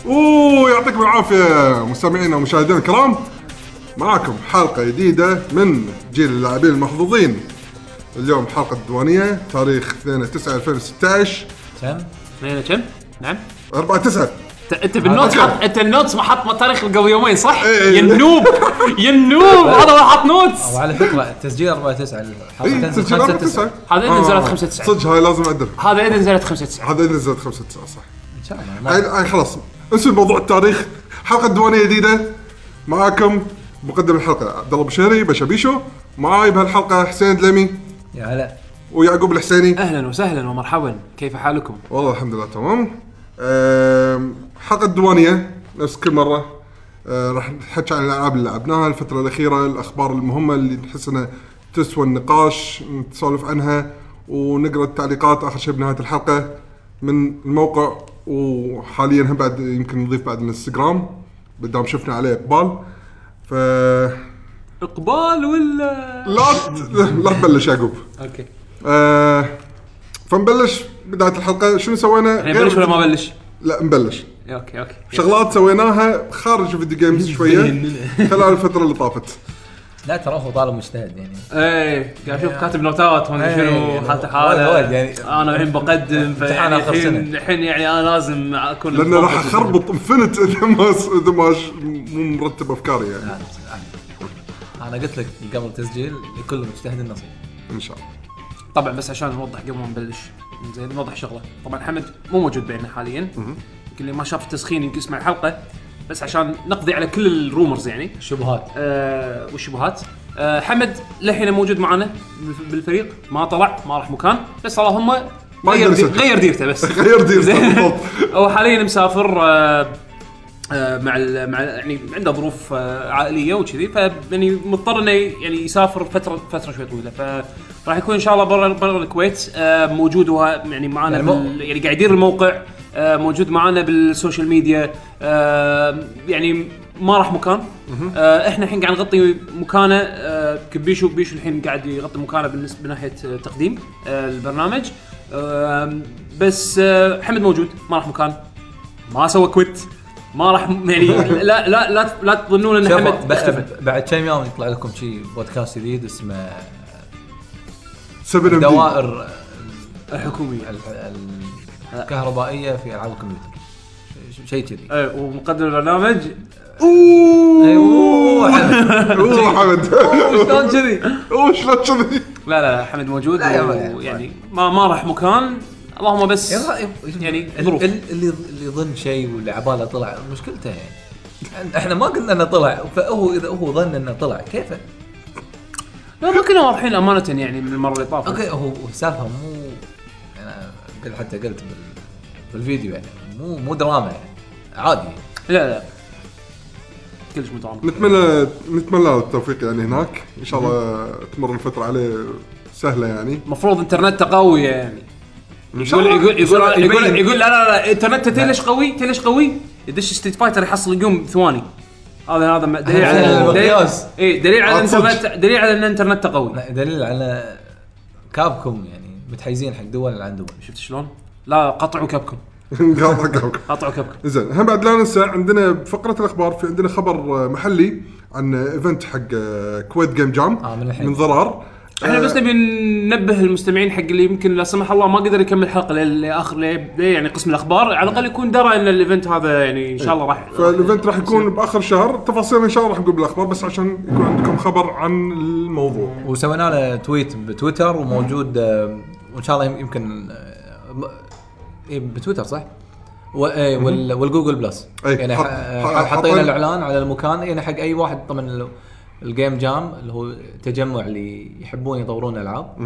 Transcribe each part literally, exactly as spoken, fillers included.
اوه يعطيكم العافيه مستمعينا ومشاهدينا الكرام، معكم حلقه جديده من جيل اللاعبين المحظوظين. اليوم حلقه الديوانيه تاريخ اثنين تسعة ألفين وستة عشر. كم؟ اثنين كم؟ نعم أربعة تسعة. انت بالنوتس حط انت النوتس ما حط تاريخ قبل يومين صح؟ إيه. ينوب ينوب هذا ما حط نوتس. وعلى فكره التسجيل أربعة تسعة الحلقه إيه تنزل تسجيل خمسة أربعة تسعة تسعة. هذا إذا نزلت خمسة تسعة. صدق هاي لازم أعدل. هذا إذا نزلت خمسة تسعة. هذا إذا نزلت خمسة تسعة صح ان شاء الله. هاي هاي خلاص انسوا موضوع التاريخ. حلقه ديوانيه جديده معاكم مقدم الحلقه عبد الله بشيري بشبيشو، معاي بهالحلقه حسين دلمي يا هلا ويعقوب الحسيني. اهلا وسهلا ومرحبا، كيف حالكم؟ والله الحمد لله تمام. أم، حلقه الديوانيه نفس كل مره. أه، راح نحكي عن الالعاب اللي لعبناها الفتره الاخيره، الاخبار المهمه اللي نحس انها تسوى النقاش، نتسولف عنها ونقرا التعليقات اخر شيء بنهايه الحلقه من الموقع. وحاليا هم بعد يمكن نضيف بعد الانستغرام بدام شفنا عليه اقبال. ف اقبال ولا لا لا تبلش يعقوب. اوكي أه، فنبلش بدايه الحلقه. شنو سوينا؟ يعني بلش ولا ما بلش؟ لا نبلش. اوكي اوكي شغلات سويناها خارج الفيديو جيمز شويه خلال الفتره اللي طافت. لا ترى هو طالب مجتهد يعني. ايه قاعد اشوف كاتب نوتات ما ادري إيه، شنو حالته وايد- حاله وايد يعني. انا الحين بقدم امتحان آخر الحين سنة. الحين يعني انا لازم اكون لان راح اخربط انفنت اذا ما اذا ما مو مرتب افكاري يعني. لا، انا قلت لك قبل التسجيل لكل مجتهد نصيب ان شاء الله. طبعا بس عشان نوضح قبل ما نبلش زين نوضح شغله. طبعا حمد مو موجود بيننا حاليا، يمكن اللي ما شاف التسخين يمكن يسمع الحلقه، بس عشان نقضي على كل الرومرز يعني شبهات آه والشبهات. آه حمد لحين موجود معنا بالفريق، ما طلع ما راح مكان، بس اللهم ما غير يقدر دي يسجل. غير ديرته بس غير ديرته بالضبط. هو حاليا مسافر آه آه مع ال مع يعني عنده ظروف آه عائليه وكذي، فيعني مضطر انه يعني يسافر فتره فتره شوي طويله، فراح يكون ان شاء الله برا برا الكويت آه موجود وه يعني معنا يعني, بال يعني قاعد يدير الموقع آه موجود معنا بالسوشيال ميديا آه يعني ما راح مكان. آه احنا الحين قاعد نغطي مكانه آه كبيشو بيشو الحين قاعد يغطي مكانه بالنسبه من ناحيه تقديم آه البرنامج. آه بس آه حمد موجود ما راح مكان، ما سوى كويت، ما راح يعني لا لا لا لا تظنون ان حمد اختفى. بعد كم يوم يطلع لكم شيء بودكاست جديد اسمه سبن دوائر الحكوميه الكهربائيه في العاب الكمبيوتر، شيء كذي. اي ومقدم البرنامج اوه ايوه اوه حمد شلون كذي؟ اوه شلون كذي. لا لا لا حمد موجود لا يا ويعني ما ما راح مكان، اللهم بس يعني ظروف. اللي اللي يظن شيء واللي عباله طلع مشكلته يعني. احنا ما قلنا انه طلع، فهو اذا هو ظن انه طلع كيفه. لا ما كنا واضحين امانه يعني من المره اللي طافت. اوكي هو السالفه مو انا قلت حتى قلت بال... بالفيديو يعني مو مو دراما يعني عادي. لا لا كلش مدرام. نتمنى نتمنى له التوفيق يعني هناك ان شاء الله تمر الفتره عليه سهله يعني. مفروض انترنت قوي يعني. يقول الله. يقول يقول يبين- يقول, يقول لا لا لا انترنت تلش قوي تلش قوي يدش ستريت فايتر يحصل يقوم ثواني. هذا هذا دليل على المقياس. اي دليل على عاد صدق. الانترنت، دليل على ان الانترنت قوي. لا، دليل على كابكم يعني متحيزين حق دول اللي عندهم. شفت شلون؟ لا قطعوا كابكم قاطع قاطع. قطعوا كابكم. زين هم بعد لا ننسى عندنا بفقره الاخبار في عندنا خبر محلي عن ايفنت حق كويت جيم جام آه من الحين. من ضرار. احنا بس نبي ننبه المستمعين حق اللي يمكن لا سمح الله ما قدر يكمل الحلقه لاخر يعني قسم الاخبار، على الاقل يكون درى ان الايفنت هذا يعني ان شاء الله راح. فالايفنت راح يكون باخر شهر، تفاصيل ان شاء الله راح نقول بالاخبار بس عشان يكون عندكم خبر عن الموضوع. وسوينا له تويت بتويتر وموجود آه، وان شاء الله يمكن آه، م- إيه بتويتر صح؟ و- إيه وال- والجوجل بلس أي، يعني حط- ح- حط- حطينا حطينا- الاعلان على المكان يعني حق اي واحد. طبعا ال- الجيم جام اللي هو تجمع اللي يحبون يطورون العاب،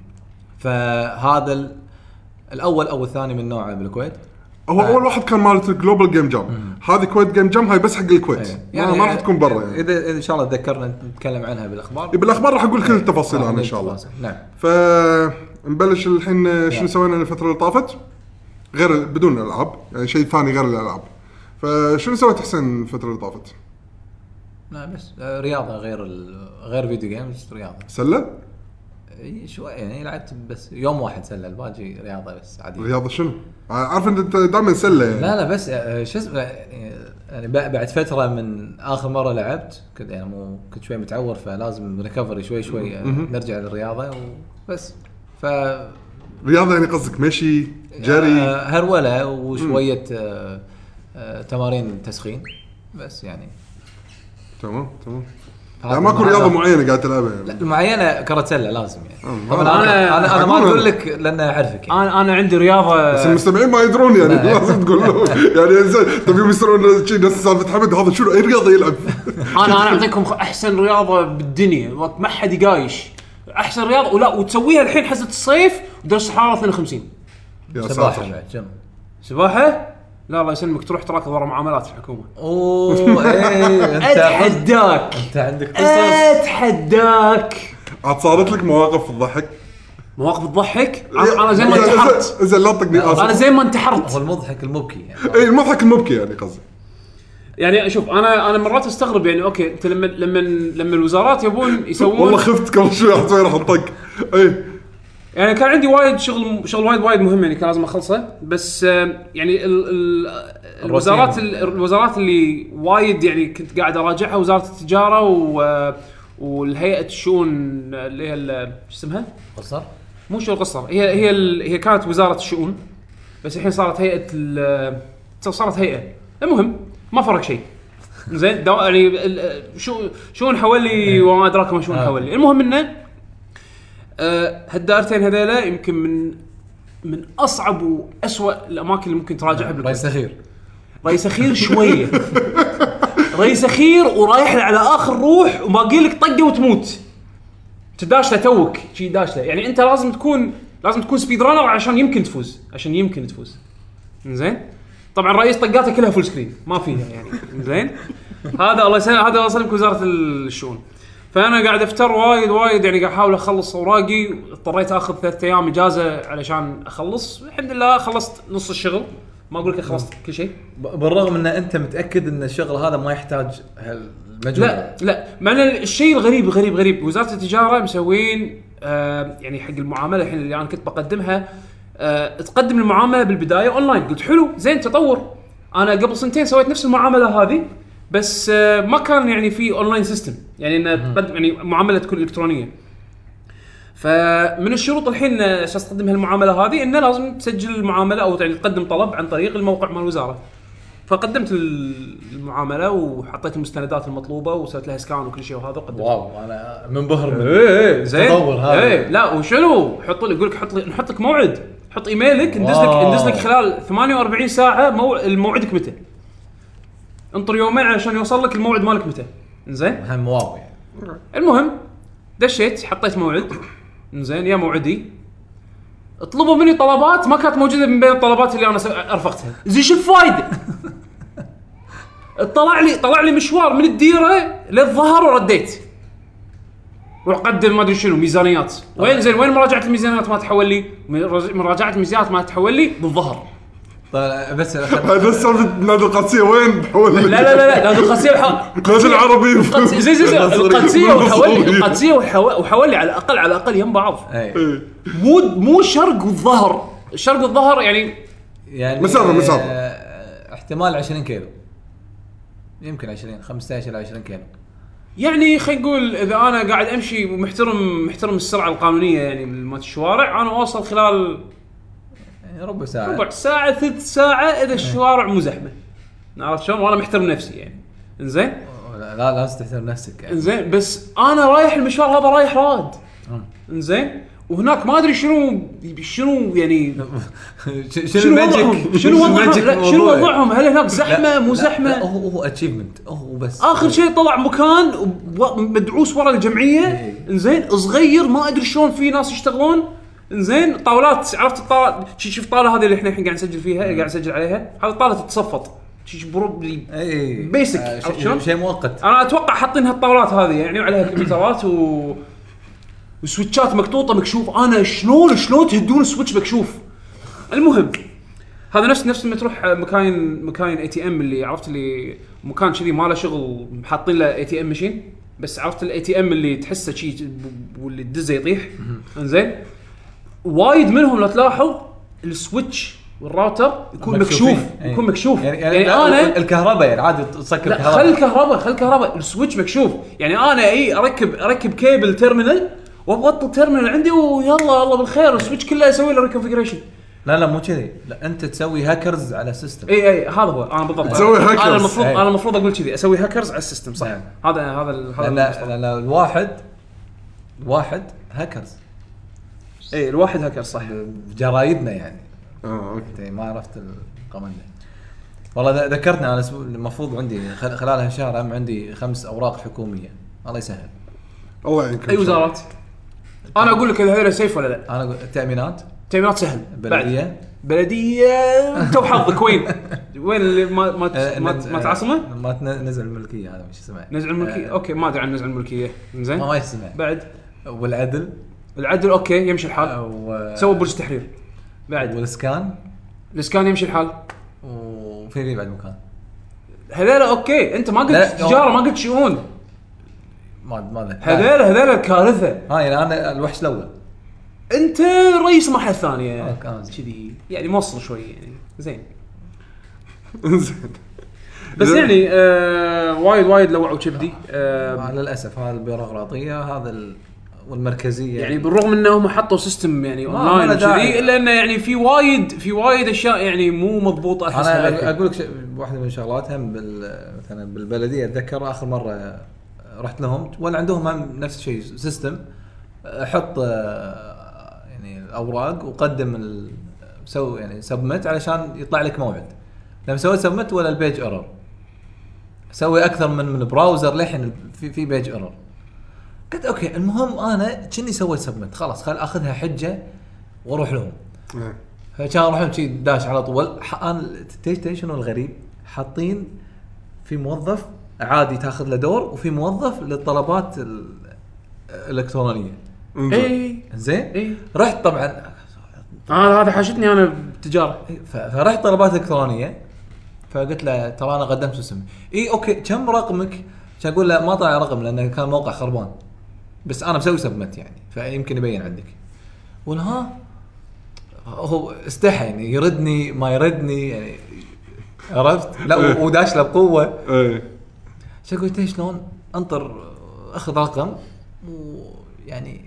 فهذا ال- الاول او الثاني من نوعه بالكويت. هو اول واحد كان مالت الجلوبال جيم جام، هذه كويت جيم جام هاي بس حق الكويت يعني ما راح تكون برا يعني. اذا إذا ان شاء الله تذكرنا نتكلم عنها بالاخبار. بالاخبار راح اقول كل التفاصيل عنها ان شاء الله. نعم. فنبلش الحين شنو سوينا الفتره اللي طافت غير بدون الالعاب يعني شيء ثاني غير الالعاب. فشنو سويت حسين الفتره اللي طافت؟ لا بس آه، رياضه غير ال... غير فيديو جيمز، رياضه سله إي شوي يعني لعبت بس يوم واحد سله الباقي رياضه بس عادي. رياضه شنو؟ عارف انت دائما سله يعني. لا لا بس آه، شو اسمه يعني بعد فتره من اخر مره لعبت كنت يعني مو كنت شوي متعور فلازم ريكفري شوي شوي آه، نرجع للرياضه وبس. ف رياضه يعني قصدك مشي جري آه، هروله وشويه آه، آه، تمارين تسخين بس يعني. تمام تمام. هذا يعني ماكو هذا- رياضه معينه قاعد تلعبها يعني. لا معينه كره سله لازم يعني. آه، طبعا أنا- انا انا, أنا ما أقول اقول أنا. لك لان اعرفك يعني. انا انا عندي رياضه بس المستمعين ما يدرون يعني لا. لازم تقول لهم يعني زين تبي يصيرون شيء نفس سالفه حمد هذا شنو اي رياضه يلعب. انا انا اعطيكم خ- احسن رياضه بالدنيا وقت ما حد يقايش احسن رياضه ولا وتسويها الحين حزه الصيف درجه الحراره اثنين وخمسين. يا سباحه ساتر. بعد جم. سباحه لا الله يسلمك تروح تراكض ورا معاملات الحكومه. اوه ايه انت اتحداك انت عندك قصص. اتحداك عاد صارت لك مواقف تضحك. مواقف تضحك. انا أنا زي ما انتحرت زين لا تطقني انا اسف. زي ما انتحرت هو المضحك المبكي يعني. اي المضحك المبكي يعني قصدي. يعني شوف انا انا مرات استغرب يعني اوكي انت لما لما لما الوزارات يبون يسوون والله خفت قبل شوي راح راح انطق. اي يعني كان عندي وايد شغل شغل وايد وايد مهم يعني كان لازم اخلصه بس آه، يعني ال ال الوزارات ال- الوزارات اللي وايد يعني كنت قاعد اراجعها وزارة التجارة و والهيئة الشؤون اللي هي ال- شو اسمها؟ قصر مو شؤون القصر هي هي ال- هي كانت وزارة الشؤون بس الحين صارت هيئة ال- صارت هيئة. المهم ما فرق شيء زين دو- يعني ال- شو شؤون حولي وما ادراك ما شؤون حولي. المهم انه أه هالدائرتين هذيلا يمكن من من اصعب واسوأ الاماكن اللي ممكن تراجعها بالكويت. رئيس اخير رئيس اخير شويه رئيس اخير ورايح له على اخر روح وباقي لك طقه وتموت تداش له توك شي داش له. يعني انت لازم تكون لازم تكون سبيد رانر عشان يمكن تفوز عشان يمكن تفوز زين. طبعا رئيس طقاته كلها فول سكرين ما فيها يعني زين. هذا الله يسلمك هذا وصلك وزاره الشؤون. فانا قاعد افتر وايد وايد يعني قاعد احاول اخلص اوراقي. اضطريت اخذ ثلاثة ايام اجازه علشان اخلص. الحمد لله خلصت نص الشغل ما اقول لك خلصت كل شيء. بالرغم ان انت متاكد ان الشغل هذا ما يحتاج هالمجهود. لا لا معنى الشيء الغريب غريب غريب وزاره التجاره مسوين آه يعني حق المعامله الحين اللي انا كنت بقدمها آه تقدم المعامله بالبدايه اونلاين. قلت حلو زين تطور. انا قبل سنتين سويت نفس المعامله هذه بس آه ما كان يعني في اونلاين سيستم يعني ان تقدم يعني معامله تكون الكترونيه. فمن الشروط الحين عشان تقدم هالمعامله هذه انه لازم تسجل المعامله او يعني تقدم طلب عن طريق الموقع مال الوزاره. فقدمت المعامله وحطيت المستندات المطلوبه وسويت لها سكان وكل شيء وهذا وقدمت. واو انا منبهر من ايه زين تطور هذا. ايه لا وشنو حط لي يقول لك حط لي نحط لك موعد حط ايميلك ندز لك واو. ندز لك خلال ثمانية وأربعين ساعه مو... الموعدك متى. انطر يومين عشان يوصل لك الموعد مالك متى. زين هم واو يعني. المهم دشيت حطيت موعد زين يا موعدي. اطلبوا مني طلبات ما كانت موجوده من بين الطلبات اللي انا ارفقتها. زين شو الفايده؟ طلع لي طلع لي مشوار من الديره للظهر ورديت وقدم ما ادري شنو ميزانيات. وين زين وين مراجعه الميزانيات ما تحول لي مراجعه الميزانيات ما تحول لي بالظهر. طيب بس هذا سالفه نادي القادسيه وين حول لا لا لا لا نادي القادسيه نادي العربي زين زين زين القادسيه وحول لي القادسيه وحول لي على الاقل على الاقل يم بعض. اي مو مو شرق والظهر. الشرق والظهر يعني يعني مسافة- مسافة. آه، احتمال عشرين كيلو يمكن عشرين خمسة عشر إلى عشرين كيلو. يعني خلينا نقول اذا انا قاعد امشي ومحترم محترم السرعه القانونيه يعني مال الشوارع انا اوصل خلال يعني ربع ساعه ربع ساعه ثلث ساعه اذا الشوارع مو زحمه. عرفت شلون وانا محترم نفسي يعني. انزين لا لا لازم تحترم نفسك يعني. انزين بس انا رايح المشوار هذا رايح راد. انزين وهناك ما ادري شنو شنو يعني شنو الماجيك شنو وضعهم شنو وضعهم هل هناك زحمه مو زحمه. هو هو اتشيفمنت هو بس اخر شيء طلع مكان مدعوس ورا الجمعيه انزين صغير ما ادري شلون في ناس يشتغلون انزين طاولات عرفت الطاوله شوف الطاوله هذه اللي احنا الحين قاعد نسجل فيها قاعد نسجل عليها هذه طاوله تتصفط شيء بروبلي اي بيسك شيء شيء مؤقت. انا اتوقع حاطين هالطاولات هذه يعني وعليها كمبيوترات و وسويتشات مكتوطه مكشوف. انا شلون شلون تهدون السويتش مكشوف. المهم هذا نفس نفس لما تروح مكان مكان اي تي ام اللي عرفت اللي مكان كذي ما له شغل حاطين له اي تي ام ماشين بس عرفت الاي تي ام اللي تحسه شيء واللي الدزه يطيح انزين وايد منهم لو تلاحظ السويتش والراوتر يكون مكشوف أيه. يكون مكشوف يعني, يعني, يعني انا الكهرباء يعني عادي تسكر الكهرباء خل الكهرباء خل الكهرباء السويتش مكشوف يعني انا اي اركب اركب كيبل تيرمينال وابغى التيرمينال عندي ويلا الله بالخير السويتش كله اسوي له ريكونفيجريشن. لا لا مو كذي لا انت تسوي هاكرز على سيستم. اي اي هذا هو انا بالضبط تسوي هاكرز. انا المفروض أي. انا المفروض اقول كذي اسوي هاكرز على السيستم صح. نعم. هذا هذا هذا لا لا, لا الواحد الواحد هاكرز اي الواحد هاكر صح جرايدنا يعني. اه اوكي ما عرفت القمن والله ذكرتني انا المفروض عندي خلال هالشهر هم عندي خمس اوراق حكوميه الله يسهل. الله يعينكم. اي وزارات انا اقول لك هذول سيف ولا لا؟ انا اقول التامينات تامينات سهل بلديه بلديه تو حظك وين وين اللي ما ما ما, ما تعصمه ما تنزل الملكيه هذا مش اسمه نزع الملكيه أه اوكي ما ادري عن نزع الملكيه زين ما ما يسمع بعد والعدل العدل اوكي يمشي الحال و... سووا برج تحرير بعد والاسكان الاسكان يمشي الحال وفي لي بعد مكان هذول اوكي انت ما قلت تجاره ما قلت شؤون ما ما هذول هذول الكارثه. ها يعني انا الوحش الاول انت رئيس المرحله الثانيه كذي يعني موصل شوي يعني زين زين بس يعني آه وايد وايد لوعوا كبدي آه للاسف هذا البيروقراطيه هذا ال... والمركزيه يعني بالرغم انهم حطوا سيستم يعني اونلاين كذي الا انه يعني في وايد في وايد اشياء يعني مو مضبوطه احس. انا اقول لك واحده من شغلاتها بال... مثلا بالبلديه اتذكر اخر مره رحت لهم ولا عندهم هم نفس الشيء سيستم احط يعني الاوراق وقدم ال... سو يعني سبمت علشان يطلع لك موعد. لما سويت سبمت ولا البيج ايرور سوي اكثر من من براوزر لحين في في بيج ايرور. قلت اوكي المهم انا كني سويت سبمت خلاص خل اخذها حجه واروح لهم. فكان اروح لهم شي داش على طول. انا تيش شنو الغريب حاطين في موظف عادي تاخذ له دور وفي موظف للطلبات الالكترونيه. اي زين اي رحت طبعا اه هذا حاشتني انا بالتجاره. فرحت طلبات الكترونيه فقلت له ترى انا قدمت اسمي. اي اوكي كم رقمك؟ عشان اقول له ما طلع رقم لانه كان موقع خربان بس انا مسوي سبمت يعني فيمكن يبين عندك. ونها هو استحى يعني يردني ما يردني يعني عرفت لا وداش له بقوه. اي شو قلت شلون انطر اخذ رقم ويعني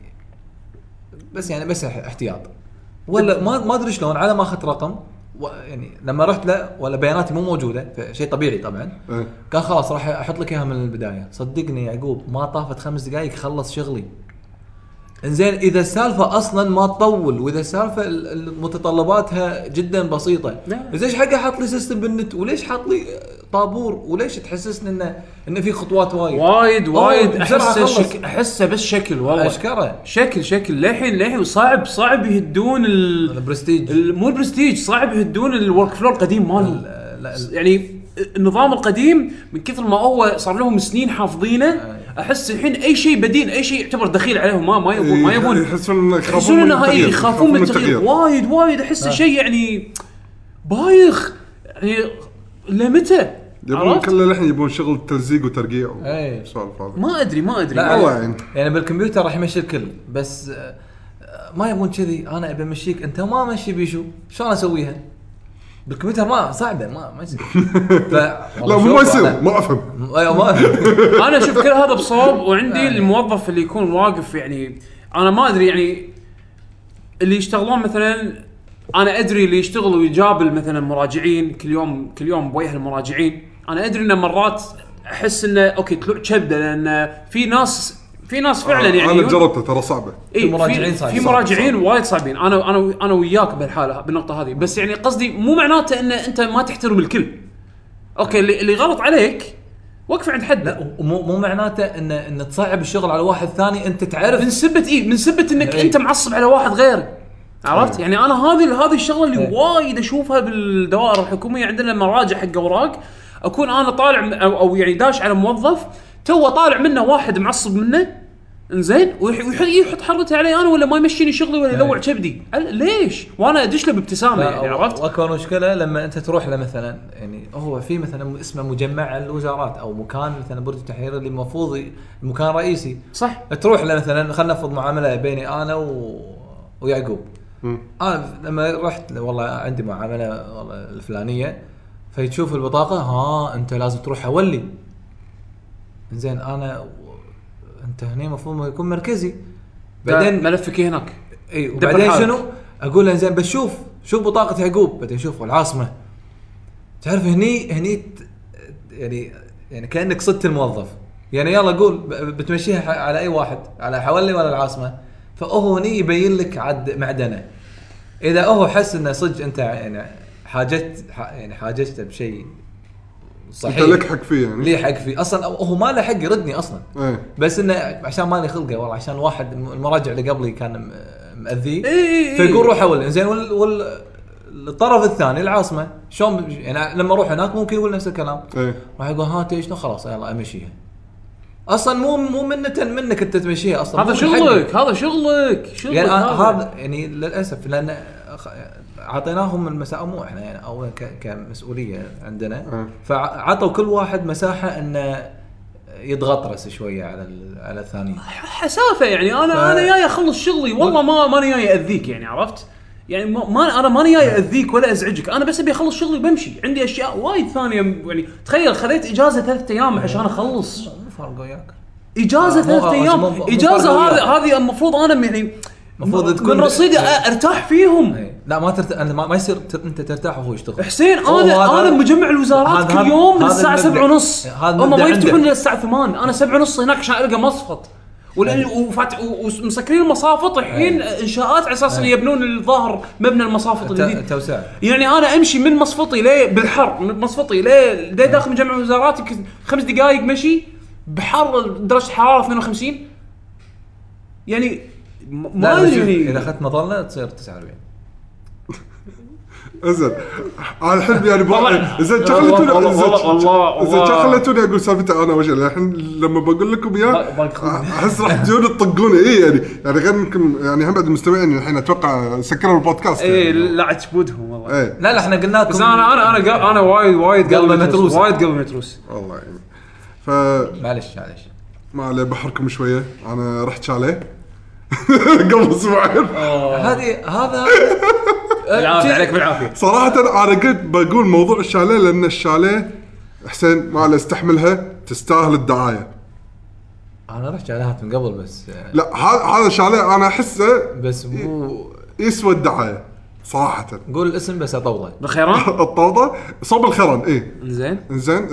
بس يعني بس احتياط ولا ما ما ادري شلون على ما اخذت رقم يعني لما رحت له ولا بياناتي مو موجوده شيء طبيعي طبعا. أه. قال خلاص راح احط لك اياها من البدايه. صدقني يعقوب ما طافت خمس دقائق خلص شغلي. انزين اذا السالفه اصلا ما تطول واذا السالفه متطلباتها جدا بسيطه ليش حقه حط لي سيستم بالنت وليش حط لي طابور وليش تحسسني انه انه في خطوات وايد وايد وايد احسه شك... احسه بس شكل والله اشكره شكل شكل للحين للحين صعب صعب يهدون البرستيج ال... مو البرستيج صعب يهدون الورك فلو القديم مال يعني النظام القديم من كثر ما هو صار لهم سنين حافظينه. احس الحين اي شيء بدين اي شيء يعتبر دخيل عليهم ما ما يبون ما يبون يحسون يحسون انه هاي يخافون من التغيير وايد وايد احس شيء يعني بايخ يعني لمتى يبون كله الحين يبون شغل تلزيق وترقيع وسوالف هذا ما ادري ما ادري والله يعني يعني بالكمبيوتر راح يمشي الكل بس ما يبون كذي. انا ابي امشيك انت ما ماشي بيشو شلون اسويها بالكمبيوتر ما صعبه ما ما يصير. لا مو ما يصير ما افهم ايوه ما انا اشوف كل هذا بصوب وعندي الموظف اللي يكون واقف يعني انا ما ادري يعني اللي يشتغلون مثلا انا ادري اللي يشتغلوا ويجابل مثلا مراجعين كل يوم كل يوم بوجه المراجعين. انا ادري ان مرات احس انه اوكي طلوع كبده لان في ناس في ناس فعلا آه يعني انا جربته ترى صعبه. في مراجعين صعب في مراجعين صعب. وايد صعبين. انا انا انا وياك بالحاله بالنقطه هذه بس يعني قصدي مو معناته ان انت ما تحترم الكل. اوكي اللي, اللي غلط عليك وقف عند حد. لا مو مو معناته ان ان تصعب الشغل على واحد ثاني انت تعرف من سبه ايه من سبه انك انت معصب على واحد غيرك عرفت. يعني انا هذه هذه الشغله اللي وايد اشوفها بالدوائر الحكوميه عندنا مراجع حق اوراق اكون انا طالع او, أو يعني داش على موظف تو طالع منه واحد معصب منه انزين ويحط حرته علي انا ولا ما يمشيني شغلي ولا يلوع كبدي ليش وانا ادش له بابتسامه يعني عرفت. واكبر مشكله لما انت تروح له مثلا يعني هو في مثلا اسمه مجمع الوزارات او مكان مثلا برج التحرير اللي المفروض مكان رئيسي صح تروح له مثلا خلينا نفرض معامله بيني انا و... ويعقوب م. انا لما رحت والله عندي معامله والله الفلانيه فيشوف البطاقه ها انت لازم تروح حولي زين انا انت هنا المفروض يكون مركزي بعدين ملفك هناك اي وبعدين شنو اقول له زين بشوف شوف بطاقه يعقوب بعدين شوف العاصمه تعرف هني هني يعني يعني كانك صدت الموظف يعني يلا قول بتمشيها على اي واحد على حولي ولا العاصمه فهو هني يبين لك عد معدنه اذا هو حس انه صدق انت يعني حاجت يعني حاجته بشيء صحيح انت لك حق فيه يعني ليه حق فيه اصلا هو ما له حق يردني اصلا ايه. بس انه عشان مالي خلقه والله عشان واحد المراجع اللي قبلي كان مأذيه إيه فيقول روح حول زين وال, وال الطرف الثاني العاصمه شلون يعني لما اروح هناك ممكن يقول نفس الكلام ايه. راح يقول ها انت شنو خلاص يلا امشيها اصلا مو مو منه منك انت تمشيها اصلا هذا شغلك هذا شغلك شغلك يعني هذا يعني للاسف لان عطيناهم المساحه مو احنا يعني او كمسؤوليه عندنا أه. فعطوا كل واحد مساحه انه يتغطرس شويه على على الثاني حسافه يعني انا ف... انا جاي اخلص شغلي والله ما ماني جاي اذيك يعني عرفت يعني ما انا ماني جاي اذيك ولا ازعجك انا بس ابي اخلص شغلي وبمشي عندي اشياء وايد ثانيه يعني تخيل خذيت اجازه ثلاثة ايام عشان اخلص مو فارق وياك اجازه ثلاثة ايام اجازه هذه هذه المفروض انا يعني المفروض تكون من رصيدي ارتاح فيهم لا ما ترت... ما, ما يصير ت... انت ترتاح وهو يشتغل حسين انا انا مجمع الوزارات كل يوم من الساعه سبعة ونص هم ما يفتحون الا الساعه ثمانية انا سبعة ونص هناك عشان القى مصفط وفات ومسكرين المصافط الحين انشاءات على اساس ان يبنون الظاهر مبنى المصافط الجديد توسعه يعني انا امشي من مصفطي ليه بالحر من مصفطي ليه ليه داخل مجمع الوزارات خمس دقائق مشي بحر درجه حراره اثنين وخمسين يعني ما ادري اذا اخذت مظله تصير تسعة وأربعين زين انا الحين يعني زين شغلتوني والله زين شغلتوني اقول سالفتي انا وجه الحين لما بقول لكم اياه احس راح تجون تطقوني اي يعني يعني غير يمكن يعني هم بعد المستمعين الحين اتوقع سكروا البودكاست اي يعني. لا تشبودهم والله لا لا احنا قلنا لكم بس انا انا انا انا وايد وايد قلبي متروس وايد قلبي متروس والله يعني ف معلش معلش ما عليه بحركم شويه انا رحت شاليه قبل اسبوعين هذه هذا العافيه عليك بالعافيه صراحه انا قلت بقول موضوع الشاليه لان الشاليه حسين ما له استحملها تستاهل الدعايه انا رحت شاليهات من قبل بس لا هذا هذا شاليه انا احسه بس مو يسوى الدعايه صراحه قول الاسم بس اطوضه بالخيران الطوضه صوب الخيران ايه زين زين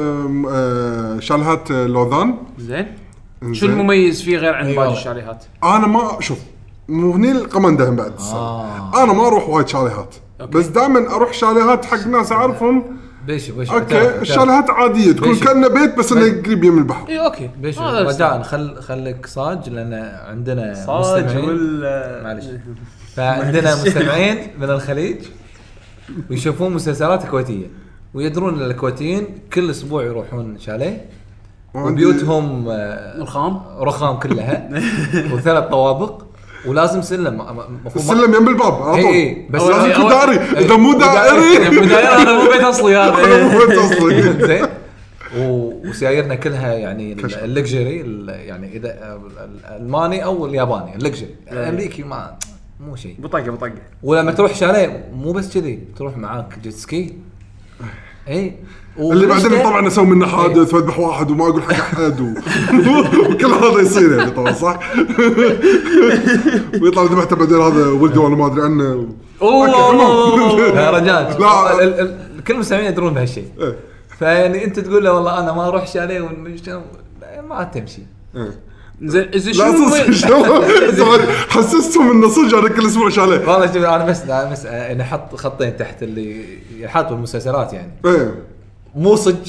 شاليهات لوذان زين شو المميز فيه غير عن باقي الشاليهات انا ما اشوف مو هني القمنده بعد السنة. آه. انا ما اروح وايد شاليهات أوكي. بس دائما اروح شاليهات حق ناس اعرفهم بيش بيش اوكي الشاليهات عاديه تكون كأنه بيت بس انه قريب من البحر اي اوكي بيش رجاء خل خليك صاج لان عندنا مستمعين ولا... معلش فعندنا مستمعين من الخليج ويشوفون مسلسلات كويتيه ويدرون ان الكويتيين كل اسبوع يروحون شاليه وبيوتهم رخام رخام كلها وثلاث طوابق ولازم سلم السلم يم بالباب على طول اي بس لازم يكون داري اذا مو دائري مو دائري هذا مو بيت اصلي هذا مو بيت اصلي زين وسيارنا كلها يعني اللكجري يعني اذا الالماني او الياباني اللكجري الامريكي ما مو شيء بطاقه بطاقه ولما تروح شاليه مو بس كذي تروح معاك جيت سكي اي اللي بعدين طبعا اسوي منه حادث واذبح واحد وما اقول حق احد وكل هذا يصير يعني طبعا صح ويطلع ذبحته بعدين هذا ولدي وانا ما ادري عنه والله يا رجال كل المستمعين يدرون بهالشيء فيعني انت تقول له والله انا ما اروح شاليه ما تمشي زين اذا شنو حسستهم انه صدق انا كل اسبوع شاليه والله شوف انا بس بس انا احط خطين تحت اللي يحطوا المسلسلات يعني مو صدق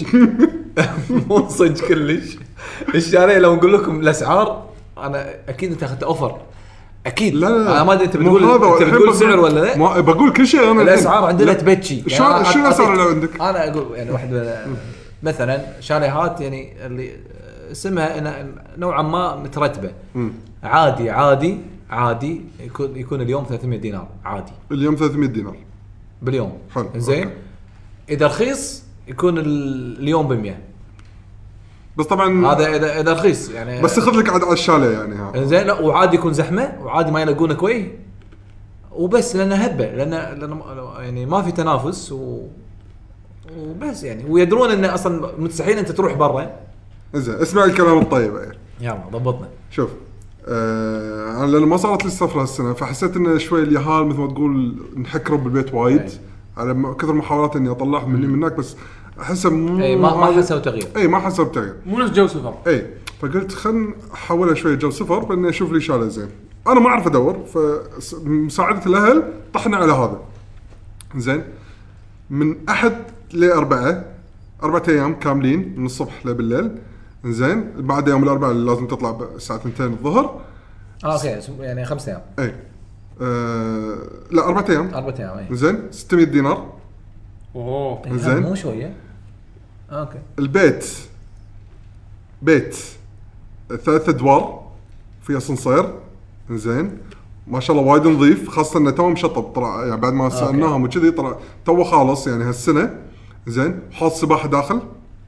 مو صدق كلش الشارع لو نقول لكم الاسعار انا اكيد انت اخذت اوفر اكيد لا لا انا ما ادري انت بتقول انت بتقول سعر ولا لا ما بقول كل شيء انا الاسعار عندنا تبكي شو يعني شو الاسعار اللي عندك انا اقول يعني واحد مثلا شاليهات يعني اللي اسمها أنا نوعا ما مترتبه. عادي عادي عادي يكون يكون اليوم ثلاثمية دينار عادي. اليوم ثلاثمية دينار باليوم. حلو. زين اذا رخيص يكون اليوم بمية. بس طبعا هذا اذا اذا رخيص يعني بس ياخذ لك عاد على الشاليه يعني ها. زين. وعادي يكون زحمه وعادي ما يلاقونه كويس وبس لانه هبه لان لان يعني ما في تنافس و وبس يعني ويدرون ان اصلا مستحيل انت تروح برا. زين اسمع الكلام الطيب يعني. يلا ضبطنا. شوف آه انا لأن ما صارت لي السفره هالسنه فحسيت انه شوي اليهال مثل ما تقول نحكروا بالبيت وايد أي. على كثر محاولات اني اطلعهم مني من هناك بس احسه مو اي ما ما حسوا تغيير. اي ما حسوا بتغيير مو نفس جو سفر. اي فقلت خل احولها شوي جو سفر باني اشوف لي شاله زين. انا ما اعرف ادور فمساعده الاهل طحنا على هذا. زين من احد لاربعه اربعه ايام كاملين من الصبح لبالليل. زين بعد يوم الاربعاء لازم تطلع الساعه اثنتين الظهر. اه اوكي يعني خمسة ايام. اي آه لا اربعه ايام. اربعه ايام اي. زين ستمية دينار. اوه زين مو شويه. اوكي البيت بيت ثلاث ادوار في اسانسير. زين ما شاء الله وايد نظيف خاصه انه تو مشطب طلع يعني بعد ما سالناهم وكذي طلع تو خالص يعني هالسنه. زين حوض سباحه داخل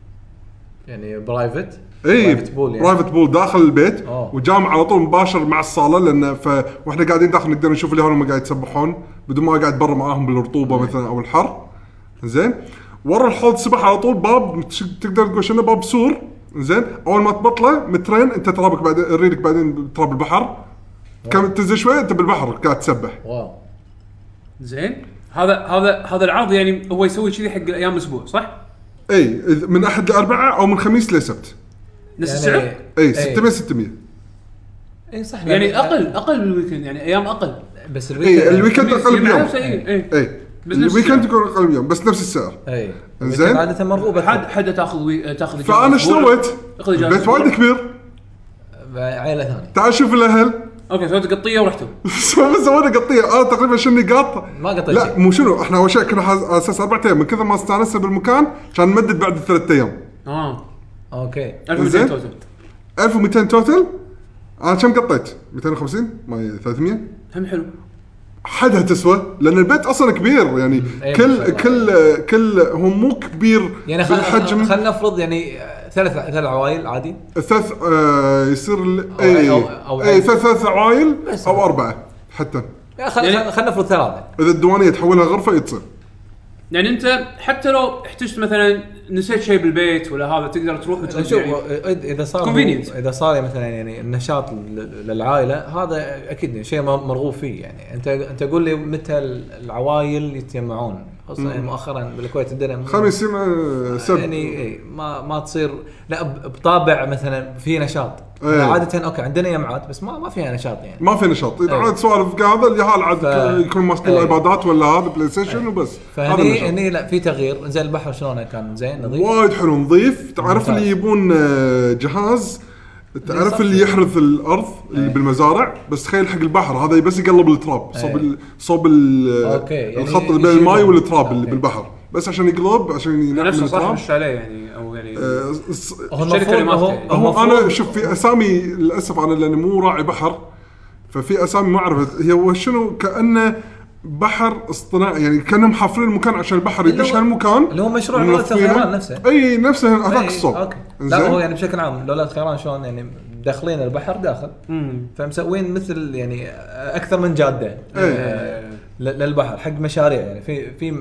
يعني برايفت. اي برايفت بول يعني. برايفت بول داخل البيت. أوه. وجامع على طول مباشر مع الصاله لان ف واحنا قاعدين داخل نقدر نشوف اللي هم قاعد يسبحون بدون ما قاعد برا معاهم بالرطوبه مثلا او الحر. زين ورا الحوض سباحه على طول باب تقدر تقول شنو باب سور. زين اول ما تبطله مترين انت ترابك بعدين ريدك بعدين تراب البحر. كم تنزل شوي انت بالبحر قاعد تسبح. واو زين هذا هذا هذا العرض يعني هو يسوي كذي حق الايام الاسبوع صح؟ اي من احد لاربعه او من خميس لسبت نفس يعني السعر؟ اي ستمية ستمية. اي صح يعني اقل اقل بالويكند يعني ايام اقل بس الويكند اي الويكند اقل بيوم. اي اي الويكند يكون اقل بيوم بس نفس السعر. اي زين عاده مرغوبه حد حد تاخذ وي... تاخذ فانا ايش سويت؟ البيت وايد كبير عائله ثانيه. تعال شوف الاهل. اوكي سويت قطيه ورحتوا سوينا قطيه انا تقريبا شنو قاط ما قطيت لا مو شنو احنا اول شيء كنا على اساس اربع ايام من كذا ما استانسنا بالمكان كان نمدد بعد ثلاث ايام. اه اوكي ألف ومئتين توتل. ألف ومئتين توتل. انا كم قطيت مئتين وخمسين ما ثلاثمية هم حلو حدها تسوى لان البيت اصلا كبير يعني كل كل كل هو مو كبير يعني بالحجم. خلينا نفرض يعني ثلاث ثلاث عوائل عادي ثلاث آه يصير أو اي أو أو اي ثلاث ثلاث عوائل او اربعه حتى خلينا خلينا نفرض ثلاثه. اذا الديوانيه تحولها غرفه يتصير يعني انت حتى لو احتجت مثلا نسيت شيء بالبيت ولا هذا تقدر تروح وترجع. شوف اذا صار اذا صار مثلا يعني النشاط للعائله هذا اكيد شيء مرغوب فيه. يعني انت انت قول لي متى العوائل يتجمعون خاصه يعني مؤخرا بالكويت الدنيا خميس سبت يعني ما ما تصير لا بطابع مثلا في نشاط. أيه. عاده اوكي عندنا جمعات بس ما ما فيها نشاط يعني ما في نشاط اذا عاد سوالف هذا اليهال عاد ف... يكون ماسكين أيه. الايبادات ولا هذا بلاي ستيشن وبس. فهني هني لا في تغيير. زين البحر شلونه كان زين نظيف وايد حلو نظيف. تعرف اللي يبون جهاز تعرف اللي يحرث الارض اللي أيه. بالمزارع بس تخيل حق البحر هذا بس يقلب التراب صوب أيه. صوب يعني الخط اللي بين الماء والتراب أوكي. اللي بالبحر بس عشان يقلب عشان ينقل نفسه صح مش عليه يعني او يعني آه الشركه اللي ما هو انا شوف في اسامي للاسف انا لاني مو راعي بحر ففي اسامي ما اعرف هي هو شنو كانه بحر اصطناعي يعني كانوا محافرين المكان عشان البحر يدش هالمكان اللي هو مشروع لولا الخيران نفسه. اي نفسه هذاك الصوب. لا هو يعني بشكل عام لولا الخيران شلون يعني داخلين البحر داخل فمسوين مثل يعني اكثر من جاده آه للبحر حق مشاريع يعني في في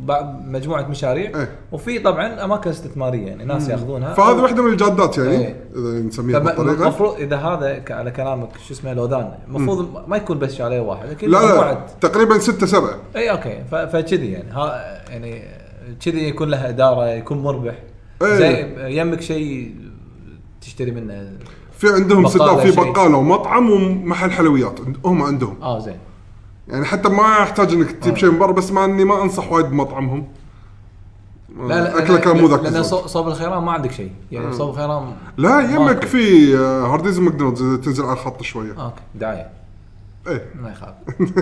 مجموعه مشاريع أيه. وفي طبعا اماكن استثماريه يعني ناس ياخذونها فهذه واحده من الجادات يعني أيه. اذا نسميها بالطريقه المفروض اذا هذا على كلامك شو اسمه لوذان المفروض ما يكون بس شاليه واحد لكن لا لا تقريبا ستة سبعة. اي اوكي فكذي يعني ها يعني كذي يكون لها اداره يكون مربح أيه. زي يمك شيء تشتري منه في عندهم ستة في بقاله ومطعم ومحل حلويات هم عندهم اه زين يعني حتى ما يحتاج انك تجيب شيء من برا بس ما اني ما انصح وايد بمطعمهم. لا لا اكله كان مو ذاك لان صوب الخيران ما عندك شيء يعني صوب الخيران لا يمك في هارديز ماكدونالدز تنزل على الخط شويه. اوكي دعايه ايه ما يخاف.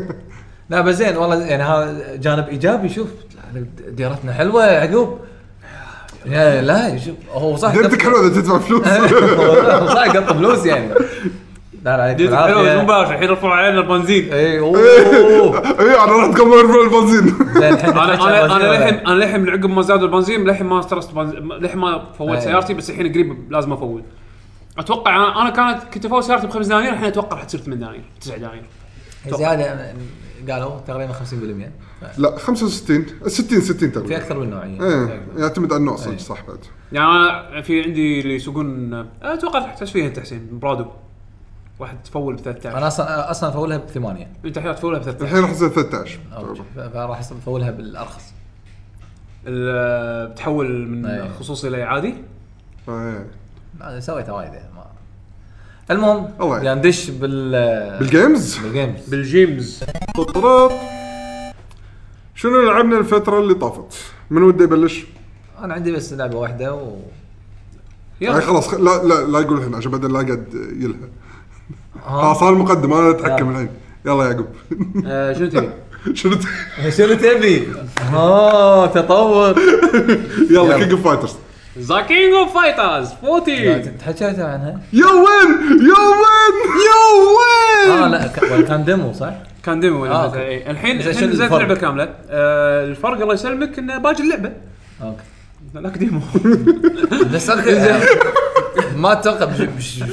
لا بس زين والله يعني هذا جانب ايجابي. شوف ديارتنا حلوه يا يعقوب يا لا شوف هو صح ديرتك حلوه اذا تدفع فلوس. هو صح قط فلوس يعني. لا لا ديت حلو مو باش الحين رفعوا علينا البنزين. اي اوه اي انا رحت قبل ارفع البنزين. انا انا انا للحين انا للحين من عقب ما زادوا البنزين للحين ما استرست للحين ما فوت سيارتي بس الحين قريب لازم افول. اتوقع انا كانت كنت افول سيارتي بخمس دنانير الحين اتوقع راح تصير ثمان دنانير تسع دنانير زياده قالوا تقريبا خمسين بالمية. لا خمسة وستين ستين ستين تقريبا في اكثر من نوعيه ايه يعتمد على النوع صدق صح بعد. يعني انا في عندي اللي يسوقون اتوقع تحتاج فيها انت حسين برادو واحد تفول ب ثلاثة عشر. انا اصلا اصلا افولها بثمانية. انت الحين تفولها ب ثلاثة عشر الحين راح تصير ثلاثة عشر فراح افولها بالارخص. بتحول من أيه. خصوصي الى عادي. ايه انا سويتها وايد ما المهم يعني ندش بال بالجيمز بالجيمز بالجيمز طرط. شنو لعبنا الفتره اللي طافت؟ من ودي يبلش؟ انا عندي بس لعبه واحده و يعني خلاص لا لا لا يقول الحين عشان بعدين لا قاعد يلها. ها صار المقدم انا اتحكم الحين. يلا يعقوب شنو تبي؟ شنو شنو تبي؟ ها تطور. يلا كينج اوف فايترز ذا كينج اوف فايترز أربعين. تحكيت عنها يا وين يا وين يا وين. اه لا كان ديمو صح؟ كان ديمو آه الحين الحين نزلت اللعبه كامله. آه الفرق الله يسلمك انه باقي اللعبه اوكي لك ديمو بس ما اتوقع مش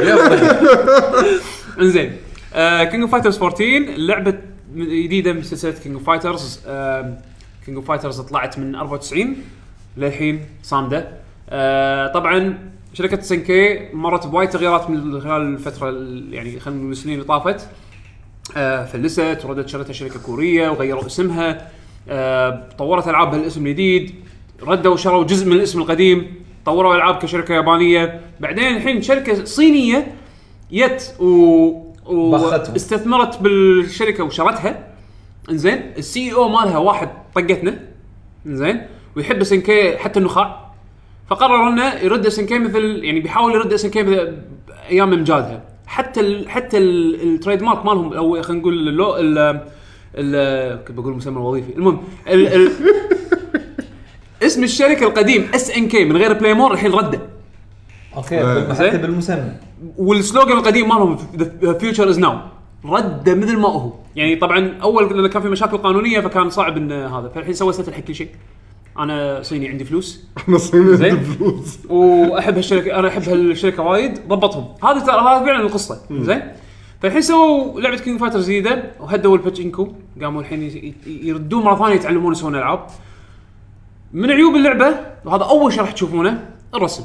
انزين. كينج اوف فايترز أربعتاشر لعبه جديده من سلسله كينج اوف فايترز. كينج اوف فايترز طلعت من أربعة وتسعين للحين صامده. آه طبعا شركه سنكي مرت بوايد تغييرات من خلال الفتره يعني خلينا نقول السنين اللي طافت. آه فلست وردت شركه شركه كوريه وغيروا اسمها. آه طورت العاب بالاسم الجديد ردوا وشروا جزء من الاسم القديم طوروا العاب كشركه يابانيه. بعدين الحين شركه صينيه يت و واستثمرت بالشركه وشرتها. انزين السي او مالها واحد طقتنا انزين ويحب سنكي حتى النخاع فقرر انه يرد سنكي مثل يعني بيحاول يرد سنكي مثل ايام امجادها. حتى ال حتى التريد مارك مالهم او خلينا نقول اللو ال ال كنت بقول مسمى الوظيفي المهم ال ال اسم الشركه القديم اس ان كي من غير بلاي مور الحين رده. اوكي حتى بالمسمى والسلوغان القديم مالهم ذا فيوتشر از ناو رده مثل ما هو. يعني طبعا اول لما كان في مشاكل قانونيه فكان صعب ان هذا فالحين سوى ست الحين كل شيء. انا صيني عندي فلوس انا صيني عندي فلوس واحب هالشركه انا احب هالشركه وايد ضبطهم. هذا ترى هذا فعلا القصه زين. فالحين سووا لعبه كينج فايتر جديده وهدوا الباتشينكو قاموا الحين يردون مره ثانيه يتعلمون يسوون العاب. من عيوب اللعبه وهذا اول شيء راح تشوفونه الرسم.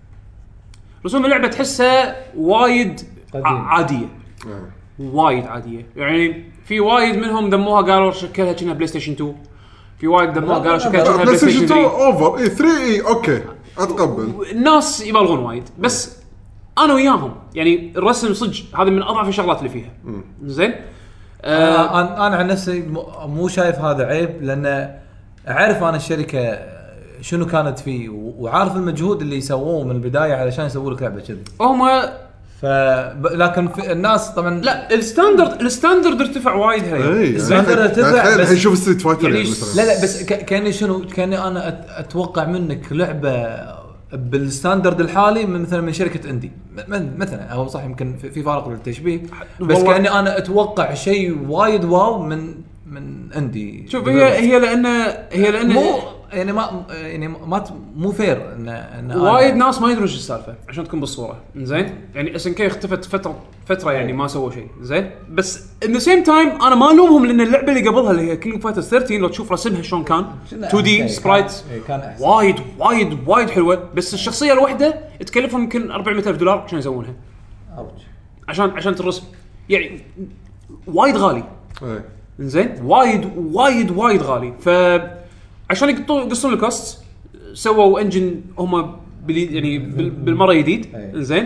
رسوم اللعبه تحسها وايد عاديه وايد عاديه. يعني في وايد منهم دموها قالوا شكلها كأنها بلاي ستيشن تو. في وايد دموها قالوا شكلها كأنها بلاي ستيشن ثري اوفر اي ثري اي اوكي اتقبل. الناس يبالغون وايد بس انا وياهم يعني الرسم صدق هذا من اضعف الشغلات اللي فيها زين. آه انا انا عن نفسي مو شايف هذا عيب لان اعرف انا الشركه شنو كانت فيه وعارف المجهود اللي يسووه من البدايه علشان يسووا لك لعبه كذا هم. ف لكن الناس طبعا لا الستاندرد الستاندرد ارتفع وايد هاي الستاندرد ارتفع بس نشوف ستريت فايتر يعني مثلا. لا لا بس كاني شنو كاني انا اتوقع منك لعبه بالستاندرد الحالي من مثلا من شركه اندي مثلا هو صح يمكن في فارق للتشبيه بس كاني انا اتوقع شيء وايد واو من من اندي. شوف هي هي لان هي لان مو يعني ما يعني ما مو فير ان ان وايد ناس ما يدرون ايش السالفه عشان تكون بالصوره زين. يعني اس ان كي اختفت فتره فتره يعني ما سووا شيء زين بس ان ذا سيم تايم انا ما الومهم لان اللعبه اللي قبلها اللي هي كينج فايترز ثلاثة عشر لو تشوف رسمها شلون كان تو دي سبرايت وايد وايد وايد حلوه بس الشخصيه الواحده تكلفهم يمكن أربعمية ألف دولار عشان يسوونها عشان عشان الرسم يعني وايد غالي زين وايد وايد وايد غالي. ف عشان يقطون يقصون الكوست سووا انجن هم يعني بالمره جديد زين.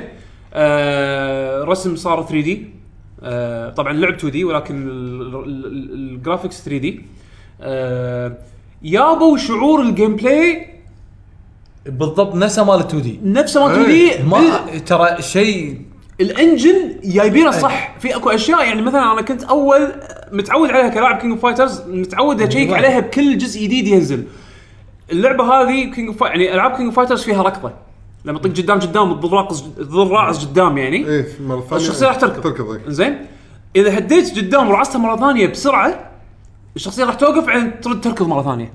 آه رسم صار ثري دي. آه طبعا لعب تو دي ولكن الجرافيكس ثري دي. آه يابوا شعور الجيم بلاي بالضبط نفسه مال تو دي نفسه مال تو دي ما ترى شيء الانجن جايبينه صح. في اكو اشياء يعني مثلا انا كنت اول متعود عليها كلاعب كينج اوف فايترز متعود اشيك عليها بكل جزء جديد ينزل. اللعبه هذه كينج اوف يعني العاب كينج اوف فايترز فيها ركضه لما تطق قدام قدام تظل راقص تظل راعص قدام يعني ايه مره ثانيه الشخصيه راح تركض تركض زين اذا هديت قدام ورعصتها مره ثانيه بسرعه الشخصيه راح توقف عشان ترد تركض مره ثانيه.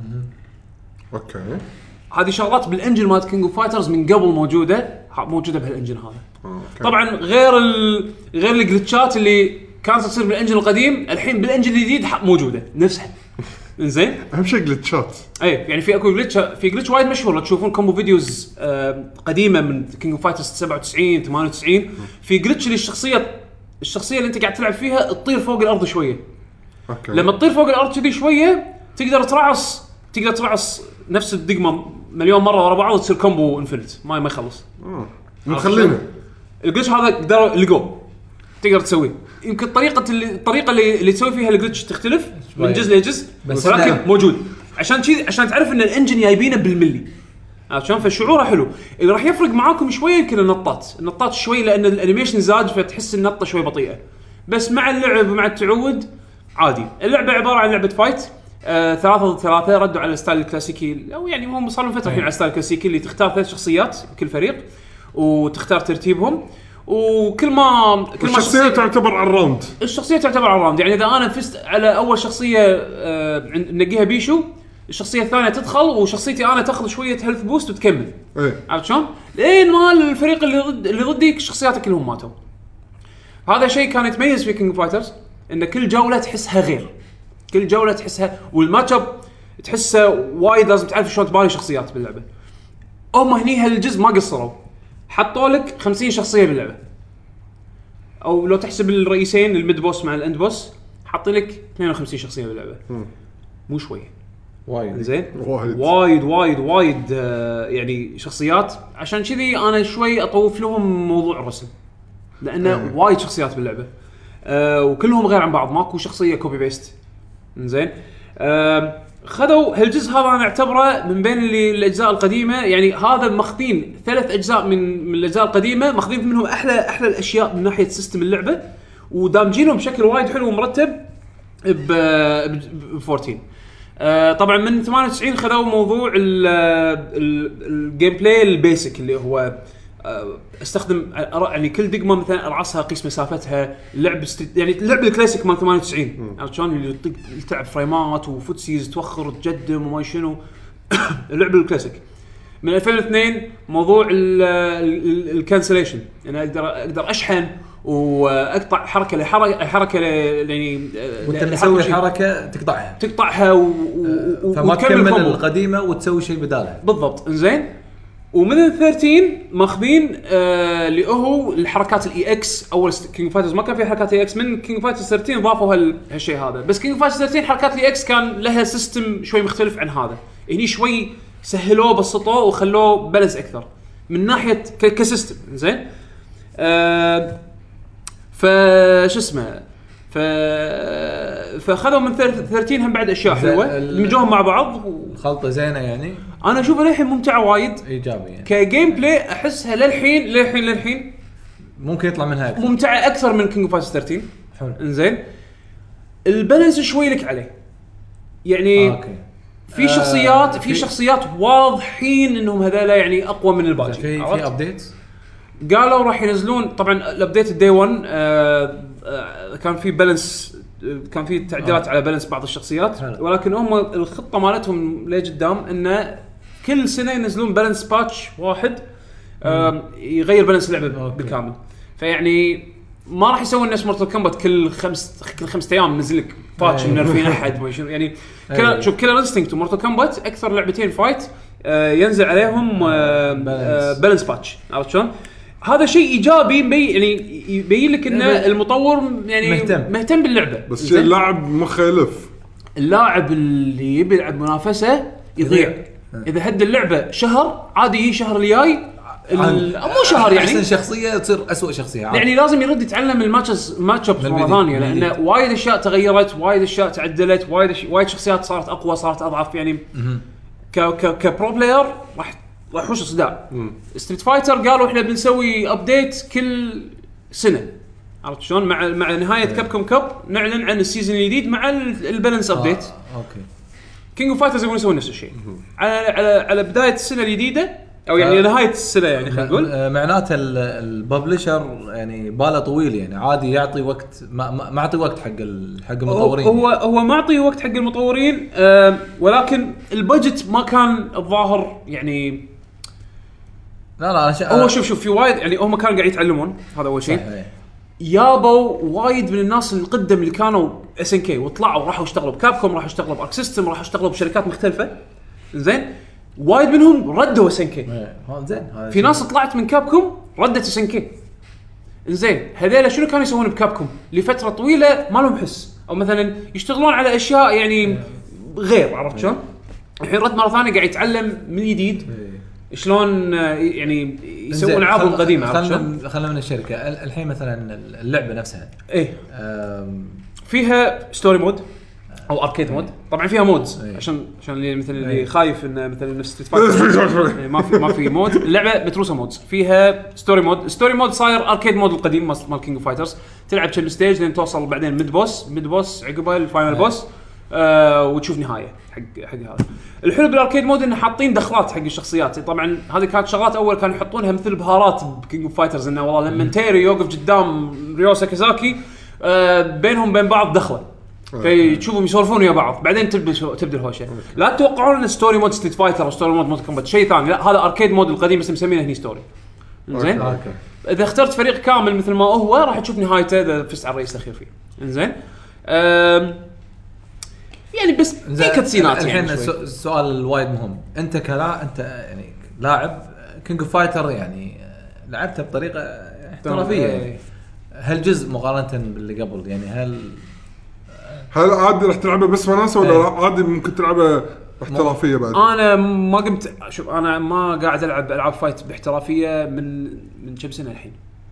اوكي هذه شغلات بالانجن مال كينج اوف فايترز من قبل موجوده موجوده بهالانجن هذا. أوكي. طبعا غير ال... غير الجلتشات اللي كانت تصير بالانجن القديم الحين بالانجن الجديد موجوده نفسها. انزين اهم شيء جلتشات اي يعني في اكو جلتش في جلتش وايد مشهور لو تشوفون كومبو فيديوز آه قديمه من كينج اوف فايترز سبعة وتسعين ثمانية وتسعين في جلتش اللي الشخصيه الشخصيه اللي انت قاعد تلعب فيها تطير فوق الارض شويه. اوكي لما تطير فوق الارض كذي شويه تقدر ترعص تقدر ترعص نفس الدقمه مليون مره ورا بعض وتصير كومبو انفنت ما ما يخلص. اه مخلينا الجلتش هذا قدروا لقوه تقدر تسويه. يمكن طريقه اللي الطريقه اللي, اللي تسوي فيها الجلتش تختلف من جزء لجزء ولكن لا. موجود عشان كذي عشان تعرف ان الانجن جايبينه بالملي عشان فشعوره حلو. اللي راح يفرق معاكم شويه يمكن النطات النطات شوي لان الانيميشن زاد فتحس النطه شوي بطيئه بس مع اللعب ومع التعود عادي. اللعبه عباره عن لعبه فايت آه، ثلاثة ضد ثلاثة ردوا على الستايل الكلاسيكي او يعني هم صار لهم فتره الحين على الستايل الكلاسيكي اللي تختار ثلاث شخصيات كل فريق وتختار ترتيبهم وكل ما كل ما الشخصيه تعتبر على الراوند الشخصيه تعتبر على الراوند يعني اذا انا فزت على اول شخصيه آه، ننقيها بيشو الشخصيه الثانيه تدخل وشخصيتي انا تاخذ شويه هيلث بوست وتكمل. ايه عرفت شلون؟ لين ما الفريق اللي ضد اللي ضدك شخصياتك كلهم ماتوا. هذا شيء كان يتميز في كينج فايترز ان كل جوله تحسها غير كل جوله تحسها والماتش اب تحسه وايد لازم تعرف شلون تباري شخصيات باللعبه. هم هني هالجزء ما قصروا حطوا لك خمسين شخصيه باللعبه او لو تحسب الرئيسين الميد بوس مع الاند بوس حاط لك اثنين وخمسين شخصيه باللعبه مو شويه وايد زين وايد وايد وايد وايد آه يعني شخصيات عشان كذي انا شوي اطوف لهم موضوع الرسم لانه أه. وايد شخصيات باللعبه آه وكلهم غير عن بعض ماكو شخصيه كوبي بيست. زين آه خذوا هالجزء هذا انا اعتبره من بين اللي الاجزاء القديمه يعني هذا ماخذين ثلاث اجزاء من من الاجزاء القديمه ماخذين منهم احلى احلى الاشياء من ناحيه سيستم اللعبه ودامجينهم بشكل وايد حلو ومرتب ب أربعتاشر. آه طبعا من ثمانية وتسعين خذوا موضوع الجيم بلاي البيسك اللي هو آه استخدم يعني كل دقمه مثلا ارعصها قيس مسافتها اللعب يعني اللعب الكلاسيك مال ثمانية وتسعين عرفت شلون اللي تلعب فريمات وفوتسيز توخر وتقدم وما شنو اللعب الكلاسيك. من ألفين واثنين موضوع الكانسليشن يعني اقدر اقدر اشحن واقطع حركه لحركه حركه يعني وانت تسوي حركه تقطعها تقطعها و... و... فما تكمل القديمه وتسوي شيء بدالها بالضبط. زين ومن الثلاثين ماخذين آه اللي هو الحركات الاي اكس اول كينج فايترز ما كان في حركات اي اكس من كينج فايترز ثلاثة عشر ضافوا هالشيء هذا بس كينج فايترز ثلاثة عشر حركات الاي اكس كان لها سيستم شوي مختلف عن هذا هني شوي سهلوه بسطوه وخلوه بالانس اكثر من ناحيه كسيستم. زين آه فش اسمه ف فاخذوا من ثلاثين هم بعد اشياء حلوه دمجوهم مع بعض الخلطه زينه يعني انا اشوفها للحين ممتعه وايد ايجابي يعني. كجيم بلاي احسها للحين للحين للحين ممكن يطلع منها أكثر. ممتعه اكثر من كينج اوف فايترز ثلاثة عشر. حلو انزين البالانس شوي لك عليه يعني آه، في شخصيات آه، في شخصيات واضحين انهم هذول يعني اقوى من الباقي. في في ابديت قالوا راح ينزلون طبعا الابديت الدي واحد آه آه كان في بالانس كان في تعديلات آه. على بالانس بعض الشخصيات حلو. ولكن هم الخطه مالتهم لقدام انه كل سنه ينزلون بالانس باتش واحد آه يغير بالانس اللعبه بالكامل. فيعني ما راح يسوون نفس مورتال كومبات كل خمس كل خمسة ايام ينزل لك باتش من ألفين احد ما شنو يعني كلا شوف كلا انستنكت ومورتال كومبات اكثر لعبتين فايت آه ينزل عليهم آه آه بالانس باتش. عرفت شلون؟ هذا شيء ايجابي بي يعني يبين لك ان المطور يعني مهتم, مهتم باللعبه بس اللاعب مخالف اللاعب اللي يبي يلعب منافسه يضيع اذا هد اللعبه شهر عادي يجي شهر الجاي مو شهر يعني احسن شخصيه تصير اسوء شخصيه عادي. يعني لازم يرد يتعلم الماتشز ماتش اب مره ثانيه لان وايد اشياء تغيرت وايد اشياء تعدلت وايد وايد شخصيات صارت اقوى صارت اضعف يعني ك ك كبرو بلاير راح راح يحوش صداع. ستريت فايتر قالوا احنا بنسوي ابديت كل سنه عرفت شلون مع مع نهايه كابكوم كاب نعلن عن السيزون الجديد مع البالانس ابديت. آه، اوكي كينج اوف فايترز يبون يسوون نفس الشيء على على على بدايه السنه الجديده او يعني نهايه السنه يعني خلينا نقول معناته الببلشر يعني باله طويل يعني عادي يعطي وقت ما ما اعطي وقت حق حق المطورين هو هو ما اعطي وقت حق المطورين أه ولكن البادجت ما كان الظاهر يعني لا لا أنا هو شوف شوف في وايد يعني هم كانوا قاعد يتعلمون هذا اول شيء يابوا وايد من الناس القدم اللي كانوا اس ان كي وطلعوا راحوا اشتغلوا بكابكوم راحوا اشتغلوا بارك سيستم راحوا اشتغلوا بشركات مختلفه زين وايد منهم ردوا اس ان كي زين في ناس طلعت من كابكوم ردت اس ان كي زين هذول شنو كانوا يسوون بكابكوم لفتره طويله ما لهم حس او مثلا يشتغلون على اشياء يعني غير عرفت شلون الحين رد مره ثانيه قاعد يتعلم من جديد شلون يعني يسوون العاب قديمه عرفت خلينا خلينا من الشركه الحين مثلا اللعبه نفسها ايه فيها ستوري مود او اركيد مود طبعا فيها مودز أيه. عشان عشان اللي مثل اللي خايف انه مثلا نفس ستريت فايتر ما في ما في مود اللعبه متروسه مودز فيها ستوري مود ستوري مود صاير اركيد مود القديم مال كينج اوف فايترز تلعب كم ستيج لين توصل بعدين ميد بوس ميد بوس عقبه الفاينل بوس آه وتشوف نهايه حق حق هذا الحلو بالاركيد مود انه حاطين دخلات حق الشخصيات طبعا هذه كانت شغلات اول كانوا يحطونها مثل بهارات بكينج اوف فايترز انه والله لما تيري يوقف قدام ريو ساكازاكي آه بينهم بين بعض دخله فيشوفهم يسولفون ويا بعض بعدين تبدا تبدا الهوشه لا تتوقعون ان ستوري مود ستريت فايتر او ستوري مود مود كومبات شيء ثاني لا هذا اركيد مود القديم بس مسمينه هني ستوري زين اذا اخترت فريق كامل مثل ما هو راح تشوف نهايته اذا فزت على الرئيس الاخير فيه زين يعني بس في كاتسينات الحين يعني السؤال الوايد مهم انت كلا انت يعني لاعب كينج اوف فايتر يعني لعبته بطريقه احترافيه يعني. هل جزء مقارنه باللي قبل يعني هل هل عادي راح تلعبه بس وناسه ولا ايه. عادي ممكن تلعبه باحترافيه بعد انا ما قمت شوف انا ما قاعد العب العاب فايت باحترافيه من من كم سنه الحين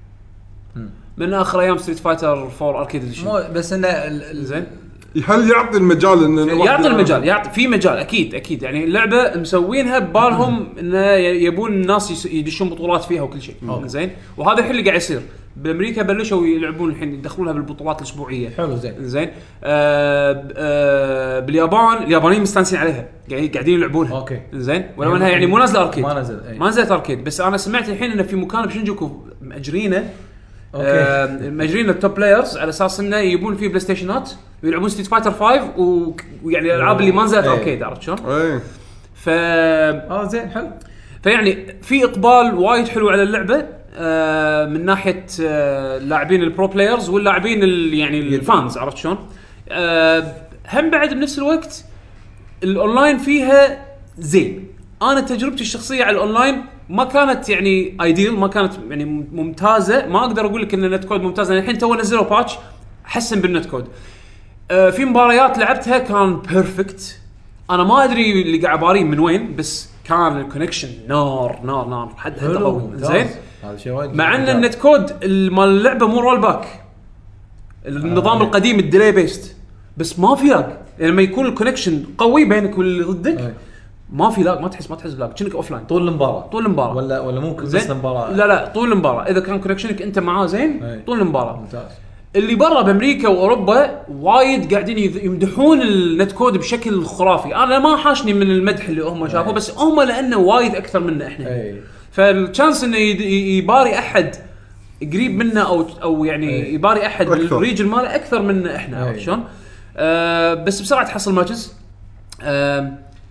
من اخر ايام ستريت فايتر فور اركيد اديشن بس انه زين هل يعطي المجال انه يعطي المجال يعطي في مجال اكيد اكيد يعني اللعبه مسوينها ببالهم انه يبون الناس يدشون بطولات فيها وكل شيء زين وهذا الحين اللي قاعد يصير بامريكا بلشوا يلعبون الحين يدخلونها بالبطولات الاسبوعيه حلو زين زين آه آه باليابان اليابانيين مستانسين عليها قاعدين قاعدين يلعبونها اوكي زين ولو انها يعني مو نازله اركيد ما نزل أي. ما نزلت اركيد بس انا سمعت الحين انه في مكان بشنجوكو ماجرينه آه ماجرين التوب بلايرز على اساس انه يجيبون فيه بلاي ستيشنات ويلعبون ستريت فايتر خمسة ويعني الالعاب اللي ما نزلت اركيد عرفت شلون اي ف اه زين حلو فيعني في اقبال وايد حلو على اللعبه آه من ناحيه آه لاعبين البرو بلايرز واللاعبين يعني الفانز عرفت شلون آه هم بعد بنفس الوقت الاونلاين فيها زين انا تجربتي الشخصيه على الاونلاين ما كانت يعني ايديل ما كانت يعني ممتازه ما اقدر اقول لك ان النت كود ممتاز الحين تو نزلوا باتش حسن بالنت كود آه في مباريات لعبتها كان بيرفكت انا ما ادري اللي قاعد بارين من وين بس كان الكونكشن نار نار نار حد حد قوي زين هذا شيء وايد مع ان النت كود مال اللعبه مو رول باك النظام آه القديم الديلي بيست بس ما في لاج يعني لما يكون الكونكشن قوي بينك واللي ضدك آه. ما في لاج ما تحس ما تحس بلاج كأنك اوف لاين طول المباراه طول المباراه ولا ولا ممكن بس المباراه لا لا طول المباراه اذا كان كونكشنك انت معاه زين أي. طول المباراه ممتاز اللي برا بامريكا واوروبا وايد قاعدين يمدحون النت كود بشكل خرافي انا ما حاشني من المدح اللي هم شافوه بس هم لانه وايد اكثر منا احنا أي. فالشانس انه يباري احد قريب منا او او يعني أي. يباري احد بالريجن ماله اكثر منا احنا عرفت شلون أه بس بسرعه تحصل ماتشز أه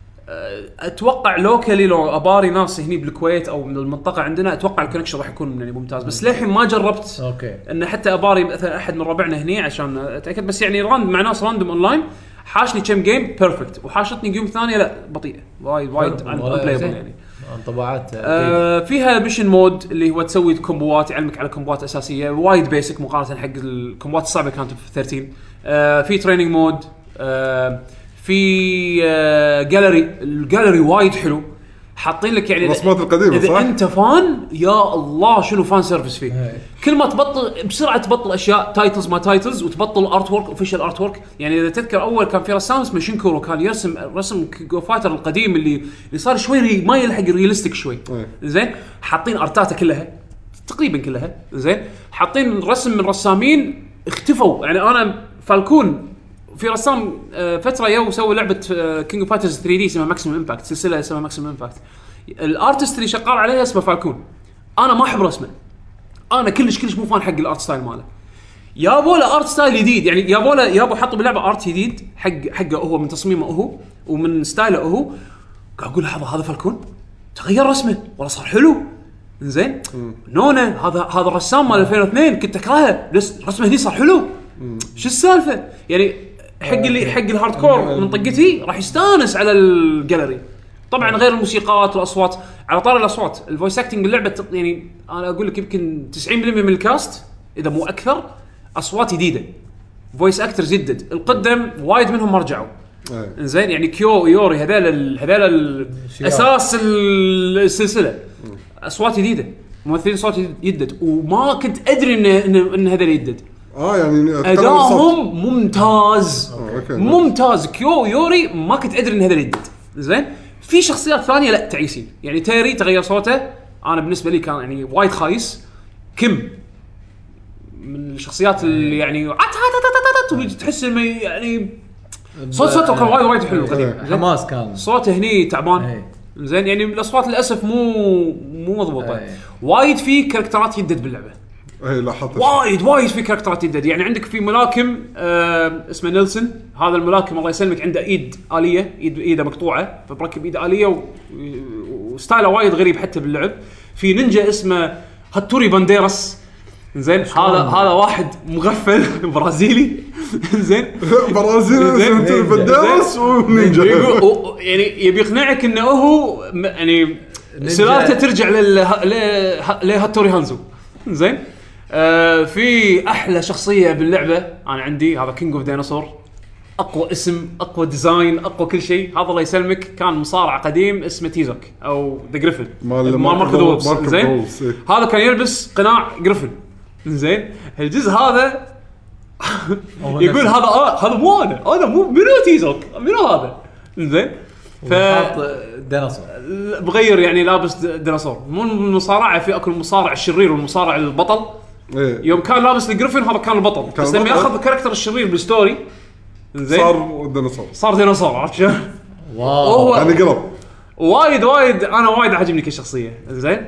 اتوقع لوكالي لو اباري ناس هني بالكويت او من المنطقه عندنا اتوقع الكونكشن راح يكون يعني ممتاز بس للحين ما جربت اوكي ان حتى اباري مثلا احد من ربعنا هني عشان اتاكد بس يعني راند مع ناس راندوم اونلاين حاشني كم جيم بيرفكت وحاشتني جيم ثانيه لا بطيئه وايد وايد ان بلايبل يعني انطباعات آه فيها ميشن مود اللي هو تسوي كومبوات يعلمك على كومبوات اساسيه وايد بيسك مقارنه حق الكومبوات الصعبه كانت في ثلاثة عشر آه في تريننج مود آه في جاليري الجاليري وايد حلو حاطين لك يعني الرسومات القديمه اذا صح انت فان يا الله شنو فان سيرفيس فيه هي. كل ما تبطل بسرعه تبطل اشياء تايتلز ما تايتلز وتبطل ارت وورك اوفيشال ارت وورك يعني اذا تذكر اول كان في رسام اسمه شينكورو كان يرسم رسم جو فايتر القديم اللي اللي صار شوي ما يلحق رياليستيك شوي زين حاطين ارتاته كلها تقريبا كلها زين حاطين رسم من رسامين اختفوا يعني انا فالكون في رسام آه، فتره يو سوى لعبه كينج اوف فايترز ثري دي اسمها ماكسيمم امباكت، سلسله اسمها ماكسيمم امباكت. الارتست اللي شغال عليها اسمه فالكون. انا ما احب رسمه، انا كلش كلش مو فان حق الارت ستايل ماله. يابو له ارت ستايل جديد، يعني يابو له يابو حطوا باللعبه ارت جديد حق حقه هو، من تصميمه هو ومن ستايله هو. قاعد اقول لحظه هذا فالكون تغير رسمه والله صار حلو. زين نونا هذا هذا الرسام مال ألفين واثنين كنت اكرهه، بس رسمه هني صار حلو. شو السالفه يعني؟ حق اللي حق الهارد كور من طقتي راح يستانس على الجاليري. طبعا غير الموسيقات والاصوات. على طار الاصوات، الفويس اكتنج باللعبه يعني انا اقول لك يمكن تسعين بالمئة من الكاست اذا مو اكثر اصوات جديده، فويس اكترز جدد. القدم وايد منهم ما رجعوا. زين يعني كيو يوري هذول هذول الاساس السلسله اصوات جديده، ممثلين صوت جدد، وما كنت ادري ان ان, إن هذول جدد. اه يعني اداهم ممتاز. آه، ممتاز. كيو يوري ما كنت ادري ان هذول جدد. زين في شخصيات ثانيه لا تعيسين، يعني تيري تغير صوته، انا بالنسبه لي كان يعني وايد خايس. كم من الشخصيات اللي يعني تحس انه يعني صوت صوته كان وايد وايد حلو قديم، حماس كان صوته هني تعبان. زين يعني الاصوات للاسف مو مو مضبوطه. وايد في كاركترات يدد باللعبه، اي لاحظت وايد وايد في كاركترات يدد. يعني عندك في ملاكم آه اسمه نيلسون، هذا الملاكم الله يسلمك عنده ايد آلية، ايد ايده مقطوعه فبركب ايد آلية وستايله وايد غريب حتى باللعب. في نينجا اسمه هاتوري بانديراس. زين هذا هذا واحد مغفل برازيلي. زين برازيلي هاتوري بانديراس ونينجا، يعني يبي يقنعك انه هو يعني سلالته ترجع لل لهاتوري هانزو. زين آه في احلى شخصيه باللعبه انا عندي، هذا كينج اوف ديناصور. اقوى اسم، اقوى ديزاين، اقوى كل شيء. هذا الله يسلمك كان مصارع قديم اسمه تيزوك او ذا جريفن مال ماركو. زين هذا كان يلبس قناع جريفن. زين الجزء هذا يقول هذا آه هذا مو انا انا مو منو تيزوك منو هذا. زين ف ديناصور بغير يعني لابس ديناصور. مو المصارعه في اكل المصارع الشرير والمصارع البطل. إيه. يوم كان لابس الجريفن هذا كان البطل، كان بس لما ياخذ كاركتر الشرير بالستوري زين صار ديناصور صار ديناصور. عرفت شلون؟ واو انا قلب وايد وايد انا وايد عجبني كشخصيه. زين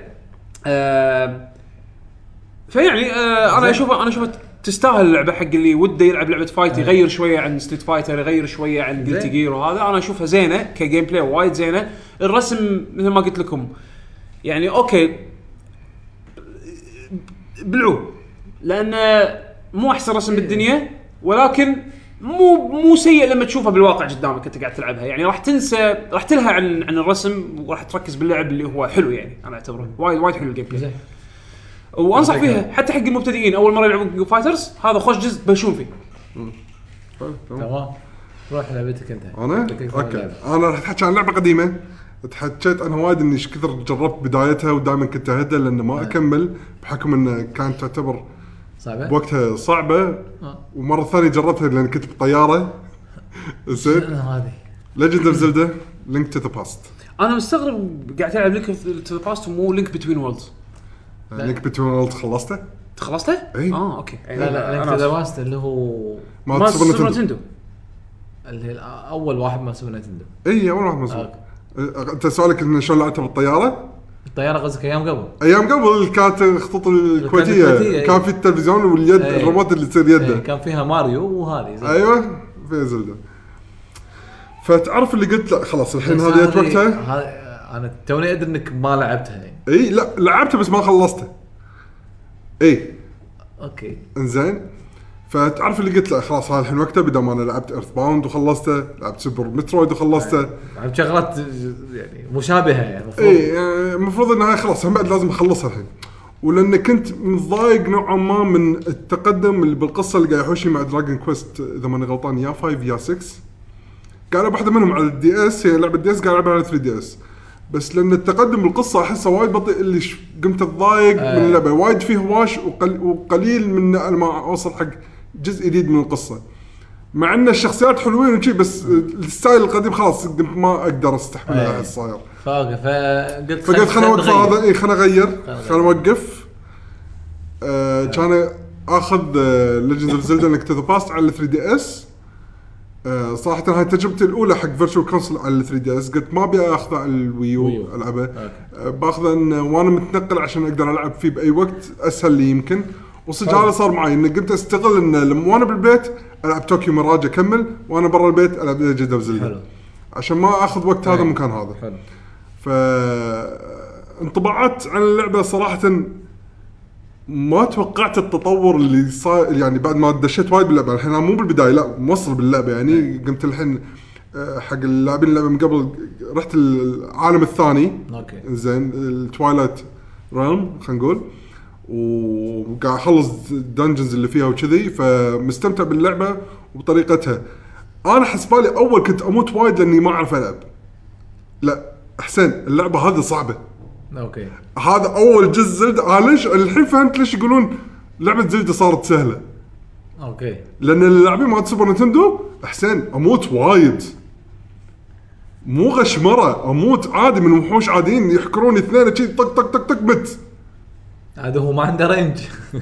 آه فيعني آه انا اشوف انا اشوف تستاهل اللعبه حق اللي وده يلعب لعبه فايت يغير شويه عن ستريت فايتر، يغير شويه عن جلتي جير، وهذا انا اشوفها زينه كجيم بلاي وايد زينه. الرسم مثل ما قلت لكم يعني اوكي بلعو، لانه مو احسن رسم بالدنيا ولكن مو مو سيء لما تشوفها بالواقع قدامك انت قاعد تلعبها. يعني راح تنسى راح تلهى عن عن الرسم وراح تركز باللعب اللي هو حلو. يعني انا اعتبره وايد وايد حلو الجيم بلاي، وانصح فيها حتى حق المبتدئين اول مره يلعبون كينج اوف فايترز. هذا خوش جزء بشوف فيه. تمام روح لعبتك انت. انا اوكي انا راح احكي عن لعبه قديمه تحكيت انا وايد اني ايش كثر جربت بدايتها ودائما كنت اهدى لانه ما اكمل بحكم انه كانت تعتبر صعبه بوقتها صعبه. آه. ومره ثانيه جربتها لان كنت بالطياره. زين هذه ليجند اوف زلدا لينك تو ذا باست. انا مستغرب قاعد تلعب لينك تو ذا باست ومو لينك بتوين وورلدز. لينك بتوين وورلدز خلصته؟ خلصته؟ اي اه اوكي. لا لا لينك تو ذا باست اللي هو ما سوبر نتندو، اللي هي اول واحد ما سوبر نتندو. اي اول واحد مسوي. انت سؤالك انه شلون لعبتها بالطياره؟ الطياره قصدك ايام قبل؟ ايام قبل كانت الخطوط الكويتيه كان في التلفزيون واليد أيه. الريموت اللي تصير يده أيه. كان فيها ماريو وهذه زلدة. ايوه في زلدة. فتعرف اللي قلت لا خلاص الحين هذه جت وقتها. انا توني ادري انك ما لعبتها يعني. اي لا لعبتها بس ما خلصتها. اي اوكي انزين فتعرف اللي قلت لا خلاص هذا الحين وقته بدل ما انا لعبت ايرث باوند وخلصته، لعبت سوبر مترويد وخلصته. لعبت شغلات يعني مشابهه يعني المفروض اي المفروض انها خلاص هم بعد لازم اخلصها الحين. ولان كنت متضايق نوعا ما من التقدم اللي بالقصه اللي قاعد يحوشي مع دراجون كويست اذا ماني غلطان يا خمسة يا ستة. قاعد العب واحده منهم على الدي اس، هي لعبه دي اس قاعد العبها على ثري دي اس. بس لان التقدم بالقصه احسه وايد بطيء اللي قمت اتضايق آه. من اللعبه وايد فيه هواش وقل وقليل من ما اوصل حق جزء جديد من القصه. مع ان الشخصيات حلوين وشي بس الستايل القديم خلاص ما اقدر استحمل هذا الصاير. فاقف فقلت فقلت خلنا اوقف هذا اي خلنا اغير خلنا اوقف. آه كان اخذ ليجند اوف زلدا لينك تو ذا باست على ثري دي اس. آه صراحه هاي تجربتي الاولى حق فيرتشوال كونسول على ثري دي اس. قلت ما ابي اخذ على الويو ويو. العبه، آه باخذه وانا متنقل عشان اقدر العب فيه باي وقت اسهل لي يمكن. وصدق هذا صار معي ان قمت استغل ان لما وانا بالبيت العب طوكيو ميراج اكمل، وانا برا البيت العب ليجند اوف زلدا عشان ما اخذ وقت هذا مكان هذا. حلو. فانطباعات عن اللعبه صراحه ما توقعت التطور اللي صار يعني بعد ما دشيت وايد باللعبه. الحين انا مو بالبدايه لا موصل باللعبه يعني قمت الحين حق اللاعبين اللعبه من قبل رحت العالم الثاني. اوكي زين التوايلايت ريلم خلينا نقول، وقاعد اخلص الدنجنز اللي فيها وكذي، فمستمتع باللعبه وبطريقتها. انا حسبالي اول كنت اموت وايد لاني ما اعرف العب، لا حسين اللعبه هذه صعبه. اوكي هذا اول جزء زلدة. انا ليش الحين فهمت ليش يقولون لعبه زلدة صارت سهله. اوكي لان اللاعبين مال سوبر نينتندو حسين اموت وايد، مو غشمره، اموت عادي من وحوش عاديين يحكروني اثنين شي طق طق طق طق مت. هذا هو ما عنده رينج.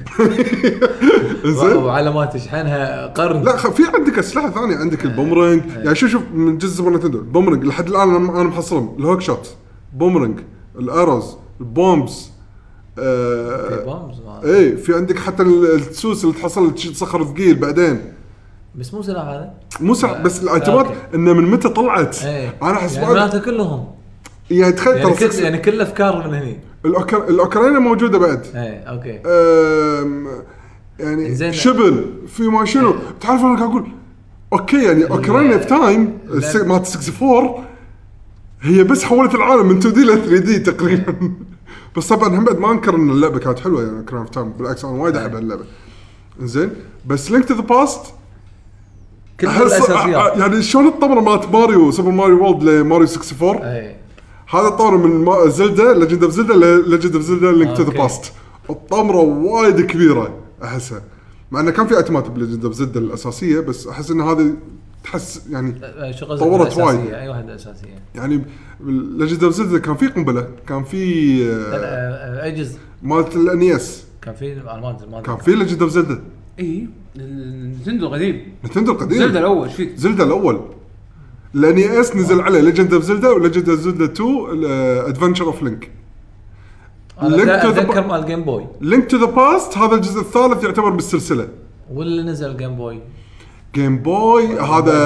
زين وعلامات تشحنها قرن. لا في عندك اسلحه ثانيه، عندك البومرنج. يعني شوف شوف من جزء سوبر نينتندو البومرنج لحد الان انا محصلهم، الهوك شوت بومرنج الاروز البومبس. آه في بومبس ايه في عندك حتى السوس اللي تحصل تصخر ثقيل بعدين، بس مو سلاح هذا مو سلاح بس الايتمات انه من متى طلعت. ايه. انا حسب يعني معناته كلهم يعني تخيل يعني, ترى كل يعني كل افكار من هني. الأوكر... الاوكرانيا موجوده بعد. ايه اوكي أم... يعني زين. شبل في ما شنو ايه. تعرف انا قاعد اقول اوكي يعني اوكرانيا في تايم مالت ستة وأربعين هي بس حولت العالم من تو دي ل ثري دي تقريبا. بس طبعا هم بعد ما انكر ان اللعبه كانت حلوه يعني اوكرانيا في تايم، بالعكس انا وايد احب اللعبه. زين بس لينك تو ذا باست كل الاساسيات يعني شلون الطمره مالت ماريو سوبر ماريو وورلد لماريو ستة وأربعين. ايه هذا الطور من زلدا ليجند اوف زلدا ليجند اوف زلدا لينك تو ذا باست. الطمره وايد كبيره احسها، مع انه كان في اتمات بليجند اوف زلدا الاساسيه، بس احس ان هذه تحس يعني طورت وايد. اي واحده اساسيه يعني ليجند اوف زلدا كان في قنبله، كان في اي جزء مالت الانيس كان في ما كان في ليجند اوف زلدا. اي نينتندو قديم نينتندو القديم زلدا الاول شو زلدا الاول لاني اس نزل عليه ليجند اوف زلدا وليجند اوف زلدا تو ادفنتشر اوف لينك. انا اتذكر مال الجيم بوي لينك تو ذا باست هذا الجزء الثالث يعتبر بالسلسله. واللي نزل جيم بوي جيم بوي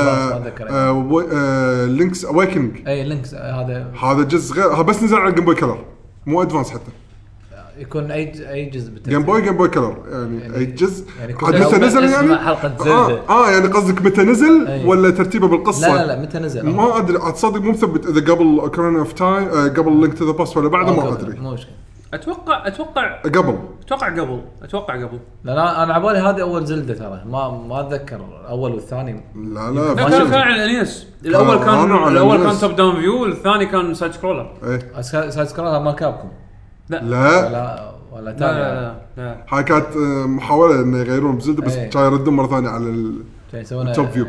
هذا لينكس اويكنينج. اي لينكس هذا هذا جزء غير، هذا بس نزل على الجيم بوي كلر مو ادفانس حتى. يكون اي اي جزء بالترتيب جيم بوي جيم بوي كلر يعني, يعني اي جزء يعني متى نزل يعني حلقه زلدة. آه, اه يعني قصدك متى نزل أي. ولا ترتيبه بالقصه؟ لا لا لا متى نزل ما ادري اتصدق مو مثبت اذا قبل اوكرانيا اوف تايم آه قبل لينك تو ذا باست ولا بعده ما ادري. مو مشكله اتوقع اتوقع قبل اتوقع قبل اتوقع قبل لا انا على بالي هذه اول زلدة ترى ما ما اتذكر الاول والثاني. لا لا ما كان على الانيس الاول كان الاول كان توب داون فيو والثاني كان سايد سكرولر. ايه سايد سكرولر ما كابكم لا لا ولا ولا لا لا, لا. هاي كانت محاوله ان يغيرون بزلدة بس ايه. كانوا يردون مره ثانيه على التوب فيو.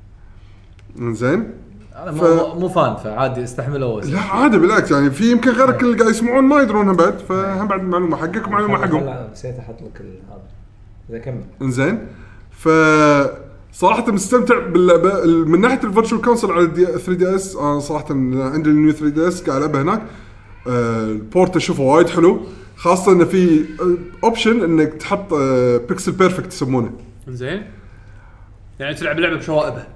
زين انا مو مو فان فعادي استحملوا. لا عادي بالعكس يعني في يمكن غيرك اللي قاعد يسمعون ما يدرونها بعد، فهم بعد معلومه حقك ومعلومه حقهم. لا نسيت احط لك هذا اذا كمل. انزين ف صراحه مستمتع باللعبه من ناحيه الفيرتشوال كونسول على ثري دي اس. انا صراحه عندي النيو ثري دي اس قاعد العبها هناك. البورت اشوفه وايد حلو، خاصه انه في اوبشن انك تحط بيكسل بيرفكت يسمونه. انزين يعني تلعب اللعبه بشوائبها.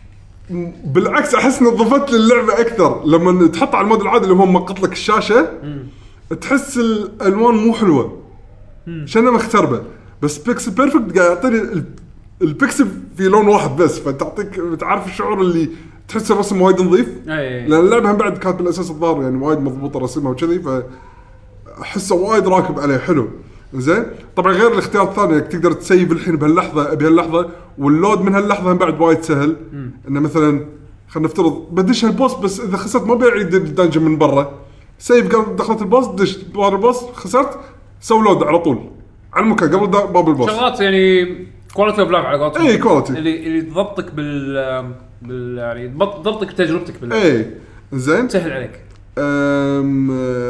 بالعكس احس ان ضفت للعبه اكثر لما تحط على المود العادي اللي هو مقط لك الشاشه. مم. تحس الالوان مو حلوه شنو مختربه، بس بيكسل بيرفكت قاعد يعطيني البيكسل في لون واحد بس، فتعطيك تعرف الشعور اللي تحس الرسم وايد نظيف. لان اللعبه هم بعد كانت بالاساس الظاهر يعني وايد مضبوطه رسمها وكذي، فاحسه وايد راكب عليه حلو. زين طبعا غير الاختيار الثاني انك تقدر تسيب الحين بهاللحظه بهاللحظه، واللود من هاللحظه هم بعد وايد سهل. انه مثلا خلينا نفترض بدش هالبوس بس اذا خسرت ما بيعيد الدنجن من برا، سيف قبل دخلت البوس دش بار البوس خسرت سوي لود على طول على المكان قبل باب البوس. شغلات يعني كواليتي اوف لايف على قولتهم. اي كواليتي اللي اللي تضبطك بال بال يعني تضبطك تجربتك باللعبه. اي زين سهل عليك. امم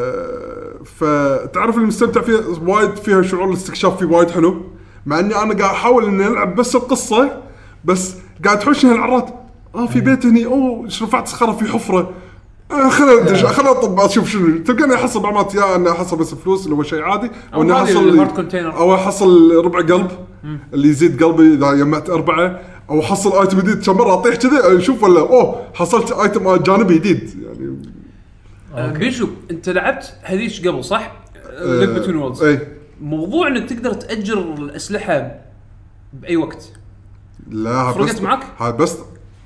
فتعرف المستمتع فيها وايد، فيها شعور الاستكشاف فيه وايد حلو، مع اني انا قاعد احاول اني العب بس القصه، بس قاعد تحوشني هالعرات اه في بيت هني اوه رفعت صخره في حفره آه خلينا خلينا اطب اشوف شنو تلقاني احصل بعمات يا اني احصل بس فلوس اللي هو شيء عادي او اني احصل او احصل ربع قلب اللي يزيد قلبي اذا جمعت اربعه او احصل ايتم جديد كم مره اطيح كذي اشوف ولا اوه حصلت ايتم جانبي جديد يعني. آه بيشو انت لعبت هذيش قبل صح؟ لينك بتوين وورلدز اي موضوع انك تقدر تاجر الاسلحه باي وقت لا فرقت معك؟ هاي بس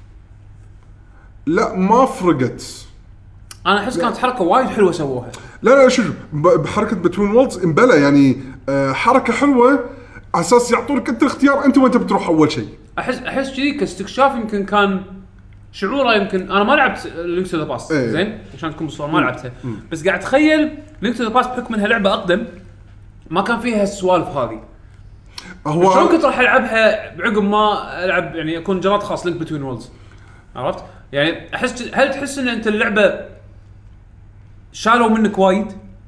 لا ما فرقت. انا احس كانت حركه وايد حلوه سووها. لا لا شوف بحركه بتوين وولدز امبلا يعني حركه حلوه على اساس يعطونك انت الاختيار انت وانت بتروح اول شيء. احس احس كذي كاستكشاف يمكن كان شعوره يمكن انا ما لعبت لينك تو ذا باست ايه. زين عشان تكون بالصوره ما لعبتها بس قاعد اتخيل لينك تو ذا باست بحكم انها لعبه اقدم ما كان فيها السوالف هذه. هو شلون كنت راح العبها بعقب ما العب يعني اكون جرات خاص لينك بتوين وولدز عرفت يعني احس هل تحس ان انت اللعبه شالوا منك وايد؟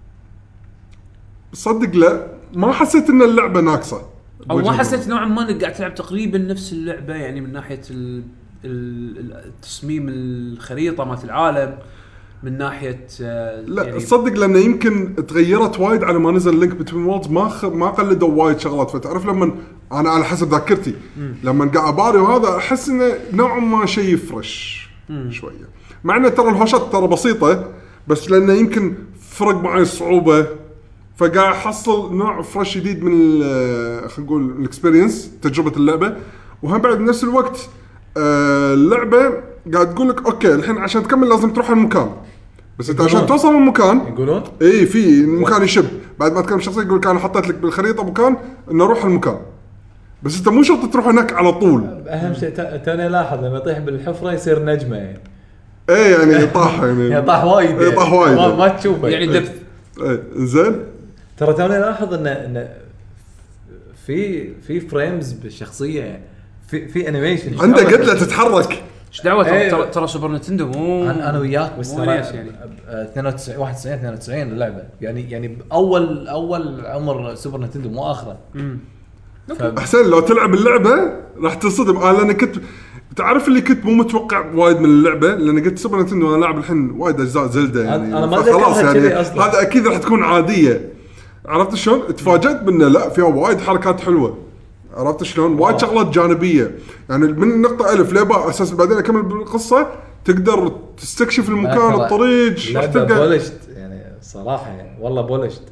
صدق لا ما حسيت ان اللعبه ناقصه او ما حسيت نوعا ما انك قاعد تلعب تقريبا نفس اللعبه يعني من ناحيه التصميم الخريطه مالت العالم من ناحيه لا يعني صدق لانه يمكن تغيرت وايد على ما نزل لينك بتوين وولدز ما خ... ما قلدوا وايد شغلات فتعرف لما انا على حسب ذاكرتي لما قاعد اباري وهذا احس انه نوعا ما شيء فريش شويه مع انه ترى الهوشات ترى بسيطه بس لانه يمكن فرق معي الصعوبه فقاعد احصل نوع فريش جديد من خلينا نقول الاكسبيرينس تجربه اللعبه وهم بعد بنفس الوقت اللعبه قاعد تقول لك اوكي الحين عشان تكمل لازم تروح المكان بس انت عشان توصل المكان يقولون اي في مكان يشب بعد ما تكمل الشخصيه يقول لك انا حطيت لك بالخريطه مكان انه روح المكان بس انت مو شرط تروح هناك على طول. اهم شيء توني لاحظ لما يطيح بالحفره يصير نجمه يعني ايه يعني طاح يعني طاح وايد يعني طاح وايد ما, ما تشوفه يعني دبث ايه زين ترى توني لاحظ ان ان في في فريمز بالشخصيه يعني في في انيميشن انت قلت له تتحرك ايش دعوه ايه ترى ترى سوبر نينتندو مو انا, أنا وياك بس مو ترى ناس يعني اثنين وتسعين واحد وتسعين اثنين وتسعين اللعبه يعني يعني اول اول عمر سوبر نينتندو مو اخره امم احسن لو تلعب اللعبه راح تصدم انا لان كنت تعرف اللي كنت مو متوقع وايد من اللعبه لان قلت سوبر نينتندو انا لاعب الحين وايد اجزاء زلدة يعني انا ما خلاص يعني أصلاً. هذا اكيد راح تكون عاديه عرفت شلون تفاجأت بانه لا فيها وايد حركات حلوه عرفت شلون وايد شغلات جانبيه يعني من النقطه الف لباء اساس بعدين اكمل بالقصه تقدر تستكشف المكان الطريق راح تلقى بولشت يعني صراحه يعني والله بولشت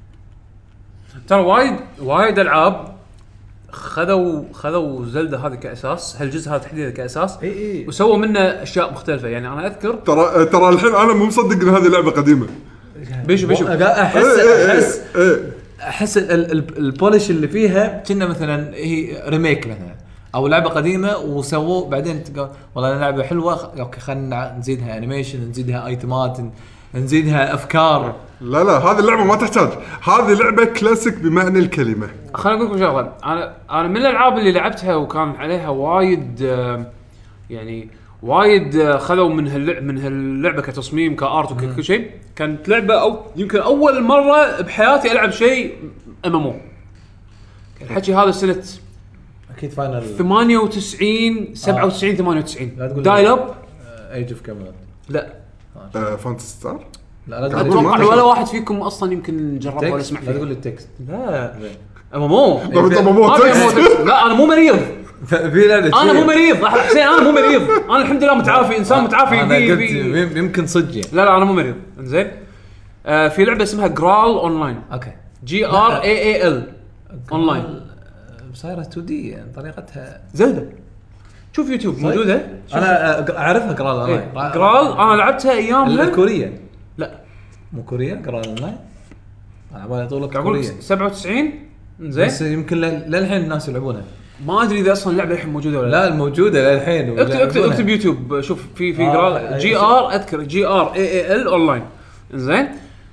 ترى وايد وايد العاب خذوا خذوا زلدة هذه كاساس هالجزء هذا تحديدا كاساس اي اي وسووا منه اشياء مختلفه يعني انا اذكر ترى ترى الحين انا مو مصدق ان هذه لعبه قديمه بيشو بيشو احس إيه إيه احس إيه. احس البولش اللي فيها كنا مثلا هي ريميك مثلا او لعبه قديمه وسووا بعدين تقول والله لعبه حلوه اوكي خلينا نزيدها انيميشن نزيدها ايتمات نزيدها افكار. لا لا هذه اللعبه ما تحتاج هذه لعبه كلاسيك بمعنى الكلمه. خليني اقول لكم شغله انا انا من الالعاب اللي لعبتها وكان عليها وايد يعني وايد خذوا من هاللعبه من هاللعبه كتصميم كارت وكل شيء كانت لعبه او يمكن اول مره بحياتي العب شيء ام ام او الحكي هذا سنه اكيد فاينل ثمانية وتسعين سبعة وتسعين ثمانية وتسعين لا تقول دايل اب ايج اوف كاميرا لا فانتسي ستار لا لا أقول اتوقع ما ولا واحد فيكم اصلا يمكن جربه ولا سمع لا فيه تقول التكست لا ام ام او طب مو تكست لا انا مو مريض في لعبه انا مو مريض حسين انا مو مريض انا الحمد لله متعافي انسان متعافي انا بي قلت بي يمكن صدق لا لا انا مو مريض انزين آه في لعبه اسمها جرال اونلاين اوكي جي ار اي اي ال اونلاين صايره تو دي يعني طريقتها زلدة شوف يوتيوب موجوده انا اعرفها جرال اونلاين جرال انا لعبتها ايامها الكوريه لا مو كوريا جرال اونلاين انا بالي طول اقول كوريا سبعة وتسعين زين بس يمكن للحين الناس يلعبونها ما ادري اذا اصلا اللعبه الحين موجوده ولا لا الموجوده للحين اكتب اكتب اكتب يوتيوب شوف في في آه جرال جي ار اذكر جي ار اي اي ال اونلاين زين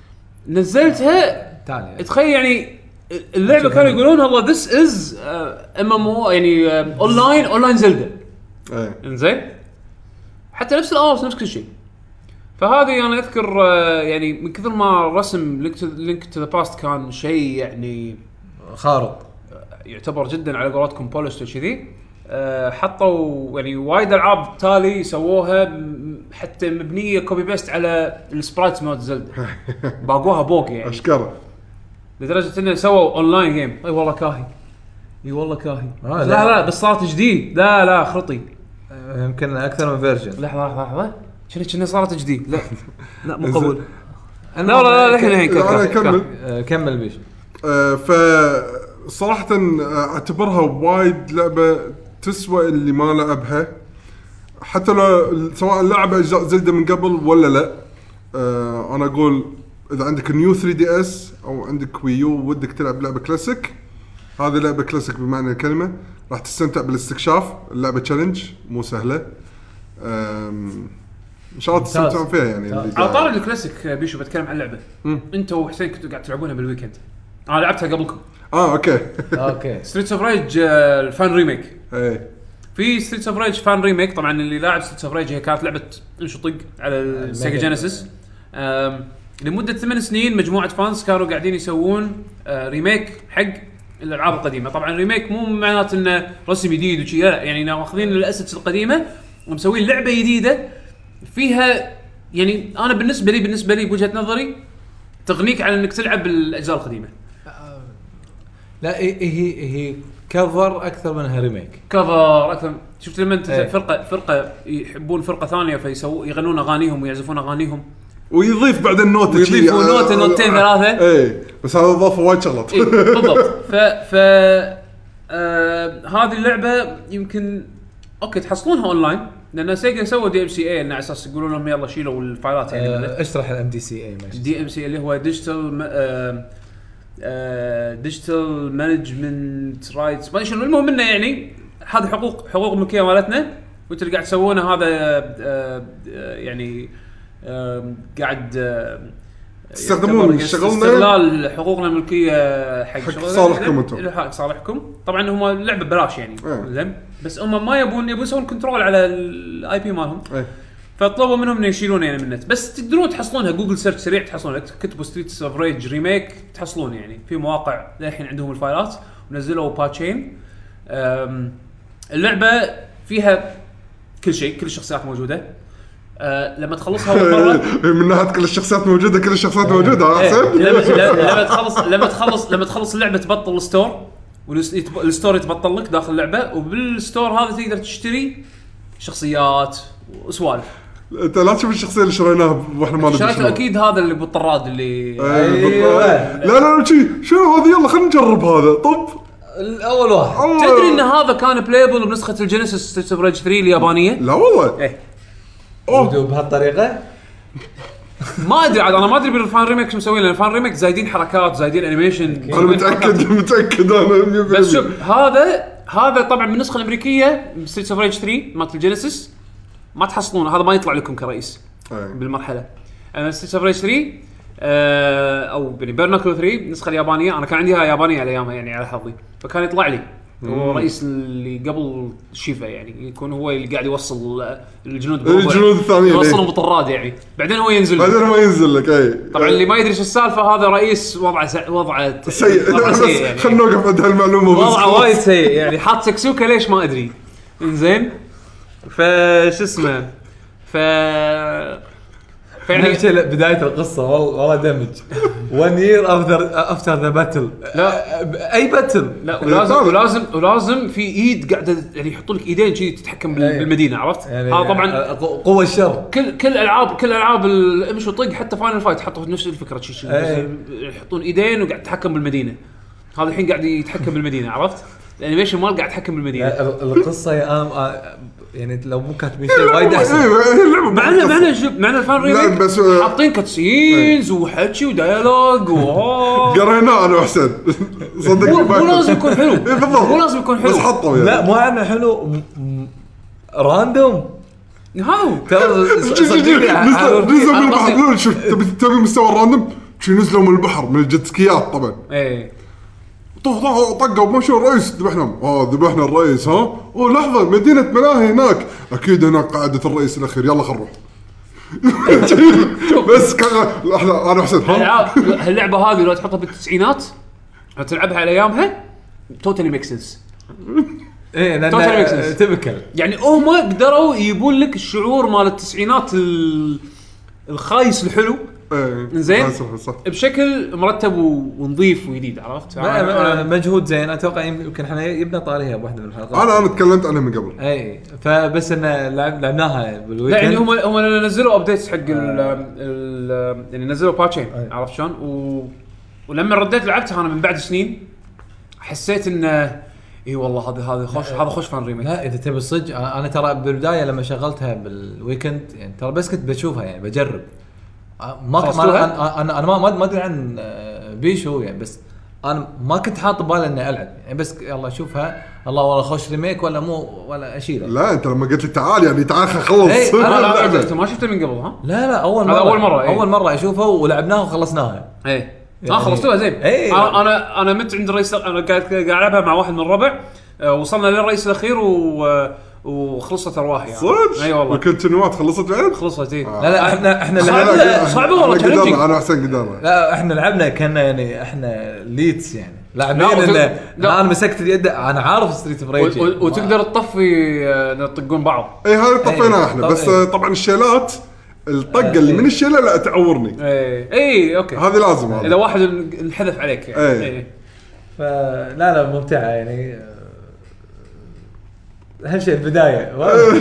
نزلتها تالي تخيل يعني اللعبه كانوا يقولون والله ذس از ام ام او يعني اونلاين اونلاين زلدة ايه انزين حتى نفس الارت نفس كل شيء فهذه انا اذكر يعني من كثر ما رسم لينك تو ذا باست كان شيء يعني خارق يعتبر جدا على قولتكم بولش وكذي آه حطوا يعني وايد العاب تالي سووها م- حتى مبنيه كوبي بيست على السبرايتس مود زلدا باقوها بوك يعني اشكره لدرجه انه سووا اونلاين جيم. اي والله كاهي اي والله كاهي آه، لا لا. لا بس صارت جديد لا لا خرطي يمكن اكثر من فيرجن. لحظه لحظه لحظه شنو كنا صارت جديد لا لا مو إنزين. قبول لا والله لا الحين الحين لا، انا اكمل آه، كمل بيش. آه، فصراحة آه، اعتبرها وايد لعبة تسوى اللي ما لعبها، حتى لو سواء لعب اجزاء زلدة من قبل ولا لا. آه، انا اقول اذا عندك نيو ثري دي اس او عندك ويو ودك تلعب لعبة كلاسيك، هذه لعبة كلاسيك بمعنى الكلمة، راح تستمتع بالاستكشاف. اللعبة تشالنج مو سهلة، آم، ان شاء الله ممتاز. تستمتعون فيها يعني. اللي على قاعد- طار الكلاسيك بيشو بتكلم عن لعبه انت وحسين كنتوا قاعد تلعبونها بالويكند انا لعبتها قبلكم اه اوكي اوكي ستريتس اوف ريج الفان ريميك. ايه في ستريتس اوف ريج فان ريميك طبعا اللي لاعب ستريتس اوف ريج هي كانت لعبه انش طق على السيجا جينيسيس. أم، لمده ثمان سنين مجموعه فانز كانوا قاعدين يسوون آه، ريميك حق الالعاب القديمه. طبعا ريميك مو معناته انه رسم جديد وشي لا يعني ماخذين الاسيتس القديمه ومسوين لعبه جديده فيها يعني انا بالنسبه لي بالنسبه لي بوجهه نظري تغنيك على انك تلعب الاجزاء القديمه. لا هي هي هي كفر اكثر منها ريميك. كفر اكثر. شفت لما انت ايه. فرقه فرقه يحبون فرقه ثانيه فيسووا يغنون اغانيهم ويعزفون اغانيهم ويضيف بعد النوتة ويضيفوا نوتة نوتين ثلاثة. ايه بس هذا اضافه وايد شغلات. إيه بالضبط. ف ف آه هذه اللعبه يمكن اوكي تحصلونها اونلاين لان سيجا سووا دي ام سي اي على اساس يقولون لهم يلا شيلوا الفايلات يعني آه، اشرح الام دي سي اي ماشي. دي ام سي اللي هو ديجيتال ديجيتال مانجمنت رايتس ما شنو المهم انه يعني هذه حقوق حقوق ملكيه مالتنا وانت اللي قاعد تسوونه هذا آه، آه، يعني آه، قاعد آه، تستخدمون يعتبر شغلنا استغلال حقوقنا الملكيه حق حق شغلنا صالحكم انتم. إلى حق صالحكم. طبعا هم اللعبه ببلاش يعني إيه. زين بس هم ما يبون يبون يسوون كنترول على الاي بي مالهم ايه فطلبوا منهم انه يشيلونه يعني من النت. بس تقدرون تحصلونها جوجل سيرش سريع تحصلونها كتبوا ستريتس اوف ريج ريميك تحصلون يعني في مواقع للحين عندهم الفايلات ونزلوا باتشين. أم، اللعبه فيها كل شيء كل الشخصيات موجوده. أه، لما تخلصها اول مره من ناحيه كل الشخصيات موجوده كل الشخصيات موجوده إيه، احسن. لما لما تخلص لما تخلص لما تخلص اللعبه تبطل الستور والستور يتبطل لك داخل اللعبه وبالستور هذا تقدر تشتري شخصيات وسوالف. انت لا تشوف الشخصيه اللي شريناها واحنا ما ندري شريته شنو. اكيد هذا اللي بالطراد اللي إيه، أيوة. لا لا لا شي شنو هذا يلا خلينا نجرب هذا طب الاول واحد. أول- تدري ان هذا كان بلايبل بنسخه الجينيسيس ستريتس اوف ريج ثري اليابانيه. لا والله ايه اوه بهالطريقه ما ادري عاد انا ما ادري بالفان ريميك شو مسوين لان الفان ريميك زايدين حركات زايدين انيميشن انا متاكد متاكد انا مية بالمية. بس شوف هذا هذا طبعا بالنسخه الامريكيه ستريتس اوف ريج ثري مالت الجينيسيس ما تحصلون هذا ما يطلع لكم كرئيس إيه. بالمرحله. انا ستريتس اوف ريج ثري آه او يعني بيرناكلو ثري النسخه اليابانيه انا كان عندي يابانيه على ايامها يعني على حظي فكان يطلع لي هو رئيس اللي قبل شيفا يعني يكون هو اللي قاعد يوصل الجنود الجنود الثانيين، يوصلهم إيه. بالطراد يعني بعدين هو ينزل بعدين ما ينزل لك اي طبعا اللي ما يدري شو السالفه هذا رئيس وضعه س... وضعه سيء. وضعه بس سيء يعني خلنا نوقف عند هالمعلومه بس وضعه خلاص. وايد سيء يعني حاط سكسوكا ليش ما ادري انزين فش اسمه ف يعني فيعني بدايه القصه والله والله دمج one year after after the battle. لا. اي باتل لا ولازم ولازم ولازم في ايد قاعده يعني يحطوا لك ايدين شيء تتحكم بال- أي. بالمدينه عرفت يعني هذا طبعا قوه الشر. كل كل العاب كل العاب الامش وطق حتى فاينل فايت حطوا نفس الفكره شيء شيء أي. يحطون ايدين وقاعد تتحكم بالمدينه هذا الحين قاعد يتحكم بالمدينه عرفت الانيميشن مال قاعد يتحكم بالمدينه القصه يا ام يعني لو مو كاتبين شيء وايد احسن. إيه، هي اللعبه معنا معنا شوف معنا الفان لا، ريميك بس، آه، حاطين كاتسينز وحكي وديالوج وها قريناه انا وحسن صدق مو مو لازم يكون حلو إيه، بالضبط مو لازم يكون حلو بس حطوا يعني لا مو عنه حلو م- م- راندوم هذا هو ترى صدقني نزلوا نزلوا من أنا قصدي- البحر. لا، شوف تبي تبي مستوى الراندوم شي نزلوا من البحر من الجتسكيات طبعا ايه طخ طخ طقوا مشوا الرئيس ذبحنا اه ذبحنا الرئيس ها اوه لحظه مدينه ملاهي هناك اكيد هناك قاعده الرئيس الاخير يلا خل نروح بس كان لحظه انا حسن ها العاب اللعبه هذه لو تحطها بالتسعينات لو تلعبها على ايامها توتالي ميك سنس ايه Total make sense. لان تبكل يعني هم قدروا يجيبون لك الشعور مال التسعينات ال- الخايس الحلو ايه زين. صح صح بشكل مرتب و- ونظيف وجديد عرفت. أنا- مجهود زين. اتوقع يمكن احنا يبنى طاريها بواحده من الحلقات. انا انا تكلمت عنها من قبل. اي فبس ان لعب لعبناها بالويكند. لا يعني هم هم نزلوا ابديتس حق ال ال يعني نزلوا باتشين عرفت شلون و... ولما رديت لعبتها انا من بعد سنين حسيت انه اي والله هذا هذا خوش هذا خوش فان ريميك. لا اذا تبي الصدق انا ترى بالبدايه لما شغلتها بالويكند يعني ترى بس كنت بشوفها يعني بجرب ما ما انا انا انا ما ما ادري عن بيشو يعني بس انا ما كنت حاط ببالي اني العب يعني بس يلا اشوفها الله والله خوش ريميك ولا مو ولا اشيله. لا انت لما قلت لي تعال يعني تعال خلص ايه لا لا انت ما شفته من قبل ها؟ لا لا اول مره اول مره ايه. اول مره اشوفها ولعبناها وخلصناها. ايه اه خلصتوها زين. ايه انا انا انا مت عند الرئيس انا قاعد قاعد العبها مع واحد من الربع أه وصلنا للرئيس الاخير و وخلصت ارواحي يعني. صدق؟ اي والله الكونتينوات خلصت بعد؟ خلصت ايه. لا لا احنا احنا لعبنا صعبه والله تشالنجينج. انا احسن قدامه. لا احنا لعبنا كنا يعني احنا ليتس يعني لاعبين ان انا مسكت اليد انا عارف ستريت بريج وتقدر تطفي يطقون بعض. اي هذا طفيناه احنا بس طبعا الشيلات الطقه اللي من الشيله لا تعورني. اي اي اوكي هذه لازم هذا اذا واحد انحذف عليك يعني. اي فلا لا ممتعه يعني اهم شيء البدايه.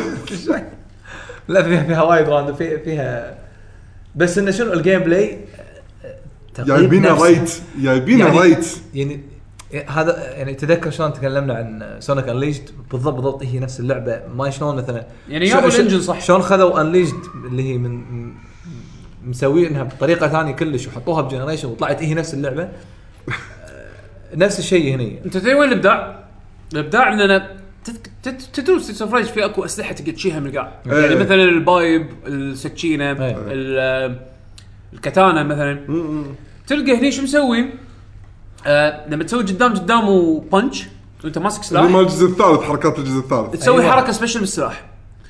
لا فيها فيها وايد راند في فيها بس انه شنو الجيم بلاي جايبينه رايت جايبينه يعني رايت يعني هذا يعني تذكر شلون تكلمنا عن سونيك انليجد بالضبط بالضبط هي نفس اللعبه ما شلون مثلا يعني جابوا الانجن صح شلون خذوا انليجد اللي هي من مسوينها بطريقه ثانيه كلش وحطوها بجنريشن وطلعت هي نفس اللعبه. نفس الشيء هنا. انت تدري وين الابداع؟ الابداع اننا تدرون ستيتس اوف ريج في اكو اسلحه تقدر تشيلها من القاع يعني مثلا البايب السكينه الكتانه مثلا تلقى هني شو مسوين آه لما تسوي قدام قدامه بانش وانت ماسك سلاح ما الجزء الثالث حركات الجزء الثالث تسوي أيوة. حركه سبيشل بالسلاح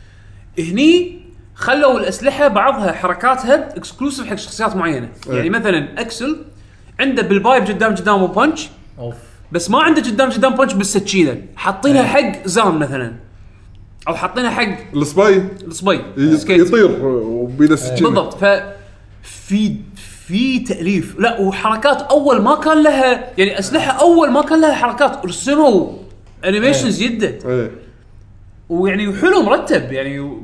هني خلوا الاسلحه بعضها حركاتها اكسكلوسيف حق شخصيات معينه أيه. يعني مثلا اكسل عنده بالبايب قدام قدامه بانش اوف بس ما عنده قدام قدام بانش بالسكينه حاطينها حق زان مثلا او حاطينها حق الصبي الصبي يطير وبين السكينه بالضبط. ف في في تاليف لا وحركات اول ما كان لها يعني اسلحه اول ما كان لها حركات رسموا انيميشنز يده ويعني حلو مرتب يعني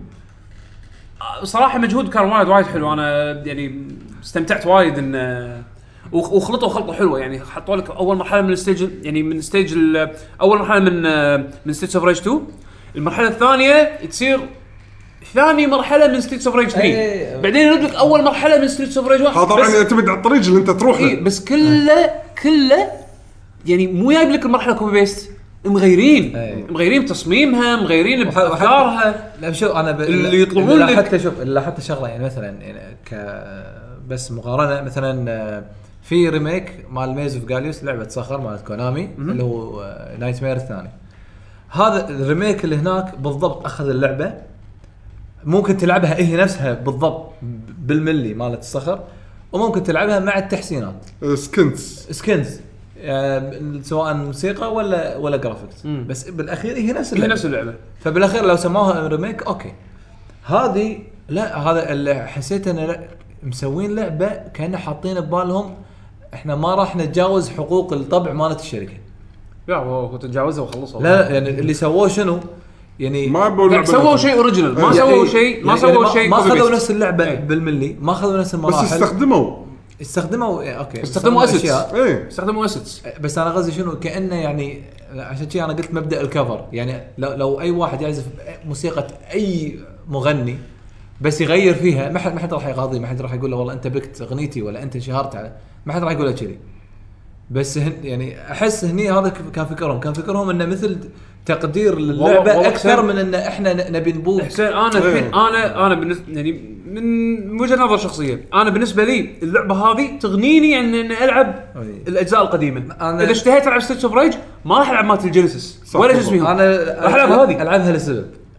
صراحه مجهود كان وايد وايد حلو. انا يعني استمتعت وايد ان وخلطوا خلطه حلوه يعني حطوا لك اول مرحله من الستيج يعني من ستيج اول مرحله من من ستيج اوف ريج اثنين المرحله الثانيه تصير ثاني مرحله من ستريتس اوف ريج ثلاثة بعدين يرد لك اول مرحله من ستريتس اوف ريج واحد. هذا طبعا يعتمد على الطريق اللي انت تروح له إيه بس كله كله يعني مو جايب لك المرحله كوبي بيست مغيرين أيه. مغيرين تصميمها مغيرين بافكارها. لا شوف انا ب... اللي يطلبون لك حتى شوف الا حتى شغله يعني مثلا يعني ك بس مقارنه مثلا في ريميك مال ميز اوف جاليوس لعبه صخر مالت كونامي اللي هو نايت مير الثاني. هذا الريميك اللي هناك بالضبط اخذ اللعبه ممكن تلعبها هي نفسها بالضبط بالملي مالت الصخر وممكن تلعبها مع التحسينات سكنز سكنز يعني سواء موسيقى ولا ولا جرافيكس بس بالاخير هي نفس اللعبه هي نفس اللعبه. فبالاخير لو سموها ريميك اوكي. هذه لا هذا اللي حسيت ان مسوين لعبه كانوا حاطين ببالهم احنا ما راح نتجاوز حقوق الطبع مالت الشركه. لا هو تجاوزوا وخلصوا. لا يعني اللي سووه شنو يعني ما سووا شيء اوريجينال ما سووا شيء ما سووا شيء ما خذوا نفس اللعبه بالملي ما خذوا نفس المراحل بس استخدموا استخدموا اوكي استخدموا اسيتس ايه استخدموا اسيتس بس انا قصدي شنو كانه يعني عشان شيء انا قلت مبدا الكفر يعني لو, لو اي واحد يعزف موسيقى اي مغني بس يغير فيها ما حد ما حد راح يقاضيه ما حد راح يقول له والله انت بكت اغنيتي ولا انت انشهرت على ما حد راح يقول له كذي. بس يعني احس هني هذا كان فكرهم كان فكرهم انه مثل تقدير للعبه اكثر من ان احنا نبي نبوظ. حسين انا الحين انا انا بالنسبه يعني من وجهه نظر شخصيه انا بالنسبه لي اللعبه هذه تغنيني ان ان العب الاجزاء القديمه. اذا اشتهيت العب ستيتس اوف ريج ما راح العب مالت الجينيسيس ولا شو اسمه انا راح العب هذه العبها لسبب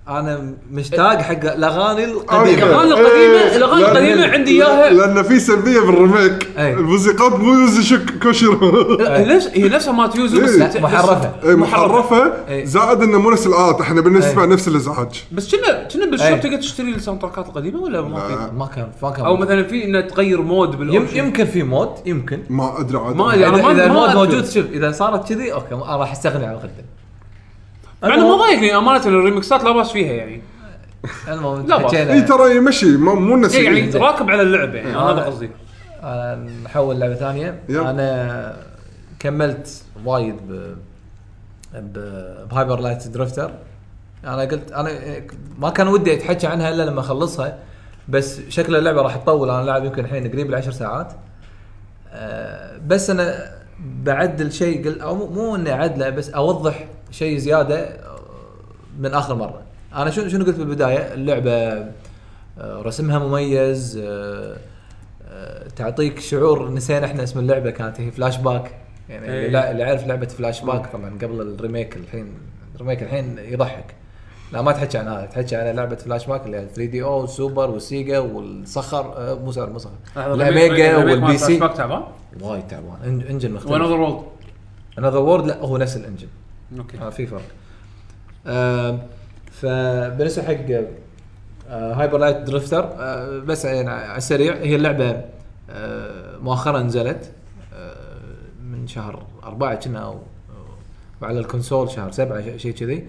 انا مشتاق حق الاغاني القديمه. الاغاني القديمه الاغاني القديمه عندي اياها لان في سلبيه بالريميك. الموسيقات مو يوزو كوشيرو، هي نفس هي نفسها ما تيوزو بس محرفه محرفه زائد انه مو نفس الآلات. احنا بنسمع نفس الازعاج. بس كنا كنا بالشوب تقدر تشتري الساوند تراكات القديمه ولا ما في؟ ما كان ما كان او مثلا في انه تغير مود بالاوبشن. يمكن في مود يمكن ما ادري عاد ما ادري انا ما اذا المود ما موجود. شوف اذا صارت كذي اوكي انا راح استغني عن القدم. مع انه ما ضايقني امانه الريمكسات لا باس فيها يعني. المهم لا بأس. اي ترى يمشي مو نسي يعني راكب على اللعب يعني هذا قصدي. نحول لعبه ثانيه. يلا. انا كملت وايد ب بهايبر لايت درفتر. انا قلت انا ما كان ودي اتحكي عنها الا لما اخلصها، بس شكل اللعبه راح تطول. انا لاعب يمكن الحين قريب العشر ساعات. بس انا بعدل شيء قل او مو اني اعدله بس اوضح شيء زياده من اخر مره. انا شنو شنو قلت بالبدايه؟ اللعبه رسمها مميز، تعطيك شعور. نسينا احنا اسم اللعبه كانت هي فلاش باك يعني. أيه. اللي عارف لعبه فلاش باك طبعا قبل الريميك. الحين الريميك الحين يضحك. لا ما تحكي عن هذا، تحكي عن لعبه فلاش باك اللي ثري دي او سوبر والسيجا والصخر مو صار مو صار الاميجا والبي سي. فلاش باك تعبان وايد تعبان. انجن مختلف. وانذر وورلد انذر وورلد لا هو نفس الانجن. اوكي آه في فرق. آه فبالنسبه حق آه هايبر لايت درفتر آه بس يعني على السريع. هي اللعبه آه مؤخرا نزلت آه من شهر أربعة كنا او وعلى الكونسول شهر سبعة شيء كذي.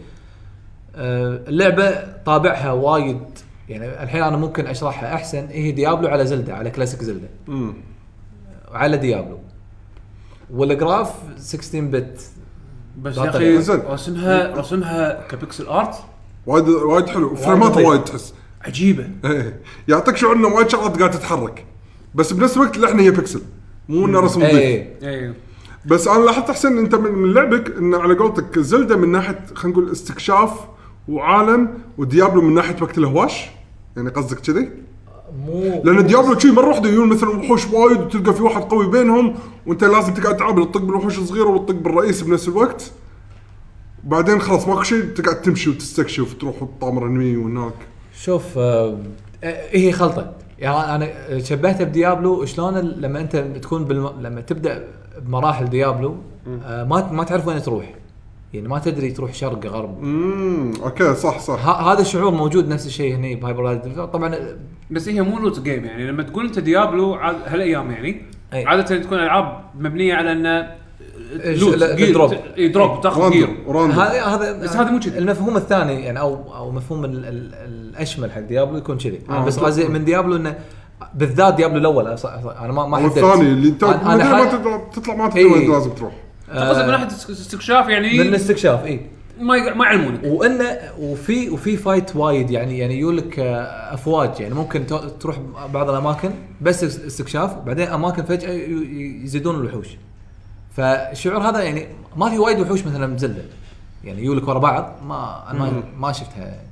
آه اللعبه طابعها وايد يعني. الحين انا ممكن اشرحها احسن. هي ديابلو على زلدة، على كلاسيك زلدة امم على ديابلو، والجراف ستة عشر بت. بس يا اخي رسمها رسمها كبيكسل ارت وايد وايد حلو. فريمات وايد تحس عجيبه. ايه يعطيك شعور انه وايد شغلات قاعده تتحرك، بس بنفس الوقت اللحن هي بيكسل مو انه رسم نظيف. ايه ايه بس انا لاحظت احسن انت من لعبك ان على قولتك زلدة من ناحيه خلينا نقول استكشاف وعالم، وديابلو من ناحيه وقت الهواش. يعني قصدك كذي؟ مو لان ديابلو شيء مره واحده يجون مثلا وحوش وايد وتلقى في واحد قوي بينهم وانت لازم تقعد تعامل تطق بالوحوش الصغيره وتطق بالرئيس بنفس الوقت. بعدين خلاص ماكو شيء تقعد تمشي وتستكشف وتروح وتطامر انمي وهناك. شوف آه هي خلطه يعني. انا شبهتها بديابلو شلون لما انت تكون بالم... لما تبدا بمراحل ديابلو آه ما ما تعرف وين تروح يعني. ما تدري تروح شرق غرب. امم اوكي صح صح. هذا الشعور موجود نفس الشيء هنا بهايبر لايت طبعا. بس هي مو روت جيم يعني. لما تقول انت ديابلو هالايام يعني أي. عاده تكون العاب مبنيه على انه دروب يدروب تاخذ جير. هذا هذا بس هذا مو كذي. المفهوم الثاني يعني او او مفهوم ال ال الاشمل حق ديابلو يكون كذي. آه بس قصدي من ديابلو انه بالذات ديابلو الاول انا ما ما حددت. الثاني اللي انت ما تطلع ما تدري وين لازم تروح. تقصد من ناحيه استكشاف يعني. من الاستكشاف اي ما ما يعلمونك. وانه وفي وفي فايت وايد يعني. يعني يقولك افواج يعني. ممكن تروح بعض الاماكن بس استكشاف، بعدين اماكن فجاه يزيدون الوحوش. فالشعور هذا يعني ما في وايد وحوش مثلا بزلدة يعني يقولك ورا بعض. ما انا ما, ما شفتها يعني.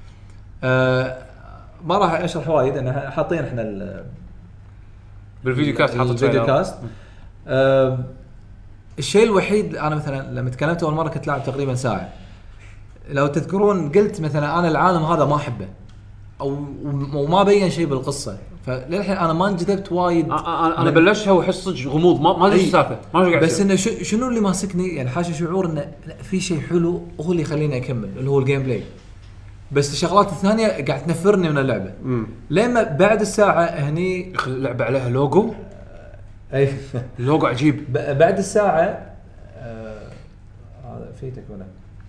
أه ما راح اشرح وايد. انا حاطين احنا بالفيديو كاست حاطين الفيديو كاست. أه الشيء الوحيد انا مثلا لما تكلمت اول مره كنت لاعب تقريبا ساعه. لو تذكرون قلت مثلا انا العالم هذا ما احبه او وما بين شيء بالقصه. فللحين انا ما انجذبت وايد. انا انا بلشها واحس صدق غموض ما ما ادري ايش السالفه ما قاعد. بس انه شنو اللي ماسكني يعني. حاجه شعور انه في شيء حلو هو اللي يخليني اكمل اللي هو الجيم بلاي. بس الشغلات الثانيه قاعد تنفرني من اللعبه. لما بعد الساعه هني اللعبه عليها لوجو. اي اللوجو عجيب. بعد الساعه آه هذا فيتك ولا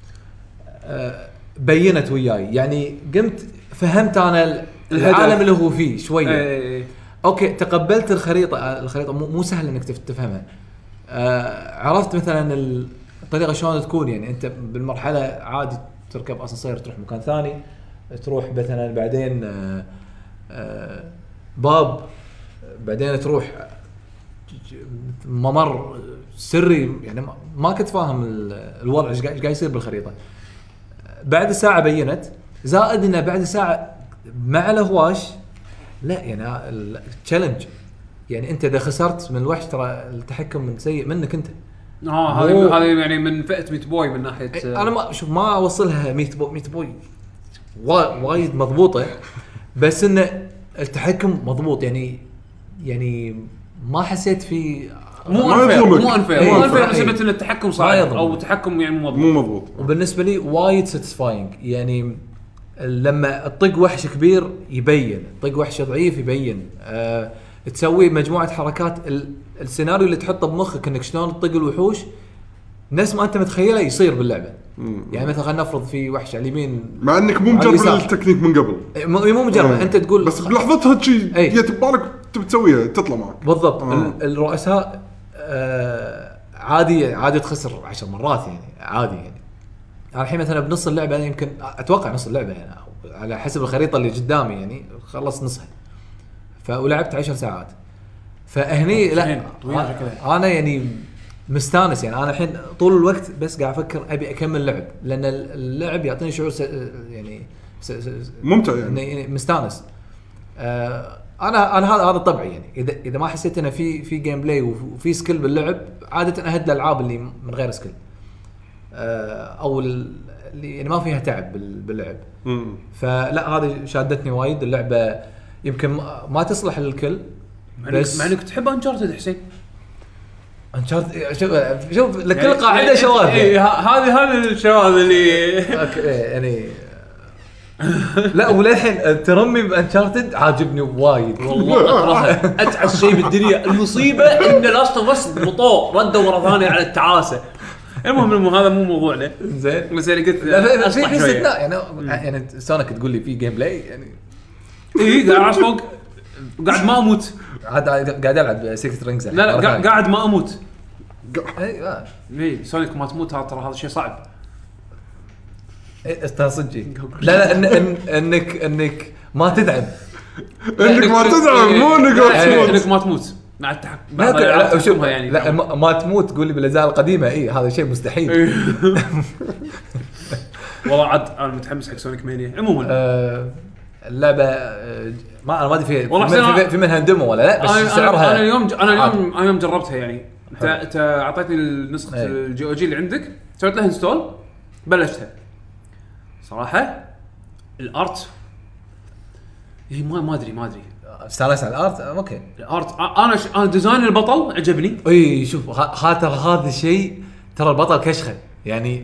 آه بينت وياي يعني. قمت فهمت انا العالم اللي هو فيه شويه. اي اوكي تقبلت الخريطه. الخريطه مو سهل انك تفهمها. آه عرفت مثلا الطريقه شلون تكون يعني. انت بالمرحله عادي تركب اسانسير تروح مكان ثاني، تروح مثلا بعدين آه آه باب، بعدين تروح ممر سري يعني. ما كنت فاهم الوضع ايش قاعد يصير بالخريطه. بعد ساعه بينت. زائد انه بعد ساعه مع الهواش لا يعني التشالنج يعني. انت اذا خسرت من الوحش ترى التحكم من سيء منك انت. اه هذه هذه يعني من فئه ميت بوي من ناحيه. انا ما شوف ما اوصلها ميت بوي. ميت بوي وا- وايد مضبوطه بس انه التحكم مضبوط يعني يعني ما حسيت في مو ما انفير يظلمك. مو انفير إيه، مو انفير إيه. بسبب ان التحكم ما صعب يظلم. او تحكم يعني مو مو مضبوط. مضبوط. وبالنسبه لي وايد ساتيسفاينج يعني لما تطق وحش كبير يبين، طق وحش ضعيف يبين، أه تسوي مجموعه حركات ال- السيناريو اللي تحطه بمخك انك شلون تطق الوحوش نفس ما انت متخيله يصير باللعبه. يعني مثلا خلينا نفرض في وحش على اليمين مع انك مو على مجرب اليسار. التكنيك من قبل. إيه، مو مو مجرد آه. انت تقول بس بلحظتها شيء أي. جت ببالك تبي تسويها تطلع معك. بالضبط. آه. ال- الرؤساء آه عادي عادي تخسر عشر مرات يعني عادي يعني. أنا الحين مثلا بنص اللعبه يمكن اتوقع نص اللعبه يعني أو على حسب الخريطه اللي قدامي يعني خلص نصها فولعبت عشر ساعات. فهني لا زين، طويلة آه، شكلها. انا يعني مستانس يعني انا الحين طول الوقت بس قاعد افكر ابي اكمل لعب لان اللعب يعطيني شعور س... يعني س... س... ممتع يعني. يعني مستانس. آه انا انا هذا هذا طبعي يعني اذا اذا ما حسيت انه في في جيم بلاي وفي سكيل باللعب عاده اهد الالعاب اللي من غير سكيل آه او اللي يعني ما فيها تعب بال- باللعب. مم. فلا هذه شادتني وايد اللعبه يمكن ما- ما تصلح للكل مع بس إنك- مع انك تحب انشارتد حسين انشارت شوف شوف لكل يعني- قاعده يعني- شواذ إيه، يعني. ه- هذه هذه الشواذ اللي اوكي يعني لا وللحين ترمي بانشارتد عاجبني وايد والله اكرهها اتعس شيء بالدنيا. المصيبه ان لاست اوف اس مطور ردوا مره ثانيه على التعاسه. المهم المهم هذا مو موضوعنا زين. بس يعني قلت لا في- في أشطح في شوية. استثناء يعني يعني سونيك تقول لي في جيم بلاي يعني اي قاعد على فوق قاعد ما اموت. عاد قاعد العب سيكرت رينجز لا لا قاعد- قاعد ما اموت. اي اي سونيك ما تموت هذا ترى هذا شيء صعب. استنصجي لا لا إن إن انك انك ما تتعب انك ما تزعل مو انك لا، تموت. انك ما تموت مع التحكم. لا بعض الألعاب لا شوف تحكمها يعني لا ما ما تموت تقول لي بالاجزاء القديمه اي هذا شيء مستحيل. والله عاد انا متحمس حق سونيك مانيا. عموما آه، اللعبه آه، ما انا ما ادري في والله في, حسين في, في منها ديمو ولا لا بس انا سعرها انا, أنا اليوم ج- انا عادي. اليوم انا اليوم جربتها يعني. انت حلو. انت اعطيتني نسخه أي. الجي او جي اللي عندك سويت لها انستول بلشتها. صراحه الارت هي ما ما ادري ما ادري استانس على الارت آه، اوكي. الارت أ- انا ش... انا ديزاين البطل عجبني. اي شوف ه- ها ترى هذا الشيء ترى البطل كشخه يعني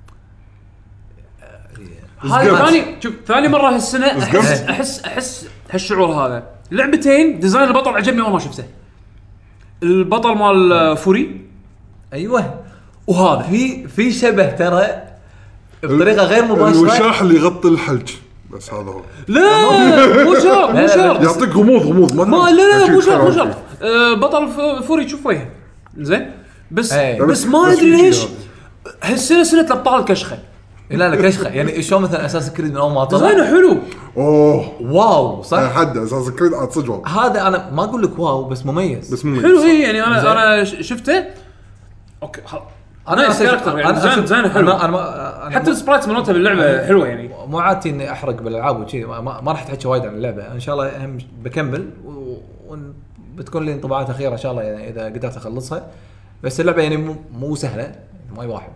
هذا قمت. ثاني شوف ثاني مره هالسنه احس قمت. احس احس هالشعور هذا. لعبتين ديزاين البطل عجبني اول ما شفته. البطل مال فوري ايوه وهذا في في شبه ترى بطريقه غير مباشره الوشاح اللي يغطي الحلج بس هذا هو لا مو شرط لا، مو لا، شرط يعطيك غموض غموض ما لا لا لا مو شرط مو شرط. آه، بطل ف- فوري تشوف وجهه زين بس أي. بس ما بس ادري في شيء ليش هذا. هالسنه سنه الابطال كشخه. لا لا كشخه يعني شلون مثلا اساس كريد من اول ما طلع ديزاينه حلو. اوه واو صح. حد اساس كريد عاد صدق هذا انا ما اقول لك واو بس مميز. بس مو حلو اي يعني انا زين. انا ش- شفته اوكي ح- انا نايس كاركتر يعني ديزاين ديزاينه حلو. انا انا أنا حتى السبرايتس مالتها باللعبه حلوه يعني. مو عادتي اني احرق بالالعاب وشي ما, ما ما راح تحكي وايد عن اللعبه ان شاء الله. اهم بكمل وبتكون لي انطباعات اخيره ان شاء الله يعني اذا قدرت اخلصها. بس اللعبه يعني مو, مو سهله يعني ما واحد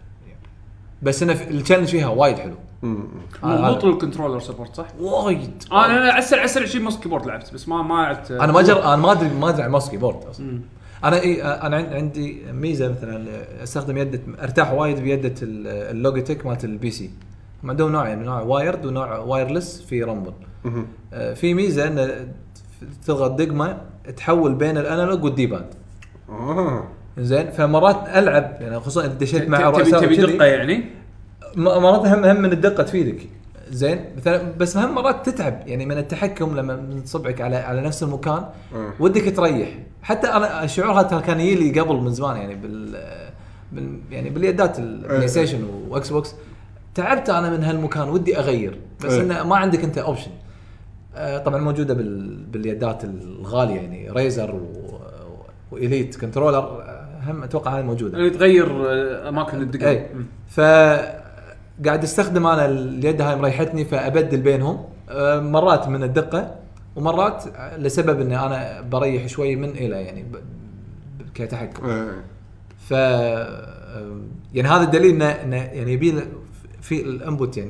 بس انا التشالنج فيها وايد حلو. مضبوط الكنترولر سبورت صح؟ وايد انا انا عسر عسر شيء موس كيبورد لعبت بس ما ما لعبت. انا ما جر انا ما ادري ما ادري عن ماوس كيبورد اصلا. انا اي انا عن- عندي ميزه مثلا استخدم يده ارتاح وايد بيده ال- اللوجيتك مالت البي سي. هم عندهم نوعين نوع وايرد ونوع وايرلس في رامبل. آه، في ميزه ان تضغط دقمه تحول بين الانالوج والديباد. اه زين فمرات العب يعني خصوصا اذا دشيت مع تبي رؤساء تبي وكذي، دقه يعني. م- مرات هم هم من الدقه تفيدك. زين مثلا بس هم مرات تتعب يعني من التحكم لما من صبعك على على نفس المكان أه. ودك تريح. حتى انا الشعور هذا كان يجي قبل من زمان يعني بال, بال يعني باليدات البلاي ستيشن واكس بوكس. تعبت انا من هالمكان ودي اغير بس أه. انه ما عندك انت اوبشن. آه طبعا موجوده بال باليدات الغاليه يعني ريزر و واليت كنترولر آه، هم اتوقع هاي موجوده. اللي تغير آه، اماكن الدقه. اي ف قاعد استخدم انا اليد هاي مريحتني فابدل بينهم آه، مرات من الدقه ومرات لسبب اني انا بريح شوي من الى يعني ب... ب- كتحكم. إيه. ف آه، يعني هذا الدليل انه إنه يعني يبي له في الانبوت يعني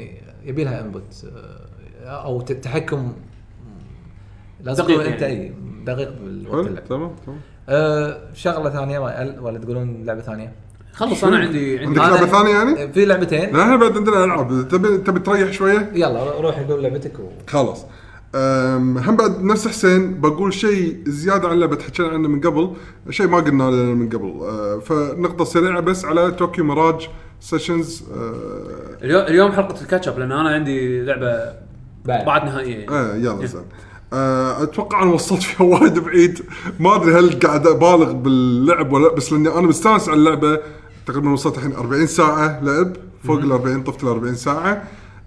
يبي لها انبوت او تحكم لازم دقيق انت يعني. اي دقيق بالوقت اللعب. تمام تمام. أه شغله ثانيه ولا تقولون لعبه ثانيه؟ خلص انا عندي عندك عندي لعبه ثانيه يعني؟ في لعبتين. لا احنا بعد عندنا العاب. تبي تبي تريح شويه؟ يلا روح قول لعبتك و... خلاص. أم، هم بعد نفس حسين بقول شيء زياده عن اللعبه حكينا عنه من قبل، شيء ما قلنا من قبل. أه، فنقطه سريعه بس على توكيو ميراج سيشنز. أه اليوم اليوم حلقه الكاتشب لان انا عندي لعبه بعد, بعد نهائيه يعني. آه يلا زين. أه اتوقع انا وصلت فيها وايد بعيد، ما ادري هل قاعد ابالغ باللعب ولا، بس لاني انا مستانس على اللعبه. تقريبا وصلت الحين أربعين ساعه لعب، فوق ال أربعين طفت ال أربعين ساعه.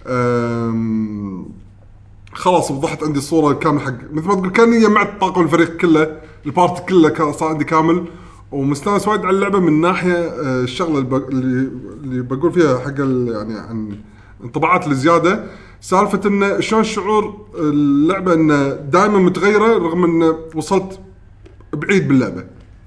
خلاص وضحت عندي صوره كامله حق مثل ما تقول كاني جمعت طاقم الفريق كله، البارت كله كان صار عندي كامل، ومستانس وايد على اللعبه من ناحيه أه الشغله اللي, اللي اللي بقول فيها حق يعني عن انطباعات الزياده. سالفه انه شلون شعور اللعبه انه دائما متغيره رغم انه وصلت بعيد باللعبه.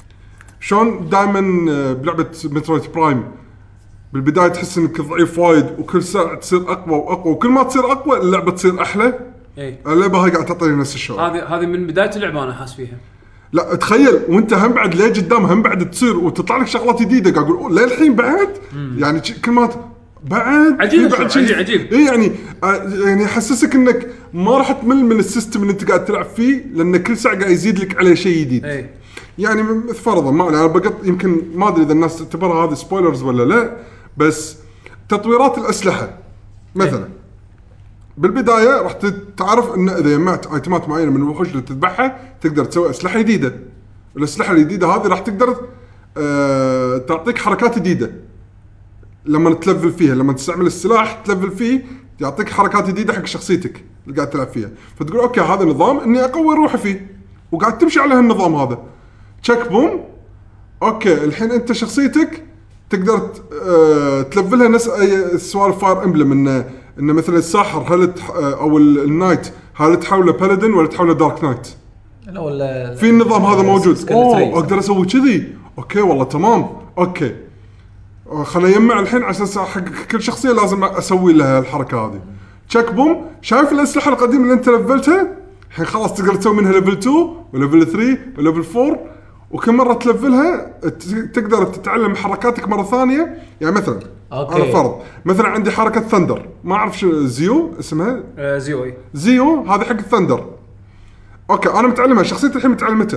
شلون دائما بلعبه مترويد برايم بالبدايه تحس انك ضعيف وايد وكل ساعه تصير اقوى واقوى، وكل ما تصير اقوى اللعبه تصير احلى. اي اللعبه هاي قاعده تعطيني نفس الشعور. هذه هذه من بدايه اللعبه انا حاس فيها. لا تخيل وانت هم بعد ليه قدام هم بعد تصير وتطلع لك شغلات جديده، قاعد اقول ليه الحين بعد مم. يعني كل ما بعد عجيب بعد عجيب عجيب اي يعني يعني يحسسك انك ما راح تمل من السيستم اللي انت قاعد تلعب فيه، لان كل ساعه قاعد يزيد لك عليه شيء جديد. أي. يعني فرضا ما انا بقط يمكن ما ادري اذا الناس تعتبرها هذه سبويلرز ولا لا، بس تطويرات الاسلحه مثلا أي. بالبدايه راح تعرف ان اذا جمعت ايتمات معينه من الوحوش اللي تذبحها تقدر تسوي اسلحه جديده. الاسلحه الجديده هذه راح تقدر أه تعطيك حركات جديده لما تلفل فيها، لما تستعمل السلاح تلفل فيه يعطيك حركات جديده حق شخصيتك اللي قاعد تلعب فيها. فتقول اوكي هذا نظام اني اقوي روحي فيه، وقاعد تمشي على هالنظام هذا. تشيك بوم اوكي الحين انت شخصيتك تقدر أه تلفلها نفس اي سوالف فاير امبلم، انه انه مثلا الساحر هل او النايت هل تحوله بالادين ولا تحوله دارك نايت. لا في النظام هذا موجود. اوه اقدر اسوي كذي. اوكي والله تمام. اوكي خلينا نجمع الحين عشان حق كل شخصيه لازم اسوي لها الحركه هذه. تشيك بوم شايف الاسلحه القديمه اللي انت لفلتها الحين خلاص تقدر تسوي منها ليفل اثنين وليفل ثلاثة وليفل أربعة، وكل مره تلفلها تقدر تتعلم حركاتك مره ثانيه. يعني مثلا على فرض مثلا عندي حركه ثندر، ما اعرف شو زيو اسمها آه زيو اي زيو هذه حق الثندر. اوكي انا متعلمها شخصيتي الحين متعلمتها.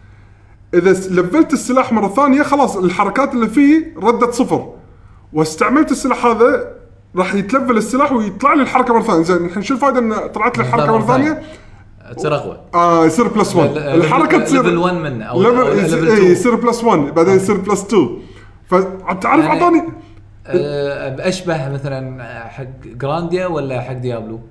اذا لفلت السلاح مره ثانيه خلاص الحركات اللي فيه ردت صفر، واستعملت السلاح هذا راح يتلفل السلاح ويطلع لي الحركه مره ثانيه. زين الحين شو الفائده ان طلعت لي الحركه مره ثانيه؟ تصير اقوى. اه يصير بلس واحد الحركه تصير ليفل واحد منه او ليفل اي يصير بلس واحد بعدين يصير بلس اثنين. فتعرف يعني اعطاني أه اشبه مثلا حق جرانديا ولا حق ديابلو.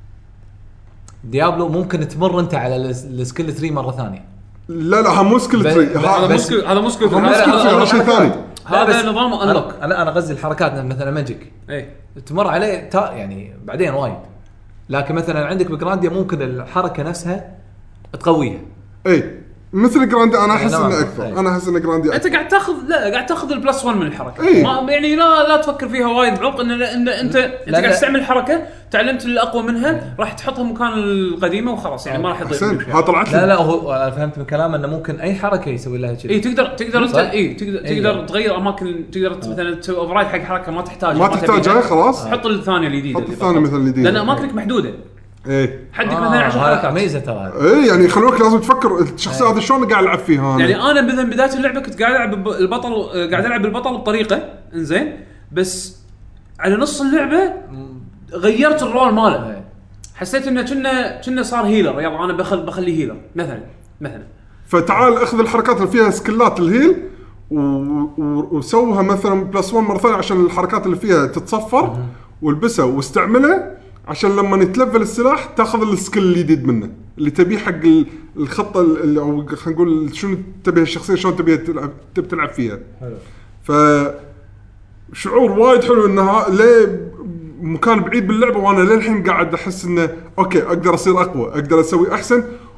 ديابلو ممكن تمر انت على السكيل ثري مره ثانيه. لا لا مو سكيل ثري، هذا مو سكيل هذا مو سكيل هذا شيء ثاني. هذا نظام انلوك. انا انا غزي الحركات مثلا ماجيك اي تمر عليه يعني بعدين وايد، لكن مثلا عندك بجرانديا ممكن الحركه نفسها تقويها. اي مثل جراندي انا احس انه اكثر. انا احس ان جراندي انت قاعد تاخذ لا قاعد تاخذ البلس واحد من الحركه. أي. ما يعني لا لا تفكر فيها وايد بعمق ان ان انت انت قاعد تستعمل الحركه تعلمت الاقوى منها راح تحطها مكان القديمه وخلاص يعني ما راح يضيع. ها طلعت لا لا هو فهمت من كلامه انه ممكن اي حركه يسوي لها كذا. اي تقدر تقدر انت اي تقدر تقدر تغير اماكن، تقدر مثلا تسوي اوفرايد حق حركه ما تحتاج ما تحتاجها خلاص حط الثانيه الجديده. حط الثانيه مثلا الجديده لان اماكنك محدوده. ايه حدك آه مثلا عشر حركات ميزه ترى. ايه يعني خلوك لازم تفكر الشخصيه هذه شلون قاعد العب فيها. يعني انا من بدايه اللعبه كنت قاعد العب البطل قاعد العب البطل بطريقه انزين، بس على نص اللعبه غيرت الرول ماله. حسيت انه كنا كنا صار هيلر. يلا انا بخل بخليه هيلر مثلا مثلا فتعال اخذ الحركات اللي فيها سكيلات الهيل وسوها مثلا بلس واحد مره ثانيه عشان الحركات اللي فيها تتصفر والبسها واستعملها عشان لما نتلفل السلاح تاخذ السكيل الجديد منه اللي تبيه حق الخطه اللي او خلينا نقول شنو تبيه الشخصيه شلون تبيه تلعب تبي تلعب فيها. حلو. ف شعور وايد حلو انها ليه مكان بعيد باللعبه وانا للحين قاعد احس انه اوكي اقدر اصير اقوى، اقدر اسوي احسن،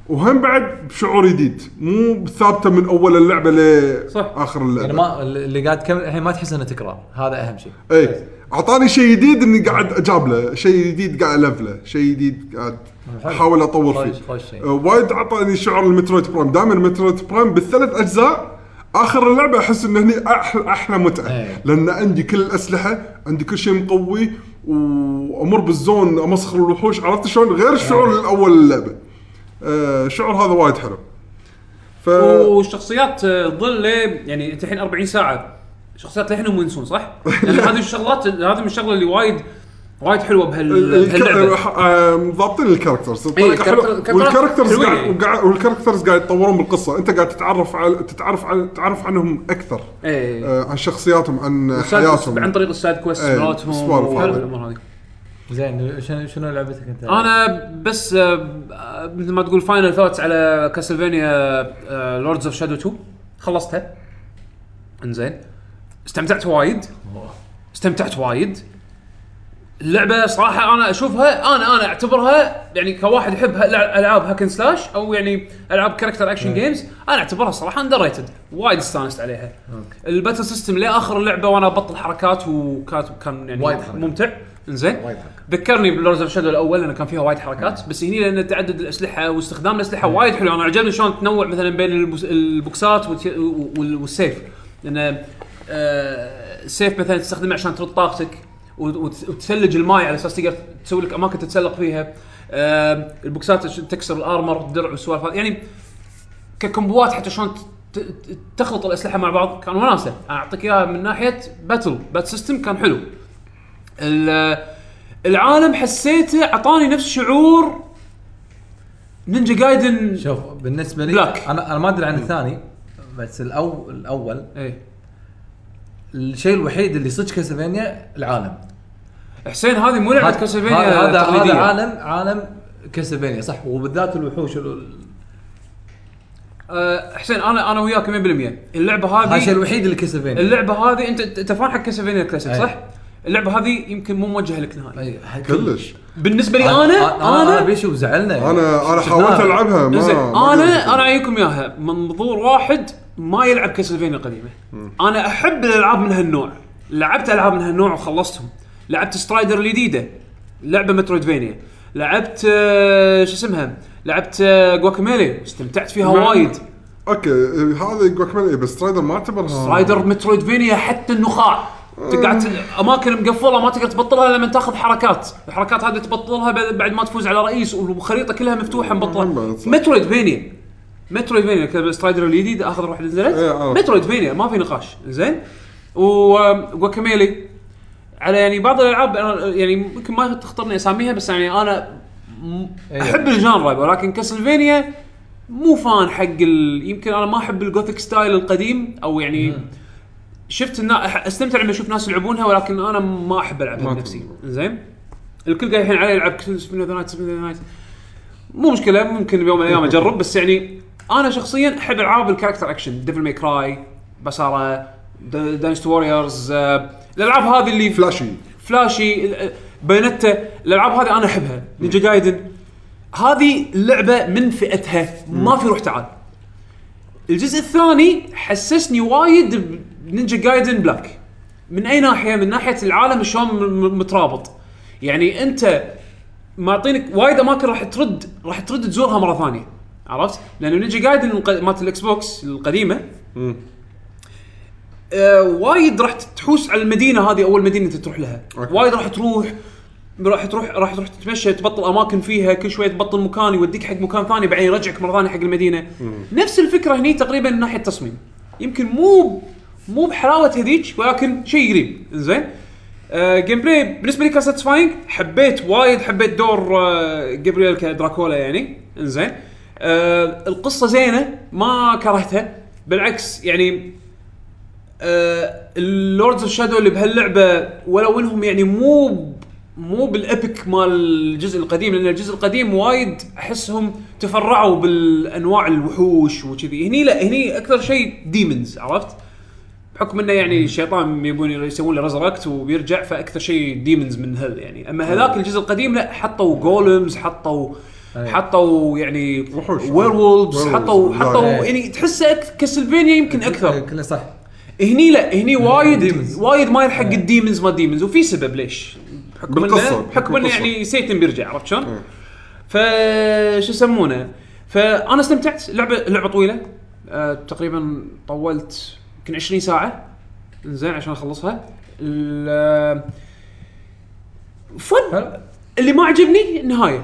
وهم بعد بشعور جديد مو ثابته من اول اللعبه لاخر اللعبه. يعني ما اللي قاعد كم الحين ما تحس انه تكرار، هذا اهم شيء. اي اعطاني شيء جديد اني قاعد اجاب له قاعد جديد قاعد الفله شيء جديد قاعد احاول اطور فيه. أه وايد اعطاني شعور المترويد برايم. دائما المترويد برايم بالثلاث اجزاء اخر اللعبه احس انه هني احلى احلى متعه أيه. لان عندي كل الاسلحه عندي كل شيء مقوي وامر بالزون امسخر الوحوش. عرفت شلون غير الشعور أيه. الاول اللعبه أه شعور هذا وايد حلو. ف... والشخصيات ظل يعني انت الحين أربعين ساعه شخصيات لحنهم وينسون صح؟ يعني هذه الشغلات هذه من الشغله اللي وايد وايد حلوه بهاللعبه. ضابطين الكاركترز بطريقه حلوه والكاركترز قاعد والكاركترز قاعد يتطورون بالقصه. انت قاعد تتعرف على تتعرف على تعرف عنهم اكثر آه عن شخصياتهم عن حياتهم عن طريق السايد كويست مالتهم والامور هذه. زين شنو شنو لعبتك انت؟ انا بس مثل ما تقول فاينل ثوتس على كاسلفينيا لوردز اوف شادو تو خلصتها. انزين استمتعت وايد استمتعت وايد اللعبه صراحه. انا اشوفها انا انا اعتبرها يعني كواحد يحب العاب هاكن سلاش او يعني العاب كاركتر اكشن جيمز انا اعتبرها صراحه اندر ريتد. وايد استانست عليها. الباتل سيستم لاخر اللعبه وانا بطل حركات وكانت كان يعني ممتع. انزين ذكرني بلورز اوف شادو الاول لانه كان فيها وايد حركات بس هني لان تعدد الاسلحه واستخدام الاسلحه وايد حلو. انا عجبني شلون تنوع مثلا بين البوكسات والسيف لان السيف مثلا تستخدمه عشان ترد طاقتك وتثلج الماء على اساس تقدر تسوي لك اماكن تتسلق فيها. أه البوكسات تكسر الارمر الدرع والسوالف يعني ككمبوات حتى شلون تخلط الاسلحه مع بعض كان وناسه. اعطيك اياها من ناحيه باتل بات سيستم كان حلو. العالم حسيته اعطاني نفس شعور نينجا جايدن. شوف بالنسبه لي بلاك. انا انا ما ادري عن الثاني بس الاول الاول ايه الشيء الوحيد اللي صدق كاسلفينيا العالم. حسين هذه مو لعبه كاسلفينيا هذا هذا عالم عالم كاسلفينيا صح وبالذات الوحوش أه حسين انا انا وياك مية بالمية. اللعبه هذه الشيء الوحيد اللي كاسلفينيا. اللعبه هذه انت انت فان حق كاسلفينيا كلاسيك صح؟ اللعبه هذه يمكن مو موجهه لك نهائي كلش بالنسبه لي. انا انا انا بيشوف زعلنا يعني. انا انا حاولت العبها ما انا انا اعيكم اياها منظور واحد ما يلعب كاسلفينيا القديمه. انا احب الالعاب من هالنوع. لعبت العاب من هالنوع وخلصتهم. لعبت سترايدر الجديده لعبه مترويدفينيا. لعبت شو اسمها لعبت جواكاميلي استمتعت فيها وايد. اوكي هذا جواكاميلي بس سترايدر ما اعتبرها سترايدر مترويدفينيا حتى النخاع تقعد اماكن مقفله ما تقدر تبطلها لما تاخذ حركات. الحركات هذه تبطلها بعد ما تفوز على رئيس والخريطه كلها مفتوحه مبطله. مترويدفينيا مترويدفينيا كسترايدر الجديد اخذ روح نزلت مترويدفينيا ما في نقاش. زين وجواكاميلي على يعني بعض الالعاب يعني ممكن ما تخطرني اساميها بس يعني انا احب الجانرا ولكن كاسلفينيا مو فان حق يمكن انا ما احب الجوثيك ستايل القديم او يعني شفت ان استمتع لما اشوف ناس يلعبونها ولكن انا ما احب العبها بنفسي. زين الكل قاعد الحين علي يلعب سبين ذا نايت سبين ذا نايت مو مشكله ممكن بيوم من الايام اجرب بس يعني انا شخصيا احب العاب الكاركتر اكشن ديفل ماي كراي بسارة داينستي ووريرز الالعاب هذه اللي فلاشي فلاشي بايونيتا الالعاب هذه انا احبها. نينجا جايدن هذه اللعبه من فئتها ما في روح تعال. الجزء الثاني حسسني وايد بنينجا جايدن بلاك من اي ناحيه من ناحيه العالم شلون مترابط يعني انت معطينك وايد اماكن راح ترد راح ترد تزورها مره ثانيه. عرفت لانه نينجا جايدن مالت الاكس بوكس القديمه آه وايد راح تحوس على المدينه هذه اول مدينه انت تروح لها أوكي. وايد راح تروح راح تروح راح تروح تتمشى تبطل اماكن فيها كل شويه تبطل مكان يوديك حق مكان ثاني بعدين يرجعك مره ثانيه حق المدينه. مم. نفس الفكره هني تقريبا من ناحيه التصميم يمكن مو مو بحلاوه هذيك ولكن شيء قريب. زين آه جيم بلاي بالنسبه لي كان ساتسفاينج. حبيت وايد حبيت دور آه جابرييل كدراكولا يعني. زين آه القصه زينه ما كرهتها بالعكس يعني آه اللوردز اوف شادو اللي بهاللعبه ولو انهم يعني مو مو بالابيك مال الجزء القديم لان الجزء القديم وايد احسهم تفرعوا بالانواع الوحوش وكذي. هني لا هني اكثر شيء ديمونز. عرفت بحكم انه يعني الشيطان يبون يسوون له ريزركت وبيرجع فاكثر شيء ديمونز من هل يعني. اما هذاك الجزء القديم لا حطوا جولمز حطوا حطوا يعني وحوش. وير وولفز Werewolves. حطوا حطوا لا. يعني تحسه كاسلفينيا يمكن اكثر. كله صح. هني لا هني وايد Demons. وايد مايل حق الديمونز ما ديمونز وفي سبب ليش بحكم بالقصة. انه بحكم انه بالقصة. يعني سيتن بيرجع عرفت شلون؟ فشو يسمونه فانا استمتعت. لعبه لعبه طويله أه تقريبا طولت يمكن عشرين ساعه زين عشان اخلصها. فن اللي ما عجبني النهايه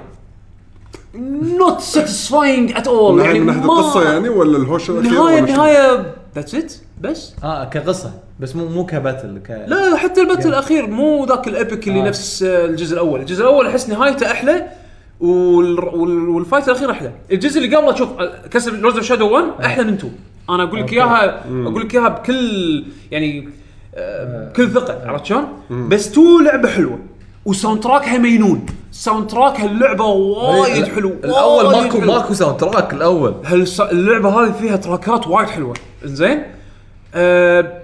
not satisfying at all يعني من ناحيه ما- القصه يعني ولا الهوشه الاخيره النهايه ولا شو؟ النهايه ذاتس ات بس. اه كقصه بس مو مو كباتل ك لا حتى الباتل الاخير مو ذاك الابيك اللي آه. نفس الجزء الاول. الجزء الاول احس نهايته احلى وال... وال... والفايت الاخير احلى. الجزء اللي قبله شوف كسر روز اوف شادو واحد احلى من تو. انا اقول لك أوكي. اياها اقول لك اياها بكل يعني آه بكل ثقه عرفت شلون؟ بس تو لعبه حلوه وساوند تراكها مينون. ساوند تراك هاللعبه وايد حلو. الاول وايد ماكو حلو. ماكو ساوند تراك الاول. هالس... اللعبه هذه فيها تراكات وايد حلوه انزين. أه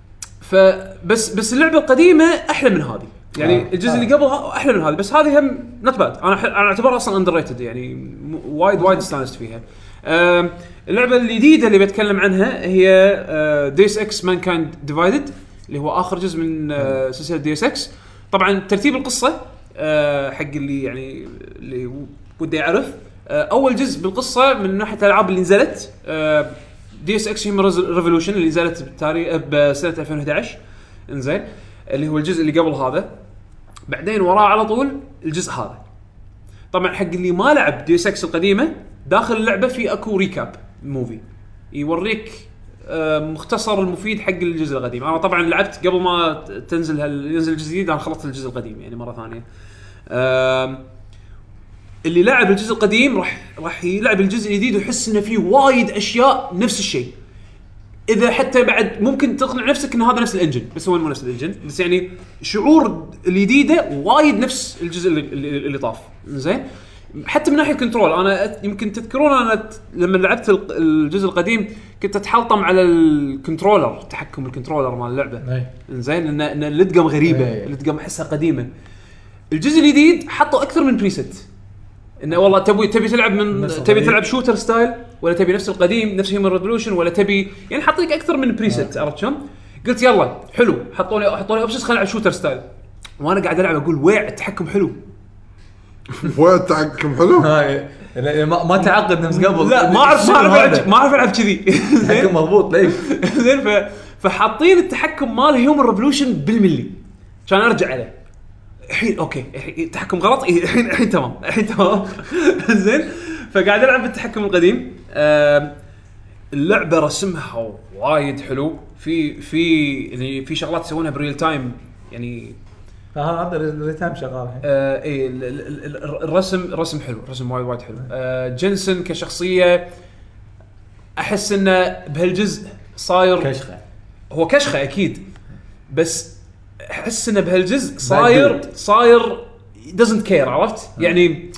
فبس بس اللعبه القديمه احلى من هذه يعني. آه. الجزء آه. اللي قبلها احلى من هذه بس هذه هم نوت باد. انا ح... انا اعتبرها اصلا اندر ريتد يعني م- وايد وايد استانست فيها. أه اللعبه الجديده اللي بتكلم عنها هي ديس اكس مانكايند ديفايدد اللي هو اخر جزء من أه سلسله ديس اكس. طبعا ترتيب القصه أه حق اللي يعني اللي ودي يعرف. أه اول جزء بالقصه من ناحيه الالعاب اللي نزلت أه دي اس اكس هيومن ريفولوشن اللي نزلت بالتاريخ بسنه ألفين وإحدى عشر انزين اللي هو الجزء اللي قبل هذا. بعدين وراه على طول الجزء هذا. طبعا حق اللي ما لعب دي اس اكس القديمه داخل اللعبه في اكو ريكاب موفي يوريك آه مختصر المفيد حق الجزء القديم. انا طبعا لعبت قبل ما تنزل هال ينزل الجزء الجديد. انا خلصت الجزء القديم يعني مره ثانيه. آه اللي لعب الجزء القديم راح راح يلعب الجزء الجديد ويحس انه فيه وايد اشياء نفس الشيء. اذا حتى بعد ممكن تقنع نفسك ان هذا نفس الانجن بس هو مو نفس الانجن بس يعني شعور الجديده وايد نفس الجزء اللي, اللي, اللي طاف زين. حتى من ناحيه كنترول انا يمكن تذكرون انا لما لعبت الجزء القديم كنت اتحلطم على الكنترولر تحكم الكنترولر مال اللعبه زين ان اللدقم غريبه اللدقم احسها قديمه. الجزء الجديد حطوا اكثر من بريست انه والله تبي تبي تلعب من تبي تلعب شوتر ستايل ولا تبي نفس القديم نفس هيومن ريفولوشن ولا تبي يعني حط لك اكثر من بريست عرفت شلون. قلت يلا حلو حطوا لي حطوا لي اوبشنز خليني العب شوتر ستايل وانا قاعد العب اقول ويع التحكم حلو. وين التحكم حلو؟ هاي ما ما تعقد نفس قبل. لا ما اعرف ما اعرف العب ما اعرف العب كذي تحكم مضبوط ليك زين. ف فحاطين التحكم مال هيومن ريفولوشن بالملي عشان ارجع عليه. الحين اوكي التحكم غلط الحين الحين تمام الحين تمام زين. فقاعد العب بالتحكم القديم. آه اللعبه رسمها وايد حلو. في في يعني في شغلات يسوونها بريل تايم يعني هذا الريتم شغال. آه اي الرسم رسم حلو رسم وايد وايد حلو. آه جنسن كشخصيه احس انه بهالجزء صاير كشخه. هو كشخه اكيد بس احس انه بهالجزء صاير صاير doesn't care عرفت يعني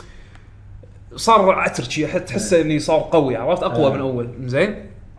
صار عتر شيء تحسه اني صار قوي عرفت اقوى أه. من اول زين.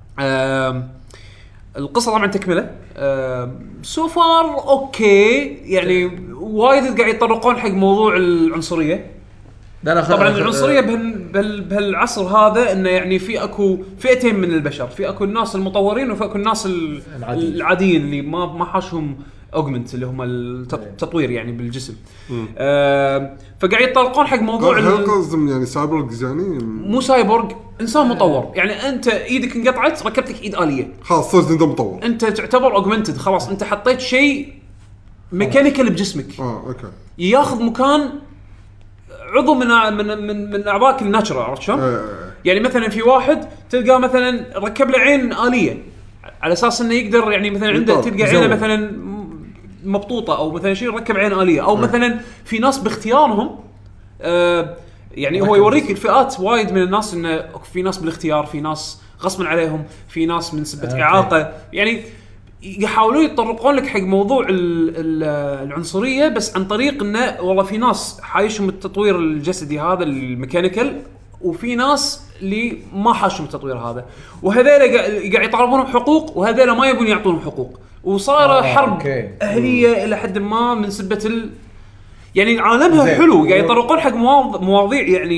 القصه طبعا تكمله سو فار اوكي يعني وايد قاعد يتطرقون حق موضوع العنصريه. طبعا العنصريه بهال بهال بهالعصر هذا انه يعني في اكو فئتين من البشر. في اكو الناس المطورين وفي اكو الناس العاديين, العاديين اللي ما ما حاشهم اوجمنت اللي هم التطوير يعني بالجسم. آه فقاعد يتطرقون حق موضوع هل قصدهم يعني سايبورغ يعني مو سايبورغ انسان مطور يعني انت ايدك انقطعت ركبت لك ايد آلية خلاص صرت انت مطور. انت تعتبر اوجمنتد خلاص انت حطيت شيء ميكانيكال بجسمك. اه اوكي ياخذ مكان عضو من من من, من اعضائك الناتشرال عرفت شلون؟ آه. يعني مثلا في واحد تلقاه مثلا ركب له عين آلية على اساس انه يقدر يعني مثلا عنده تلقى عينه مثلا مبطوطه او مثلا شيء ركب عين آلية او مثلا في ناس باختيارهم آه يعني هو يوريك الفئات وايد من الناس انه في ناس بالاختيار في ناس غصبا عليهم في ناس من سبة إعاقة يعني يحاولون يتطرقون لك حق موضوع العنصرية بس عن طريق انه والله في ناس حايشهم التطوير الجسدي هذا الميكانيكال وفي ناس اللي ما حاشهم التطوير هذا وهذول قاعد يطالبون بحقوق وهذول ما يبون يعطونهم حقوق وصار آه حرب أوكي. أهلية إلى حد ما من سبة ال... يعني عالمها حلو قاعد يطرقون حق مواضيع يعني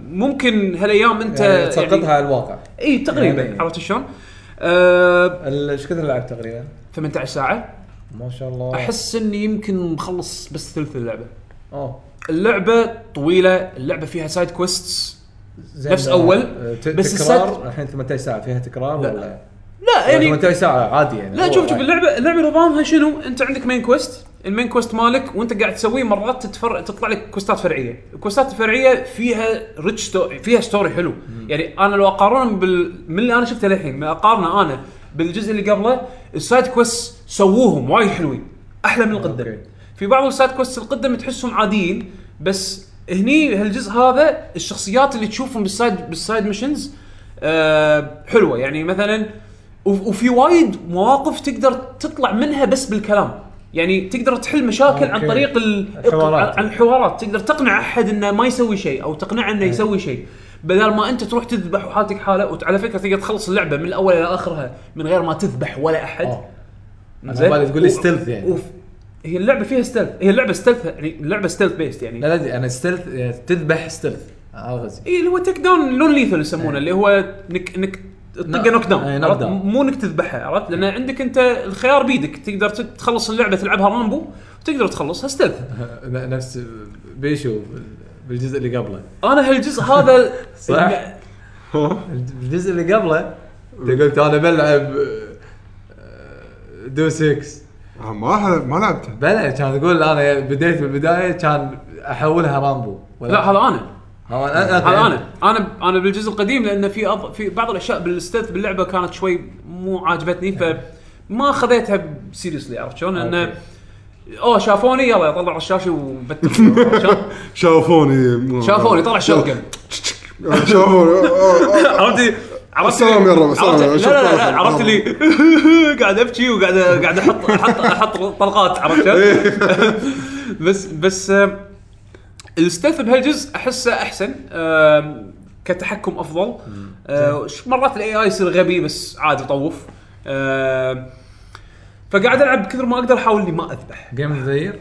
ممكن هالايام انت يعني تسقطها على الواقع. اي تقريبا يعني عرفت شلون؟ أه ايش كثر لعبت تقريبا؟ ثمانية عشر ساعه ما شاء الله. احس اني يمكن مخلص بس ثلث اللعبه. اه اللعبه طويله، اللعبه فيها سايد كويستس نفس آه، اول ت- بس تكرار الحين ثمانية عشر ساعه فيها تكرار لا. ولا لا يعني ثمانية عشر ساعه عادي يعني؟ لا هو شوف شوف عادي. اللعبه اللعبه نظامها شنو؟ انت عندك مين كويست، المين كويست مالك وانت قاعد تسويه مرات تتفر... تطلع لك كوستات فرعيه. الكوستات الفرعيه فيها ريتش ستو... فيها ستوري حلو. يعني انا لو اقارن بال... من اللي انا شفته للحين ما اقارنه انا بالجزء اللي قبله، السايد كويست سووهم وايد حلوين احلى من القدم. أوكي. في بعض السايد كويست القدم تحسهم عاديين، بس هني هالجزء هذا الشخصيات اللي تشوفهم بالسايد بالسايد ميشنز أه حلوه. يعني مثلا وفي وايد مواقف تقدر تطلع منها بس بالكلام، يعني تقدر تحل مشاكل أوكي. عن طريق الحوارات. عن الحوارات. تقدر تقنع احد انه ما يسوي شيء او تقنعه انه يسوي شيء بدل ما انت تروح تذبح وحالتك حاله. وعلى فكره تقدر تخلص اللعبه من الاول الى اخرها من غير ما تذبح ولا احد. اه زين تقول لي ستيلث يعني. وف... هي اللعبه فيها ستيلث، هي اللعبه ستيلث يعني اللعبه ستيلث بيست يعني. لا لا انا ستيلث يعني تذبح ستيلث هذا غزي. اي اللي هو تيك داون لون ليثل يسمونه، اللي هو نك نك تطق نوك داون، مو انك تذبحها. عرفت؟ لان عندك انت الخيار بيدك، تقدر تخلص اللعبه تلعبها رامبو وتقدر تخلصها ستيلث نفس بيشو بالجزء اللي قبله. انا هالجزء هذا صح الجزء اللي قبله قلت انا بلعب دو ستة ما ما لعبته. بلا كان تقول انا بديت بالبدايه كان احولها رامبو. لا هذا انا هذا هذا انا انا انا بالجزء القديم، لان في أض... في بعض الاشياء بالستيلث باللعبه كانت شوي مو عاجبتني فما خذيتها سيريسلي. عرفت شلون؟ لان اوه شافوني يلا طلع الشاشه وبت شافوني شافوني طلع شوكن شافوني عرفتي عرفت السلام يا رب عرفت لا السلام لا لا عرفت لي قاعد ابكي وقاعد قاعد احط احط احط طلقات. عرفت بس بس الستيلث بهالجزء احسه احسن كتحكم افضل. مرات الاي اي يصير غبي بس عادي يطوف. فقاعد العب كثر ما اقدر احاول اني ما اذبح. جيم ذير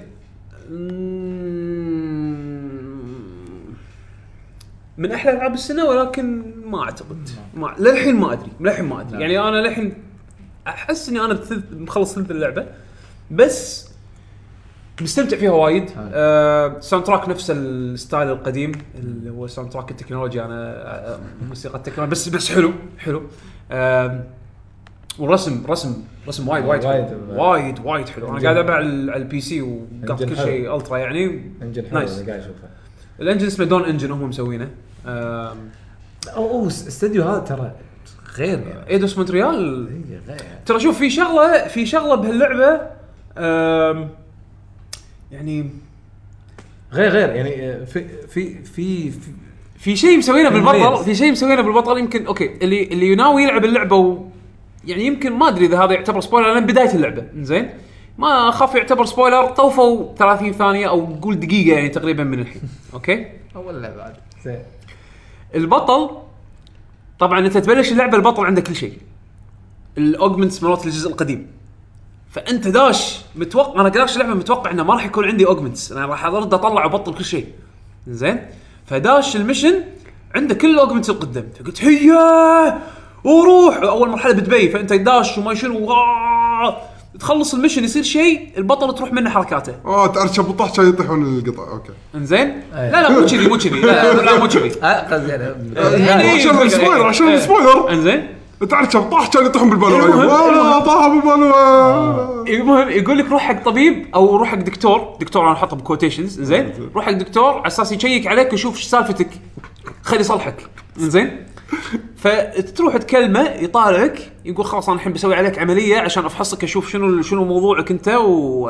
من احلى العاب السنه، ولكن ما اعتقد ما للحين ما ادري للحين ما ادري يعني انا للحين احس اني انا مخلص ثلث اللعبه بس مستمتع فيها وايد. آه ساوند تراك نفس الستايل القديم اللي هو ساوند تراك التكنولوجيا. انا آه موسيقى التكنولوجيا بس بس حلو حلو. آه والرسم رسم رسم وايد وايد وايد وايد, وايد حلو. انا قاعد العب على البي سي وقاعد كل شيء الترا يعني نايس. قاعد اشوفه الانجن اسمه دون انجن هم مسوينه. آه او استوديو هذا ترى غير يعني ايدوس مونتريال غير. ترى شوف في شغله في شغله بهاللعبه آه يعني غير غير يعني في في في في, في شيء مسوينه بالبطل في شيء مسوينه بالبطل يمكن اوكي اللي اللي يناوي يلعب اللعبه و يعني يمكن ما ادري اذا هذا يعتبر سبويلر لان بدايه اللعبه زين ما اخاف يعتبر سبويلر. طوفوا ثلاثين ثانيه او قول دقيقه يعني تقريبا من الحين. اوكي اول لعبه بعد زين. البطل طبعا انت تبلش اللعبه البطل عنده كل شيء الاوجمنتس مالت الجزء القديم. فانت داش متوقع انا قداش اللعبه متوقع انه ما راح يكون عندي اوجمنتس انا راح ارد اطلع وبطل كل شيء زين. فداش المشن عنده كل الاوجمنتس القدام فقلت هيا وروح اول مرحله بدبي. فانت داش وما شنو تخلص المشن يصير شيء البطل تروح منه حركاته اه تعرف بطح شيء يطيحون القطع. اوكي انزين لا لا مو كذي مو كذي لا لا مو كذي قصدي يعني عشان السبويلر عشان السبويلر انزين تعرف بطح كان يطيحون بالبالون. والله طاح بالبالون. المهم يقول لك روح حق طبيب او روح حق دكتور. دكتور انا احطه بكوتيشنز زين. روح حق دكتور على اساس يشيك عليك ويشوف ايش سالفتك خلي يصلحك زين. فتروح تكلمه يطالعك يقول خلاص انا الحين بسوي عليك عمليه عشان افحصك اشوف شنو شنو موضوعك انت و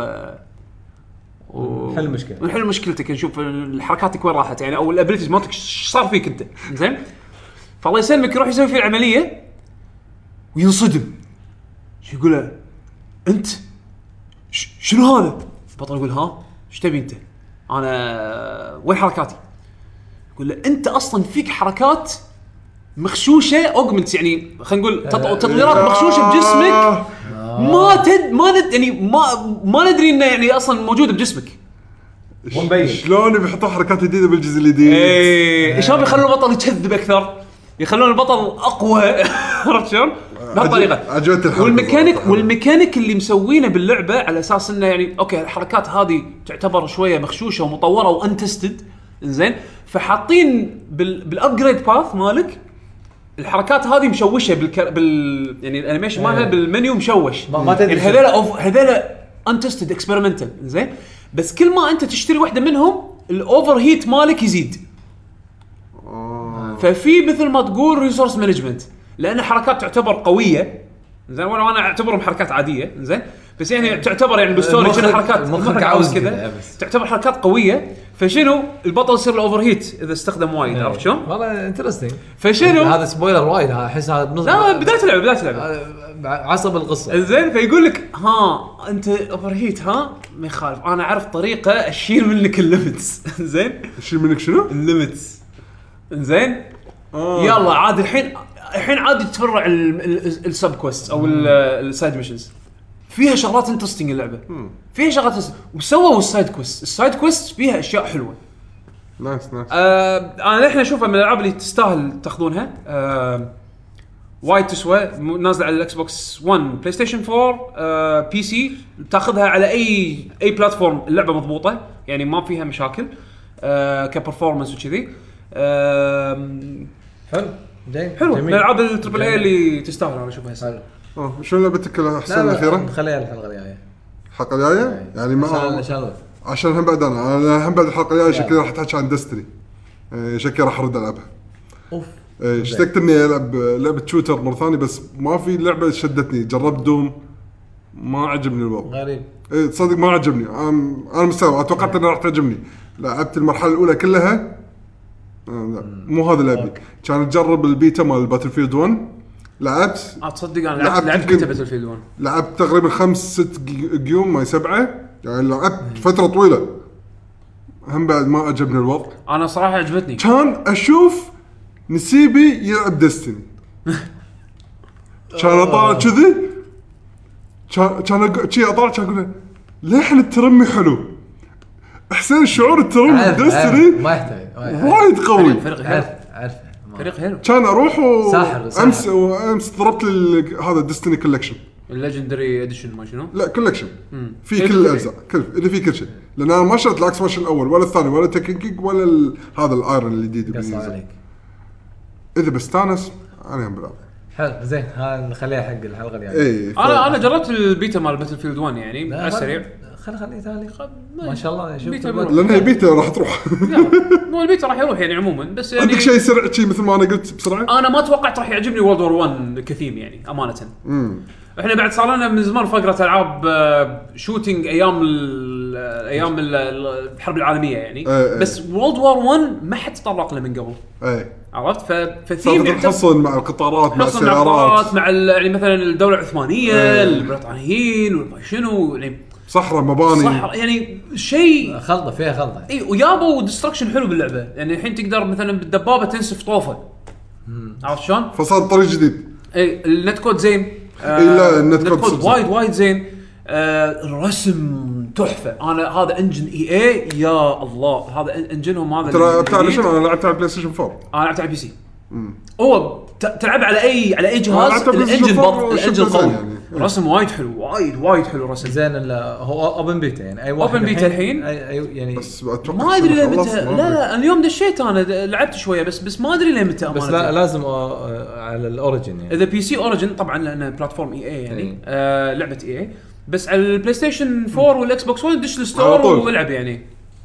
حل المشكله ونحل مشكلتك نشوف حركاتك وين راحت يعني او الابيليتيز مالتك ايش صار فيك انت زين. فالله يسلمك يروح يسوي فيه العمليه وينصدم. شو يقول له انت شنو هذا؟ البطل يقول ها ايش تبي انت؟ انا وين حركاتي؟ يقول له انت اصلا فيك حركات مخشوشه اوجمنتس يعني خلينا نقول تطويرات مخشوشه بجسمك ما تد ما ند يعني ما ما ندري انه يعني اصلا موجوده بجسمك مبين. شلون بيحطوا حركات جديده بالجزء الجديد. ايه شلون بيخلون البطل يكذب اكثر، يخلون البطل اقوى. عرفت شلون؟ بهالطريقه. عجبتني الحركه. والميكانيك والميكانيك اللي مسوينه باللعبه على اساس انه يعني اوكي الحركات هذه تعتبر شويه مخشوشه ومطوره وانتستد، زين، فحاطين بال بالابجريد باث مالك الحركات هذه مشوشه بالك... بال يعني الانيميشن مالها بالمنيو مشوش. ما, ما تدري يعني هذول أوف... هذول انتستد اكسبيرمنتال، زين، بس كل ما انت تشتري واحده منهم الاوفر هيت مالك يزيد. آه. ففي مثل ما تقول ريسورس مانجمنت، لان حركات تعتبر قويه، زين، وانا انا اعتبرهم حركات عاديه، زين، بس يعني تعتبر يعني بالستوري كذا حركات مخك عاوز كذا، تعتبر حركات قويه. فشنو البطل يصير الاوفر هيت اذا استخدم وايد، عرفت شلون؟ والله انترستينج. فشنو هذا سبويلر وايد، احس هذا بنص لا بدايه اللعبه بدايه اللعبه عصب القصه، زين. فيقول لك ها انت اوفر هيت، ها ما يخالف انا اعرف طريقه اشيل منك الليمتس. زين، اشيل منك شنو الليمتس، زين. آه. يلا عاد الحين الحين عادي تفرع السب كويست او السايد ميشنز، فيها شغلات انترستينج اللعبه، فيها شغلات وسووا السايد كويست السايد كويست فيها اشياء حلوه. نايس نايس. آه انا الحين اشوفها من الالعاب اللي تستاهل تاخذونها. آه وايد تسوى، نازله على الاكس بوكس واحد، بلاي ستيشن فور، آه بي سي، تاخذها على اي اي بلاتفورم. اللعبه مضبوطه يعني ما فيها مشاكل آه كبرفورمانس وكذي. آه حلو جيد حلو من الالعاب التربل اي اللي تستاهل انا اشوفها هسه. اه شو لعبتك احسن الاخيره؟ خليها الحلقه الجايه. الحلقه الجايه يعني ما عشان عشان هم بعد انا انا هم بعد الحلقه الجايه شكلي راح تحكي عن دستري. شكلي راح ارد العبها. اوف اشتقت اني العب لعبه شوتر مره ثانيه، بس ما في لعبه شدتني. جربت دوم ما عجبني الوضع غريب. ايه تصدق ما عجبني. انا مستوى اتوقعت انها راح تعجبني. لعبت المرحله الاولى كلها لا مو هذا اللعبي. كان تجرب البيتا مال باتل فيلد واحد، لعبت اتصدق انا لعبت لعبت بيتا باتل فيلد واحد، لعبت تقريبا خمس ست جيوم ما سبعه، يعني لعبت فتره طويله. هم بعد ما عجبني الوضع. انا صراحه عجبتني. كان اشوف نسيبي يلعب دستني، كان اطالع كذي، كان كان شي اطالع كان اقول لحن الترمي حلو. احسن الشعور الترمي دستني ما يحتاج وايد قوي. فريق عارف حلو عارف فريق حلو. كان اروح و ساحر امس وامس ضربت هذا دستني كولكشن، الليجندري اديشن ما شنو. لا كولكشن في كل الاجزاء، كل اللي فيه كل شيء. لان انا ما شريت الاكس ماشن الاول ولا الثاني ولا تكن كيك ولا ال... هذا الايرون الجديد. قص عليك اذا بستانس انا هم بلعب. حلو زين. ها نخليها حق الحلقه الجايه. اي ف... انا انا جربت البيتا مال باتل فيلد واحد يعني على السريع. خلي خلي تالي ما شاء الله شوف لان هي بيتا راح تروح. مو البيتا راح يروح يعني عموما، بس يعني عندك شيء سريع شيء مثل ما انا قلت بسرعه. انا ما توقعت راح يعجبني وورلد وور واحد كثير يعني امانه. امم احنا بعد صار لنا من زمان فقره العاب شوتينج ايام ال ايام ال الحرب العالميه يعني. ايه بس وورلد وور واحد ما حد تطرق له من قبل. اي عرفت ففي تحصل مع القطارات مع السيارات مع يعني مثلا الدوله العثمانيه ايه. البريطانيين وما شنو يعني صحراء مباني صحراء يعني شيء خلطه فيها خلطه. اي ويابوا ديستركشن حلو باللعبه يعني. الحين تقدر مثلا بالدبابه تنسف طوفه، عرفت شلون؟ فصار طريق جديد. اي النت كود زين. آه لا النت كود, كود وايد وايد زين. آه الرسم تحفه. انا هذا انجن اي اي يا الله، هذا انجنهم هذا. ترى بتاع شنو انا لعبت على بلاي ستيشن فور. انا لعبت على بي سي. هو تلعب على اي على اي جهاز الانجن بط الانجن قوي يعني. رسم وايد حلو وايد وايد حلو رسم زين. هو اوبن بيتا يعني اي واحد اوبن بيتا الحين يعني بس ما ادري ليه متى. لا لا اليوم دشيت انا لعبت شويه بس بس ما ادري ليه متى امانه. بس لا لازم على الاوريجن يعني. اذا بي سي اوريجن طبعا لانه بلاتفورم اي اي يعني آه لعبه اي اي. بس على البلاي ستيشن فور والاكس بوكس واحد دش الستور والعب يعني.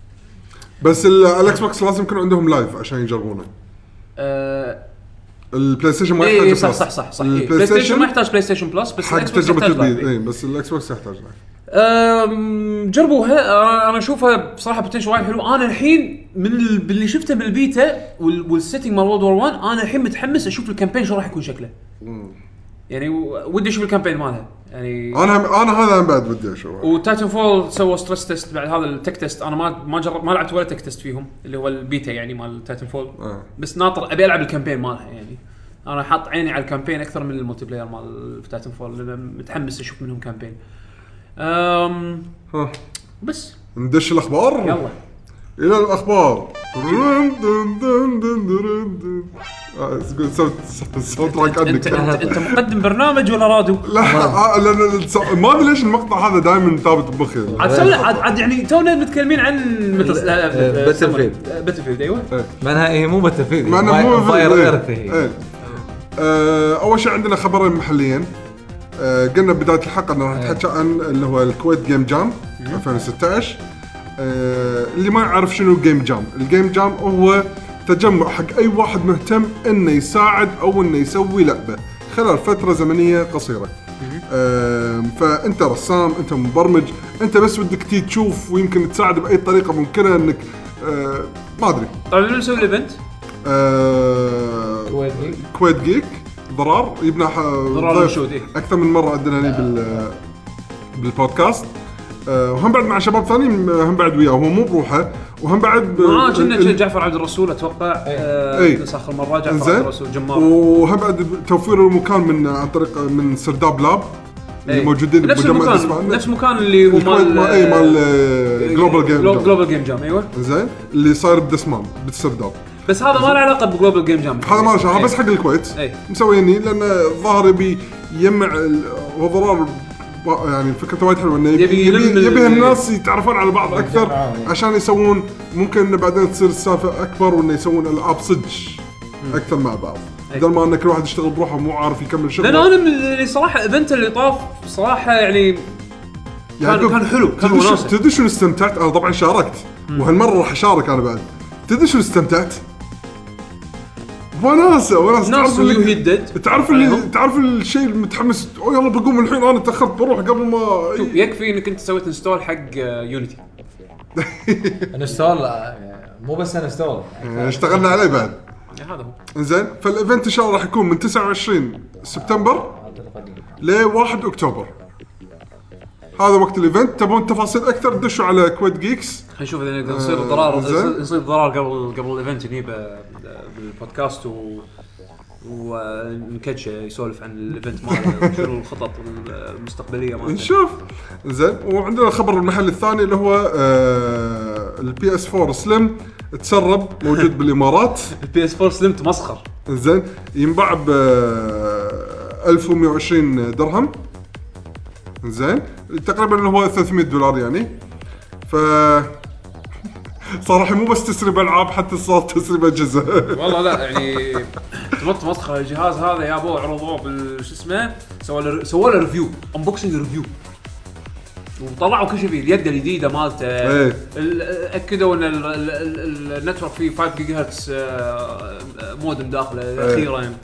بس الاكس بوكس لازم يكون عندهم لايف عشان يجربونه. آه البلاي ستيشن ما يحتاج بلس. صح صح صح صح. البلاي ستيشن ما يحتاج بلاي ستيشن بلس بس الاكس بوكس يحتاج لايف. اي بس الاكس بوكس يحتاج لايف. امم جربوها. انا اشوفها بصراحه بوتنشل وايد حلو. انا الحين من اللي شفته بالبيتا والسيتنج مال وورلد وور واحد انا الحين متحمس اشوف الكامبين شو راح يكون شكله. يعني ودي اشوف الكامبين مالها يعني. انا انا هذا بعد ودي اشوفه. وتايتن فول سووا ستريس تيست بعد هذا التك تيست. انا ما ما جرب ما لعبت ولا تك تيست فيهم اللي هو البيتا يعني مال تايتن فول. آه. بس ناطر ابي العب الكامبين مالها يعني. انا حاط عيني على الكامبين اكثر من الملتي بلاير مال تايتن فول لان متحمس اشوف منهم كامبين. امم ها بس ندش الاخبار. يلا الى الاخبار. دن دن دن دن دن دن. آه، تقول صوت صوت راك انت عندك. انت انت مقدم برنامج ولا راديو؟ لا آه، لا لا لا، ما ادري ليش المقطع هذا دائما ثابت بمخي. عاد سوي عاد عاد يعني تونا متكلمين عن مثل Battlefield. باتلفيلد ايوه. معناها هي مو باتلفيلد، ما أنا مو فاير إيه. ايرث هي. إيه. آه، اول شيء عندنا خبرين محليين. آه، قلنا بدايه الحلقه انه راح نحكي عن اللي هو الكويت جيم جام ألفين وستة عشر. آه، اللي ما يعرف شنو جيم جام، الجيم جام هو تجمع حق اي واحد مهتم انه يساعد او انه يسوي لعبه خلال فتره زمنيه قصيره. آه، فانت رسام، انت مبرمج، انت بس بدك تيجي تشوف ويمكن تساعد باي طريقه ممكنه انك آه، ما ادري. طيب منو يسوي الايفنت؟ آه، كويت جيك. كويت جيك ضرار يبنى ضرار مشهود، إيه. اكثر من مره عندنا هني بال بالبودكاست. أه وهم بعد مع شباب ثانيين هم بعد وياه، هو مو بروحه وهم بعد معاه كنا جعفر عبد الرسول اتوقع. اي نسخ اخر مره جعفر عبد الرسول جمار. وهم بعد توفير المكان من عن طريق من سرداب لاب اللي أي. موجودين نفس بمجمع المكان نفس المكان اللي هو مال اي مال جلوبال جيم جام. جلوبال جيم جام ايوه زين اللي صاير بدسمان بالسرداب. بس هذا ما له علاقه بجلوبال جيم جام، هذا ما له شغل، بس حق الكويت أي. مسويني لان الظاهر يبي يجمع وضرار يعني فكرته وايد حلوه انه يبي يبي, يبي الناس يتعرفون على بعض اكثر عشان يسوون ممكن انه بعدين تصير السالفه اكبر وانه يسوون العاب صدق اكثر مع بعض بدل ما ان كل واحد يشتغل بروحه مو عارف يكمل شغله. لان انا من اللي صراحه ايفنت اللي طاف صراحه يعني كان كان حلو، كان مناسب. تدري شنو استمتعت؟ انا طبعا شاركت وهالمره راح اشارك انا بعد. تدري شنو استمتعت؟ وناسه وناسه ناس يهدد تعرف اللي تعرف الشيء المتحمس. او يلا بقوم الحين انا تاخرت بروح قبل ما شوف يكفي انك انت سويت انستول حق يونيتي. انستول مو بس انستول اشتغلنا عليه بعد. هذا هو انزين فالايفنت ان شاء الله راح يكون من تسعة وعشرين سبتمبر ل واحد اكتوبر. هذا وقت الايفنت. تبون تفاصيل اكثر دشوا على كويت جيكس. نشوف اذا نقدر نصير ضرار نصير ضرار قبل قبل الايفنت هني بالبودكاست و ونكتش يسولف عن الايفنت ماله شنو الخطط المستقبليه مالته نشوف. زين وعندنا الخبر المحلي الثاني اللي هو آه البي اس فور سليم تسرب موجود بالامارات. البي اس فور سليم تمسخر. زين ينباع ب ألف ومئة وعشرين درهم. زين تقريبا اللي هو ثلاثمئة دولار يعني. ف صراحه مو بس تسريب العاب حتى صار تسريب اجهزه. والله لا يعني تمط مسخره الجهاز هذا يا ابو عرضوه بالش اسمه سووا له سووا له ريفيو انبوكسنج ريفيو وطلعوا كل شيء فيه اليد الجديده مالته. اكدوا ان النتورك فيه خمسة جيجا هرتز مودم داخله اخيرا.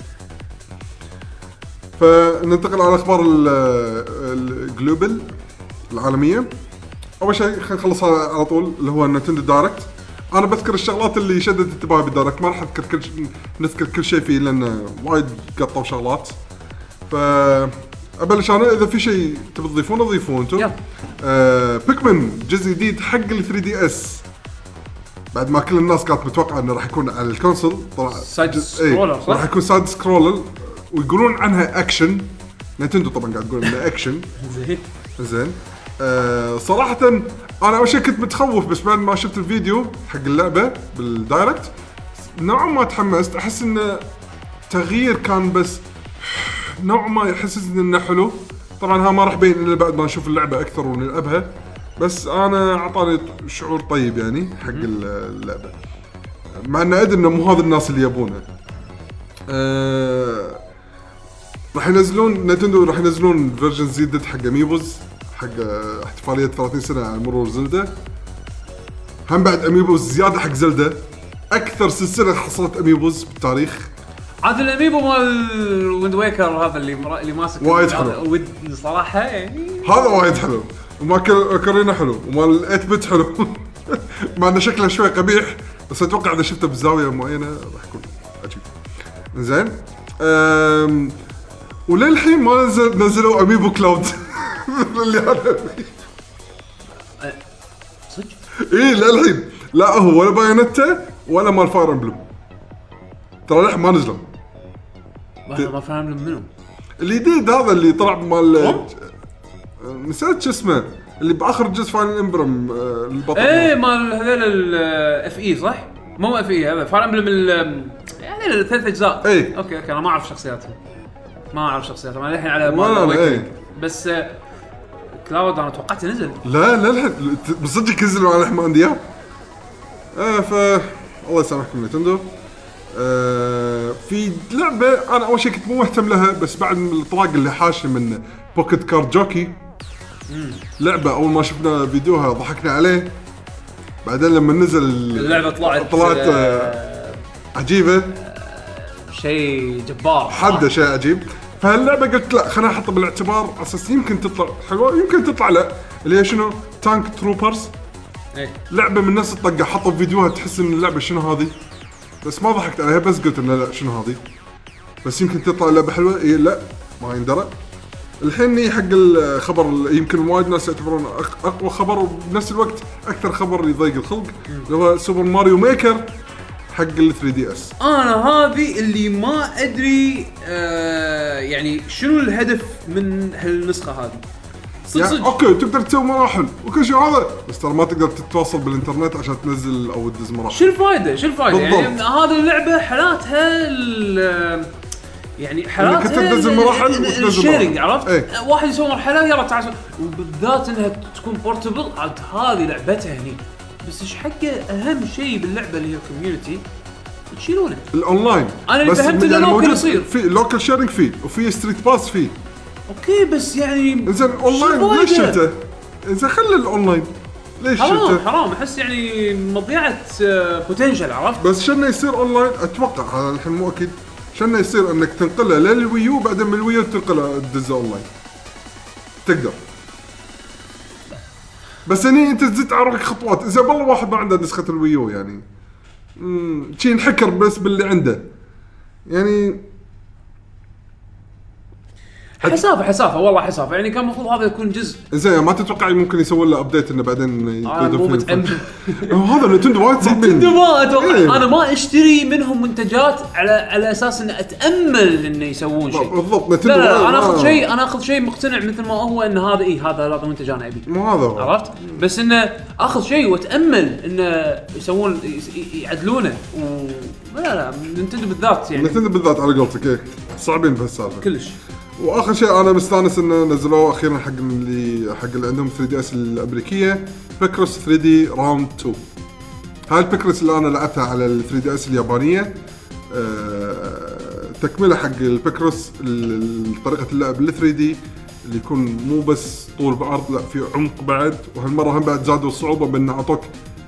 فننتقل على اخبار الجلوبال العالميه. اول شيء خلينا نخلصها على طول اللي هو نينتندو دايركت. انا بذكر الشغلات اللي شدت انتباهي بالدايركت، ما راح اذكر كل ش... نذكر كل شيء فيه لان وايد قطوا شغلات. ف ابلش انا اذا في شيء تبي تضيفونه ضيفوه انتم. آه بيكمن جزء جديد حق ال ثري دي اس بعد ما كل الناس كانت متوقعه انه راح يكون على الكونسول. طلع سايد سكرولر صح؟ راح يكون سايد سكرولر ويقولون عنها اكشن. نينتندو طبعا قاعد تقول انها اكشن. زين زين أه صراحه انا اول شيء كنت متخوف بس بعد ما شفت الفيديو حق اللعبه بالدايركت نوعا ما تحمست. احس انه تغيير كان بس نوعا ما يحسسني انه حلو. طبعا ها ما راح بين الا بعد ما نشوف اللعبه اكثر ونلعبها، بس انا اعطاني شعور طيب يعني حق اللعبه مع ان ادري انه مو هذا الناس اللي يبونه. أه راح ينزلون نينتندو راح ينزلون فيرجن زيدت حق اميبوز حق احتفاليه ثلاثين سنه على مرور زلدة. هم بعد اميبوز زياده حق زلدة اكثر سلسله حصلت اميبوز بالتاريخ. عاد الاميبو مال ويند ويكر هذا اللي مرا... اللي ماسك وايد حلو ود صراحه يعني هذا وايد حلو. وما كرينا حلو ومال ثمانية بت حلو. مع انه شكله شوي قبيح بس اتوقع اذا شفته بزاويه معينه راح يكون عجيب. زين أم... وللحين ما نزل نزلوا اميبو كلاود. اللي انا صدق ايه للحين لا هو ولا بايونيتا ولا مال فاير امبلم ترى للحين ما نزلوا. ما فاهم منهم الجديد هذا اللي طلع مال نسيت شو اسمه اللي باخر جزء فاينل امبرم البطل ايه مال هذول الاف اي صح؟ مو اف اي هذا فاينل امبرم يعني الثلاث اجزاء. ايه. اوكي اوكي انا ما اعرف شخصياتهم ما اعرف شخصياتهم انا الحين على مال ايه. بس آه كلاود انا توقعت نزل. لا لا لا بصدق نزلوا على حمان دياب. اه ف الله يسامحكم نينتندو. آه في لعبه انا اول شيء كنت مو مهتم لها بس بعد الاطلاق اللي حاشي من بوكيت كارد جوكي مم. لعبه اول ما شفنا فيديوها ضحكنا عليه بعدين لما نزل اللعبه طلعت طلعت آه عجيبه آه شيء جبار حد شيء عجيب. فهاللعبه قلت لا خلينا احطها بالاعتبار اساس يمكن تطلع حلوه يمكن تطلع لا اللي هي شنو تانك تروبرز. ايه لعبه من نفس الطقه حطوا فيديوها تحس ان اللعبه شنو هذه بس ما ضحكت عليها بس قلت انه لا شنو هذه بس يمكن تطلع لعبه حلوه. إيه لا ما يندرى. الحين حق الخبر يمكن وايد ناس يعتبرون اقوى خبر وبنفس الوقت اكثر خبر يضيق الخلق اللي هو سوبر ماريو ميكر حق ال ثري دي اس. انا هذه اللي ما ادري آه يعني شنو الهدف من هالنسخه هذه صدق يعني صدق. اوكي تقدر تسوي مراحل وكل شيء هذا بس ترى ما تقدر تتواصل بالانترنت عشان تنزل او تدز مراحل. شو الفائده شو الفائده يعني هذه اللعبه حالاتها يعني حالاتها انك تنزل مراحل وتنزل مراحل عرفت ايه؟ واحد يسوي مرحله يلا تعال وبالذات انها تكون بورتبل عاد هذه لعبتها هني بس ايش حقه اهم شيء باللعبه اللي هي كوميونتي تشيلونه الاونلاين. انا اللي فهمت انه لوكل يصير في لوكل شيرنج فيه وفي ستريت باس فيه اوكي بس يعني زين اونلاين ليش شلته؟ اذا خلي الاونلاين ليش حرام شلته؟ حرام احس يعني مضيعه بوتنشل عرفت بس شنو يصير اونلاين اتوقع هذا الحين مو اكيد شنو يصير انك تنقله للويو بعدين من الويو تنقله تدزه اونلاين تقدر بس هني انت تزيد على روحك خطوات. اذا والله واحد ما عنده نسخه الويو يعني امم شي نحكر بس باللي عنده يعني حسافه حسافه والله حسافه يعني كان المفروض هذا يكون جزء زين. ما تتوقع ممكن يسوي له ابديت انه بعدين يقدرون هذا نينتندو وايد صعبين. نينتندو ما اتوقع إيه؟ انا ما اشتري منهم منتجات على على اساس ان اتامل انه يسوون شيء بالضبط. نينتندو لا, لا, لا انا اخذ شيء انا اخذ شيء مقتنع مثل ما هو ان هذا اي هذا هذا منتج انا ابي مو هذا عرفت بس انه اخذ شيء واتامل انه يسوون يعدلونه و... لا لا نينتندو بالذات يعني نينتندو بالذات على قولتك ايه صعبين بهالسالفه كلش. واخر شيء انا مستانس انه نزلوه اخيرا حق اللي حق اللي عندهم ثري دي اس الامريكيه بيكروس ثري دي راوند تو. هاي البيكروس اللي انا لعبتها على ال ثري دي اس اليابانيه أه تكمله حق البيكروس طريقه اللعب ال ثري دي اللي يكون مو بس طول بعرض لا في عمق بعد. وهالمره هم بعد زادوا الصعوبه بان اعطوك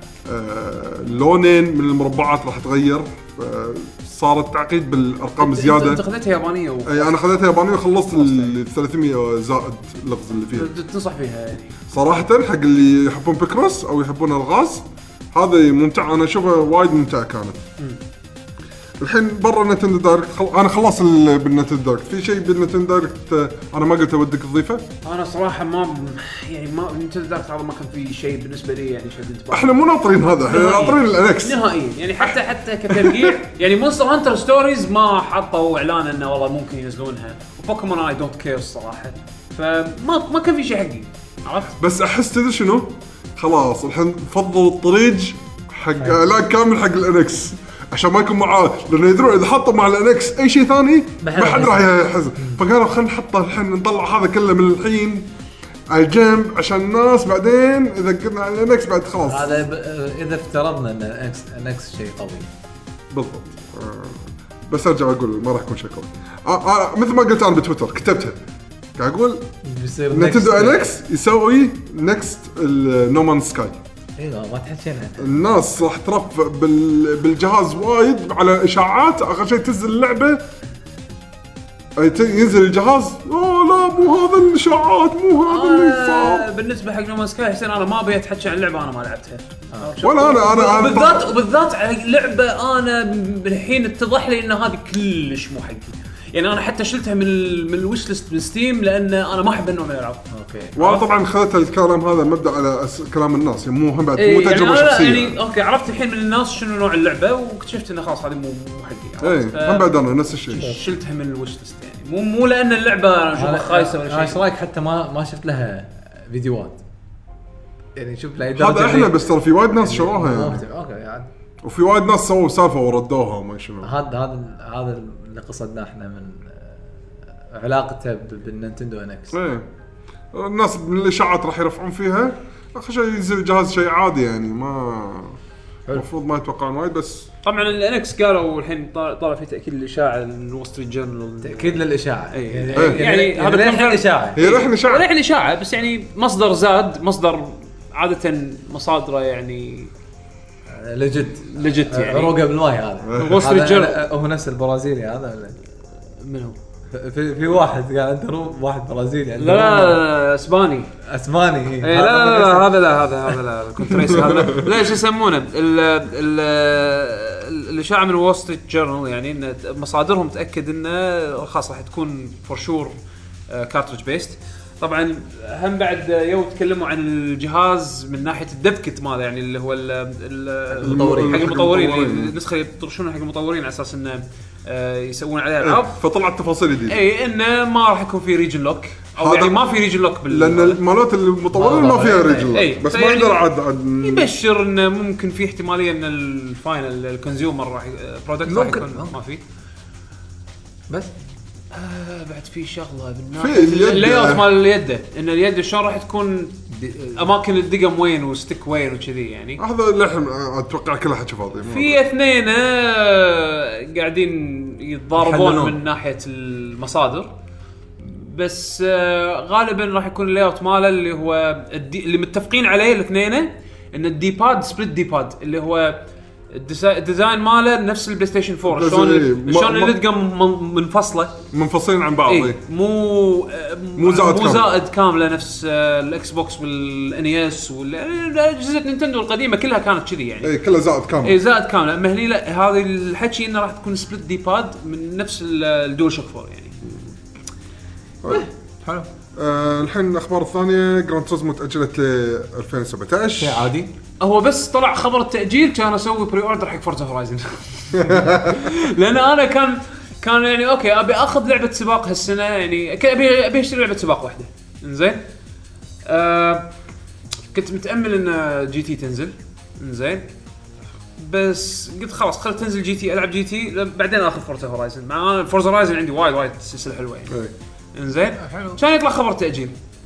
أه لونين من المربعات راح تغير صار التعقيد بالارقام زياده. انت اخذتها يابانيه و... اي انا اخذتها يابانيه وخلصت ال ثلاثمية زائد لغز اللي فيها. تنصح فيها يعني صراحه حق اللي يحبون بيكروس او يحبون الغاز هذا ممتع. انا اشوفه وايد ممتع كانت. م. الحين برا نينتندو دايركت خل... انا خلصت بالنينتندو دايركت. في شيء بالنينتندو دايركت انا ما قلت اودك تضيفه؟ انا صراحه ما يعني ما نينتندو دايركت هذا ما كان في شيء بالنسبه لي يعني شد انتباه. احنا مو ناطرين هذا احنا ناطرين الانكس نهائيا يعني حتى حتى كترقيع يعني مونستر هانتر ستوريز ما حطوا اعلان انه والله ممكن ينزلونها وبوكيمون اي دونت كير الصراحه فما ما كان في شيء حقي عرفت. بس احس تدري شنو خلاص الحين فضوا الطريق حق اعلان كامل حق الانكس عشان ما يكون معاه لانه يدرون اذا حطوا مع الانكس اي شيء ثاني ما حد راح يحزن. فقالوا خلينا نحطه الحين نطلع هذا كله من الحين على الجنب عشان الناس بعدين اذا قلنا على الانكس بعد خلاص. هذا ب... اذا افترضنا ان الانكس الانكس شيء قوي بالضبط. آه بس ارجع اقول ما راح يكون شيء قوي. آه آه مثل ما قلت انا بتويتر كتبتها قاعد اقول نينتندو انكس يسوي نكست النومان سكاي. ايوه ما تحكينا الناس راح ترفع بال... بالجهاز وايد على اشاعات اخر شيء تنزل اللعبه ينزل الجهاز اوه لا مو هذا الاشاعات مو هذا آه اللي صار. بالنسبه حق نومان سكاي حسين انا ما ابي اتحكي عن اللعبه انا ما لعبتها آه. ولا انا انا بالذات وبالذات على لعبه انا الحين اتضح لي ان هذه كلش مو حقي يعني انا حتى شلتها من ال من الويش ليست من ستيم لان انا ما احب النوع من الالعاب. اوكي وانا طبعا خذت الكلام هذا مبدا على أس... كلام الناس يعني مو هم بعد إيه مو تجربه يعني شخصيه يعني اوكي عرفت الحين من الناس شنو نوع اللعبه واكتشفت انه خلاص هذه مو مو حقي. ايه هم بعد انا نفس الشيء شلتها من الويش ليست يعني مو مو لان اللعبه اشوفها خايسه ولا ايش شيء. رايك حتى ما ما شفت لها فيديوهات يعني شوف لا هذا احنا بس ترى في وايد ناس شروها يعني اوكي يعني وفي وايد ناس سووا سالفه وردوها وما شنو هذا هذا هذا اللي قصدناه احنا من علاقته بالنينتندو ان اكس. ايه الناس من الاشاعات راح يرفعون فيها اخر شيء ينزل الجهاز شيء عادي يعني ما المفروض ما يتوقعون وايد بس طبعا الانكس قالوا الحين طلع في تاكيد الاشاعه من وول ستريت جورنال تاكيد للاشاعه أي. يعني, أي. يعني, يعني هذا الحين اشاعه هي الحين اشاعه الحين اشاعه بس يعني مصدر زاد مصدر عاده مصادره يعني لجد لجد يعني عروقه بالماي هذا وول ستريت جورنال هو نفس البرازيلي هذا ولا منو في في واحد قال انت رو واحد برازيلي لا لا اسباني اسباني إيه لا لا لا هذا لا هذا هذا لا كنت رئيس هذا لا ايش يسمونه ال ال الاشاعه من وول ستريت جورنال يعني ان مصادرهم تاكد انه خلاص راح تكون فور شور كارتريج بيست. طبعا هم بعد يو تكلموا عن الجهاز من ناحيه الدبكت ماله يعني اللي هو المطورين حق المطورين النسخه اللي يطرشونها حق المطورين على اساس انه يسوون عليها العاب فطلعت تفاصيل جديده اي انه ما راح يكون في ريجن لوك او يعني ما في ريجن لوك بال لان مالات المطورين ما فيها ريجن لوك بس ما يقدر عاد يبشر انه ممكن في احتماليه ان الفاينل الكونسيومر راح برودكت راح يكون ما في بس آه بعد في شغله بالناحيه اللاي اوت مال اليد ان اليد شلون راح تكون اماكن الدقم وين وستيك وين وكذي يعني هذا اللحم اتوقع كله حكي فاضي في اثنين آه قاعدين يتضاربون من ناحيه المصادر بس آه غالبا راح يكون اللاي اوت ماله اللي هو اللي متفقين عليه الاثنين ان الدي باد سبليت دي باد اللي هو الديزاين ماله نفس البلاي ستيشن فور شلون شلون اللي تقام منفصله منفصلين عن بعض إيه مو مو زائد مو زائد كامله نفس الاكس بوكس والانيس والاجهزه نينتندو القديمه كلها كانت كذي يعني اي كلها زائد كامله اي زائد كامله اما هني لا هذه الحكي انه راح تكون سبليت دي باد من نفس الدول شوك فور يعني حلو. آه الحين الاخبار الثانيه جراند توريزمو تاجلت ل ألفين وسبعة عشر شيء عادي هو بس طلع خبر التاجيل كان اسوي بري اوردر حق فورزا هورايزن لان انا كان كان يعني اوكي ابي اخذ لعبه سباق هالسنه يعني ابي ابي اشتري لعبه سباق واحده انزين آه كنت متامل ان جي تي تنزل انزين بس قلت خلاص خلت تنزل جي تي العب جي تي بعدين اخذ فورزا هورايزن مع فورزا هورايزن عندي وايد وايد سلسله حلوه يعني انزين كان يطلع خبر تاجيل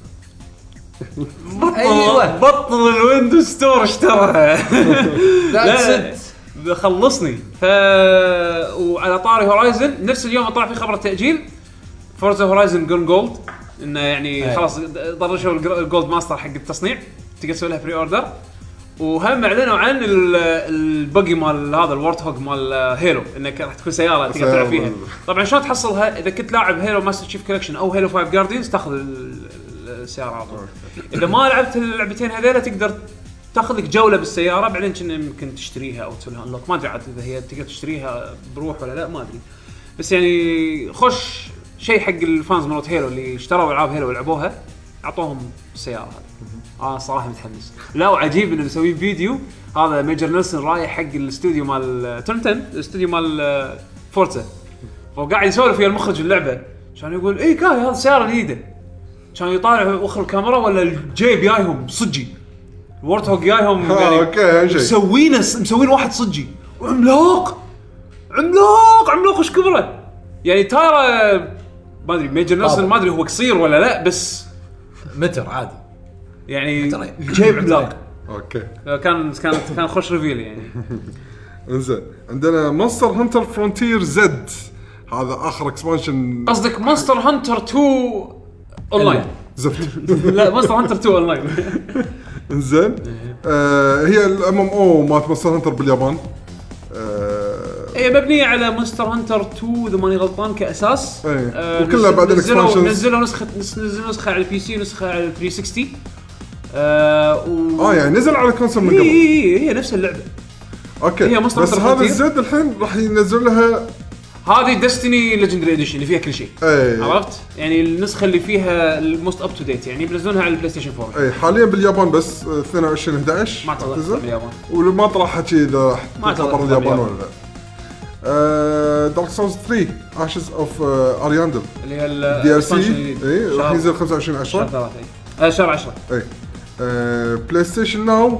ايوه بطل الويندوز ستور اشتراها لا خلصني ف وعلى طاري هورايزن نفس اليوم طلع في خبر تاجيل فورزا هورايزن جون جولد انه يعني خلاص ضرشوا الجولد ماستر حق التصنيع تقدر تسوي لها بري اوردر وهم اعلنوا عن الباقي مال هذا الورت هوج مال هيلو انك راح تكون سياره تقدر تلعب فيها طبعا شلون تحصلها اذا كنت لاعب هيلو ماستر تشيف كولكشن او هيلو فايف جاردينز تاخذ السياره على طول اذا ما لعبت اللعبتين هذيلا تقدر تاخذ لك جوله بالسياره بعدين كنا يمكن تشتريها او تسوي لها انلوك ما ادري عاد اذا هي تقدر تشتريها بروح ولا لا ما ادري بس يعني خش شيء حق الفانز مالت هيلو اللي اشتروا العاب هيلو ولعبوها اعطوهم السياره هذه اه صراحه متحمس لا وعجيب انه مسوي فيديو هذا ميجر نيلسون رايح حق الاستوديو مال تنتن الاستوديو مال فورتزا وقاعد يسولف ويا المخرج اللعبه كان يقول ايه كاي هذا السياره الجديده كان يطالع وخر الكاميرا ولا الجيب جايهم صجي الورت هوج جايهم يعني اوكي مسوينه مسوين واحد صجي وعملاق عملاق عملاق ايش كبره يعني تايره ما ادري ميجر نيلسون ما ادري هو قصير ولا لا بس متر عادي يعني جيب عملاق اوكي كان كان كان خوش ريفيل يعني انزين عندنا مونستر هانتر فرونتير زد هذا اخر اكسبانشن قصدك مونستر هانتر تو اونلاين زفت لا مونستر هانتر تو اونلاين انزين آه هي الام ام او مالت مونستر هانتر باليابان آه هي مبنيه على مونستر هانتر تو اذا ماني غلطان كاساس آه وكلها بعدين اكسبانشنز نزلوا نسخه نزلوا نسخه على البي سي ونسخه على ثلاثمية وستين آه و... اه يعني نزل على كونسول من قبل اي هي نفس اللعبه اوكي بس هذا الزد الحين راح ينزل لها هذه ديستني ليجندري اديشن اللي فيها كل شيء اي عرفت يعني النسخه اللي فيها الموست اب تو ديت يعني بينزلونها على البلاي ستيشن فور. اي حاليا باليابان بس اثنين وعشرين احد عشر ما تنزل باليابان وما طلع حكي اذا ما تطلع تنزل اليابان باليابان. ولا لا. دارك سولز ثلاثة اشز اوف ارياندل اللي هي دي ال سي اي راح ينزل خمسة وعشرين شهر عشرة ثلاثة اي شهر عشرة اي بلاي ستيشن ناو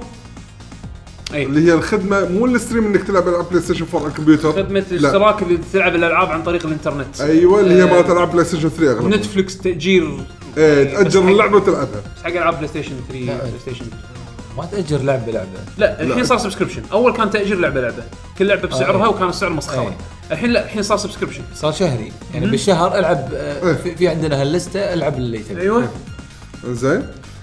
اي اللي هي الخدمه مو الستريم انك تلعب العاب بلاي ستيشن فور على الكمبيوتر خدمه لا. الاشتراك اللي تلعب الالعاب عن طريق الانترنت. ايوه اللي هي آه، مالت العاب بلاي ستيشن ثلاثة اغلب نتفلكس تاجير ايه بس تاجر حق- اللعبه وتلعبها بس حق العاب بلاي ستيشن ثري لا. بلاي ستيشن ما تاجر لعبه لعبه. لا الحين صار سبسكريبشن. اول كان تاجير لعبه لعبه كل لعبه بسعرها آه. وكان السعر مسخره. أي. الحين لا الحين صار سبسكريبشن. صار شهري يعني بالشهر العب آه، في, في عندنا هاللسته العب اللي تبي. ايوه زين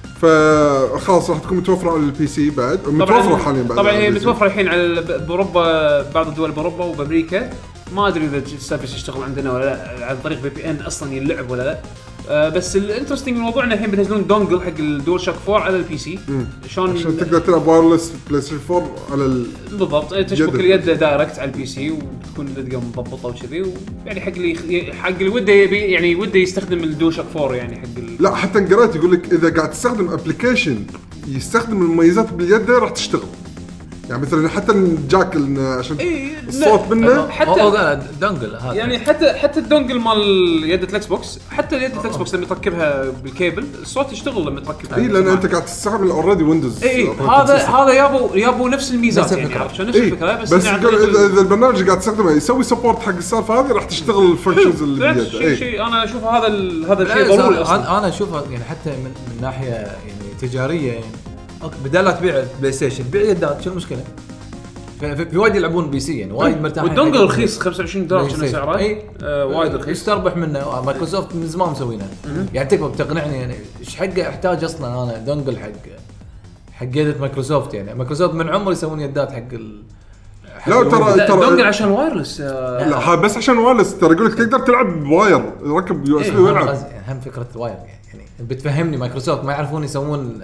فخلاص راح تكون متوفره على البي سي بعد متوفره حاليا بعد طبعا على هي البي سي. متوفره الحين على ب- باوروبا بعض الدول باوروبا وبامريكا. ما ادري اذا السيرفيس يشتغل عندنا ولا لا عن طريق في بي ان اصلا يلعب ولا لا. آه بس الانترستنج الموضوع انه الحين بينزلون دونجل حق الدول شوك فور على البي سي شلون عشان تقدر تلعب وايرلس بلاي ستيشن فور على ال... بالضبط تشبك جد. اليد دايركت على البي سي وتكون الادقه مضبطه وكذي يعني حق اللي يخ- حق اللي وده يبي يعني وده يستخدم الدول شوك فور يعني حق ال... لا حتى قرأت يقول لك اذا قاعد تستخدم ابلكيشن يستخدم المميزات باليد راح تشتغل يعني مثلا حتى الجاك إن عشان إيه، الصوت لا. منه حتى- أو- أو لا، دنجل هذا يعني حتى حتى الدونجل مال يد الاكس بوكس حتى يد الاكس بوكس لما تركبها بالكيبل الصوت يشتغل لما تركبها اي لان انت قاعد تستعمل اوريدي ويندوز اي إيه هذا هذا يابو يابو نفس الميزات نفس يعني الفكرة. عرفت شلون نفس إيه الفكره بس, بس إنه عن يقول طريق اذا ال- إذا البرنامج قاعد تستخدمه يسوي سبورت حق السالفه هذه راح تشتغل الفانكشنز اللي فعلاً بيده شيء اي شيء انا اشوف هذا ال- هذا لا، الشيء ضروري أنا- اصلا. انا اشوفها يعني حتى من, من ناحيه يعني تجاريه يعني أوكي، بدال لا تبيع بلاي ستيشن بيع يدات شو المشكله؟ في, في, في وايد يلعبون بي سي يعني وايد مرتاحين والدونجل حق- رخيص خمسة وعشرين دولار بلاي كنا ستيشن. سعره اي آه وايد رخيص. يستربح منه مايكروسوفت من زمان مسوينه يعني تكفى بتقنعني يعني ايش حق احتاج اصلا انا دونجل حق حق يدة مايكروسوفت يعني مايكروسوفت من عمر يسوون يدات حق ال حق لا، ترى- الويندوز. لا ترى- الدونجل عشان وايرلس آه لا ها بس عشان وايرلس ترى يقول لك تقدر تلعب بواير يركب يو اس بي إيه، ويلعب قصدي اهم فكره الواير يعني بتفهمني مايكروسوفت ما يعرفون يسوون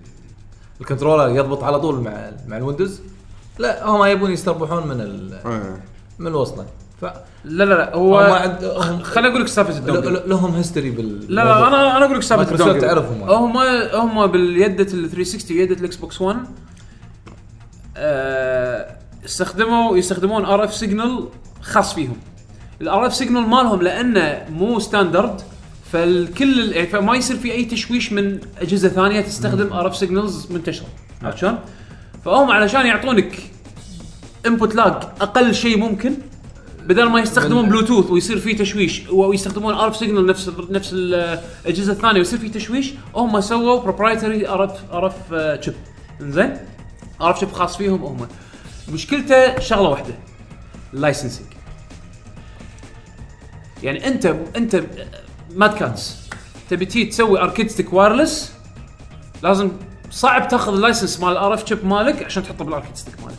الكنترولر يضبط على طول مع مع الويندوز لا هم يبون يستربحون من ال إيه. من الوصله ف لا لا لا هم هو عندهم خليني اقول لك سالفه الدونجل. ل- لهم هيستوري بال لا لا انا انا اقول لك سالفه مايكروسوفت الدونجل. تعرفهم. هم هم باليدة ال ثلاثمية وستين ويدة الاكس بوكس ون آه، استخدموا يستخدمون ار اف سيجنال خاص فيهم. الار اف سيجنال مالهم لانه مو ستاندرد فالكل يعني فما يصير في اي تشويش من اجهزه ثانيه تستخدم ار اف سيجنالز منتشره عرفت شلون؟ فهم علشان يعطونك انبوت لاج اقل شيء ممكن بدل ما يستخدمون بلوتوث ويصير فيه تشويش ويستخدمون ار اف سيجنال نفس نفس الاجهزه الثانيه ويصير فيه تشويش هم سووا بروبرايتري ار اف ار اف تشيب انزين ار اف تشيب خاص فيهم هم. مشكلته شغله واحده اللايسنسنج يعني انت انت ماد كاتس تبي تي تسوي اركيد ستيك وايرلس لازم صعب تاخذ اللايسنس مال الار اف تشيب مالك عشان تحطه بالاركيد ستيك مالك.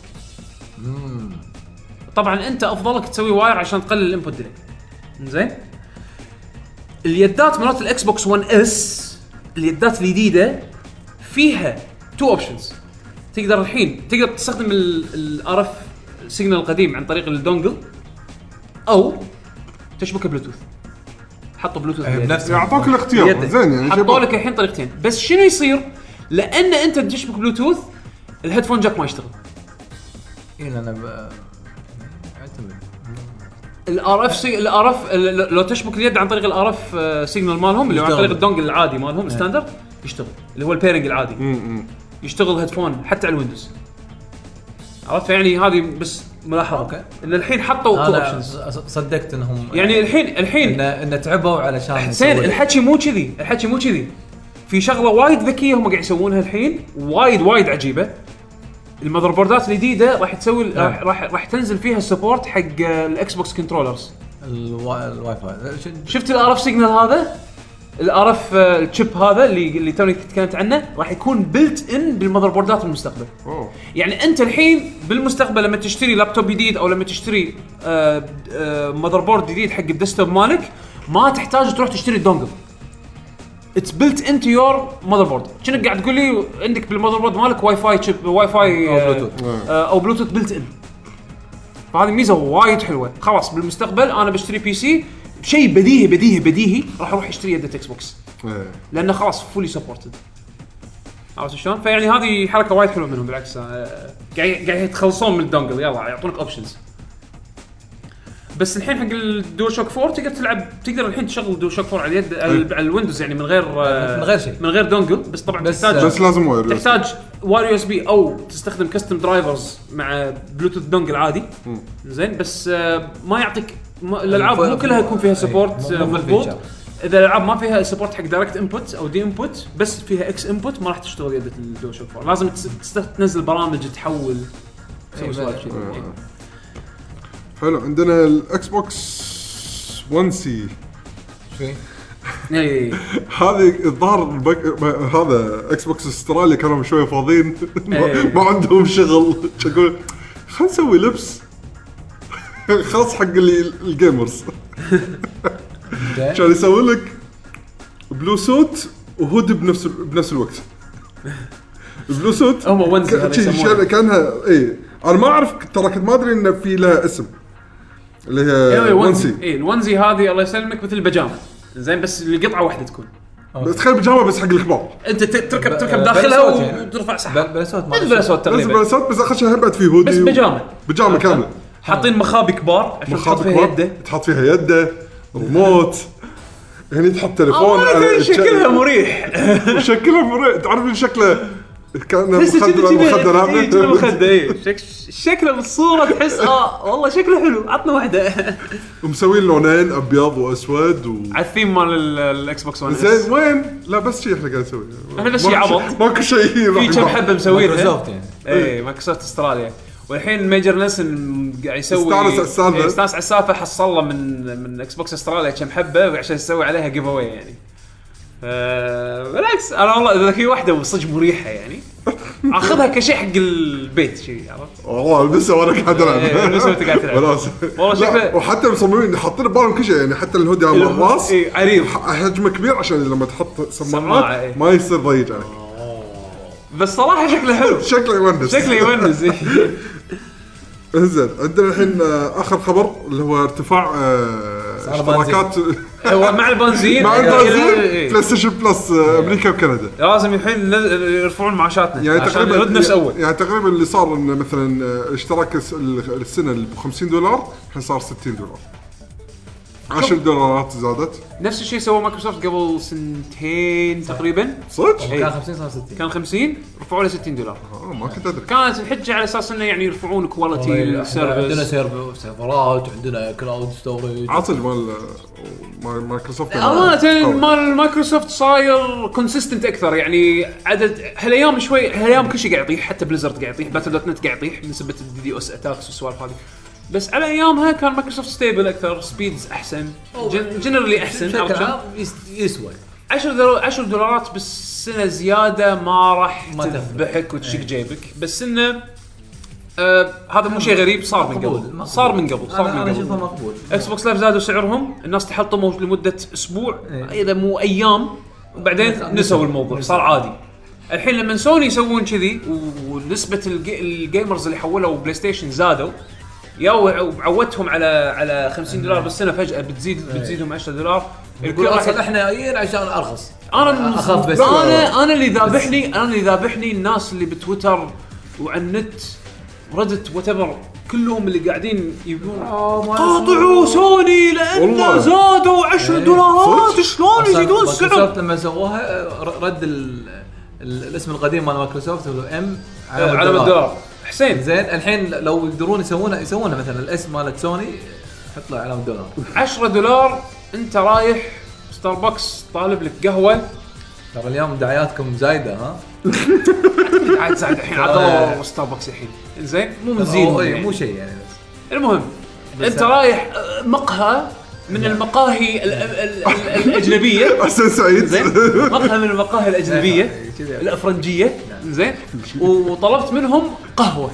طبعا انت افضلك تسوي واير عشان تقلل الانبوت ديلي زين. اليدات مالت الاكس بوكس ون اس اليدات الجديده فيها تو اوبشنز تقدر الحين تقدر تستخدم الار اف سيجنال القديم عن طريق الدونجل او تشبكه بلوتوث. حطوا بلوتوث بنفس يعطوك الاختيار بيدك. زين يعني شيء حطوا لك الحين طريقتين بس شنو يصير لان انت تشبك بلوتوث الهيدفون جاك ما يشتغل. اي انا ب... اعتمد الار اف سي الار اف لو تشبك اليد عن طريق الار اف سيجنال مالهم اللي هو عن يشتغل. طريق الدونجل العادي مالهم ستاندرد يشتغل اللي هو البيرنج العادي امم يشتغل هيدفون حتى على الويندوز عرفت يعني هذه بس ملاحظه أوكي. ان الحين حطوا تو انا اوبشنز ص- صدقت انهم يعني الحين الحين ان ان تعبوا علشان حسين يسوي- الحكي مو كذي الحكي مو كذي في شغله وايد ذكيه هم قاعد يسوونها الحين وايد وايد عجيبه. المذر بوردات الجديده راح تسوي نعم. راح راح راح تنزل فيها سبورت حق الاكس بوكس كنترولرز. الوا- الواي فاي ش- شفت الار اف سيجنال هذا الار اف الشيب هذا اللي اللي توني تكلمت عنه راح يكون بلت ان بالمذر بوردات المستقبل. اوه يعني انت الحين بالمستقبل لما تشتري لابتوب جديد او لما تشتري آه آه مذر بورد جديد حق الديسكتوب مالك ما تحتاج تروح تشتري الدونجل. اتس بيلت انتو يور مذر بورد. كأنك قاعد تقول لي عندك بالمذر بورد مالك واي فاي شيب واي فاي أو بلوتوث. آه او بلوتوث بيلت ان فهذه ميزه وايد حلوه. خلاص بالمستقبل انا بشتري بي سي شيء بديهي بديهي بديهي راح اروح اشتري يده اكس بوكس لانه خلاص فولي سبورتد. عرفت شلون؟ فيعني هذه حركه وايد حلوه منهم بالعكس. آه، قاعد قاعد يتخلصون من الدونجل يلا يعطونك اوبشنز. بس الحين حق الدول شوك فور تقدر تلعب تقدر الحين تشغل الدول شوك فور على اليد على الويندوز يعني من غير من غير شيء من غير دونجل. بس طبعا بس تحتاج بس لازم واير تحتاج واير يو اس بي او تستخدم كاستم درايفرز مع بلوتوث دونجل عادي. زين بس آه، ما يعطيك ما الالعاب مو كلها يكون فيها سبورت مضبوط. اذا الالعاب ما فيها سبورت حق دايركت انبوت او دي انبوت بس فيها اكس انبوت ما راح تشتغل يد الدول شوك فور. لازم تنزل برامج تحول تسوي سوالف كذي. حلو. عندنا الاكس بوكس ون سي شوي اي هذه الظاهر البك... هذا اكس بوكس استراليا كانوا شويه فاضيين ما عندهم شغل شكل خلينا نسوي لبس خاص حق اللي الجيمرز عشان يسوي لك بلو سوت وهود بنفس بنفس الوقت. البلو سوت هم ونزي هذا يسمونه كانها اي انا ما اعرف ترى كنت ما ادري انه في لها اسم اللي هي ونسي. اي الونزي هذه الله يسلمك مثل البيجامه زين بس القطعه واحده تكون. بس تخيل بيجامه بس حق الكبار انت تركب تركب داخلها وترفع سحب بلسوت بلسوت تقريبا بس بس اخر شيء بعد في هودي بس بيجامه بيجامه كامله حاطين مخابي كبار عشان تحط فيها يده تحط فيها يده ريموت هني تحط تليفون على شكلها مريح شكلها مريح تعرف شكله كان مخدر مخدر هذا مخدر اي شكله بالصوره تحس اه والله شكله حلو عطنا واحده ومسوين لونين ابيض واسود و على الثيم مال الاكس بوكس ون زين وين لا بس شيء احنا قاعد نسوي احنا بس شيء عبط ماكو شيء في كم حبه مسوينها مايكروسوفت يعني اي مايكروسوفت استراليا. والحين ميجر نيلسون قاعد يسوي استانس على السالفه استانس على السالفه حصل له من من اكس بوكس استراليا كم حبه عشان يسوي عليها جيف اواي يعني. أه بالعكس انا والله اذا في واحده وصج مريحه يعني اخذها كشيء حق البيت شيء عرفت والله البسها وانا قاعد العب البسها وانت قاعد تلعب والله شكله وحتى مصممين حاطين بالهم كل شيء يعني حتى الهودي على الراس عريض حجمه كبير عشان لما تحط سماعات ما يصير ضيق عليك. بس صراحه شكله حلو شكله يونس شكله يونس انزين عندنا الحين اخر خبر اللي هو ارتفاع اشتراكات هو مع البنزين مع البنزين بلاي ستيشن بلس امريكا وكندا لازم الحين يرفعون معاشاتنا يعني تقريبا يرد نفس اول يعني تقريبا اللي صار انه مثلا اشتراك السنه ب خمسين دولار الحين صار ستين دولار عشر دولارات زادت. نفس الشيء سوى مايكروسوفت قبل سنتين تقريبا صدق كان خمسين صار ستين كان خمسين رفعوا له ستين دولار. اه ما كنت ادري كانت الحجه على اساس انه يعني يرفعون كواليتي السيرفيس. عندنا سيرفرات وعندنا كلاود ستورج عاصج مال مال مايكروسوفت امانه مال مايكروسوفت صاير كونسيستنت اكثر يعني عدد هالايام شوي هالايام كل شيء قاعد يطيح حتى بليزرد قاعد يطيح باتل دوت نت قاعد يطيح من سبه الدي دي اس اتاكس والسوالف هذه. بس على ايامها كان مايكروسوفت ستيبل اكثر سبيدز احسن جنرالي احسن يسوى عشرة دولارات بالسنه زياده ما راح تذبحك وتشق جيبك. بس انه آه هذا مو شيء غريب صار من قبل صار من قبل صار من قبل مقبول. اكس بوكس لايف زادوا سعرهم الناس تحطموا لمده اسبوع اذا مو ايام وبعدين نسوا الموضوع صار عادي. الحين لما سوني يسوون كذي ونسبه الجيمرز اللي حولوا بلاي ستيشن زادوا يا وعودتهم على على خمسين دولار بالسنه فجاه بتزيد بتزيدهم عشرة دولار يقول اصلا احنا جايين عشان ارخص. انا اخاف بس انا انا اللي ذابحني انا اللي ذابحني الناس اللي بتويتر وعلى النت ردت واتيفر كلهم اللي قاعدين يقولون قاطعوا سوني لان زادوا عشرة دولارات شلون يزيدون السعر. لما سووها رد الاسم القديم مال مايكروسوفت هو ام على الدولار حسين. زين الحين لو يقدرون يسوونها يسوونها مثلا الاسم مالت سوني حط له علامه دولار عشرة دولار. انت رايح ستاربكس طالب لك قهوه ترى اليوم دعاياتكم زايده ها عاد زايد الحين عطوا ستاربكس الحين زين مو مزين يعني. مو شيء يعني بس المهم انت رايح مقهى من المقاهي ال ال ال الاجنبيه حسين سعيد زين مقهى من المقاهي الاجنبيه الافرنجيه زين وطلبت منهم قهوه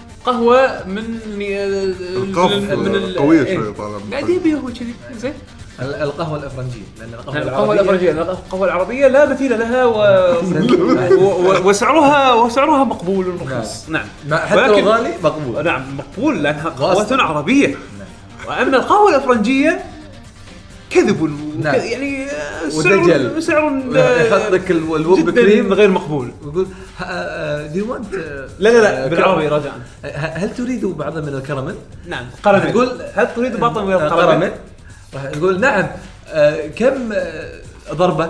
قهوه من القهوه قويه شوي طالب قاعد يبيه هو كذي زين ال- القهوه الافرنجيه لان القهوه القهوة العربيه الأفرنجية القهوة العربية لا مثيل لها و... و... و... وسعرها وسعرها مقبول ورخيص نعم ما حتى ولكن- لو غالي مقبول. نعم مقبول لأنها غاصب. قهوة عربية وأما القهوة الأفرنجية كذب و... نعم. يعني آه، سعر ودجل. سعر يحط لك ال- الوب جداً كريم غير مقبول ويقول دي وانت لا لا لا بالعربي رجاء هل تريد بعضا من الكراميل؟ نعم قرن يقول هل تريد باطن من آه، القرن قراميل راح يقول نعم آه، كم آه، ضربه؟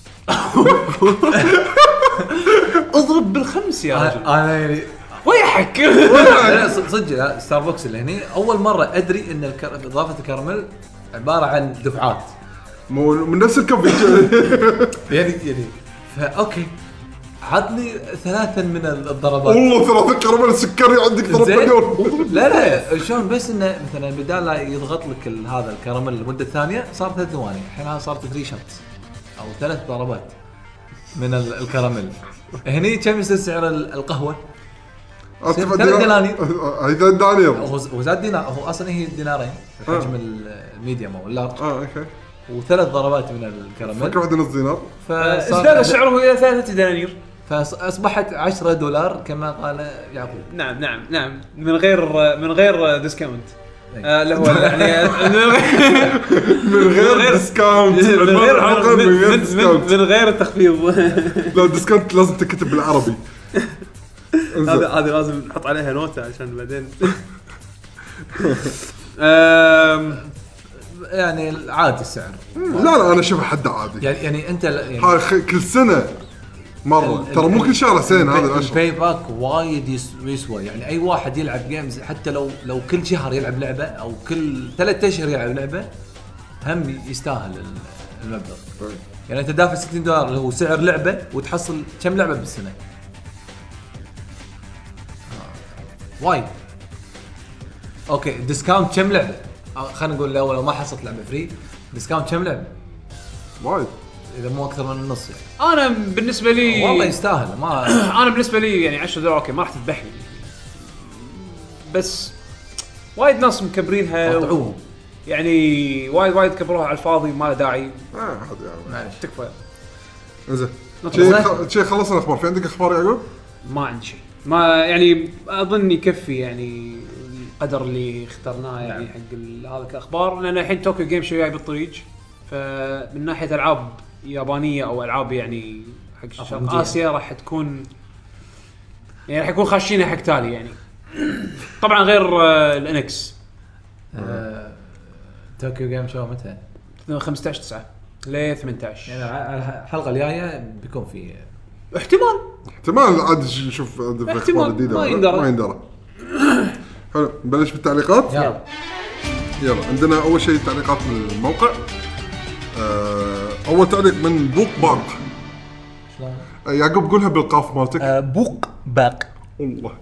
اضرب بالخمس يا رجل انا يعني ويحك لا، صدق صدق لا، ستاربكس اللي هني اول مره ادري ان الكر... اضافه الكراميل عباره عن دفعات مو من نفس الكوفي. يعني يعني فا اوكي عطني ثلاثا من الضربات والله ثلاثة كراميل سكري عندك ضرب زين؟ مليون. لا لا شلون بس انه مثلا بدال لا يضغط لك ال- هذا الكراميل لمده ثانيه صار ثلاث ثواني الحين هذا صارت ثلاث شوتس او ثلاث ضربات من ال- الكراميل. هني كم يصير سعر ال- القهوه؟ أدفع ثلاث دنانير. هاي ثلاث دنانير. هو هو زاد دينار هو اصلا هي دينارين حجم ال- الميديوم او اللارج اه اوكي. وثلاث ضربات من الكراميل فكر واحدة نص دينار. ازداد سعره الى ثلاثة دنانير فاصبحت عشرة دولار كما قال يعقوب. نعم نعم نعم من غير من غير ديسكاونت أي. آه، اللي هو يعني من غير ديسكاونت. من غير الحلقة من غير ديسكاونت. من غير التخفيض لا ديسكاونت لازم تكتب بالعربي. هذا هذه لازم نحط عليها نوتة عشان بعدين آم، يعني عادي السعر لا لا انا اشوفه حد عادي. يعني يعني انت ل- يعني هاي خ- كل سنة مرة ال- ترى مو ال- كل شهر سنة هذا الاشهر. الباي باك وايد يس- يسوى يعني اي واحد يلعب جيمز حتى لو لو كل شهر يلعب لعبه او كل ثلاثة اشهر يلعب لعبه هم يستاهل ال- المبلغ. يعني انت دافع ستين دولار اللي هو سعر لعبه وتحصل كم لعبه بالسنه؟ آه. وايد. اوكي ديسكاونت كم لعبه؟ آه، خلينا نقول لو لو ما حصلت لعبه فري ديسكاونت كم لعبه؟ وايد. اذا مو اكثر من النص يعني. انا بالنسبه لي والله يستاهل ما انا بالنسبه لي يعني عشرة دولار اوكي ما راح تذبحني بس وايد ناس مكبرينها و... قطعوه يعني وايد وايد كبروها على الفاضي ما له داعي اه عادي يعني. معلش. تكفى زين. نطلع. شيء خ- شيء خلصنا الاخبار. في عندك اخبار يا يعقوب؟ ما عندي شيء ما يعني اظن يكفي يعني القدر اللي اخترناه يعني حق ال- هذا الاخبار لان الحين طوكيو جيم شو جاي بالطريق فمن ناحيه العاب يابانيه او العاب يعني حق شرق أفرنجية. اسيا راح تكون يعني راح يكون خاشينها حق تالي يعني طبعا غير آه، الانكس آه، طوكيو جيم شو متى؟ خمسة عشر تسعة ل ثمانية عشر يعني ع- الحلقه الجايه بيكون في احتمال احتمال عاد نشوف عندك اخبار احتمال، جديدة ما ولا لا؟ يندرى. ما يندرى. حلو نبلش بالتعليقات. يلا يلا عندنا اول شيء تعليقات من الموقع. آه، اول تعليق من بوق باق. شلون؟ آه، يعقوب قولها بالقاف مالتك. بوق باق والله.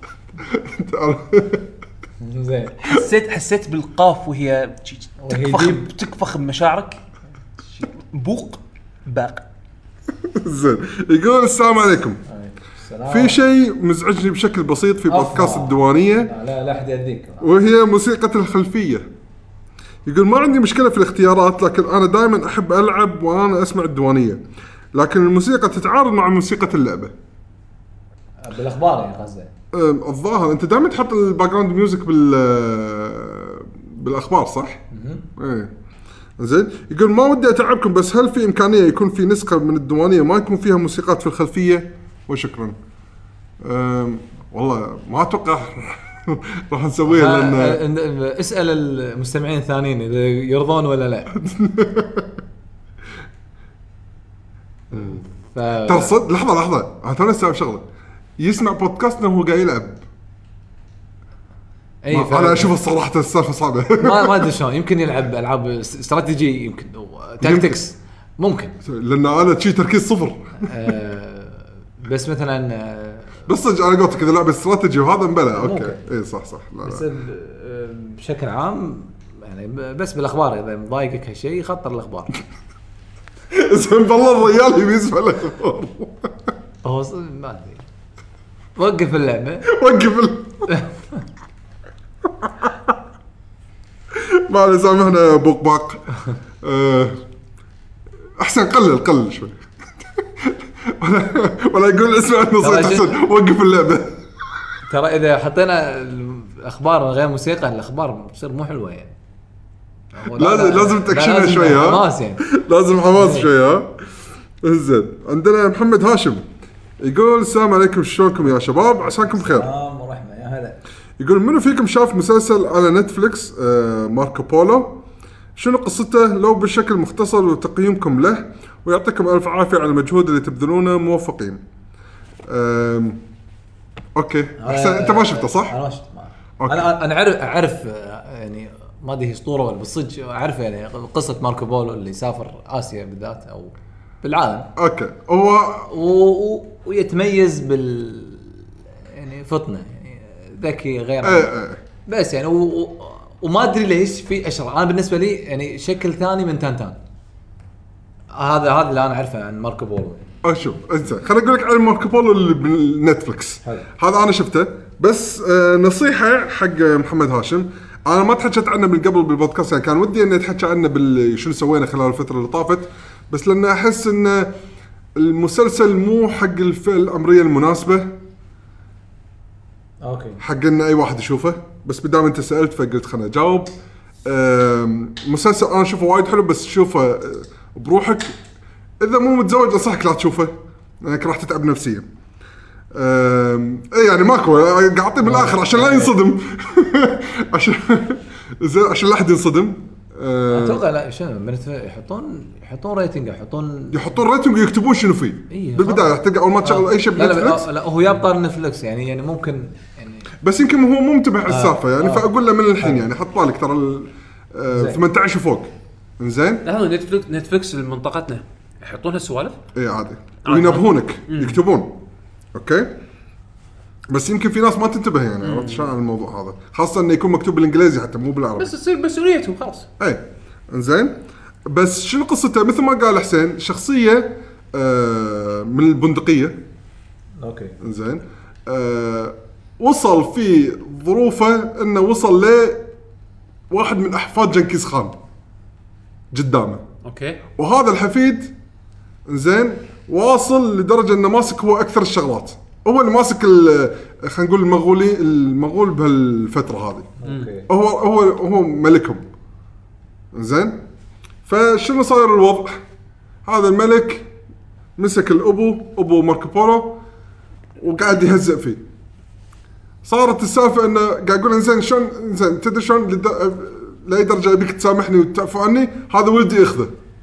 زين حسيت حسيت بالقاف وهي وهي تكفخ ديب. تكفخ بمشاعرك بوق باق زين يقول السلام عليكم. السلام. في شيء مزعجني بشكل بسيط في أفا. بودكاست الديوانية لا لا لا احد يديك وهي موسيقى الخلفية. يقول ما عندي مشكلة في الاختيارات لكن أنا دائما أحب ألعب وأنا أسمع الديوانية لكن الموسيقى تتعارض مع موسيقى اللعبة. بالاخبار يعني قصدي. أم، الظاهر أنت دائما تحط الباك جراوند ميوزك بال بالأخبار صح؟ إيه. زين يقول ما ودي أتعبكم بس هل في إمكانية يكون في نسخة من الديوانية ما يكون فيها موسيقات في الخلفية؟ وشكرا. أم، والله ما أتوقع راح نسويها لأن آه، آه، اسال المستمعين الثانيين اذا يرضون ولا لا. ف... ترى صد لحظة لحظة أنا ترى استوعب شغلة يسمع بودكاستنا وهو قاعد يلعب. اي ما- ف... أنا أشوف الصراحة السالفة صعبة. ما ما ادري شلون يمكن يلعب العاب استراتيجي يمكن أو تاكتكس ممكن لأن أنا شي تركيز صفر. آه، بس مثلا آه، بس صدق أنا قلت كذا لعبة استراتيجي وهذا مبلى أوكي. ممكن. إيه صح صح. لا بس لا. ب- آه، بشكل عام يعني ب- بس بالاخبار اذا مضايقك هالشيء خطر الاخبار. زين بالله الرجال يبي يسمع الأخبار. هو ص- ما ادري وقف اللعبه. وقف ال... ما عليه سامحنا بوق باق. أه احسن قلل قلل شوي. ولا ولا يقول اسمع النصيحه احسن وقف اللعبه. ترى اذا حطينا الاخبار غير موسيقى الاخبار بتصير مو حلوه يعني. لازم لازم تكشنها شوي ها حماس يعني. لازم حماس شوي ها. زين عندنا محمد هاشم يقول السلام عليكم شلونكم يا شباب عساكم بخير. سلام ورحمه يا هلا. يقول منو فيكم شاف مسلسل على نتفليكس آه ماركو بولو شنو قصته لو بشكل مختصر وتقييمكم له ويعطيكم الف عافيه على المجهود اللي تبذلونه موفقين. اوكي احسن انت ما شفته صح؟ انا ما شفته. انا انا اعرف اعرف يعني ما ادري هي اسطوره ولا بالصدق اعرف يعني قصه ماركو بولو اللي سافر اسيا بالذات او بالعالم. اوكي هو و... ويتميز بال يعني فطنه يعني ذكي غير ايه ايه. بس يعني و... و... وما ادري ليش في اشرار. انا بالنسبه لي يعني شكل ثاني من تانتان. هذا هذا اللي انا اعرفه عن ماركو بولو. اشوف انت خليني اقول لك عن ماركو بولو اللي بالنتفلكس. هذا انا شفته بس آه نصيحه حق محمد هاشم. انا ما تحكيت عنه من قبل بالبودكاست يعني كان ودي اني اتحكى عنه بال شنو سوينا خلال الفتره اللي طافت بس لان احس ان المسلسل مو حق الفئه العمريه المناسبه. اوكي حق ان اي واحد يشوفه بس بدام انت سالت فقلت خلنا اجاوب. مسلسل انا اشوفه وايد حلو بس شوفه بروحك. اذا مو متزوج انصحك لا تشوفه لانك راح تتعب نفسيا. اي يعني ماكو قاعد اعطيه بالاخر عشان لا ينصدم. عشان زين عشان لا احد ينصدم. اتوقع لا شنو يحطون يحطون ريتنج يحطون يحطون ريتنج ويكتبون شنو فيه إيه بالبدايه تلقى اول ما تشغل اي شيء بنتفلكس. لا, لا هو يبطل نتفلكس يعني يعني ممكن يعني بس يمكن هو مو منتبه على السالفه يعني آه فاقول له من الحين يعني حط بالك ترى ثمانية عشر وفوق. انزين لا نتفلكس نتفلكس منطقتنا يحطون هالسوالف اي عادي وينبهونك يكتبون اوكي بس يمكن في ناس ما تنتبه يعني عرفت شلون الموضوع هذا خاصه انه يكون مكتوب بالانجليزي حتى مو بالعربي بس تصير مسؤوليتهم خلاص. اي انزين بس شنو قصته مثل ما قال حسين شخصيه آه من البندقيه. اوكي انزين آه وصل في ظروفه انه وصل ل واحد من احفاد جنكيز خان قدامه. اوكي وهذا الحفيد انزين واصل لدرجه انه ماسك هو اكثر الشغلات هو اللي ماسك خلينا نقول المغولي المغول بهالفتره هذه. اوكي هو هو هو ملكهم. زين فشنو صاير الوضع هذا الملك مسك الابو ابو ماركو بولو وقاعد يهزئ فيه. صارت السالفه انه قاعد يقول انزين شلون انزين تدري شلون لد... لاي درجه ابيك تسامحني وتعفو عني هذا ولدي اخذه.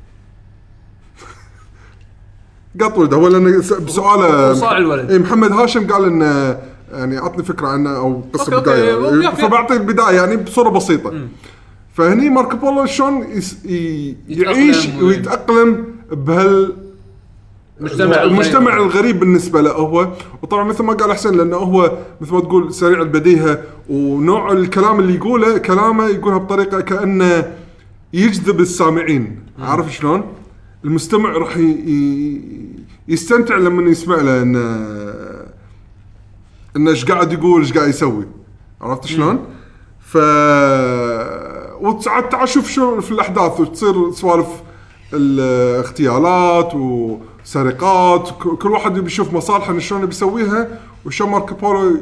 قط ولده هو لأن بسؤاله صاع الولد. إيه محمد هاشم قال إنه يعني عطني فكرة عنه أو قصة بداية فبعطي البداية يعني بصورة بسيطة. م. فهني ماركو بولو شلون يس... ي... يعيش ويتأقلم بهال المجتمع المجتمع الغريب بالنسبة له هو. وطبعا مثل ما قال حسين لأنه هو مثل ما تقول سريع البديهة ونوع الكلام اللي يقوله كلامه يقولها بطريقة كأنه يجذب السامعين. م. عارف شلون المستمع راح يستمتع لما يسمع له إن إنه إيش قاعد يقول إيش قاعد يسوي. عرفت شلون؟ ف وساعات تعشوف شو في الأحداث وتصير سوالف الاغتيالات وسرقات كل واحد بيشوف مصالحه شلون بيسويها وشو ماركو بولو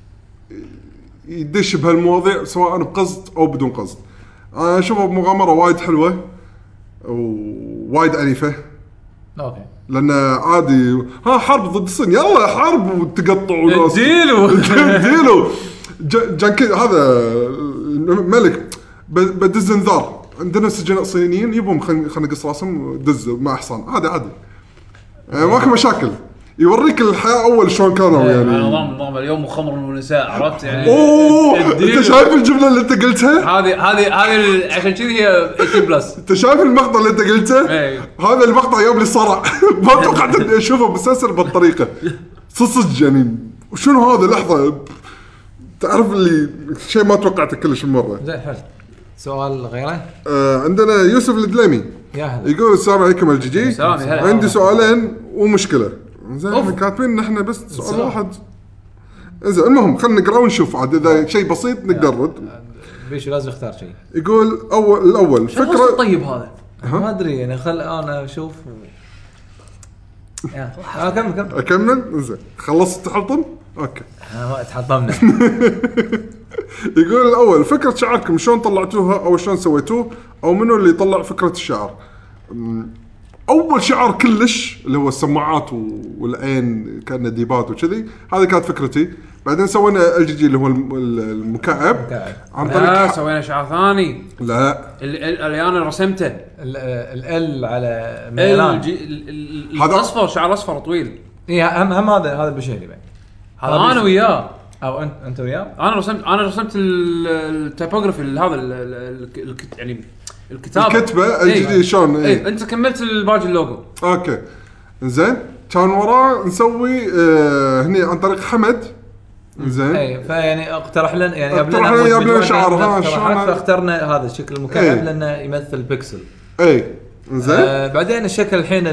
يدش بهالمواضيع سواء بقصد أو بدون قصد. أنا أشوفها مغامرة وايد حلوة ووايد أليفة. اوكي لان عادي ها حرب ضد الصين يلا حرب وتقطعوا ديلو ديلو جانكي هذا ملك بدز انذار عندنا سجناء صينيين يبهم خلينا نقص راسهم دز مع حصان عادي عادي يعني ماكو مشاكل يوريك الحياه اول شلون كانوا يعني نظام نظام اليوم خمر والنساء عرفت يعني. اوه انت شايف الجمله اللي انت قلتها هذه هذه هذه عشان كذي هي ثمانية بلس. انت شايف المقطع اللي انت قلته هذا المقطع يوم لي صرع ما توقعت اني اشوفه بالسلسله بالطريقه صدق يعني وشنو هذا لحظه تعرف اللي شيء ما توقعته كلش المره. زين حلو سؤال غيره. آه عندنا يوسف الدليمي يقول السلام عليكم الجي عندي سؤالين ومشكله. زين احنا كاتبين نحن بس سؤال واحد. زين المهم خلينا نقرا ونشوف عاد اذا شيء بسيط نقدر نرد. بيش لازم اختار شيء. يقول اول الاول فكره طيب هذا ما ادري يعني خل انا اشوف و... يا اكمل كمل اكمل زين خلصت تحطم اوكي ما تحطمنا. يقول الاول فكره شعاركم شلون طلعتوها او شلون سويتوه او منو اللي طلع فكره الشعار. اول شعار كلش اللي هو السماعات والعين كان ديبات وكذي هذه كانت فكرتي. بعدين سوينا ال جي جي اللي هو المكعب عن طريق سوينا شعار ثاني لا اللي انا رسمته ال على ميلان هذا اصفر شعار اصفر طويل. اي هم هم هذا هذا بشيري بعد هذا انا وياه او انت انت وياه. انا رسمت انا رسمت التايبوغرافي هذا يعني الكتاب الكتبه ال جي جي شلون اي انت كملت الباقي اللوجو اوكي زين. كان وراه نسوي آه هني عن طريق حمد زين. اي فيعني اقترح لنا يعني قبل لنا شعار ها فاخترنا هذا الشكل المكعب ايه. لانه يمثل بيكسل اي زين. آه بعدين الشكل الحين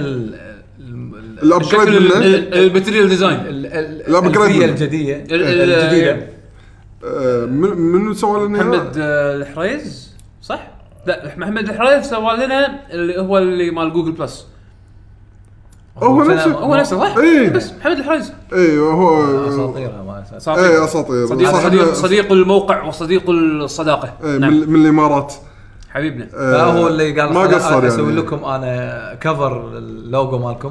الابجريد الباتريال ديزاين الابجريد الجديده الجديده منو سوى لنا محمد الحريز صح؟ لا محمد الحريز سوى لنا اللي هو اللي مال جوجل بلس. هو نفسه هو نفسه صح؟ ايه. بس محمد الحريز اي هو اساطير ما اساطير اي اساطير صديق, صديق, صديق الموقع وصديق الصداقه ايه. نعم. من الامارات حبيبنا. آه هو اللي قال ما قصر اسوي يعني. لكم انا كفر اللوجو مالكم.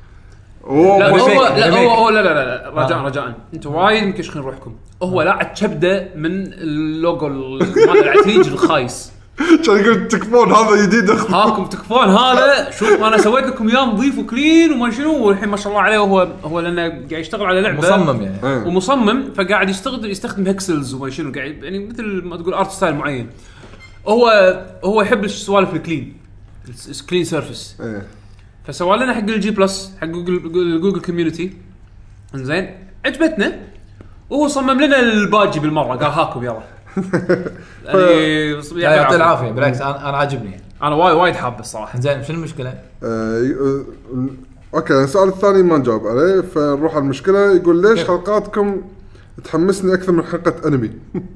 لا هو لا هو, هو لا لا لا رجاء آه. رجاء انتوا وايد مكشخين روحكم. هو لا كبده من اللوجو مال العتيج الخايس. كان يقول تكفون هذا جديد هاكم تكفون هذا. شوف انا سويت لكم اياه نظيف وكلين وما شنو والحين ما شاء الله عليه. هو هو لانه قاعد يشتغل على لعبه مصمم يعني أيه. ومصمم فقاعد يستخدم يستخدم هيكسلز وما شنو قاعد يعني مثل ما تقول ارت ستايل معين. هو هو يحب السوالف الكلين كلين سيرفيس أيه. فسوى لنا حق الجي بلس حق جوجل جوجل كوميونتي زين عجبتنا وهو صمم لنا الباجي بالمره قال هاكم يلا. يعني يعطي العافيه بالعكس انا انا عاجبني انا وايد وايد حاب الصراحه. زين شنو المشكله؟ آه اوكي السؤال الثاني ما نجاوب عليه فنروح على المشكله. يقول ليش حلقاتكم تحمسني اكثر من حلقه انمي؟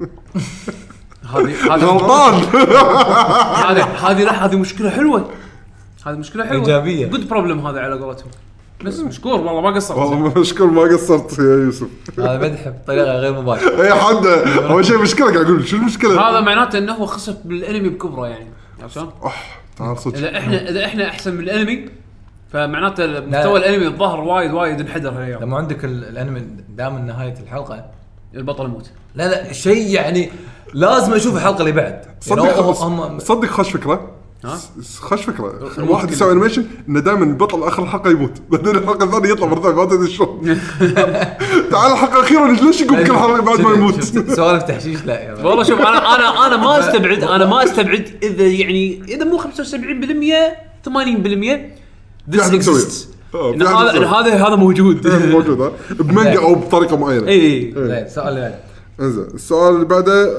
هذه هذه غلطان. هذه هذه لا هذه مشكله حلوه. هذه مشكله حلوه ايجابيه جود بروبلم هذا على قولتهم. بس مشكور والله ما قصرت والله مشكور ما قصرت يا يوسف. هذا مدح بطريقه غير مباشره. اي حد اول شيء مشكله قاعد اقول شو المشكله. هذا معناته انه هو خسف بالانمي بكبره يعني عشان تعال صدق اذا احنا اذا احنا احسن من الانمي فمعناته مستوى الانمي الظهر وايد وايد انحدر هاليوم. لما عندك الانمي دام نهايه الحلقه البطل يموت. لا لا شيء يعني لازم اشوف الحلقه اللي بعد. صدق صدق خوش فكره. خش فكره واحد يسوي انيميشن انه دائما البطل اخر الحلقه يموت بعدين الحلقه الثانيه يطلع مره ثانيه ما تدري شلون. تعال الحلقه الاخيره ليش يقوم كل حلقه بعد ما يموت. سوالف تحشيش لا يا والله شوف انا انا انا ما استبعد انا ما استبعد اذا يعني اذا مو خمسة وسبعين بالمية ثمانين بالمية this exists. هذا هذا هذا موجود موجود بمانجا او بطريقه معينه. اي لا السؤال اللي بعده انزين السؤال اللي بعده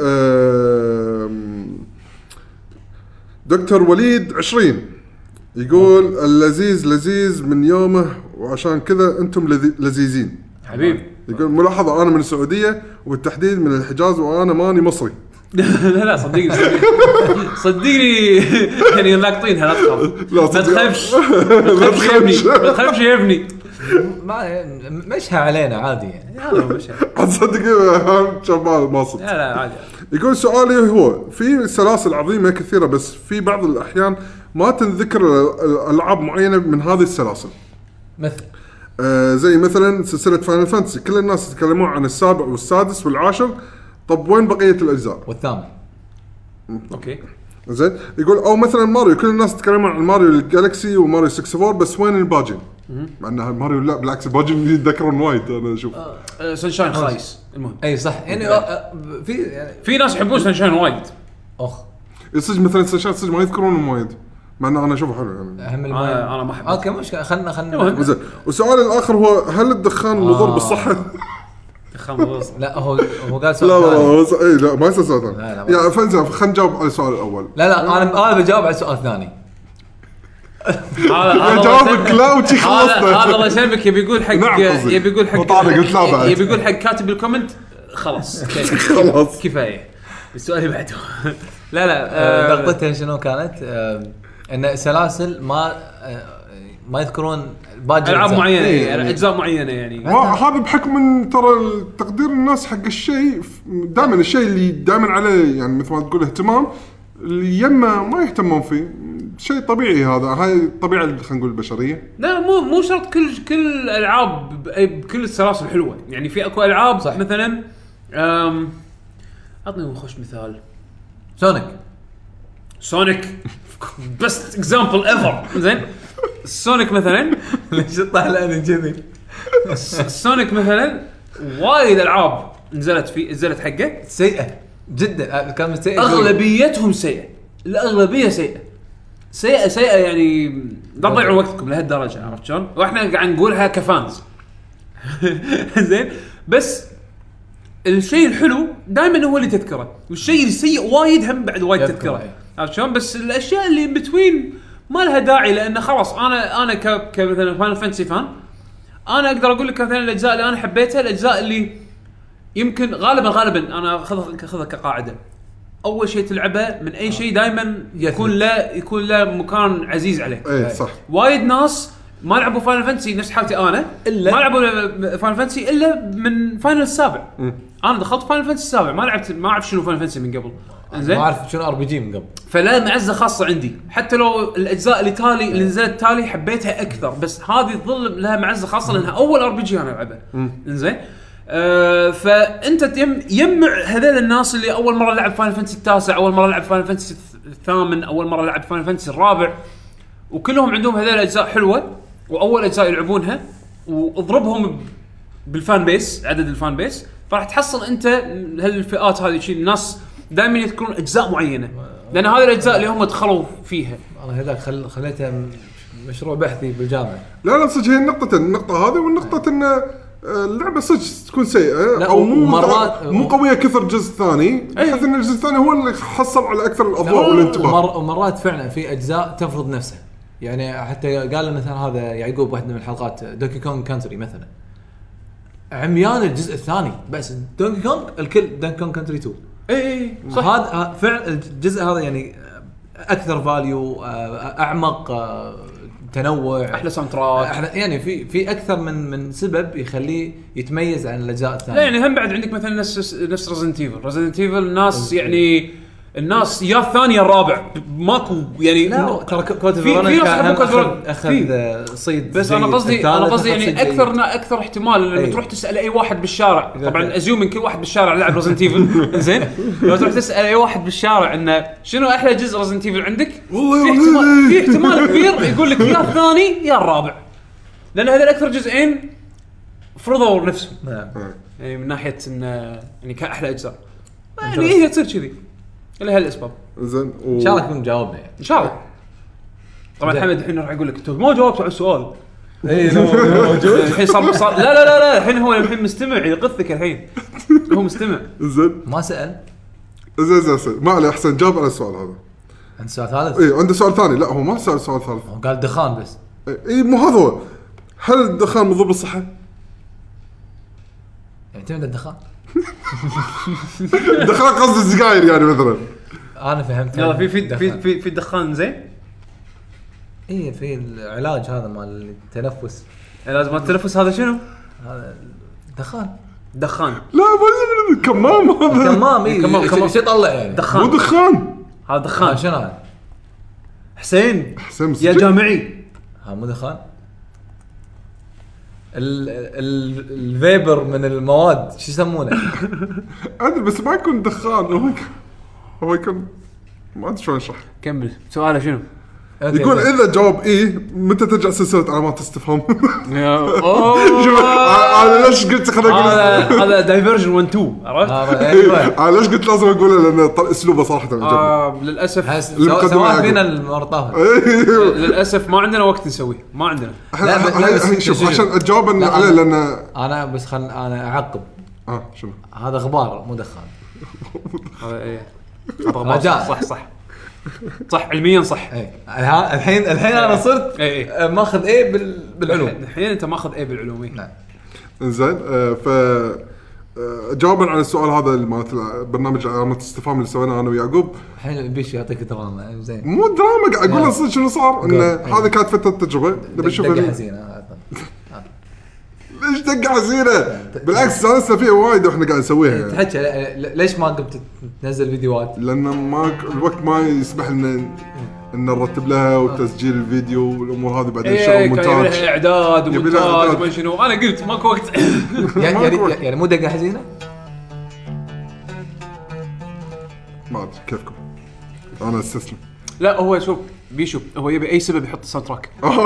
دكتور وليد عشرين يقول اللذيذ لذيذ من يومه وعشان كذا انتم لذيذين حبيب. يقول ملاحظه انا من السعوديه وبالتحديد من الحجاز وانا ماني مصري. لا لا صدقني صدقني يعني لاقطينها لا تخاف ما تخافش ما تخافش ما تخافش يا ابني ما مشها علينا عادي يعني هذا مشها تصدق شباب مصر. لا لا عادي. يقول سؤالي هو في سلاسل عظيمه كثيره بس في بعض الاحيان ما تنذكر الالعاب معينه من هذه السلاسل مثل آه زي مثلا سلسله فاينل فانتسي كل الناس يتكلمون عن السابع والسادس والعاشر. طب وين بقيه الاجزاء والثامن؟ اوكي زين. يقول او مثلا ماريو كل الناس تتكلمون عن ماريو الجالكسي وماريو ستة وستين بس وين الباجين؟ مع انها ماريو لا بالعكس الباجين يتذكرون وايد انا اشوف آه سنشاين خايس المهم اي صح يعني آه في يعني في ناس يحبون سنشاين وايد اخ يصير مثلا سنشاين صدق ما يذكرون وايد مع ان انا اشوفه حلو يعني اهم انا انا ما احب. اوكي مشكله خلنا خلنا زين. والسؤال الاخر هو هل الدخان مضر آه. بالصحه؟ خلاص لا هو هو قال لا سؤال لا اي لا ما يصير سؤال ثاني لا، لا، يا فنزل خلينا نجاوب على السؤال الاول. لا لا انا انا بجاوب على السؤال الثاني. هذا جاوبك لا وشي خلصنا. هذا الله يسلمك يبي يقول حق يبي يقول حق قلت لا بعد يبي يقول حق كاتب الكومنت خلاص خلاص كفايه. السؤال اللي بعده لا لا لقطتها شنو كانت؟ ان سلاسل ما ما يذكرون باقي العاب معينه إيه. يعني اجزاء معينه يعني هذا بحكم من ترى تقدير الناس حق الشيء دائما الشيء اللي دائما عليه يعني مثل ما تقول اهتمام اللي يما ما يهتمون فيه شيء طبيعي هذا هاي الطبيعه اللي خلينا نقول البشريه. لا مو مو شرط كل كل الالعاب بكل السلاسل حلوه يعني في اكو العاب صح. مثلا امم اعطني خوش مثال سونيك سونيك بست اكزامبل ايفر زين سونيك مثلا ليش طالع لي كذي سونيك مثلا وايد العاب نزلت في نزلت حقه سيئه جدا كان سيئه اغلبيتهم سيئه الاغلبيه سيئه سيئه سيئه يعني لا تضيعوا وقتكم لهالدرجه عرفت شلون واحنا قاعد نقولها كفانز زين بس الشيء الحلو دائما هو اللي تذكره والشيء السيء وايد هم بعد وايد تذكره عرفت شلون بس الاشياء اللي بتوين ما لها داعي لان خلاص انا انا ك مثلا فاينل فانتسي فان انا اقدر اقول لك مثلا الاجزاء اللي انا حبيتها الاجزاء اللي يمكن غالبا غالبا انا اخذها اخذها كقاعده اول شيء تلعبه من اي شيء دائما يكون له يكون له مكان عزيز عليه. اي صح. وايد ناس ما لعبوا فاينل فانتسي نفس حالتي انا إلا ما لعبوا فاينل فانتسي الا من فاينل السابع. م. انا دخلت فاينل فانتسي السابع ما لعبت ما اعرف شنو فاينل فانتسي من قبل انزين ما اعرف شنو ار بي جي من قبل فلا معزه خاصه عندي حتى لو الاجزاء اللي تالي اللي نزلت تالي حبيتها اكثر بس هذه تظل لها معزه خاصه لانها اول ار بي جي انا العبها انزين أه فانت يم يجمع هذول الناس اللي اول مره لعب فاينل فانتسي التاسع اول مره لعب فاينل فانتسي الثامن اول مره لعب فاينل فانتسي الرابع وكلهم عندهم هذول الاجزاء حلوه واول اجزاء يلعبونها واضربهم بالفان بيس عدد الفان بيس راح تحصل انت هالفئات هذه شيء الناس دائما يذكرون اجزاء معينه لان هذه الاجزاء اللي هم دخلوا فيها انا هذاك خل... خليتها مشروع بحثي بالجامعه. لا لا صدق هي النقطه النقطه هذه والنقطه ان اللعبه صدق تكون سيئه او مو مرات مو قويه كثر الجزء الثاني بحيث ان الجزء الثاني هو اللي حصل على اكثر الاضواء والانتباه ومر... ومرات فعلا في اجزاء تفرض نفسها يعني حتى قال مثلا هذا يعقوب واحده من الحلقات دوكي كونغ كانتري مثلا عميان الجزء الثاني بس دوكي كونغ الكل دوكي كونغ كانتري تو اي صح هذا فعلا الجزء هذا يعني اكثر فاليو اعمق تنوع احلى ساوند تراك يعني في في اكثر من من سبب يخليه يتميز عن الاجزاء الثانيه. لا يعني هم بعد عندك مثلا نفس نفس ريزيدنت ايفل ريزيدنت ايفل الناس يعني الناس يا الثاني يا الرابع ماكو يعني لا ترى كود فيرونيكا اخذ اخذ صيد بس انا قصدي انا قصدي يعني اكثر اكثر احتمال لما تروح تسال اي واحد بالشارع طبعا ازيوم من كل واحد بالشارع لعب ريزيدنت ايفل زين لو تروح تسال اي واحد بالشارع انه شنو احلى جزء ريزيدنت ايفل عندك في احتمال في احتمال كبير يقول لك يا الثاني يا الرابع لان هذول اكثر جزئين فرضوا نفسهم يعني من ناحيه ان يعني كاحلى اجزاء يعني هي تصير كذي اللي هالاسباب زين و... ان شاء الله نكون جاوبنا يعني ان شاء الله طبعا حمد الحين راح يقول لك انت ما جاوبت على السؤال اي موجود الحين صار صار لا لا لا لا الحين هو الحين مستمع يقثك الحين هو مستمع زين ما سال زين زين ما عليه احسن جاوب على السؤال هذا عند سؤال ثالث اي عنده سؤال ثاني لا هو ما سال سؤال ثالث هو قال دخان بس اي مو هذا هو هل الدخان مضر بالصحه يعتمد الدخان دخان قصد السجاير يعني مثلا انا فهمت يلا في في في في, في دخان زين ايه في العلاج هذا مال التنفس علاج مال التنفس هذا شنو هذا دخان دخان لا ما كمام هذا كمام ايه كمام كمام شيء يطلع يعني دخان مو دخان هذا دخان شنو هذا حسين حسين يا جامعي ها مو دخان ال ال الفيبر من المواد شو يسمونه ادري بس ما يكون دخان هو هو يكون ما ادري شلون اشرح كمل سؤاله شنو يقول اذا جاوب ايه متى ترجع سلسله علامات استفهام اوه انا ليش قلت خليني اقول هذا هذا دايفرجن واحد اثنين عرفت انا ليش قلت لازم اقوله لان اسلوبه صراحه عجبني للاسف سواء فينا المرطاه للاسف ما عندنا وقت نسويه ما عندنا شوف عشان اجاوب عليه لان انا بس خل انا اعقب اه شنو هذا غبار مو دخان هذا ايه صح صح صح علميا صح اي الحين الحين انا صرت ايه ماخذ ايه بالعلوم الحين انت ماخذ ايه بالعلوم نعم زين ف آه، جوابا على السؤال هذا مالت برنامج علامة استفهام اللي سويناه انا ويعقوب. الحين بيش يعطيك دراما زين. مو دراما قاعد اقول صدق شنو صار ان هذه كانت فتره تجربه نبي نشوف دقه حزينه. ليش دقه حزينه؟ بالعكس استانسنا فيها وايد واحنا قاعد نسويها يعني. تحكي ليش ما قمت تنزل فيديوهات؟ لان ما الوقت ما يسمح لنا ان نرتب لها وتسجيل الفيديو والامور هذه بعدين إيه شغل مونتاج اعداد يبي لها ومونتاج إعداد. ما شنو. انا قلت ماكو وقت. يعني يعني, يعني مو دقه حزينه؟ ما ادري كيفكم انا استسلم. لا هو شوف بيشو هو يبي اي سبب يحط الساوند تراك.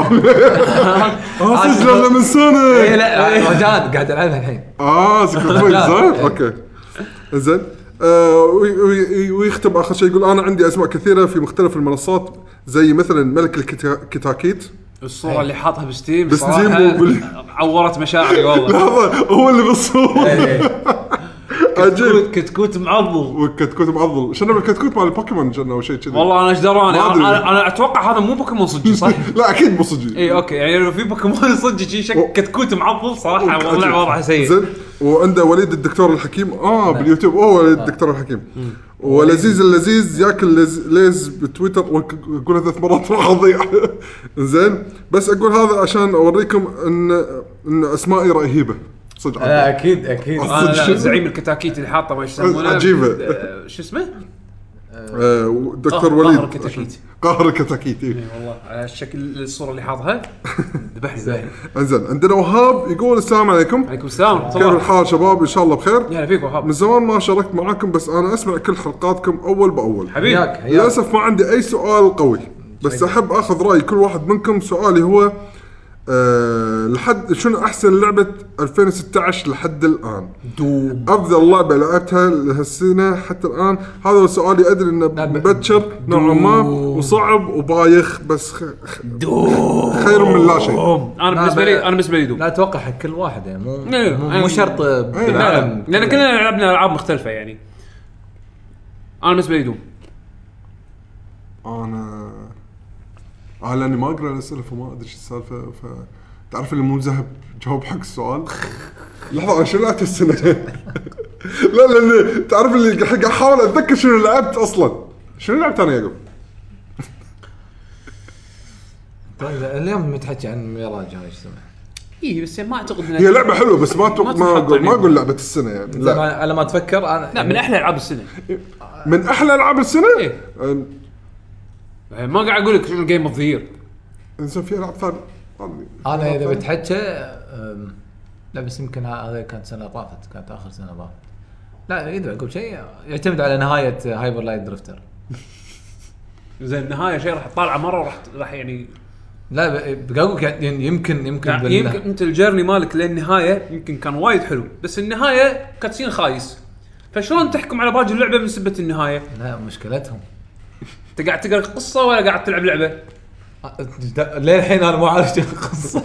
اه سجلنا من سنه. اي لا رجال قاعد العبها الحين. اه سكرت زين اوكي زين. آه ويختم اخر شيء يقول انا عندي اسماء كثيره في مختلف المنصات زي مثلا ملك الكتاكيت. الصوره اللي حاطها بستيم بستيم بال... عورت مشاعري والله. لحظه هو اللي بالصوره كتكوت كتكوت معضل وكتكوت معضل. شنو الكتكوت مال البوكيمون جنة او شيء كذي. والله انا ايش دراني. انا انا اتوقع هذا مو بوكيمون صجي صح. لا اكيد مو صجي. اي اوكي يعني لو في بوكيمون صجي شيء شكل كتكوت معضل صراحه والله وضعه سيء. زين وعنده وليد الدكتور الحكيم اه باليوتيوب اوه وليد الدكتور الحكيم. ولذيذ اللذيذ ياكل ليز بتويتر ويقولها ثلاث مرات راح اضيع. زين بس اقول هذا عشان اوريكم ان ان اسمائي رهيبه صدق. اكيد اكيد انا زعيم الكتاكيت اللي حاطه ما يسمونه عجيبه. شو اسمه دكتور وليد قهر الكتاكيت. قهر الكتاكيت اي والله على الشكل الصوره اللي حاطها ذبحني. انزين عندنا وهاب يقول السلام عليكم. عليكم السلام. كيف الحال شباب ان شاء الله بخير. يا فيك وهاب. من زمان ما شاركت معاكم بس انا اسمع كل حلقاتكم اول باول حبيبي. للاسف ما عندي اي سؤال قوي بس احب اخذ راي كل واحد منكم. سؤالي هو أه لحد شنو احسن لعبه ألفين وستة عشر لحد الان؟ دوم. افضل لعبه لعبتها لهالسنه حتى الان. هذا هو سؤالي. ادري انه مبكر نوعا ما وصعب وبايخ بس خ... دوم. خير من لا شيء. انا بالنسبه لي انا بالنسبه لي دوم. لا اتوقع حق كل واحد يعني مو إيه. مو, مو شرط بالعالم لان كلنا لعبنا العاب مختلفه يعني. انا بالنسبه لي دوم. انا آه لاني ما اقرا الاسئله فما ادري ايش السالفه. ف تعرف اللي مو ذهب جاوب حق السؤال. لحظه انا شنو لعبت السنه؟ لا لان تعرف اللي قاعد احاول اتذكر شنو لعبت اصلا. شنو لعبت انا يعقوب؟ طيب اليوم متحكي عن ميراج هاي ايش اسمه. اي بس ما اعتقد هي لعبه حلوه بس ما ما ما اقول ما اقول لعبه السنه يعني. لا على ما اتذكر انا لا من احلى العاب السنه. من احلى العاب السنه. إيه؟ ما قاعد اقول لك شنو جيم اوف ذا يير. انزين في العاب ثانيه. انا اذا بتحكي لا بس يمكن هذا كانت سنه طافت كانت اخر سنه طافت. لا اذا اقول شيء يعتمد على نهايه هايبر لايت درفتر. زين النهايه شيء راح تطالع مره راح راح يعني. لا بقولك يعني يمكن يمكن يعني يمكن انت الجيرني مالك للنهايه يمكن كان وايد حلو بس النهايه كاتسين خايس. فشلون تحكم على باقي اللعبه من سبه النهايه؟ لا مشكلتهم انت قاعد تقرا قصه ولا قاعد تلعب لعبه؟ ليه الحين انا مو عارف شو القصه.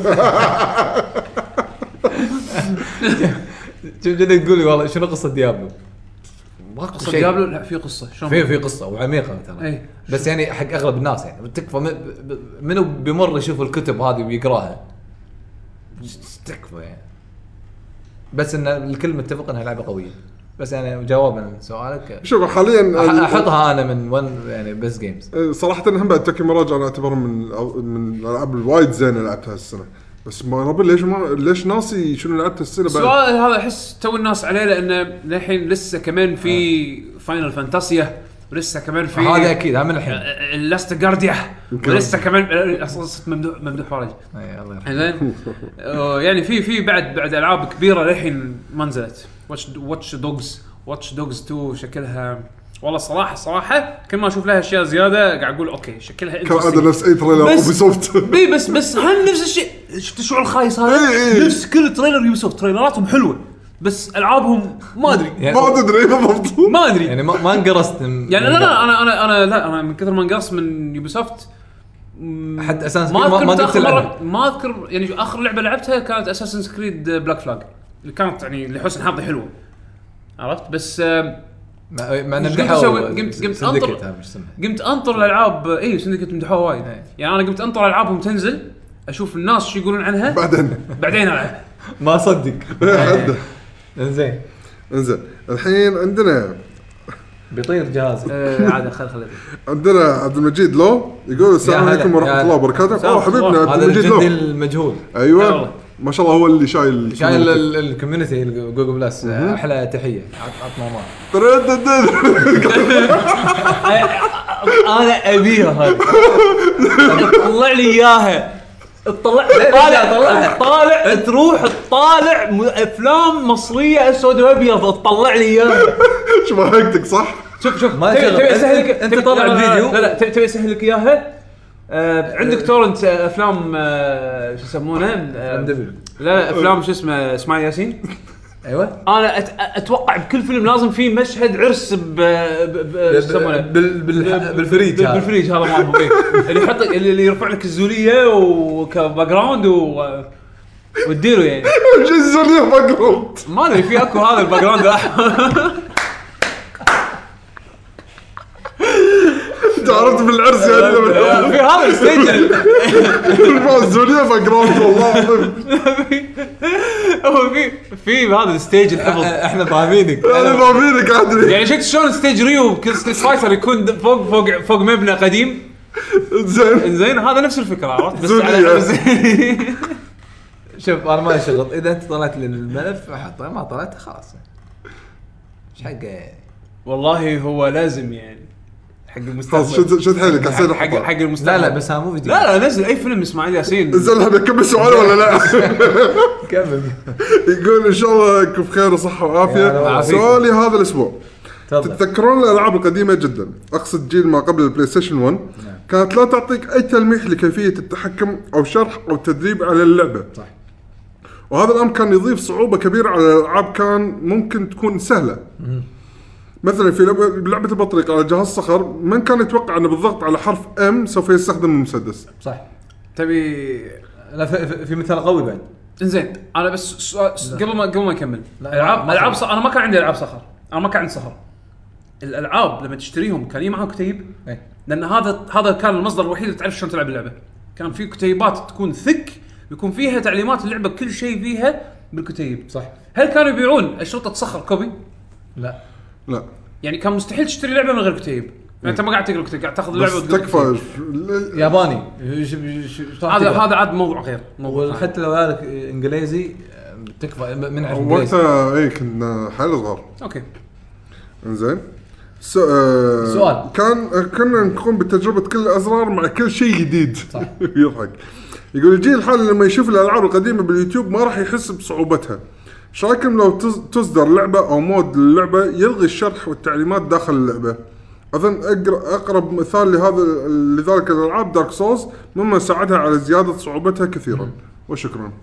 شو جدي تقول لي والله شنو قصه ديابلو؟ ما قصه ديابلو. لا في قصه شلون في في قصه وعميقه ترى. ايه. بس يعني حق اغلب الناس يعني تكفى منو بيمر يشوف الكتب هذه ويقراها تكفى يعني. بس ان الكل متفق انها لعبه قويه. بس يعني جوابا لسؤالك شوف حاليا احطها انا من ون يعني بس جيمز صراحه. هم بعد تكي مراجعه انا اعتبرها من من الالعاب الوايد زينه لعبتها السنه. بس ما ربي ليش ما ليش ناسي شنو لعبت السنه بعد. السؤال هذا احس تو الناس عليه لانه للحين لسه كمان في فاينل فانتاسيا ولسه كمان في هذا اكيد هم الحين لاست جارديا ولسه كمان اصلا ممدوح ممدوح فرج. اي الله يرحمه. زين يعني في في بعد بعد العاب كبيره للحين ما نزلت. واتش واتش دوجز واتش دوجز تو شكلها والله صراحه صراحه كل ما اشوف لها اشياء زياده قاعد اقول اوكي شكلها كان هذا نفس اي تريلر اوبي سوفت. اي بس بس هل نفس الشيء. شفت الشعور الخايس هذا نفس كل تريلر يوبي سوفت. تريلراتهم حلوه بس العابهم ما ادري ما ادري بالضبط ما ادري يعني ما انقرصت يعني. لا لا انا انا انا لا انا من كثر ما انقرص من يوبي سوفت حد اساسا ما ما اذكر ما اذكر يعني اخر لعبه لعبتها كانت اساسن كريد بلاك فلاج اللي كانت يعني لحسن حظي حلوه عرفت. بس ما نمدحه قمت قمت انطر قمت انطر الالعاب. اي سندكت مدحوها وايد يعني. انا قمت انطر العابهم تنزل اشوف الناس شو يقولون عنها بعدين بعدين العب ما صدق. انزين انزين الحين عندنا بيطير جهاز. آه، عاد خل خل عندنا عبد المجيد لو يقول السلام يا هلا. عليكم ورحمه يا الله وبركاته. سلام اه حبيبنا الله. عبد هذا المجيد الجندي لو المجهول هلا ايوه والله. ما شاء الله هو اللي شايل شايل ال- الكوميونتي جوجل بلس. احلى تحيه عطنا ما انا ابيها هذا طلع لي اياها تطلع طالع طالع طالع تروح تطالع م- افلام مصريه اسود وابيض تطلع لي اياها. شو حقتك صح؟ شوف شوف ما تبي شغل. تبي اسهلك أنت تبي- طلع لا، لا، الفيديو. لا لا تبي تبي اسهلك اياها. آه عندك تورنت آه، افلام آه شو يسمونه آه دبل. لا لا افلام شو اسمه اسماعيل ياسين. ايوه انا أت... اتوقع بكل فيلم لازم فيه مشهد عرس ب ب- ب- شو يسمونه بال- بال- بالفريج بال- هذا. بالفريج هذا مالهم إيه. اللي يحط اللي اللي يرفع لك الزوليه وكباك جراوند و وتديره يعني جزء ليه باك جراوند ما ادري في اكو هذا الباك جراوند الاحمر. انت عرفت بالعرس يعني لما في هذا الستيج الزوليه باك جراوند والله العظيم هو في في هذا الستيج الحفظ احنا فاهمينك. انا فاهمينك ادري يعني شفت شلون ستيج ريو بكل ستريت فايتر يكون فوق فوق فوق مبنى قديم زين زين هذا نفس الفكره عرفت بس زولية. على شوف انا ما شغل اذا انت طلعت لي الملف حطه ما طلعت خلاص ايش حقه يعني. والله هو لازم يعني حق خلاص المستقبل شد شد حيلك حسين حق حق المستقبل. لا لا بس ها مو فيديو. لا لا نزل اي فيلم اسماعيل ياسين. زين هذا كم سؤال ولا لا؟ كمل. يقول ان شاء الله يكون بخير وصحه يا وعافيه. رب. سؤالي هذا الاسبوع تفضل. تتذكرون الالعاب القديمه جدا اقصد جيل ما قبل البلاي ستيشن واحد كانت لا تعطيك اي تلميح لكيفيه التحكم او شرح او تدريب على اللعبه صح. وهذا الامر كان يضيف صعوبه كبيره على الالعاب كان ممكن تكون سهله. مثلا في لعبه لعبه البطريق على جهاز صخر من كان يتوقع انه بالضغط على حرف ام سوف يستخدم المسدس. صح. تبي لا في, في, في مثال قوي بعد. انزين انا بس سؤال قبل ما قبل ما نكمل لا، العاب ما العاب صح. ص... انا ما كان عندي العاب صخر انا ما كان عندي صخر. الالعاب لما تشتريهم كان يجي معهم كتيب ايه لان هذا هذا كان المصدر الوحيد اللي تعرف شلون تلعب اللعبه. كان في كتيبات تكون ثك يكون فيها تعليمات اللعبه كل شيء فيها بالكتيب. صح. هل كانوا يبيعون اشرطه صخر كوبي؟ لا لا يعني كان مستحيل تشتري لعبه من غير كتيب. يعني انت ما قاعد تقرا كتيب قاعد تاخذ اللعبه بس وتقرأ تكفى كتيب. ياباني. هذا هذا عاد موضوع غير موضوع ثاني. وحتى لو قالك انجليزي تكفى من عرف انجليزي. وقتها اي كنا حيل صغار. اوكي انزين سو... آه... سؤال. كان كنا نقوم بتجربه كل الازرار مع كل شيء جديد. صح. يضحك. يقول الجيل الحالي لما يشوف الالعاب القديمه باليوتيوب ما راح يحس بصعوبتها. ايش رايكم لو تز- تصدر لعبه او مود للعبه يلغي الشرح والتعليمات داخل اللعبه؟ اظن أقر- اقرب مثال لهذا لذلك الالعاب دارك سولز مما ساعدها على زياده صعوبتها كثيرا. وشكرا.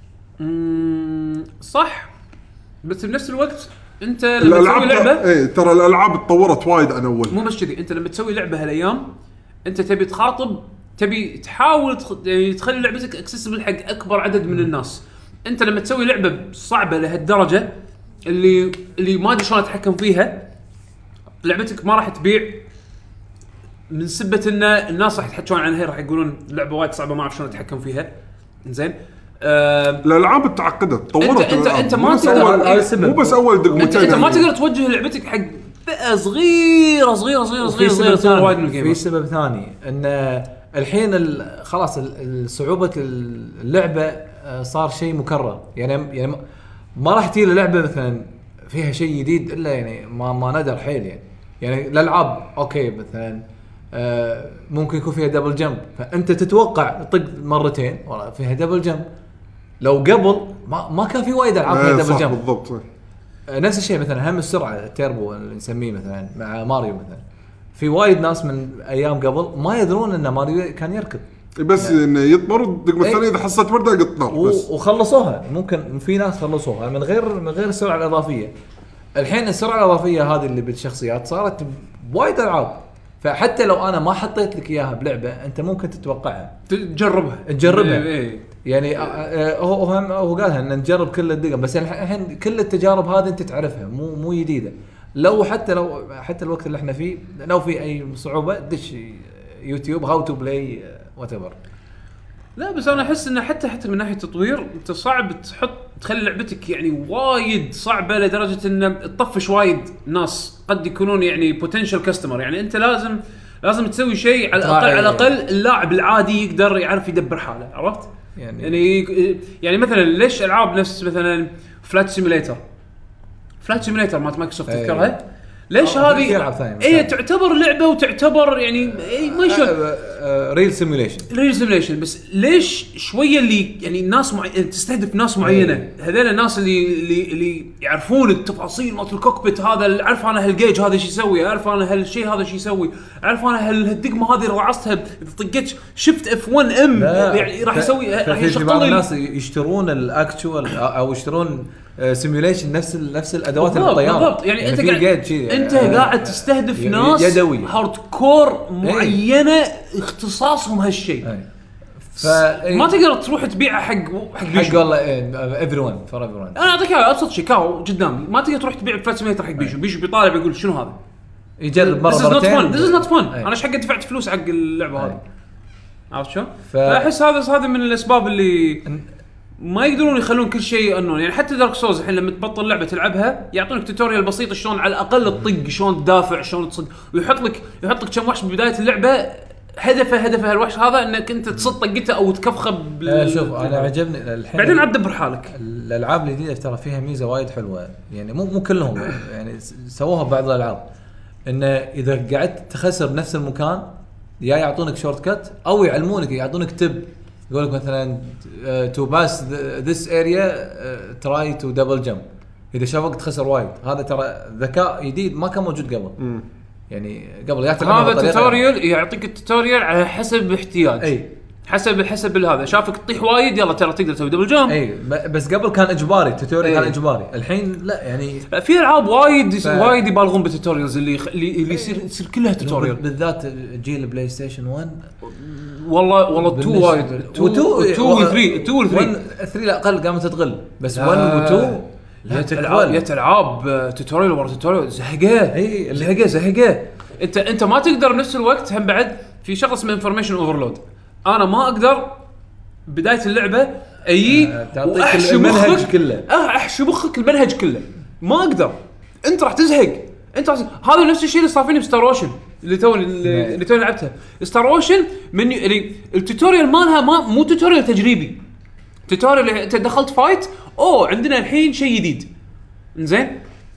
امم صح بس بنفس الوقت انت لما تسوي الالعاب لعبه اي ترى الالعاب اتطورت وايد عن اول. مو بس كذي انت لما تسوي لعبه هالايام انت تبي تخاطب تبي تحاول تخ... يعني تخلي لعبتك اكسسبل حق اكبر عدد من الناس. انت لما تسوي لعبه صعبه لهالدرجه اللي اللي ما ادري شلون اتحكم فيها لعبتك ما راح تبيع من سبه ان الناس راح يتحكون عنها راح يقولون اللعبه وايد صعبه ما اعرف شلون اتحكم فيها. زين آه الالعاب اتعقدت تطورت. انت انت الألعاب. انت مو ما بس تقدر أول- هذا السبب. مو بس اول انت, دقمتين انت ما يعني. تقدر توجه لعبتك حق فئه صغيره صغيره صغيره وفي صغيره سبب صغيره وايد من ثاني. في الجيمر. سبب ثاني ان الحين ال- خلاص ال- صعوبه اللعبه آه، صار شيء مكرر يعني يعني ما- ما راح تجي لعبه مثلا فيها شيء جديد الا يعني ما ما ندر حيل يعني يعني الالعاب اوكي مثلا آه، ممكن يكون فيها دبل جمب فانت تتوقع طق مرتين والله فيها دبل جمب. لو قبل ما ما كان في وايد العاب فيها إيه، دبل صح جمب. بالضبط. آه، نفس الشيء مثلا هم السرعه التيربو اللي نسميه مثلا مع ماريو مثلا في وايد ناس من ايام قبل ما يدرون ان ماريو كان يركض بس انه يطمر الدقمه إيه. الثانيه اذا حصلت ورده يقط نار و- بس. وخلصوها ممكن في ناس خلصوها من غير من غير السرعه الاضافيه. الحين السرعه الاضافيه هذه اللي بالشخصيات صارت وايد العاب فحتى لو انا ما حطيت لك اياها بلعبه انت ممكن تتوقعها تجربها تجربها. إيه إيه. يعني آه، آه، هو هو هم- هو قالها ان نجرب كل الدقم بس الحين كل التجارب هذه انت تعرفها مو مو جديده. لو حتى لو حتى الوقت اللي احنا فيه لو في اي صعوبه دش يوتيوب هاو تو بلاي وات ايفر. لا بس انا احس انه حتى حتى من ناحيه التطوير انت صعب تحط تخلي لعبتك يعني وايد صعبه لدرجه ان تطفش وايد ناس قد يكونون يعني بوتنشال كاستمر. يعني انت لازم لازم تسوي شيء على الاقل على الاقل اللاعب العادي يقدر يعرف يدبر حاله. عرفت يعني يعني, يعني مثلا ليش العاب نفس مثلا فلايت سيميليتر فلايت سيميليتر مالت مايكروسوفت تذكرها ليش هذه اي تعتبر لعبه وتعتبر يعني ما شو ريل سيميليشن ريل سيميليشن بس ليش شويه اللي يعني الناس معي... تستهدف ناس معينه هذول الناس اللي اللي اللي يعرفون التفاصيل مالت الكوكبيت هذا اعرف انا هالجيج هذا شو يسوي اعرف انا هالشيء هذا شو يسوي اعرف انا هالدقمه هذه رعصتها اذا طقيت شفت اف ون ام يعني راح يسوي راح يشغل الناس يشترون الاكتوال او يشترون سيميوليشن نفس نفس الادوات الطياره بالضبط. يعني, يعني انت قاعد انت يعني قاعد تستهدف ناس يدوي. هارد كور معينه ايه. اختصاصهم هالشيء ف... ما تقدر تروح تبيعه حق حق بيشو حق والله ايفري ون فور ايفري ون انا اعطيك ابسط شيء كاو قدامي ما تقدر تروح تبيع فلايت سيميليتر حق بيشو بيشو بيطالع بيقول شنو هذا يجرب مره مرتين This is not fun انا ايش حق دفعت فلوس حق اللعبه هذه عرفت شو ف... فاحس هذا هذا من الاسباب اللي ما يقدرون يخلون كل شيء انه يعني حتى دارك سولز الحين لما تبطل لعبه تلعبها يعطونك توتوريال بسيط شلون على الاقل تطق شلون تدافع شلون تصد ويحط لك يحط لك كم وحش ببدايه اللعبه هدفه هدفه هالوحش هذا انك انت تصد طقته او تكفخه بال... شوف انا عجبني الحين بعدين عاد دبر حالك. الالعاب الجديده ترى فيها ميزه وايد حلوه يعني مو مو كلهم يعني سووها بعض الالعاب انه اذا قعدت تخسر نفس المكان يا يعطونك شورت كات او يعلمونك يعطونك تب يقول لك مثلا تو باس ذس اريا تراي تو دبل جمب اذا شافك تخسر وايد هذا ترى ذكاء جديد ما كان موجود قبل م. يعني قبل هذا التوتوريال يعطيك التوتوريال على حسب احتياج اي حسب حسب هذا شافك تطيح وايد يلا ترى تقدر تسوي دبل جمب اي بس قبل كان اجباري التوتوريال كان اجباري الحين لا يعني في العاب وايد ف... وايد يبالغون بالتوتوريالز اللي اللي, اللي يصير يصير كلها توتوريال بالذات جيل بلاي ستيشن واحد والله والله تو وايد تو تو ثري تو ثري ثري لا اقل قامت تغل بس واحد و اثنين لا تلعب يتلعب توتوريال ورا توتوريال زهقه اي زهقه زهقه انت انت ما تقدر بنفس الوقت هم بعد في شغله اسمها انفورميشن اوفرلود انا ما اقدر بدايه اللعبه اي تعطيك المنهج كله اه احشي مخك المنهج كله ما اقدر انت راح تزهق انت راح هذا نفس الشيء اللي صار فيني بستار اوشن اللي تو اللي تو لعبتها ستار اوشن من يعني التوتوريال مالها ما مو توتوريال تجريبي توتوريال انت دخلت فايت اوه عندنا الحين شيء جديد انزين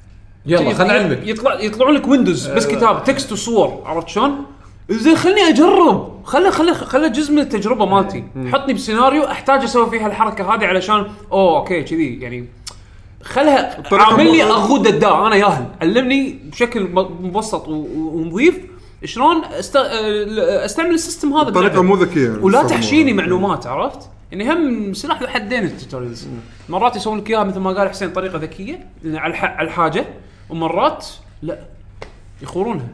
يلا خلينا علمك يطلع يطلعون لك ويندوز بس كتاب تكست وصور عرفت شلون زين خلني اجرب خلي خلي خلي جزء من التجربه مالتي حطني بسيناريو احتاج اسوي فيها الحركه هذه علشان اوه اوكي كذي يعني خلها عامل لي اخذ الداء انا ياهل علمني بشكل مبسط ونظيف شلون است... استعمل السيستم هذا بطريقه مو ذكيه ولا تحشيني معلومات عرفت يعني هم سلاح ذو حدين التوتوريالز مرات يسوون لك اياها مثل ما قال حسين طريقه ذكيه على على الحاجه ومرات لا يخورونها.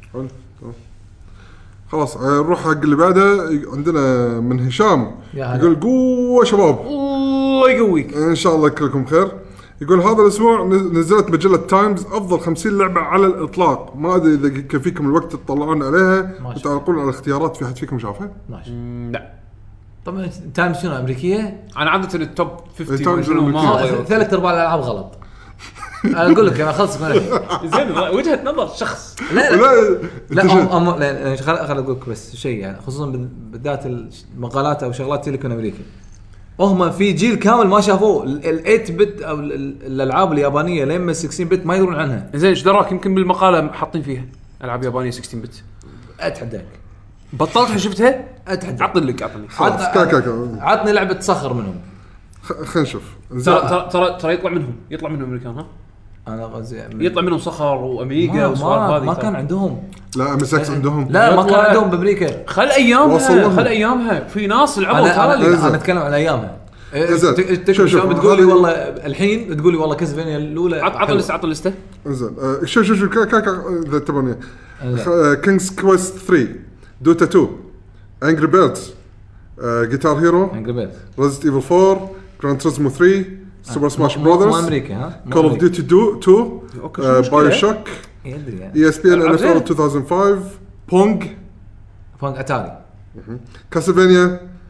خلاص نروح حق اللي بعده عندنا من هشام يقول قوه شباب الله يقويك ان شاء الله كلكم خير. يقول هذا الاسبوع نزلت مجله تايمز افضل خمسين لعبه على الاطلاق ما ادري اذا كان فيكم الوقت تطلعون عليها وتعلقون على الاختيارات في حد فيكم شافها؟ ماشي لا طبعا تايمز شنو امريكيه انا عاده التوب خمسين ما ثلاث ارباع الالعاب غلط انا اقول لك انا خلص زين وجهه نظر شخص لا لا لا لا خل خل اقول لك بس شيء يعني خصوصا بالذات المقالات او شغلات تيليكون امريكا هم في جيل كامل ما شافوه ال8 بت او الالعاب اليابانيه لما ستة عشر بت ما يدرون عنها. زين ايش دراك يمكن بالمقاله حاطين فيها العاب يابانيه ستة عشر بت اتحداك بطلت شفتها اتحدى عطني لك عطني عطني لعبه تصخر منهم خلينا نشوف ترى ترى ترى يطلع منهم يطلع منهم امريكان ها انا غزي يطلع منهم صخر واميجا وسوالف هذه ما كان عندهم لا ام اس اكس عندهم لا ما كان عندهم بامريكا خل ايامها خل ايامها في ناس لعبوا انا, أنا, أنا اتكلم عن ايامها شوف شوف بتقولي والله الحين تقولي والله كاسلفينيا الاولى عط لسه عط لسه زين شوف شوف شوف ذا تبوني كينجز كويست ثري دوتا تو انجري بيردز جيتار هيرو انجري بيردز ريزيدنت ايفل فور جراند توريزمو ثري سوبر سماش براذرز امريكا ها كول اوف ديوتي تو بايو شوك اي اس بي ان اف ال ألفين وخمسة بونج بونج اتاري كاسلفينيا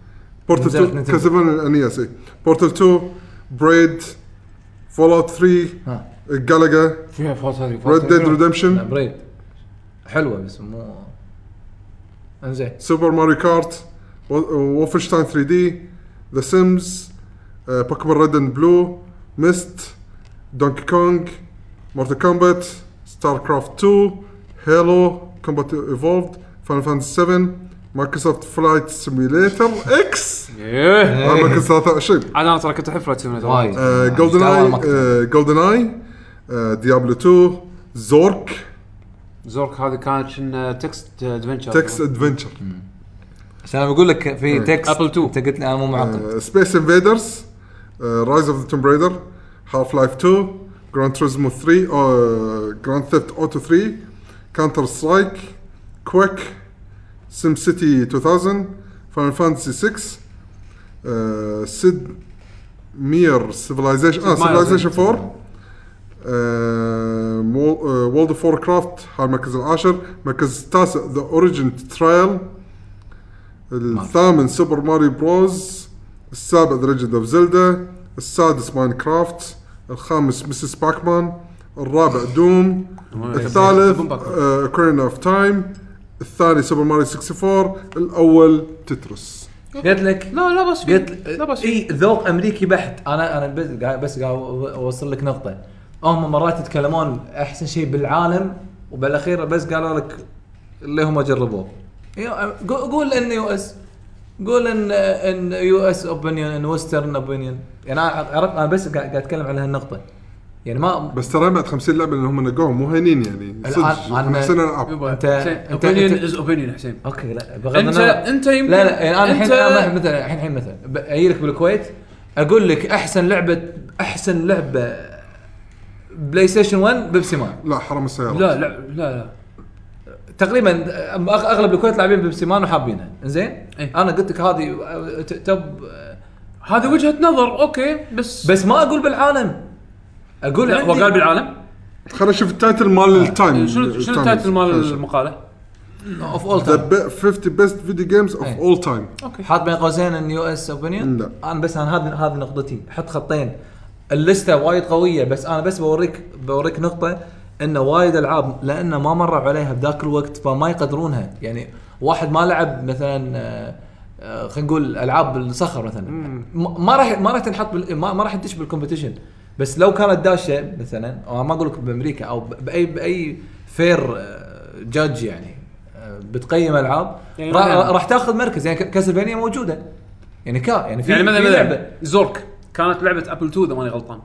بورتال نزلت تو نتندو. كاسلفينيا انيس اي بورتال تو بريد فول اوت ثري ها جالاجا فيها فوت هذه ريد ديد لا ريدمشن بريد حلوه بس مو انزين. سوبر ماريو كارت وولفنشتاين ثري دي ذا سيمز بوكيمون ريد اند بلو ميست دونكي كونغ مورتال كومبات ستار كرافت تو هيلو كومبات ايفولفد فاينل فانتسي سفن مايكروسوفت فلايت سيميليتر اكس ايه هذا كان ثلاثة وعشرين عاد انا ترى كنت احب فلايت سيميليتر وايد. جولدن اشتغل اي مقطع. جولدن اي ديابلو تو زورك زورك هذه كانت شن تكست ادفنتشر تكس ادفنتشر عشان انا بقول لك في تكست Apple تو. انت قلت لي انا مو معقد. سبيس انفيدرز رايز اوف ذا توم برايدر هاف لايف تو جراند توريزمو ثري جراند ثيفت اوتو ثري كاونتر سترايك كويك سيم سيتي تو ثاوزند فاينل فانتسي سكس سيد مير سيفلايزيشن اه سيفلايزيشن فور وولد اوف ووركرافت هاي المركز العاشر مركز التاسع ذا اوريجن ترايل الثامن سوبر ماريو بروز السابع ذا ليجند اوف زلدا السادس ماينكرافت الخامس مسز باكمان الرابع دوم الثالث اوكرين اوف تايم الثاني سوبر ماريو أربعة وستين الاول تترس. قلت لك لا لا بس قلت لا بس اي ذوق امريكي بحت. انا انا بس قاعد بس قاعد اوصل لك نقطه. هم مرات يتكلمون احسن شيء بالعالم وبالاخير بس قالوا لك اللي هم جربوه. قول ان يو اس قول ان ان يو اس اوبينيون ان ويسترن اوبينيون. يعني انا عرفت انا بس قاعد اتكلم على هالنقطه. يعني ما بس ترى بعد خمسين لعبه اللي هم نقوهم مو هينين يعني صدق من احسن الالعاب. انت انت اوبينيون از اوبينيون حسين. اوكي لا بغض انت النظر انت يمكن لا لا يعني انا الحين انت- انا مثلا الحين الحين مثلا اجي لك بالكويت اقول لك احسن لعبه احسن لعبه بلاي ستيشن واحد بيبسي مان. لا حرام السيارات. لا لا لا لا تقريبا أغ- اغلب الكويت لاعبين بيبسي مان وحابينها زين. إيه. انا قلت لك هذه ت- تب هذه وجهة نظر اوكي بس بس ما اقول بالعالم اقول لا، هو عندي- قال بالعالم. خلينا نشوف التايتل مال التايم. شنو شنو التايتل مال المقالة؟ اوف اول ذا تايم خمسين بيست فيديو جيمز اوف إيه. اول تايم. حاط بين قوسين ان يو اس اوبينيون. لا. انا بس انا هذه هذه نقطتي. حط خطين اللسته وايد قويه بس انا بس بوريك بوريك نقطه انه وايد العاب لانه ما مروا عليها بذاك الوقت فما يقدرونها. يعني واحد ما لعب مثلا آه، آه، خلينا نقول العاب الصخر مثلا م- ما راح ما راح تنحط بال- ما ما راح تدش بالكومبيتيشن. بس لو كانت داشه مثلا أو ما اقول لك بامريكا او ب- باي باي فير جادج يعني آه، بتقيم العاب يعني راح مثلاً- راح تاخذ مركز. يعني ك- كاسلفينيا موجوده يعني كا يعني في يعني مثلا في لعبه مثلا زورك كانت لعبة ابل تو اذا ماني غلطان.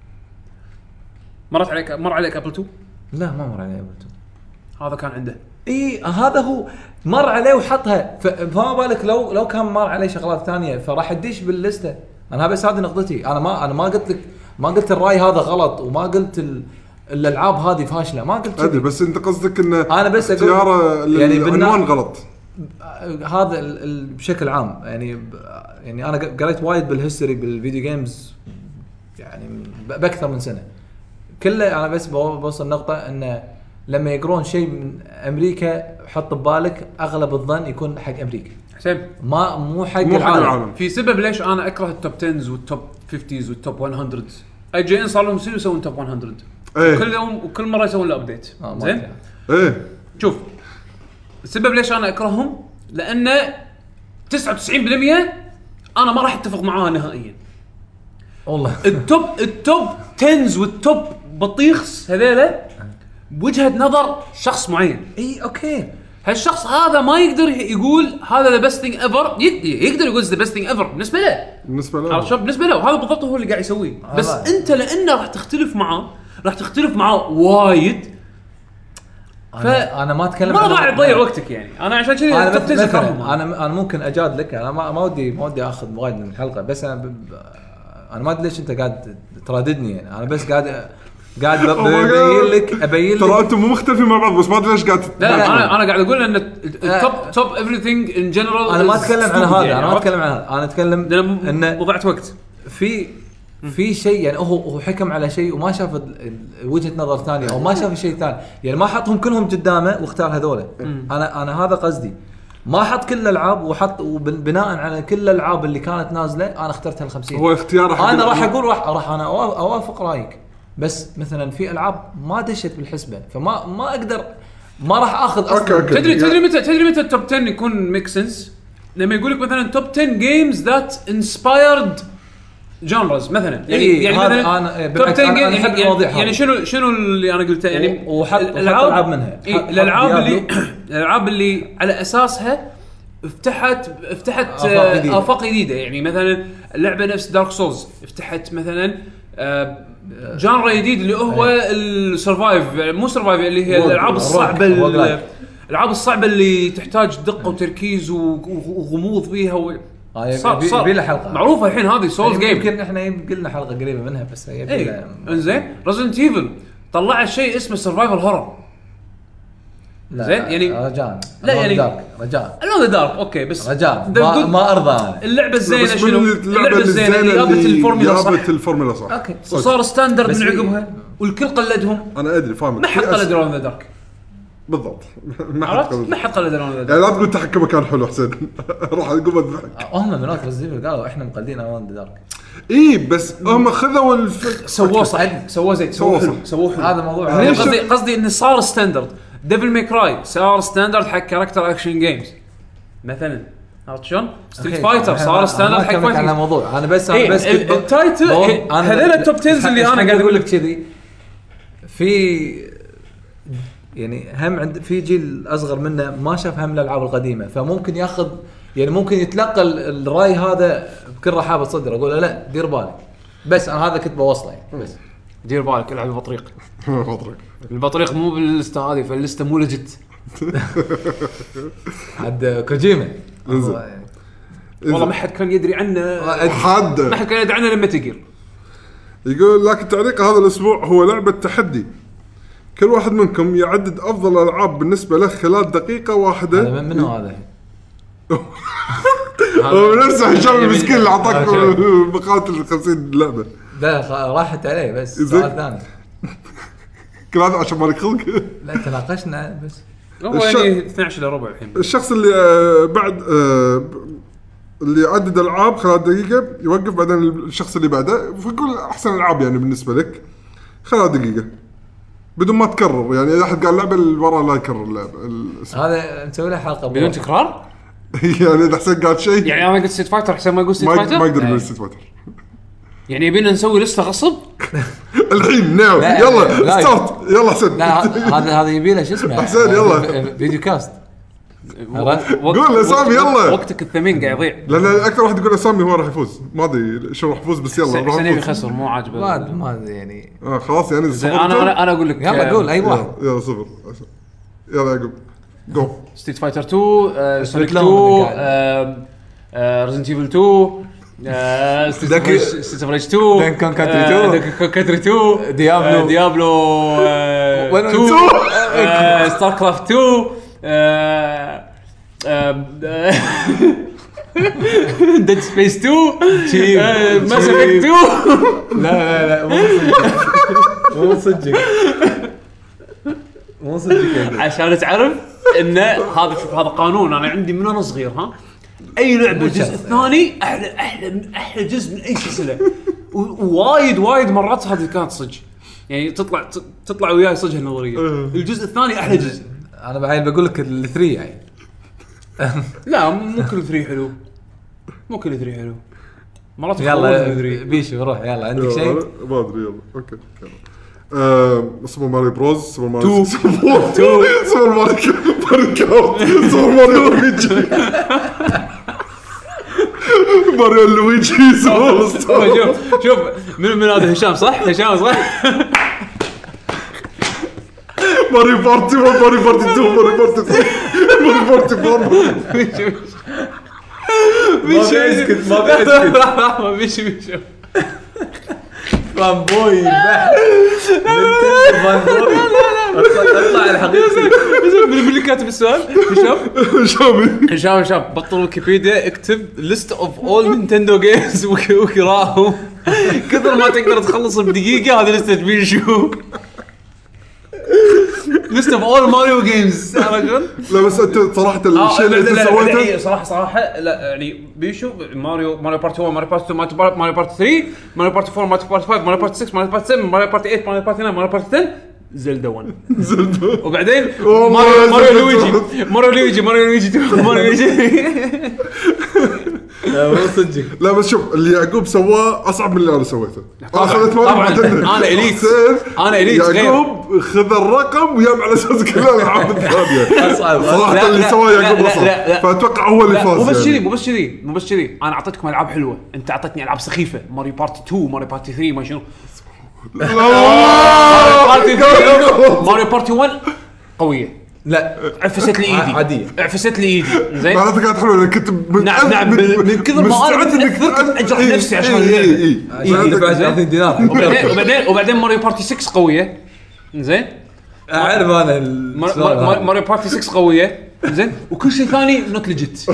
مرت عليك مر عليك ابل تو؟ لا ما مر عليه ابل. هذا كان عنده. اي هذا هو مر عليه وحطها ف- فما بالك لو لو كان مر عليه شغلات ثانيه فراح تدش باللسته. انا بس هذه نقطتي. انا ما انا ما قلت لك ما قلت الراي هذا غلط وما قلت ال... الالعاب هذه فاشله ما قلت ادري كذي. بس انت قصدك ان أنا بس أقول- اختياره يعني العنوان بالنا- غلط. هذا ال... ال... بشكل عام يعني ب... يعني انا ق- قريت وايد بالهيستوري بالفيديو جيمز يعني ب... باكثر من سنه كله. انا بس بو- بوصل نقطه انه لما يقرون شيء من امريكا حط ببالك اغلب الظن يكون حق امريكا حسين ما مو حق مو حق العالم. العالم. في سبب ليش انا اكره التوب عشرة والتوب خمسين والتوب مية. اي جي ان صار لهم سنه يسوون توب مية. إيه. كل يوم وكل مره يسوون له ابديت. آه، ما زين أدري. ايه شوف السبب ليش انا اكرههم لان تسعة وتسعين بالمية انا ما راح اتفق معاها نهائيا. والله التوب التوب تنز والتوب بطيخس هذيلا بوجهه نظر شخص معين. اي اوكي هالشخص هذا ما يقدر يقول هذا ذا بيست ثينج ايفر. يقدر يقول ذا بيست ثينج ايفر بالنسبه له. بالنسبه له عرفت شو بالنسبه له هذا بالضبط هو اللي قاعد يسويه. بس هذا. انت لانه راح تختلف معاه راح تختلف معاه وايد. انا انا ما اتكلم ما عن- راح تضيع وقتك يعني. انا عشان كذي انا التوب مثلا عشرة أكرههم. انا انا ممكن اجادلك. انا ما ما ودي ما ودي اخذ وايد من الحلقه بس انا ب... ب- انا ما ادري ليش انت قاعد تراددني يعني. انا بس قاعد قاعد ب- Oh my ابين God. لك ابين ترى لك انتم مو مختلفين مع بعض بس ما ادري ليش قاعد لا لا انا انا قاعد اقول ان التوب توب ايفريثينج ان جنرال. انا ما اتكلم عن هذا. انا ما اتكلم عن هذا. انا اتكلم انه ان وضعت وقت في في شيء يعني هو هو حكم على شيء وما شاف ال- ال- وجهه نظر ثانيه او ما شاف شيء ثاني. يعني ما حطهم كلهم قدامه واختار هذول. انا انا هذا قصدي. ما حط كل الالعاب وحط وبناء على كل الالعاب اللي كانت نازله انا اخترت هال خمسين. هو اختياره انا راح اقول راح راح انا اوافق رايك، بس مثلا في العاب ما دشت بالحسبه فما ما اقدر ما راح اخذ اصلا. تدري تدري متى تدري متى التوب عشرة يكون ميك سنس؟ لما يقول لك مثلا توب عشرة جيمز ذات انسبايرد جانرز مثلا، يعني إيه يعني مثلا انا توب عشرة أنا يعني, أحب يعني, المواضيع يعني شنو شنو اللي انا قلته يعني وحط العاب منها إيه الالعاب اللي الالعاب اللي على اساسها فتحت فتحت آفاق جديدة. آفاق جديده. يعني مثلا اللعبه نفس دارك سولز فتحت مثلا جانرا جديد اللي هو السرفايف، مو سرفايف اللي هي الالعاب الصعبه، الالعاب الصعبه اللي تحتاج دقه وتركيز وغموض فيها و... صار صار بيلا حلقه معروفه الحين هذه سولز جيم. يمكن احنا قلنا حلقه قريبه منها بس هي ايه انزين. ريزنت ايفل طلعت شيء اسمه سرفايفل هورر زين يعني رجاء لا يعني دارك رجاء لو دارك اوكي بس رجاء ما, ما ارضى انا اللعبه الزينه شنو اللعبه الزينه اللي جابت الفورمولا صح جابت الفورمولا صح اوكي وصار ستاندرد من عقبها والكل قلدهم. انا ادري فاهم ما حد قلد رون ذا دارك بالضبط ما حد عرفت قلد ما حد قلد رون ذا يعني لا تقول تحكمه كان حلو حسين راح اقوم اضحك. هم من ريزنت قالوا احنا مقلدين رون ذا دارك اي بس هم خذوا الفكره سووه صح سووه زين سووه حلو سووه حلو. هذا موضوع قصدي قصدي انه صار ستاندرد. ديفل ماي كراي صار ستاندرد حق كاركتر اكشن جيمز مثلا. عرفت شلون؟ ستريت فايتر صار ستاندرد حق فايتنج. انا موضوع انا بس انا بس التايتل هذول التوب عشرة اللي انا قاعد اقول لك كذي. في يعني هم عند في جيل اصغر منا ما شاف هم الالعاب القديمه فممكن ياخذ يعني ممكن يتلقى الراي هذا بكل رحابه صدر. اقول له لا دير بالك بس انا هذا كنت بوصله يعني بس دير بالك العب بطريق بطريق البطريق مو باللسته هذه فاللسته مو لجت عند كوجيما والله ما حد كان يدري عنه حد ما حد كان يدري عنه لما تقير. يقول لك تعليق هذا الاسبوع هو لعبه تحدي كل واحد منكم يعدد افضل الالعاب بالنسبه له خلال دقيقه واحده. هذا من منو هذا؟ هو نفسه هشام المسكين اللي اعطاك مقاتل خمسين لعبه. لا راحت عليه بس سؤال ثاني كل هذا عشان مالك خلق. لا تناقشنا بس هو يعني اثنا عشر الا ربع الحين. الشخص اللي بعد اللي يعدد العاب خلال دقيقه يوقف بعدين الشخص اللي بعده ويقول احسن العاب يعني بالنسبه لك خلال دقيقه بدون ما تكرر. يعني اذا احد قال لعبه اللي ورا لا يكرر اللعبه. هذا نسوي له حلقه بدون تكرار. يعني اذا حسين قال شيء يعني انا قلت ستيت فايتر حسين ما يقول ستيت فايتر ما يقدر يقول ستيت فايتر. يعني يبينا نسوي لسته غصب الحين ناو يلا ستارت يلا حسين. لا هذا هذا يبي له شو اسمه حسين يلا فيديو كاست قول اسامي يلا وقتك الثمين قاعد يضيع. لان اكثر واحد يقول اسامي هو راح يفوز ما ادري شو راح يفوز بس يلا راح يخسر مو عاجبه ما ما يعني اه خلاص يعني انا انا اقول لك يلا قول اي واحد يلا صفر يلا يعقوب جو ستريت فايتر تو سونيك تو ريزنت ايفل تو ستريت فايتر تو دنكن كاتري تو دنكن كاتري تو ديابلو ديابلو تو ستار كرافت تو ديد سبيس تو ماس افكت تو. لا لا لا مو صدق مو صدق عشان تعرف ان هذا شوف هذا قانون انا عندي من انا صغير. ها اي لعبه الجزء الثاني احلى احلى احلى جزء من اي سلسله. وايد وايد مرات هذه كانت صدق يعني تطلع تطلع وياي صدق النظريه. الجزء الثاني احلى جزء. انا بعدين بقول لك الثري يعني لا مو كل ثري حلو مو كل ثري حلو مرات. يلا بيشو روح يلا عندك شيء ما ادري يلا اوكي يلا سوبر ماريو بروز سوبر ماريو سوبر ماريو ماريو سوبر ماريو لويجي ماريو لويجي شوف شوف من من هذا هشام صح هشام صح. ماريو بارتي ماريو بارتي تو ماريو بارتي ثري ماريو بارتي فور مش اسكت ما بسكت ما بيش بيش فانبوي بحت فانبوي اطلع الحقيقة من اللي كاتب السؤال هشام هشام هشام هشام بطل ويكيبيديا اكتب list of all Nintendo games وقراهم كثر ما تقدر تخلص بدقيقة. هذه لستة بيشو ليست اوف اول ماريو جيمز يا رجل. لا بس انت صراحه الشيء اللي انت سويته صراحه صراحه لا يعني بيشو ماريو ماريو بارتي واحد ماريو بارتي اثنين ماريو بارتي ثلاثة ماريو بارتي أربعة ماريو بارتي خمسة ماريو بارتي ستة ماريو بارتي سبعة ماريو بارتي ثمانية ماريو بارتي ثمانية ماريو بارتي عشرة زلدا واحد زلدة وبعدين ماريو ماريو لويجي ماريو لويجي ماريو لويجي ماريو لويجي. لا صدق. لا بس شوف اللي يعقوب سواه اصعب من اللي انا سويته. اخذت طبعا انا اليت انا اليت يعقوب خذ الرقم ويام على اساس كل الالعاب الثانيه اصعب صراحه اللي سواه يعقوب اصعب فاتوقع هو اللي فاز. مو بس كذي مو بس كذي مو بس كذي انا اعطيتكم العاب حلوه انت اعطيتني العاب سخيفه ماريو بارتي اثنين ماريو بارتي ثلاثة ما شنو ماريو بارتي ثلاثة ماريو بارتي واحد قويه. لا عفست لي ايدي عاديه عفست لي ايدي زين معناته كانت حلوه كنت نعم نعم من كثر ما انا اجرح نفسي عشان اي ثلاثين دينار. وبعدين وبعدين ماريو بارتي ستة قويه زين اعرف انا ماريو بارتي ستة قويه زين وكل شيء ثاني نوت ليجيت.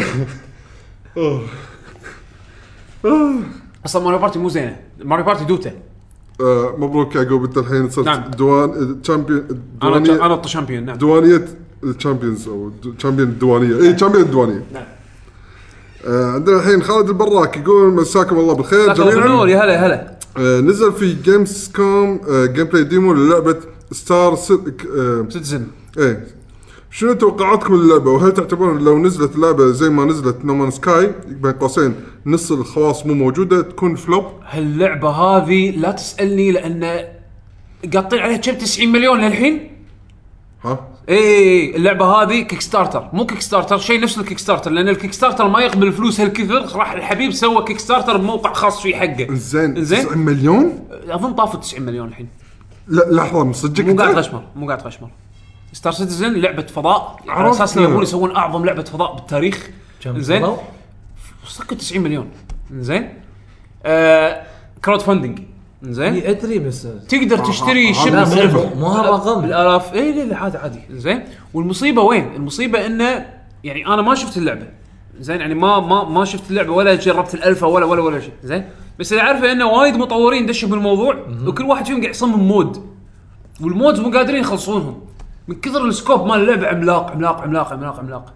اصلا ماريو بارتي مو زينه ماريو بارتي دوتا. آه مبروك يعقوب انت الحين صرت نعم. دوان تشامبيون انا انا التشامبيون. نعم دوانيه الشامبيونز او تشامبيون الديوانيه اي تشامبيون الديوانيه. نعم. آه عندنا الحين خالد البراك يقول مساكم الله بالخير جميعا. يا هلا هلا. آه نزل في جيمز كوم آه جيم بلاي ديمو للعبه ستار سيتيزن. ايه شنو توقعاتكم للعبه وهل تعتبرون لو نزلت اللعبه زي ما نزلت نومان سكاي بين قوسين نص الخواص مو موجوده تكون فلوب؟ هاللعبه هذه لا تسالني لان قاطين عليها كم تسعين مليون للحين. ها ايه اللعبه هذه كيك ستارتر مو كيك ستارتر شيء نفس الكيك ستارتر لان الكيك ستارتر ما يقبل فلوس هالكثر راح الحبيب سوى كيك ستارتر بموقع خاص فيه حقه. زين تسعين مليون اظن طافوا تسعين مليون الحين. لا لحظه مصدق مو قاعد غشمر مو قاعد غشمر. ستار سيتيزن لعبه فضاء على اساس انهم يبون يسوون اعظم لعبه فضاء بالتاريخ. زين وصك تسعين مليون. زين آه كراود فاندنج. زين ادري بس تقدر تشتري شيب مو هالرقم بالالاف. اي لا لا عادي عادي. زين والمصيبه وين المصيبه انه يعني انا ما شفت اللعبه زين يعني ما ما ما شفت اللعبه ولا جربت الالفا ولا ولا ولا شيء. زين بس اللي عارفه انه وايد مطورين دشوا بالموضوع وكل واحد فيهم قاعد يصمم مود والمودز مو قادرين يخلصونهم من كثر السكوب مال اللعبه. عملاق عملاق عملاق عملاق عملاق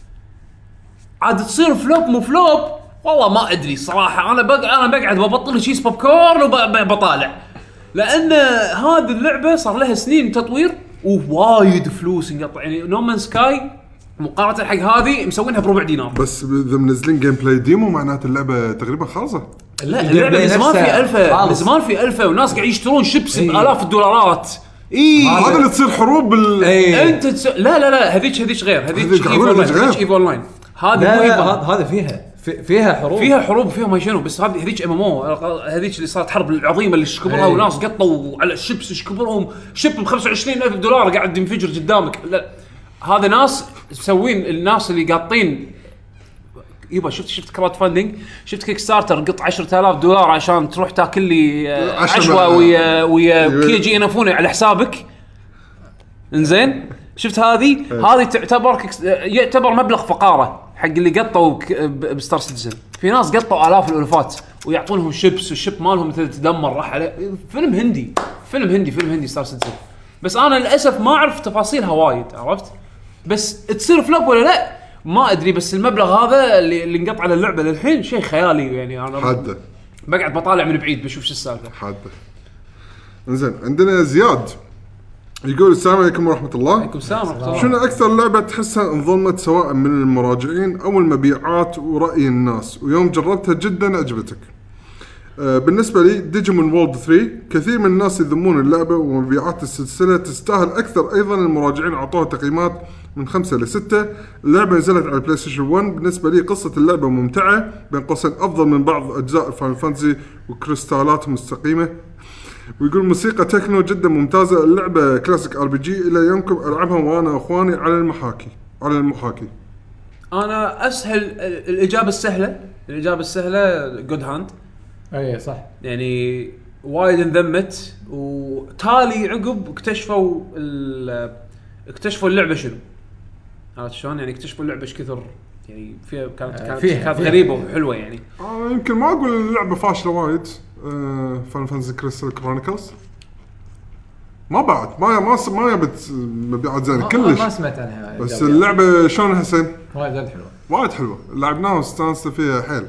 عاد تصير فلوب مو فلوب والله ما ادري صراحه. انا بقى انا بقعد ببطل شيء بوب كورن وبطالع لان هذه اللعبه صار لها سنين تطوير ووايد فلوس انقطع. يعني نومان سكاي مقارنه حق هذه مسوينها بربع دينار بس اذا منزلين جيم بلاي ديمو معناته اللعبه تقريبا خالصه. لا اللعبه من زمان في ألفة من زمان في ألفة وناس قاعد يشترون شيبس بالاف الدولارات. اي هذا اللي تصير حروب بال ايه. انت تس... لا لا لا هذيك هذيك غير هذيك ايف اونلاين. هذه هذا فيها في فيها حروب فيها حروب فيها ما شنو بس هذه هذيك ام ام او هذيك اللي صارت حرب العظيمه اللي شكبرها وناس قطوا على الشيبس شكبرهم شيب ب خمسة وعشرين ألف دولار قاعد ينفجر قدامك. لا هذا ناس مسوين الناس اللي قاطين يبا شفت شفت كراود فاندنج شفت كيك ستارتر قط عشرة آلاف دولار عشان تروح تاكل لي عشوه ويا ويا كي جي ينفونه على حسابك. انزين شفت هذه هذه تعتبر يعتبر مبلغ فقاره حق اللي قطوا بستار سيتيزن. في ناس قطوا آلاف الألوفات ويعطونهم شيبس والشيب مالهم مثل تدمر راح عليه. فيلم هندي فيلم هندي فيلم هندي ستار سيتيزن. بس انا للاسف ما اعرف تفاصيلها وايد عرفت. بس تصير فلوب ولا لا ما ادري. بس المبلغ هذا اللي, اللي انقطع على اللعبه للحين شيء خيالي. يعني انا حاده بقعد بطالع من بعيد بشوف شو السالفه. حاده. انزين عندنا زياد يقول السلام عليكم ورحمه الله. عليكم السلام ورحمه الله. شنو اكثر لعبه تحسها انظلمت سواء من المراجعين او المبيعات وراي الناس ويوم جربتها جدا عجبتك؟ آه بالنسبه لي ديجيمون وورلد ثلاثة كثير من الناس يذمون اللعبه ومبيعات السلسله تستاهل اكثر. ايضا المراجعين اعطوها تقييمات من خمسة لستة. اللعبه نزلت على البلاي ستيشن واحد. بالنسبه لي قصه اللعبه ممتعه بين قوسين افضل من بعض اجزاء فاينل فانتسي وكريستالات مستقيمه. ويقول موسيقى تكنو جدا ممتازه. اللعبه كلاسيك ار بي جي الى يومكم العبها وانا واخواني على المحاكي على المحاكي. انا اسهل الاجابه السهله الاجابه السهله جود هاند. اي صح يعني وايد انذمت وتالي عقب اكتشفوا اكتشفوا اللعبه شنو عرفت شلون. يعني اكتشفوا اللعبه ايش كثر يعني فيها كانت كانت, فيها كانت فيها غريبه وحلوه. يعني آه يمكن ما اقول اللعبه فاشله وايد. فان فانزي كريستال كرونيكلز ما بعد ما ما ما جابت مبيعات زينه كلش. ما سمعت عنها بس اللعبه شلون حسين وايد حلوه وايد حلوه لعبناها واستانست فيها حيل.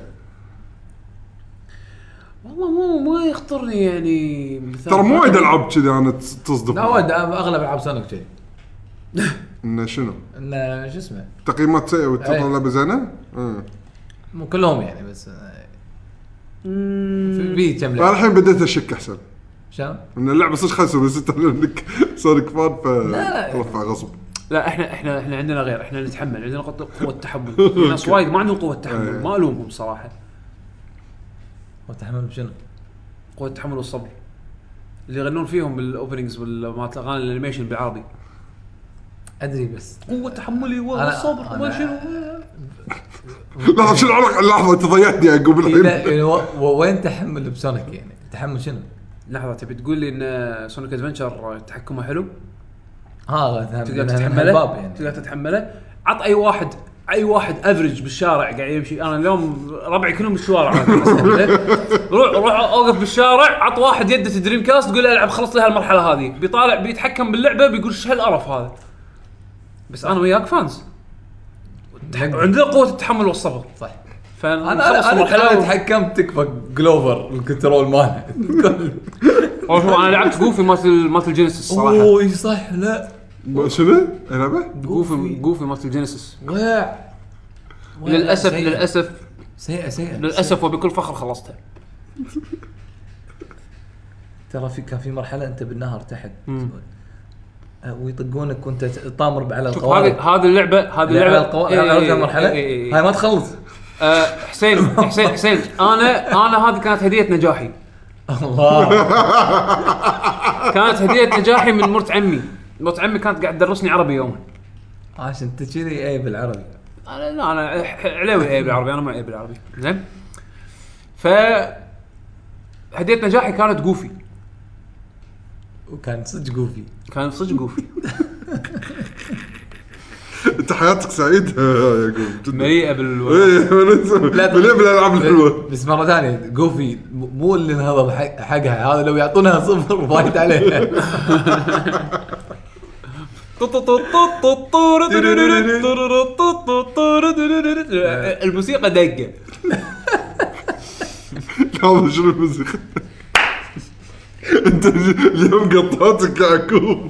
والله مو ما يخطرني يعني ترى مو وايد العاب كذي انا تصدق. لا وايد اغلب العاب سونيك كذي. انه شنو انه شو اسمه تقييمات سيئه وتطلع لعبه زينه. امم مو كلهم يعني بس في في كم لعبه. لعبه الحين بديت اشك احسن شلون ان اللعبه صدق خسر بس انت لانك سونيك فان ف لا. ترفع غصب. لا احنا احنا احنا عندنا غير، احنا نتحمل، عندنا قوه تحمل. ناس وايد ما عندهم قوه تحمل، ما الومهم صراحه. وتحمل شنو قوه التحمل والصبر اللي يغنون فيهم بالاوبننجز والمات اغاني الانيميشن بالعربي. ادري بس قوه تحملي والصبر وما شنو. لحظه شنو العلاقه اللحظه انت ضيعتني عقب الحين. يعني وين تحمل بسونيك يعني تحمل شنو لحظه تبي تقول لي ان سونيك ادفنتشر تحكمه حلو؟ ها تقدر تتحمله يعني. تقدر تتحمله. عط اي واحد اي واحد افريج بالشارع قاعد يمشي. انا اليوم ربعي كلهم بالشوارع. روح روح اوقف بالشارع عط واحد يده دريم كاست تقول له العب خلص لي هالمرحله هذه بيطالع بيتحكم باللعبه بيقول ايش هالقرف هذا. بس انا وياك فانز عندنا قوه التحمل والصبر صح. فانا انا انا تحكمت تكفى جلوفر الكنترول ماله. هو انا لعبت جوفي مالت مالت الجينيسيس الصراحه. اوه اي صح. لا شنو لعبه جوفي جوفي مالت الجينيسيس. وقع للاسف للاسف سيئه سيئه للاسف وبكل فخر خلصتها. ترى في كان في مرحله انت بالنهر تحت ويطقونك وانت طامر على القوارب. هذه هذه اللعبه هذه اللعبه القوارب على المرحله هاي ما تخلص. أه حسين حسين حسين انا انا هذه كانت هديه نجاحي. الله. كانت هديه نجاحي من مرت عمي. مرت عمي كانت قاعد تدرسني عربي يوم. عشان انت كذي اي بالعربي. انا لا انا علوي اي بالعربي. انا ما اي بالعربي زين. ف هديه نجاحي كانت جوفي. وكان صدق جوفي. كان صدق جوفي. انت حياتك سعيده يا يعقوب مليئه بال لا مليئه بالالعاب الحلوه. بس مره ثانيه جوفي مو اللي انهضم حقها. هذا لو يعطونها صفر وايد عليها. الموسيقى دقه. هذا شنو الموسيقى؟ انت اليوم قطعتك يا يعقوب.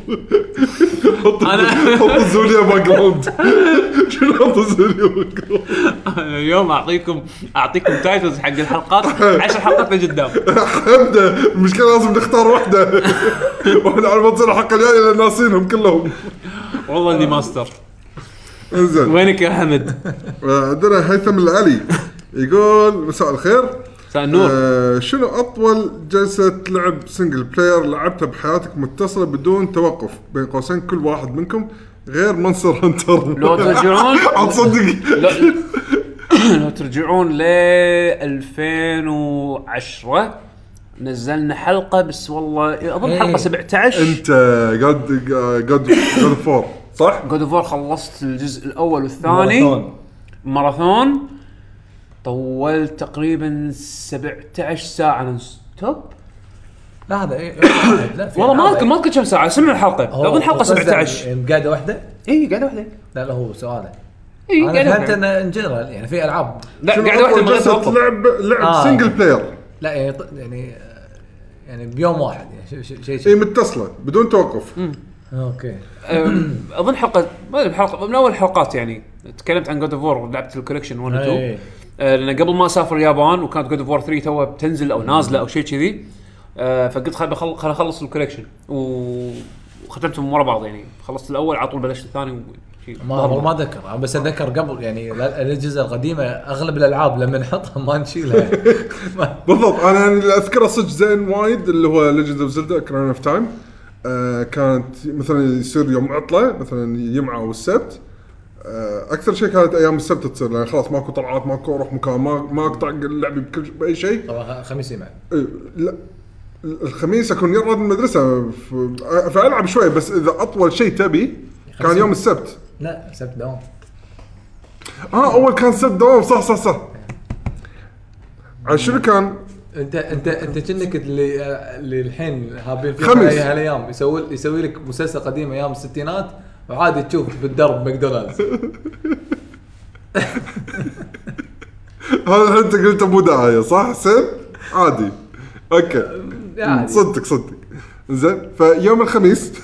انا حط زوليا باك جراوند. شنو حط زوليا باك جراوند؟ انا اليوم اعطيكم اعطيكم تايتلز حق الحلقات عشر حلقات لقدام. حمده المشكله لازم نختار واحده. واحنا على ما تصير الحلقه الجايه لان ناسينهم كلهم. والله اني ماستر. انزين وينك يا حمد؟ عندنا هيثم العلي يقول مساء الخير. مساء النور. آه شنو اطول جلسه لعب سنجل بلاير لعبتها بحياتك متصله بدون توقف بين قوسين كل واحد منكم غير مونستر هانتر؟ لو ترجعون اتصدق لو ترجعون ل ألفين وعشرة نزلنا حلقه بس والله اظن حلقه سبعة عشر. انت قد قد قد فور صح؟ جود فور خلصت الجزء الاول والثاني ماراثون. طولت تقريبا سبعة عشر ساعه نون ستوب. لا هذا ايه والله ما اذكر ما اذكر كم ساعه. سمع الحلقه اظن حلقه سبعة عشر. يعني قاعده واحده. اي قاعده واحده. لا لا هو سؤاله. اي قاعده واحده. انا ان جنرال يعني في العاب لا قاعده واحده من غير توقف. لعب لعب آه سنجل بلاير. لا يعني يعني يعني بيوم واحد يعني شيء شيء اي متصله بدون توقف. اوكي. اظن حلقه ما ادري حلقه من اول الحلقات يعني تكلمت عن جود اوف وور. لعبت الكولكشن واحد و اثنين لان قبل ما اسافر اليابان وكانت جود اوف وور ثلاثة توها بتنزل او نازله او شيء كذي. فقلت خل خل اخلص الكولكشن وختمتهم ورا بعض يعني. خلصت الاول على طول بلشت الثاني. ما ما اتذكر بس اتذكر قبل يعني الاجهزه القديمه اغلب الالعاب لما نحطها ما نشيلها. بالضبط. انا اللي اذكره صدق زين وايد اللي هو ليجند اوف زلدا كراون اوف تايم. كانت مثلا يصير يوم عطله مثلا يجمعه او السبت. اكثر شيء كانت ايام السبت تصير لان خلاص ماكو طلعات ماكو اروح مكان ما ما اقطع اللعب بكل باي شيء. طبعا خميس يمع لا الخميس اكون يرد من المدرسه فالعب شوي. بس اذا اطول شيء تبي كان يوم السبت. لا سبت دوام. اه اول كان سبت دوام صح صح صح. عشان كان انت انت انت كأنك اللي اللي الحين هابين في خمس. هالايام يسوي يسوي لك مسلسل قديم ايام الستينات وعادي تشوف بالدرب ماكدونالدز. هذا انت قلت مو داعيه صح حسين؟ عادي اوكي يعني صدق صدق زين. فيوم الخميس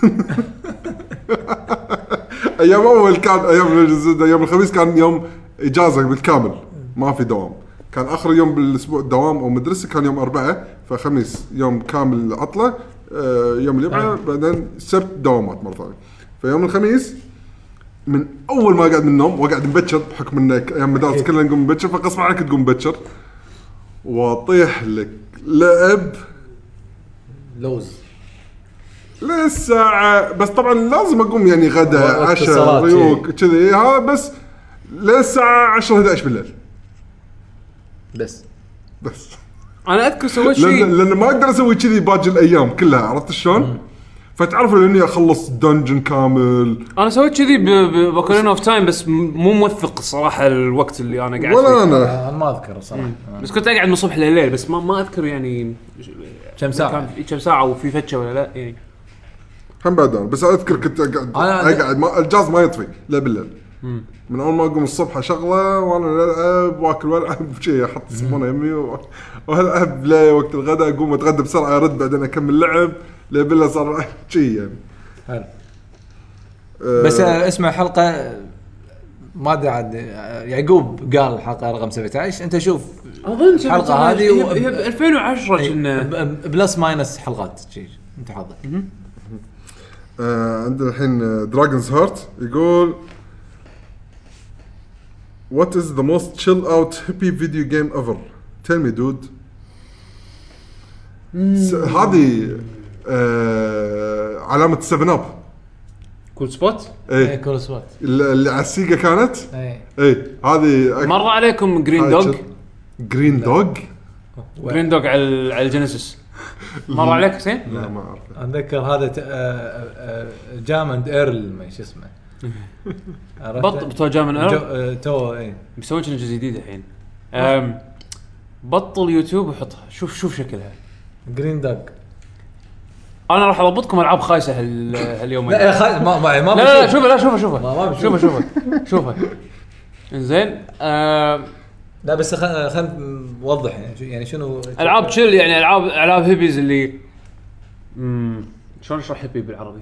ايام اول كان ايام يوم الخميس كان يوم اجازه بالكامل ما في دوام. كان اخر يوم بالاسبوع دوام او مدرسه كان يوم أربعة فخميس يوم كامل عطله آه يوم الجمعه بعدين السبت دوامات مره ثانيه. فيوم الخميس من اول ما قاعد من النوم وقاعد مبكر بحكم انك ايام مدارس كلنا نقوم مبكر فقص عليك تقوم مبكر واطيح لك لعب لوز للساعة. بس طبعا لازم اقوم يعني غدا عشاء ريوق كذي ها بس للساعة عشرة إحدى عشر بالليل بس. بس انا اذكر سويت شيء لأن, لان ما اقدر اسوي كذي باقي الايام كلها عرفت شلون؟ فتعرف اني اخلص دنجن كامل. انا سويت كذي بوكرين اوف تايم بس مو موثق الصراحه الوقت اللي انا قاعد ولا فيه. انا انا ما اذكر صراحه بس كنت اقعد من الصبح لليل بس ما ما اذكر يعني كم ساعه كان كم ساعه وفي فتشه ولا لا يعني هم بعد أنا. بس اذكر كنت اقعد اقعد ما الجهاز ما يطفي لا بالليل من اول ما اقوم الصبح اشغله وانا العب واكل والعب شيء احط السمونه يمي والعب لا وقت الغداء اقوم اتغدى بسرعه ارد بعدين اكمل لعب لا بالله صار شيء يعني حلو. أه بس اسمع حلقه ما ادري عاد يعقوب قال الحلقه رقم سبعة عشر انت شوف اظن الحلقه هذه هي ب ألفين وعشرة كنا بلس ماينس حلقات شيء انت حاضر. آه عندنا الحين دراجونز هارت يقول What is the most chill out hippie video game ever? Tell me dude. هذه آه علامة سفن اب كول سبوت ايه كول سبوت اللي على السيجا كانت ايه ايه هذه مر عليكم جرين دوغ جرين دوغ جرين دوغ على على الجينيسيس مر عليك حسين؟ لا ما اعرف. اتذكر هذا جامند ايرل ما ايش اسمه بط بتو جامن ايرل تو ايه بيسوون شنو جزء جديد الحين بطل يوتيوب وحطها شوف شوف شكلها جرين دوغ. انا راح اضبطكم العاب خايسه هال هاليومين لا خ... ما ما ما لا لا شوف لا شوف شوف ما شوف شوف شوف انزين آه لا بس خل خل نوضح يعني يعني شنو العاب تشيل يعني العاب العاب هيبيز اللي امم شلون اشرح هيبي بالعربي؟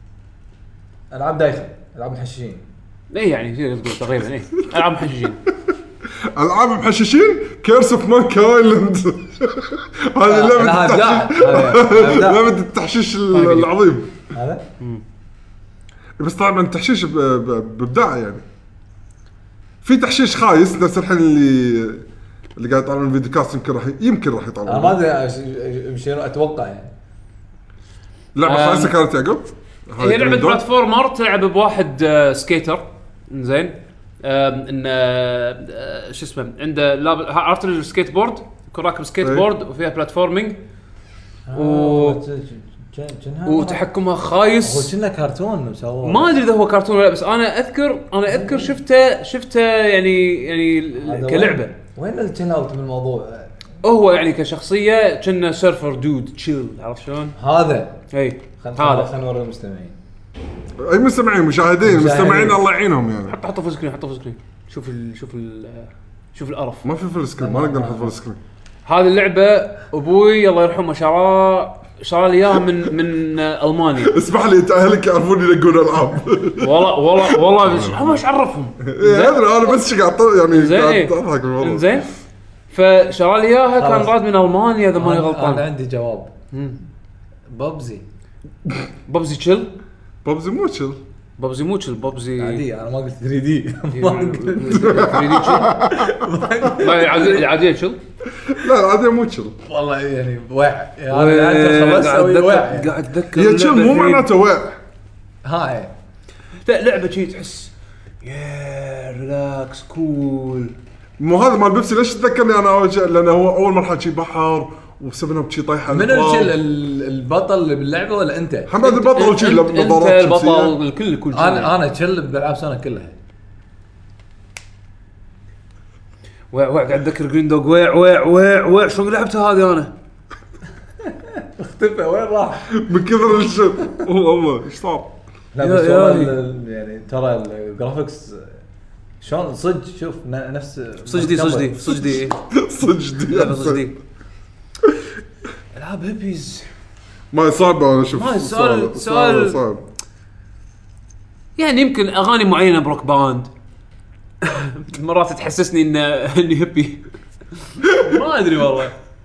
العاب دايخه العاب محششين ايه يعني زي تقول تقريبا ايه العاب محششين العاب محششين كيرس اوف مانك ايلاند هذه لعبه لعبه التحشيش العظيم هذا بس طبعا التحشيش بابداع يعني في تحشيش خايس نفس الحين اللي اللي قاعد يطلعون فيديو كاست يمكن راح يمكن راح يطلعون انا ما ادري شنو اتوقع يعني لعبه خايسه كانت يعقوب هي لعبه بلاتفورمر تلعب بواحد سكيتر زين ان شو اسمه عنده عرفت السكيت بورد يكون راكب سكيت بورد وفيها بلاتفورمينج و وتحكمها خايس هو كنا كرتون مسوي ما ادري اذا هو كرتون ولا بس انا اذكر انا اذكر شفته شفته يعني يعني كلعبه وين التشيل اوت بالموضوع هو يعني كشخصيه كنا سيرفر دود تشيل عرفت شلون هذا اي هذا خلينا نوري المستمعين اي مستمعين مشاهدين مستمعين الله يعينهم يعني حط حطه في السكرين حطه في السكرين شوف ال شوف ال شوف القرف ما في فل سكرين ما نقدر نحط فل سكرين هذه اللعبه ابوي الله يرحمه شرا شرا لي اياها من من المانيا اسمح لي انت اهلك يعرفون يلقون العاب والله والله والله ما ايش عرفهم ادري انا بس قاعد يعني قاعد اضحك والله زين فشرا لي اياها كان راد من المانيا اذا ماني غلطان انا عندي جواب بوبزي بوبزي تشيل بوبزي مو تشيل بوبزي مو تشيل بوبزي عادي انا ما قلت ثري دي ما قلت ثري دي تشيل لا العاديه تشيل لا العاديه مو تشيل والله يعني واع انا خلصت قاعد اتذكر هي تشيل مو معناته واع هاي لا لعبه شيء تحس يا ريلاكس كول مو هذا مال بيبسي ليش تذكرني انا اول شيء لانه هو اول مرحله شي بحر وسبنا بشي طايحه من الشيل البطل اللي باللعبه ولا انت محمد البطل شيء نظارات البطل الكل كل شيء انا انا تشل بالعاب سنه كلها ويع ويع قاعد اتذكر جرين دوغ ويع ويع ويع ويع شلون لعبتها هذه انا اختفى وين راح؟ من كثر الشغل والله ايش صار؟ لا يا- بس يا والله أخي. ال- يعني ترى الجرافكس شلون صدق شوف ن- نفس صجدي صجدي صجدي صدق لا صجدي العاب هيبيز ما صعب انا اشوف ما سؤال- سؤال- صعب يعني يمكن اغاني معينه بروك باند مرات تحسسني ان اني هيبي ما ادري والله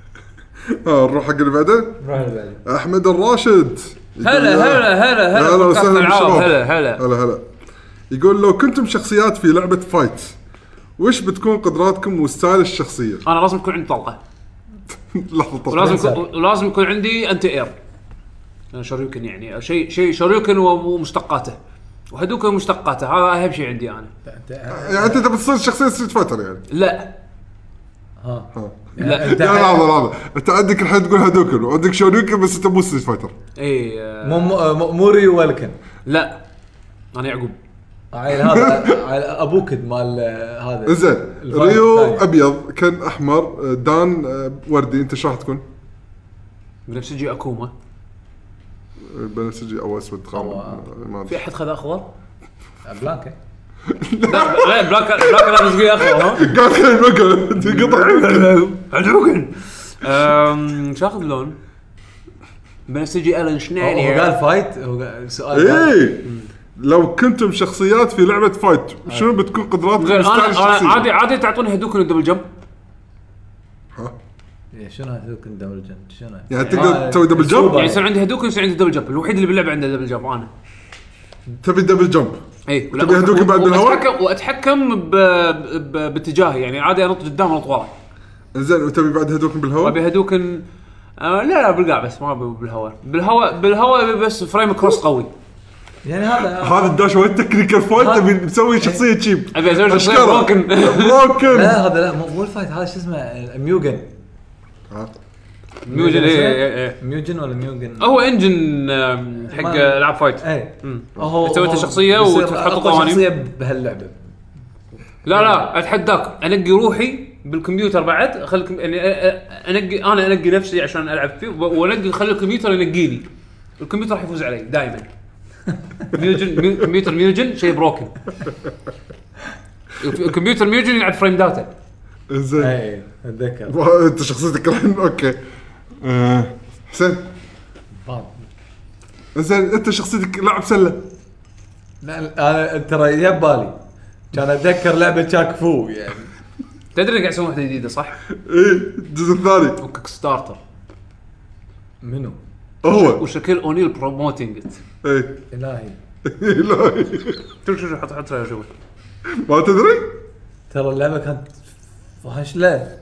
اه نروح حق اللي بعده روح اللي بعده. احمد الراشد يقول هلا يا- هلا هلا هلا هلا بودكاست وسهلا الألعاب. بالشباب. هلا هلا هلا هلا يقول لو كنتم شخصيات في لعبة فايت وش بتكون قدراتكم وستايل الشخصية؟ انا لازم يكون عندي طلقه لحظة طب ولازم يكون ولازم يكون عندي انتي اير يعني شوريوكن يعني شيء شيء شوريوكن ومشتقاته وهدوكن ومشتقاته هذا اهم شيء عندي انا يعني انت تبي تصير شخصية ستريت فايتر يعني؟ لا ها ها. لا انت لا لحظة لحظة انت عندك الحين تقول هدوكن وعندك شوريوكن بس انت مو ستريت فايتر. اي آه، مو مو- موري ولكن لا انا يعقوب عيل هذا عيل ابوك مال هذا زين الفايت ريو الثاني. ابيض كان احمر دان آه، وردي انت شو راح تكون؟ بنفسجي اكوما بنفسجي او اسود غامق أو- ما في ادري احد خذ اخضر بلانكا لا لا بلاك بلاك لازم تقول اخضر ها قاعد خلي المقل تقطع هدوكن امم شو اخذ لون بنفسجي الن هو شنيني قال فايت هو قال سؤال قال- ايه لو كنتم شخصيات في لعبة فايت شنو بتكون قدراتكم غير وستايل انا أنا الشخصية؟ عادي عادي تعطوني هدوكن ودبل جمب ها؟ إيه، شنو هذوك دبل جمب شنو يعني آه، تقدر تسوي دبل السوبر. جمب؟ يعني يصير عندي هدوكن يصير عندي دبل جمب الوحيد اللي باللعبه عنده دبل جمب انا تبي دبل جمب اي تبي هدوكن بعد بالهواء؟ واتحكم واتحكم ب... ب... باتجاهي يعني عادي انط قدام انط ورا زين وتبي بعد هدوكن بالهواء؟ ابي هدوكن آه لا لا بالقاع بس ما ابي بالهواء بالهواء بالهواء بس فريم كروس قوي يعني هذا هذا الداش وايد تكنيكال فايت هذا- تبي نسوي شخصية تشيب ابي اسوي شخصيه أشكره. بروكن بروكن لا هذا لا مو مو الفايت هذا شو اسمه ميوجن ها؟ ميوجن اي اي اي ميوجن ولا ميوجن هو انجن آم، حق ما- العاب فايت اي مم. هو تسوي انت شخصية بيصير وتحط أقوى قوانين. شخصيه بهاللعبه لا لا اتحداك انقي روحي بالكمبيوتر بعد خليكم يعني أ- أ- انقي انا انقي نفسي عشان العب فيه و- وانقي خلي الكمبيوتر ينقيني الكمبيوتر راح يفوز علي دائما ميوجن ميو- كمبيوتر ميوجن شيء بروكن الكمبيوتر ميوجن يلعب فريم داتا زين اي اتذكر وا- انت شخصيتك الحين اوكي آه، حسين زين انت شخصيتك لاعب سله لا انا ترى يا بالي كان اتذكر لعبه شاك فو يعني تدري إنك قاعد يسوون واحده جديده صح؟ ايه الجزء الثاني وكيك ستارتر منو هو وشكل اونيل بروموتينج ايه الهي لا شوف شوف حط حط شوف ما تدري ترى اللعبه كانت فاشله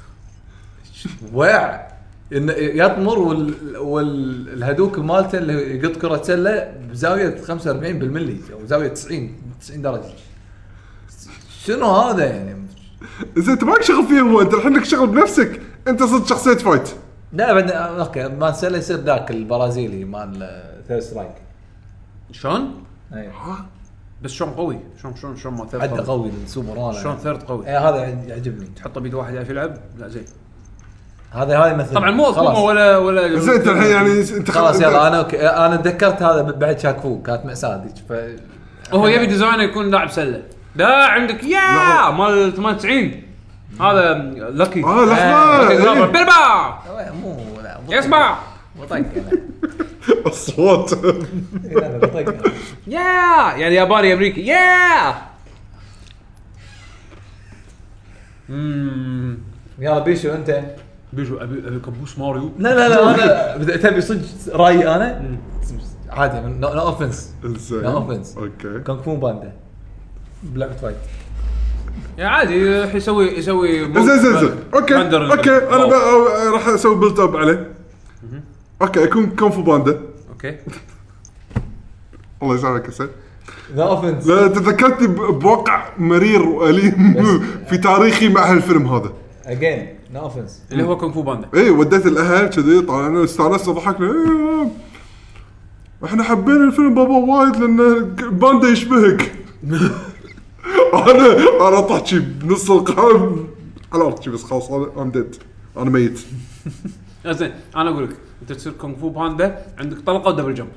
واع إن يطمر وال والهدوك مالته اللي يقط كره سله بزاويه خمسة وأربعين بالملي او زاويه تسعين تسعين درجه شنو هذا يعني زين انت ماك شغل فيه هو انت الحين لك شغل بنفسك انت صرت شخصيه فايت لا بعد اوكي مال سله يصير ذاك البرازيلي مال ثيرد سترايك شلون؟ اي بس شلون قوي شلون شلون شلون ما ثيرد عده قوي قوي سوبر انا شلون ثيرد قوي اي هذا يعجبني تحطه بيد واحد يعرف يلعب لا زين هذا هذا مثلا طبعا مو اكوما ولا ولا زين انت الحين يعني انت خلاص أنت- يلا انا اوكي انا تذكرت هذا بعد شاكفو كانت مأساة ذيك ف هو يبي ديزاينر يكون لاعب سله لا عندك يا مال ثمانية وتسعين هذا لكي اه لحظه إيه. بيربا مو لا يسمع بطق انا الصوت إيه، انا بطق أنا. يا يعني ياباني امريكي يا امم يلا بيشو انت بيجو ابي ابي كبوس ماريو لا لا لا انا بدأ- تبي صدق رايي انا عادي نو اوفنس زين نو اوفنس اوكي كونغ فو باندا بلعبه فايت يا عادي راح يسوي يسوي زين زين زين اوكي اوكي انا بقى راح اسوي بيلت اب عليه اوكي يكون كونفو باندا اوكي الله يسامحك حسين نو اوفنس لا تذكرتني ب- بواقع مرير واليم في تاريخي مع هالفيلم هذا اجين نو اوفنس اللي هو كونغ فو باندا اي وديت الاهل كذي طلعنا استانسنا ضحكنا إيه احنا حبينا الفيلم بابا وايد لان باندا يشبهك انا انا طحت شي بنص القاعه على الارض بس خلاص انا ديد انا ميت. زين انا اقول لك انت تصير كونغ فو باندا عندك طلقه ودبل جمب.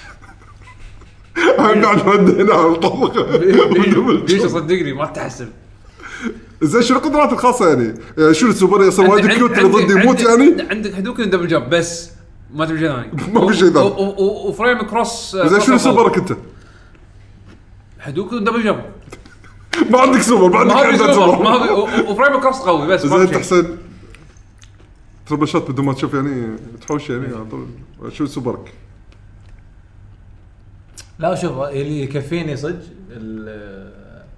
انا قاعد هنا على الطلقه ليش صدقني ما تحسب. زين شنو القدرات الخاصه يعني شو السوبر يصير وايد كيوت اللي ضد يموت يعني عندك هدوكن دبل جمب بس ما تبي شيء ثاني ماكو شيء ثاني وفريم كروس. زين شنو سوبرك انت؟ هدوكن دبل جمب ما عندك سوبر ما عندك ما سوبر ما وفريم كروس قوي بس زين تحسن تربل شوت بدون ما تشوف يعني تحوش يعني على طول. شو سوبرك؟ لا شوف اللي يكفيني صدق ال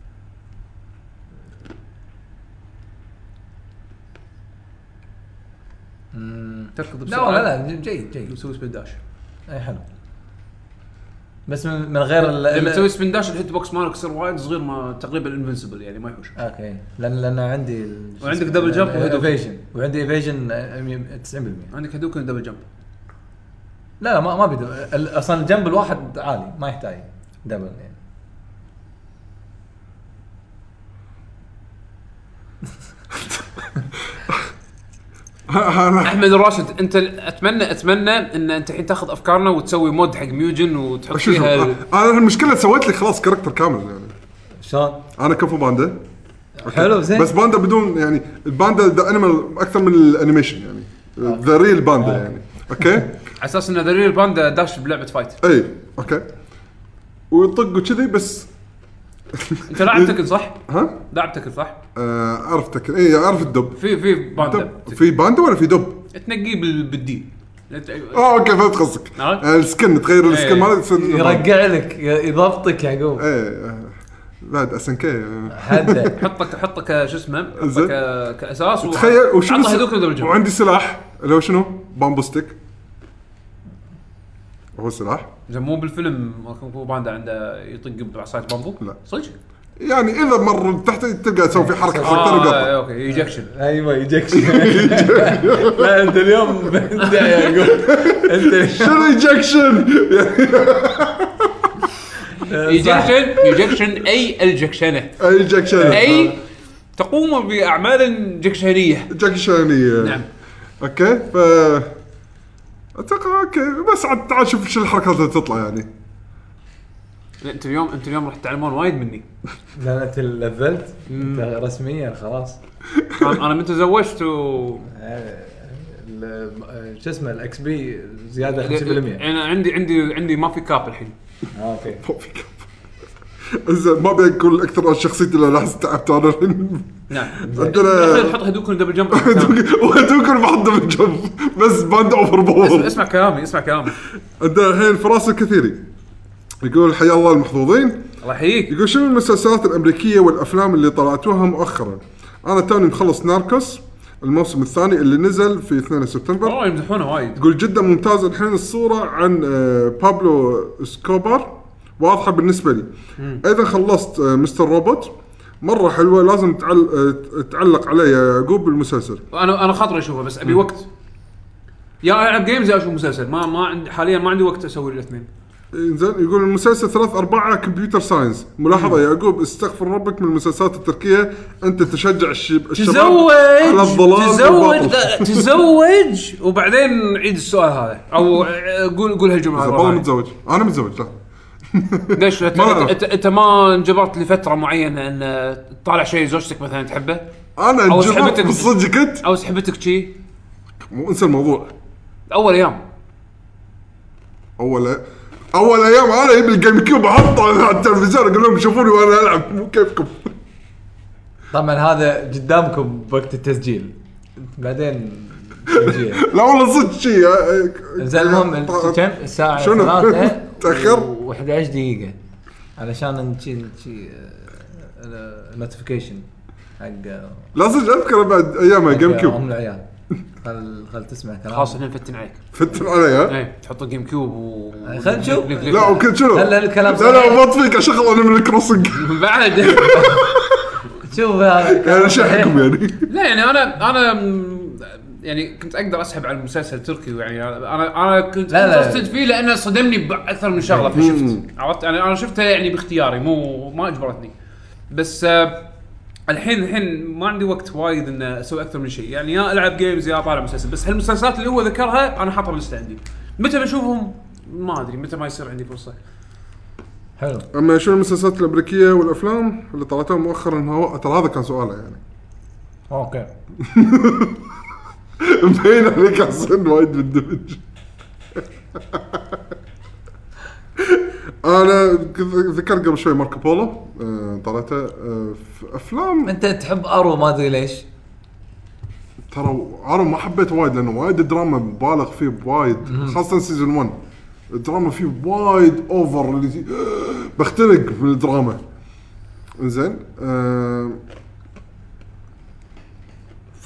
تركض بسرعه. لا لا جيد جيد تسوي سبين داش اي حلو بس من, من غير لما تسوي سبين داش الهيت بوكس مالك يصير وايد صغير ما تقريبا انفنسبل يعني ما يحوش. اوكي لان لان عندي وعندك دبل جمب وايفيجن وعندي ايفيجن تسعين بالمية. عندك هدوكن دبل جمب. لا ما ما بيدو اصلا الجنب الواحد عالي ما يحتاج دبل يعني. احمد الراشد انت اتمنى اتمنى ان انت الحين تاخذ افكارنا وتسوي مود حق ميوجن وتحط فيها ال... انا المشكله سويت لي خلاص كاركتر كامل يعني. شلون انا كفو باندا حلو زين بس باندا بدون يعني الباندا ذا انيمال اكثر من الانيميشن يعني ذا ريل باندا يعني اوكي على اساس ان ذا ريل باندا داش بلعبه فايت. اي اوكي ويطق وكذي بس. انت لاعب تكن صح؟ ها لاعب تكن صح؟ آه اعرف تكن اي اعرف الدب. في في باندا في باندا ولا في دب؟ تنقيه بالدي. اه اوكي فهمت قصدك. آه السكن تغير السكن مالك يرجع لك يضبطك يعقوب. ايه بعد اسنكي حد حطك حطك شو اسمه حطك كاساس تخيل وشنو هذوك وعندي سلاح اللي هو شنو بامبو ستيك هو سلاح زين مو بالفيلم ماكو باندا عنده يطق بعصايه بامبو لا صدق يعني اذا مر تحت تلقى تسوي في حركه حركه اه اوكي ايجكشن ايوه ايجكشن. لا انت اليوم بدع يا يعقوب انت شنو ايجكشن ايجكشن ايجكشن اي الجكشنه ايجكشن اي تقوم باعمال جكشنيه جكشنيه نعم اوكي ف اتوقع اوكي بس عاد تعال شوف شو الحركات اللي تطلع يعني. انت اليوم انت اليوم راح تتعلمون وايد مني. لا انت لفلت انت رسميا خلاص. انا من تزوجت و شو اسمه الاكس بي زياده خمسين بالمية. انا عندي عندي عندي ما في كاب الحين. اه اوكي ما في كاب. زين ما بيقول اكثر شخصيتي اللي لاحظ تعبت انا. نعم عندنا نحط هدوكن دبل جمب وهدوكن بحط دبل جمب بس باند اوفر باور. اسمع كلامي اسمع كلامي. عندنا الحين فراس الكثيري يقول حيا الله المحظوظين. الله يحييك. يقول شنو المسلسلات الامريكيه والافلام اللي طلعتوها مؤخرا؟ انا توني مخلص ناركوس الموسم الثاني اللي نزل في اثنين سبتمبر. والله يمدحونه وايد. تقول جدا ممتاز. الحين الصوره عن بابلو اسكوبار واضحه بالنسبه لي. ايضا خلصت مستر روبوت مره حلوه لازم تعل... تعلق عليه يا يعقوب المسلسل. انا انا خاطري اشوفه بس ابي وقت يا العب جيمز يا اشوف مسلسل. ما ما عندي حاليا ما عندي وقت اسوي الاثنين. زين يقول المسلسل ثلاث أربعة كمبيوتر ساينس. ملاحظة يا يعقوب استغفر ربك من المسلسلات التركية أنت تشجع الشب... الشباب على الضلال تزوج تزوج وبعدين عيد السؤال هذا أو قول قول هالجملة. والله متزوج أنا متزوج لا ليش أنت أنت ما انجبرت لفترة معينة أن تطالع شيء زوجتك مثلا تحبه؟ أنا انجبرت بالصدق كنت أو صحبتك شيء مو انسى الموضوع. أول أيام أول اول ايام انا يبي الجيم كيوب احطه على التلفزيون اقول لهم شوفوني وانا العب مو كيفكم. طبعا هذا قدامكم بوقت التسجيل بعدين لا والله صدق شيء. زين المهم كم الساعه ثلاثة تاخر وإحدى عشرة دقيقه علشان نشي نشي نوتيفيكيشن حق لا صدق اذكر بعد ايام جيم كيوب ام العيال. خل خل تسمع كلام خلاص احنا نفتن عليك فتن علي ها ايه تحط الجيم كيوب و خل نشوف. لا وكل شنو خل الكلام لا لا ما تفيك اشغل انا من الكروسنج بعد شوف هذا يعني شحكم يعني. لا يعني انا انا يعني كنت اقدر اسحب على المسلسل التركي يعني انا انا كنت انترستد فيه لانه صدمني باكثر من شغله فشفت عرفت يعني انا شفته يعني باختياري مو ما اجبرتني بس الحين الحين ما عندي وقت وايد ان اسوي اكثر من شيء يعني يا العب جيمز يا اطالع مسلسل بس هالمسلسلات اللي هو ذكرها انا حاطها باللسته عندي متى بشوفهم ما ادري متى ما يصير عندي فرصه. حلو. اما شنو المسلسلات الامريكيه والافلام اللي طلعتها مؤخرا هو ترى هذا كان سؤاله يعني اوكي مبين عليك حسن وايد بالدمج. انا ذكرت قبل شوي ماركو بولو أه طلعته أه في افلام. انت تحب ارو ما ادري ليش ترى عارف ما حبيت وايد لانه وايد دراما مبالغ فيه بوايد خاصه سيزون واحد الدراما فيه وايد اوفر اللي بختنق من الدراما. زين أه ف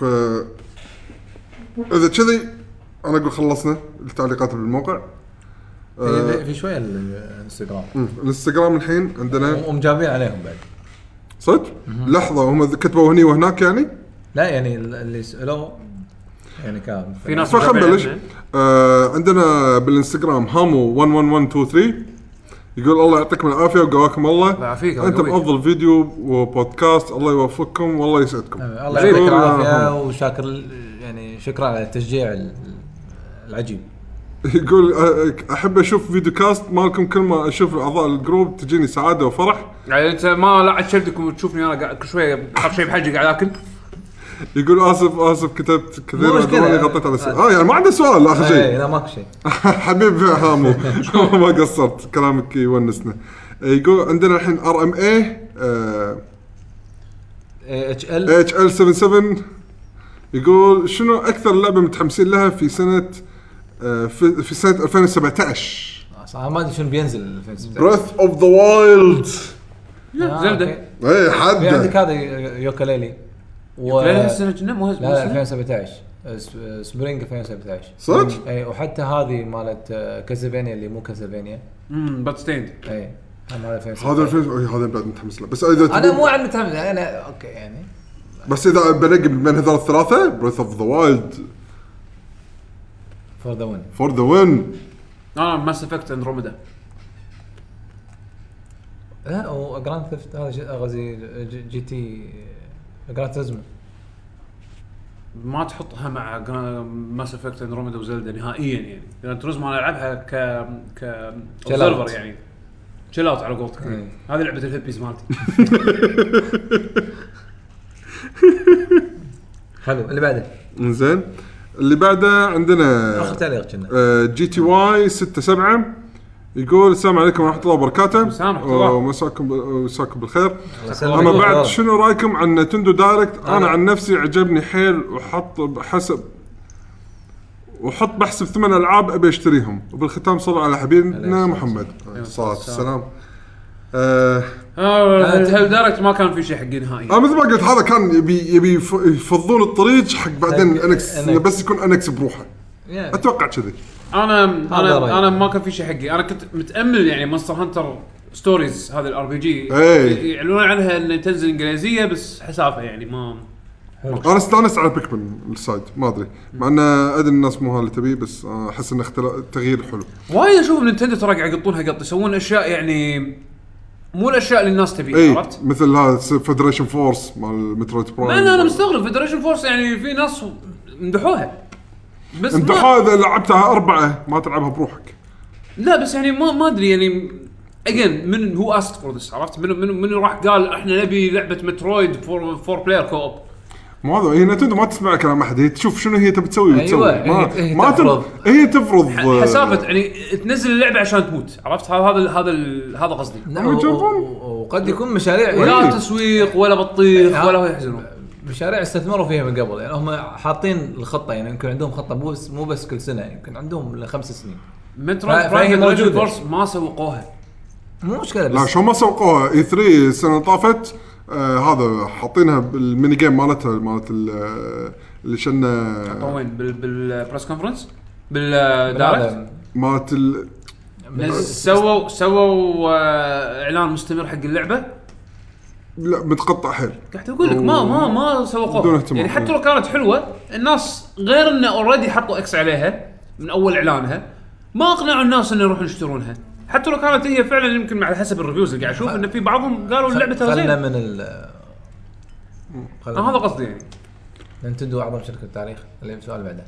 اذا كذي انا اقول خلصنا التعليقات بالموقع. في, في شويه الانستغرام الانستغرام الحين عندنا ومجابين عليهم بعد صدق. لحظه هم كتبوا هني وهناك يعني لا يعني اللي سالوا يعني كان في ناس فخبلش. آه عندنا بالانستغرام هامو واحد واحد واحد اثنين ثلاثة يقول الله يعطيكم العافيه وقواكم الله يعافيك انتم افضل فيديو وبودكاست الله يوفقكم والله يسعدكم. الله يعطيك العافيه وشاكر يعني شكرا على التشجيع العجيب. يقول احب اشوف فيديو كاست مالكم كل ما اشوف اعضاء الجروب تجيني سعاده وفرح. يعني انت ما لا تشردك وتشوفني انا قاعد كل شويه اخاف شيء بحجي قاعد اكل. يقول اسف اسف كتبت كثير ادراني غطيت على السؤال. اه يعني ما عنده سؤال لا اخر شيء. اي لا ماكو شيء. حبيب هامو ما قصرت كلامك يونسنا. يقول عندنا الحين ار ام اي اتش ال اتش ال سبعة سبعة يقول شنو اكثر لعبه متحمسين لها في سنه في في سنه ألفين وسبعة عشر. صراحه ما ادري شنو بينزل ألفين وسبعة عشر. بريث اوف ذا وايلد زلده. اي حد في عندك هذا يوكاليلي و لا السنه كنا مو لا لا ألفين وسبعة عشر سبرينج ألفين وسبعة عشر صدق. اي وحتى هذه مالت كاسلفينيا اللي مو كاسلفينيا امم باتستيند اي هذا ألفين وسبعة عشر. هذا الفيلم هذا بعد متحمس له بس اذا انا مو عن متحمس انا اوكي يعني بس اذا بنقي بين هذول الثلاثه بريث اوف ذا وايلد فور ذا وين فور ذا وين. اه ماس افكت اندروميدا. لا وجراند ثيفت هذا غازي جي تي جراند تزمن ما تحطها مع ماس افكت اندروميدا وزلدا نهائيا يعني لان تروزما انا العبها ك ك سيرفر يعني تشيل اوت على قولتك. هذه لعبه الهيبيز مالتي. حلو اللي بعده زين اللي بعده عندنا اخر تعليق كنا جي تي واي ستة سبعة يقول السلام عليكم ورحمه الله وبركاته. ومساكم مساكم بالخير. اما بعد شنو رايكم عن نتندو دايركت؟ انا عن نفسي عجبني حيل وحط بحسب وحط بحسب ثمان العاب ابي اشتريهم. وبالختام صلوا على حبيبنا محمد صلى الله عليه وسلم. اه هل دايركت ما كان في شيء حق نهائي. اه مثل ما قلت هذا كان يبي يبي يفضون الطريق حق بعدين انكس بس يكون انكس بروحه. اتوقع كذي. انا انا انا ما كان في شيء حقي. انا كنت متامل يعني مونستر هانتر ستوريز هذه الار بي جي يعلنون عنها ان تنزل انجليزيه بس حسافه يعني ما انا استانس على بيكمن السايد ما ادري مع ان ادري الناس مو اللي تبي بس احس انه اختلاف تغيير حلو. وايد اشوف نينتندو ترى قاعد يقطونها قط يسوون اشياء يعني مو الاشياء اللي الناس تبيها. عرفت مثل هذا فيدريشن فورس مال مترويد برايم. لا انا مستغرب فيدريشن فورس يعني في ناس مدحوها بس انت هذا لعبتها أربعة ما تلعبها بروحك. لا بس يعني ما ما ادري يعني اجين من هو اسك فور ذس. عرفت من من من راح قال احنا نبي لعبه مترويد فور فور بلاير كوب. مو هذا هي نتندو ما تسمع كلام احد هي تشوف شنو هي تبي تسوي وتسوي. أيوة. ما ما تفرض هي تفرض حسافه يعني تنزل اللعبه عشان تموت. عرفت هذا هذا هذا هذا قصدي. وقد يكون مشاريع ولا تسويق ولا بطيخ ولا هو يحزنون. مشاريع استثمروا فيها من قبل يعني هم حاطين الخطه يعني يمكن عندهم خطه مو بس مو بس كل سنه يمكن عندهم لخمس سنين. مترويد برايم موجود فورس ما سوقوها مو مشكله. لا شو ما سوقوها اي ثلاثة السنه طافت. آه هذا حاطينها بالميني جيم مالتها مالت اللي شنا وين بالبريس كونفرنس بالدايركت مالت سووا سووا اعلان مستمر حق اللعبه. لا متقطع حيل قاعد اقول لك ما ما ما سوقوها يعني حتى لو كانت حلوه الناس غير انه اوريدي حطوا اكس عليها من اول اعلانها ما اقنعوا الناس انه يروحون يشترونها. حتى لو كانت هي فعلا يمكن على حسب الريفيوز اللي قاعد اشوف ان في بعضهم قالوا اللعبه ترى زينه. من ال آه هذا قصدي يعني. نينتندو اعظم شركه بالتاريخ. اللي السؤال بعده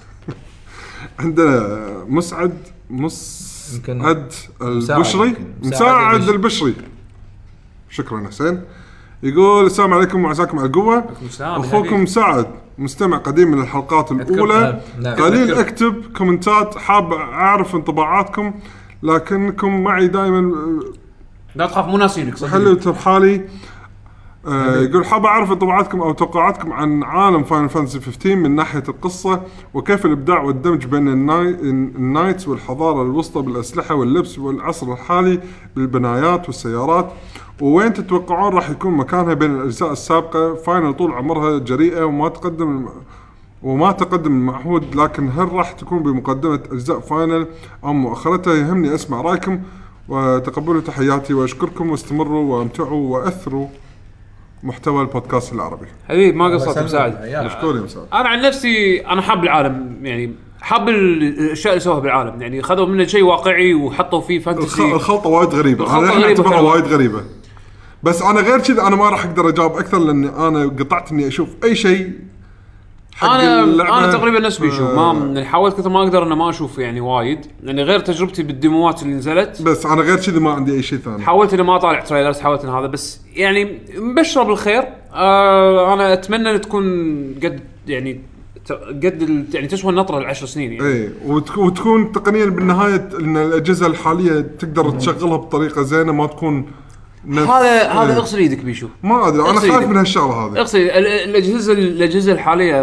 عندنا مسعد مسعد البشري مساعد, مساعد البشري. شكرا حسين. يقول السلام عليكم وعساكم على القوة. أخوكم مساعد مستمع قديم من الحلقات الأولى. قليل أكتب كومنتات حاب أعرف انطباعاتكم لكنكم معي دائما. لا تخاف مو ناسينك حلوت بحالي. آه يقول حاب أعرف انطباعاتكم أو توقعاتكم عن عالم فاينل فانتسي خمسة عشر من ناحية القصة وكيف الإبداع والدمج بين الناي... النايتس والحضارة الوسطى بالأسلحة واللبس والعصر الحالي بالبنايات والسيارات ووين تتوقعون راح يكون مكانها بين الأجزاء السابقة. فاينل طول عمرها جريئة وما تقدم وما تقدم المعهود لكن هل راح تكون بمقدمة أجزاء فاينل أو مؤخرتها؟ يهمني أسمع رأيكم وتقبلوا تحياتي وأشكركم واستمروا وامتعوا وأثروا محتوى البودكاست العربي. حبيبي ما قصرت مساعد. مشكور يا مساعد. أنا عن نفسي أنا حاب العالم يعني حاب الاشياء اللي سووها بالعالم يعني خذوا منه شيء واقعي وحطوا فيه فانتسي. الخلطه وايد غريبه انا اعتبرها وايد غريبه بس انا غير كذا انا ما راح اقدر اجاوب اكثر لاني انا قطعت اني اشوف اي شيء حق انا اللعبة. انا تقريبا نفس بيشو آه. ما يعني حاولت كثر ما اقدر انه ما اشوف يعني وايد يعني غير تجربتي بالديموات اللي نزلت بس انا غير كذا ما عندي اي شيء ثاني. حاولت اني ما اطالع تريلرز حاولت ان هذا بس يعني مبشر بالخير. آه انا اتمنى ان تكون قد يعني قد يعني تسوى النطره العشر سنين يعني. اي وتكون تقنيا بالنهايه ان الاجهزه الحاليه تقدر تشغلها بطريقه زينه ما تكون هذا هذا اغسل ايدك بيشو. ما ادري انا خايف من هالشغله هذه. اغسل الاجهزه الاجهزه الحاليه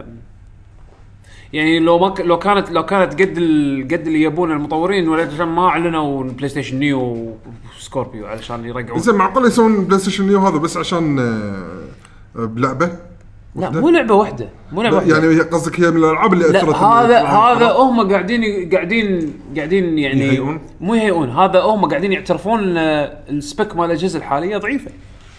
يعني لو ما لو كانت لو كانت قد قد اللي يبون المطورين ولا عشان ما اعلنوا بلاي ستيشن نيو وسكوربيو علشان يرجعوا. زين معقول يسوون بلاي ستيشن نيو هذا بس عشان بلعبه؟ لا مو لعبه واحده مو لعبه واحده يعني قصدك هي من الالعاب اللي اثرت. هذا هذا هم قاعدين قاعدين قاعدين يعني يهيئون. مو يهيئون هذا هم قاعدين يعترفون ان السبيك مال الاجهزه الحاليه ضعيفه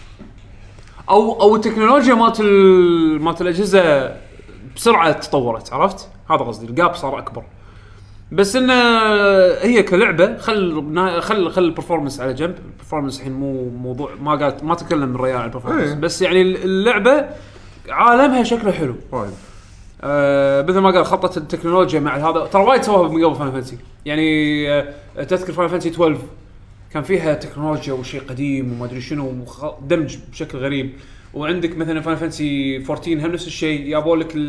او او التكنولوجيا مالت مالت الاجهزه بسرعه تطورت. عرفت هذا قصدي الجاب صار اكبر بس انه هي كلعبه خل خل خل البرفورمانس على جنب. البرفورمانس الحين مو موضوع ما قالت ما تكلم الريال عن البرفورمانس بس يعني اللعبه عالمها شكله حلو وايد. آه مثل ما قال خطة التكنولوجيا مع هذا ترى وايد سووها من قبل فاينل فانتسي يعني. آه تذكر فاينل فانتسي اثنا عشر كان فيها تكنولوجيا وشيء قديم وما ادري شنو دمج بشكل غريب. وعندك مثلا فاينل فانتسي أربعة عشر هم نفس الشيء يابوا لك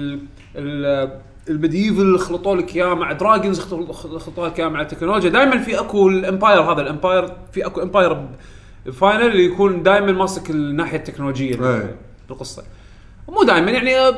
الميديفل خلطوا لك اياه مع دراجونز خلطوا لك اياه مع التكنولوجيا. دائما في اكو الامباير هذا الامباير في اكو امباير فاينل اللي يكون دائما ماسك الناحيه التكنولوجيه بالقصه مو دائما يعني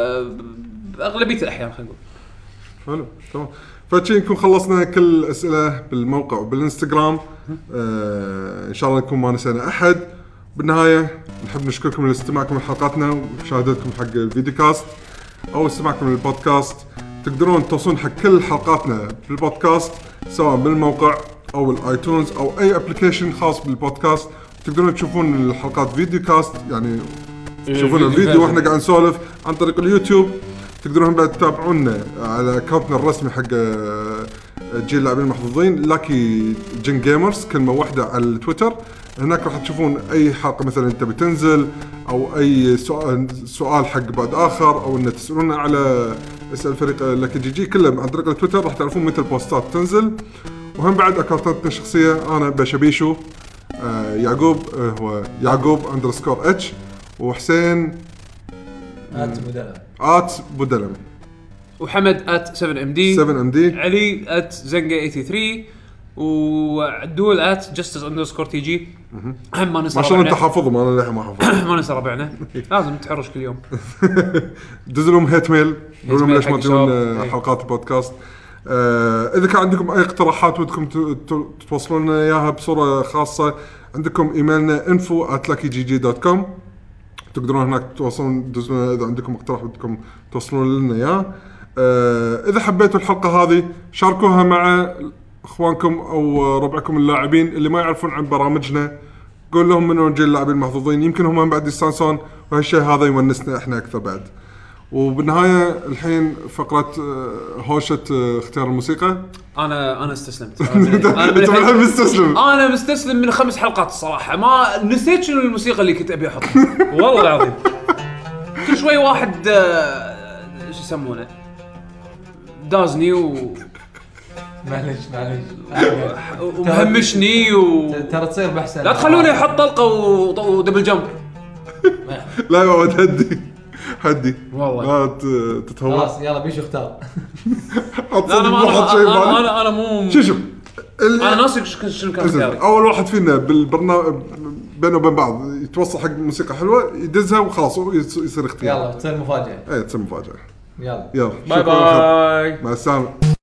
باغلبيه الاحيان خلينا نقول. حلو تمام. فشي نكون خلصنا كل الاسئله بالموقع وبالانستغرام. آه ان شاء الله نكون ما نسينا احد. بالنهايه نحب نشكركم لاستماعكم لحلقاتنا ومشاهدتكم حق الفيديو كاست او استماعكم للبودكاست. تقدرون توصلون حق كل حلقاتنا بالبودكاست سواء بالموقع او بالايتونز او اي ابلكيشن خاص بالبودكاست. تقدرون تشوفون الحلقات فيديو كاست يعني تشوفون الفيديو واحنا قاعد نسولف عن طريق اليوتيوب. تقدرون بعد تتابعونا على اكونتنا الرسمي حق جيل اللاعبين المحظوظين لاكي جن جيمرز كلمه واحده على التويتر. هناك راح تشوفون اي حلقه مثلا انت بتنزل او اي سؤال سؤال حق بعد اخر او ان تسالونا على اسال فريق لاكي جي جي كله عن طريق التويتر راح تعرفون متى البوستات تنزل. وهم بعد اكونتاتنا الشخصيه انا بشبيشو آه يعقوب آه هو يعقوب اندرسكور اتش وحسين ات بودلم ات بودلم وحمد ات سفن ام دي سفن ام دي علي ات زنقه ثمانية وثمانين وعدول ات جستس اندرسكور تي جي. اهم ما ننسى ما شاء الله انت حافظهم انا للحين ما حافظ. ما ننسى ربعنا لازم تحرش كل يوم. دزوا لهم هيت ميل قولوا لهم ليش ما تجون حلقات البودكاست. آه اذا كان عندكم اي اقتراحات ودكم توصلون لنا اياها بصوره خاصه عندكم ايميلنا انفو آت لاكي جي جي دوت كوم. تقدرون هناك توصلون دزونا اذا عندكم اقتراح بدكم توصلون لنا اياه. آه اذا حبيتوا الحلقه هذه شاركوها مع اخوانكم او ربعكم اللاعبين اللي ما يعرفون عن برامجنا. قول لهم منو جيل اللاعبين المحظوظين يمكن هم من بعد يستانسون وهالشيء هذا يونسنا احنا اكثر بعد. وبالنهايه الحين فقره هوشه اختيار الموسيقى. انا انا استسلمت. انا مستسلم. انا مستسلم من خمس حلقات الصراحه ما نسيت شنو الموسيقى اللي كنت ابي احطها والله العظيم. كل شوي واحد آه، شو يسمونه دازني و معلش معلش ومهمشني و ترى تصير بحسن. لا تخلوني احط طلقه و- ودبل جمب. لا يا ولد هدي هدي والله. لا ت- تتهور. خلاص يلا بيشو اختار. لا انا ما واحد شيء انا بالي. انا, أنا مو شو شوف اللي- انا ناسي ش- شنو كان زين، اختياري. اول واحد فينا بالبرنامج بينه وبين بعض يتوصل حق موسيقى حلوه يدزها وخلاص هو يص- يصير اختيار. يلا تصير مفاجأة. ايه تصير مفاجاه. يلا يلا باي شكراً. باي. مع السلامه.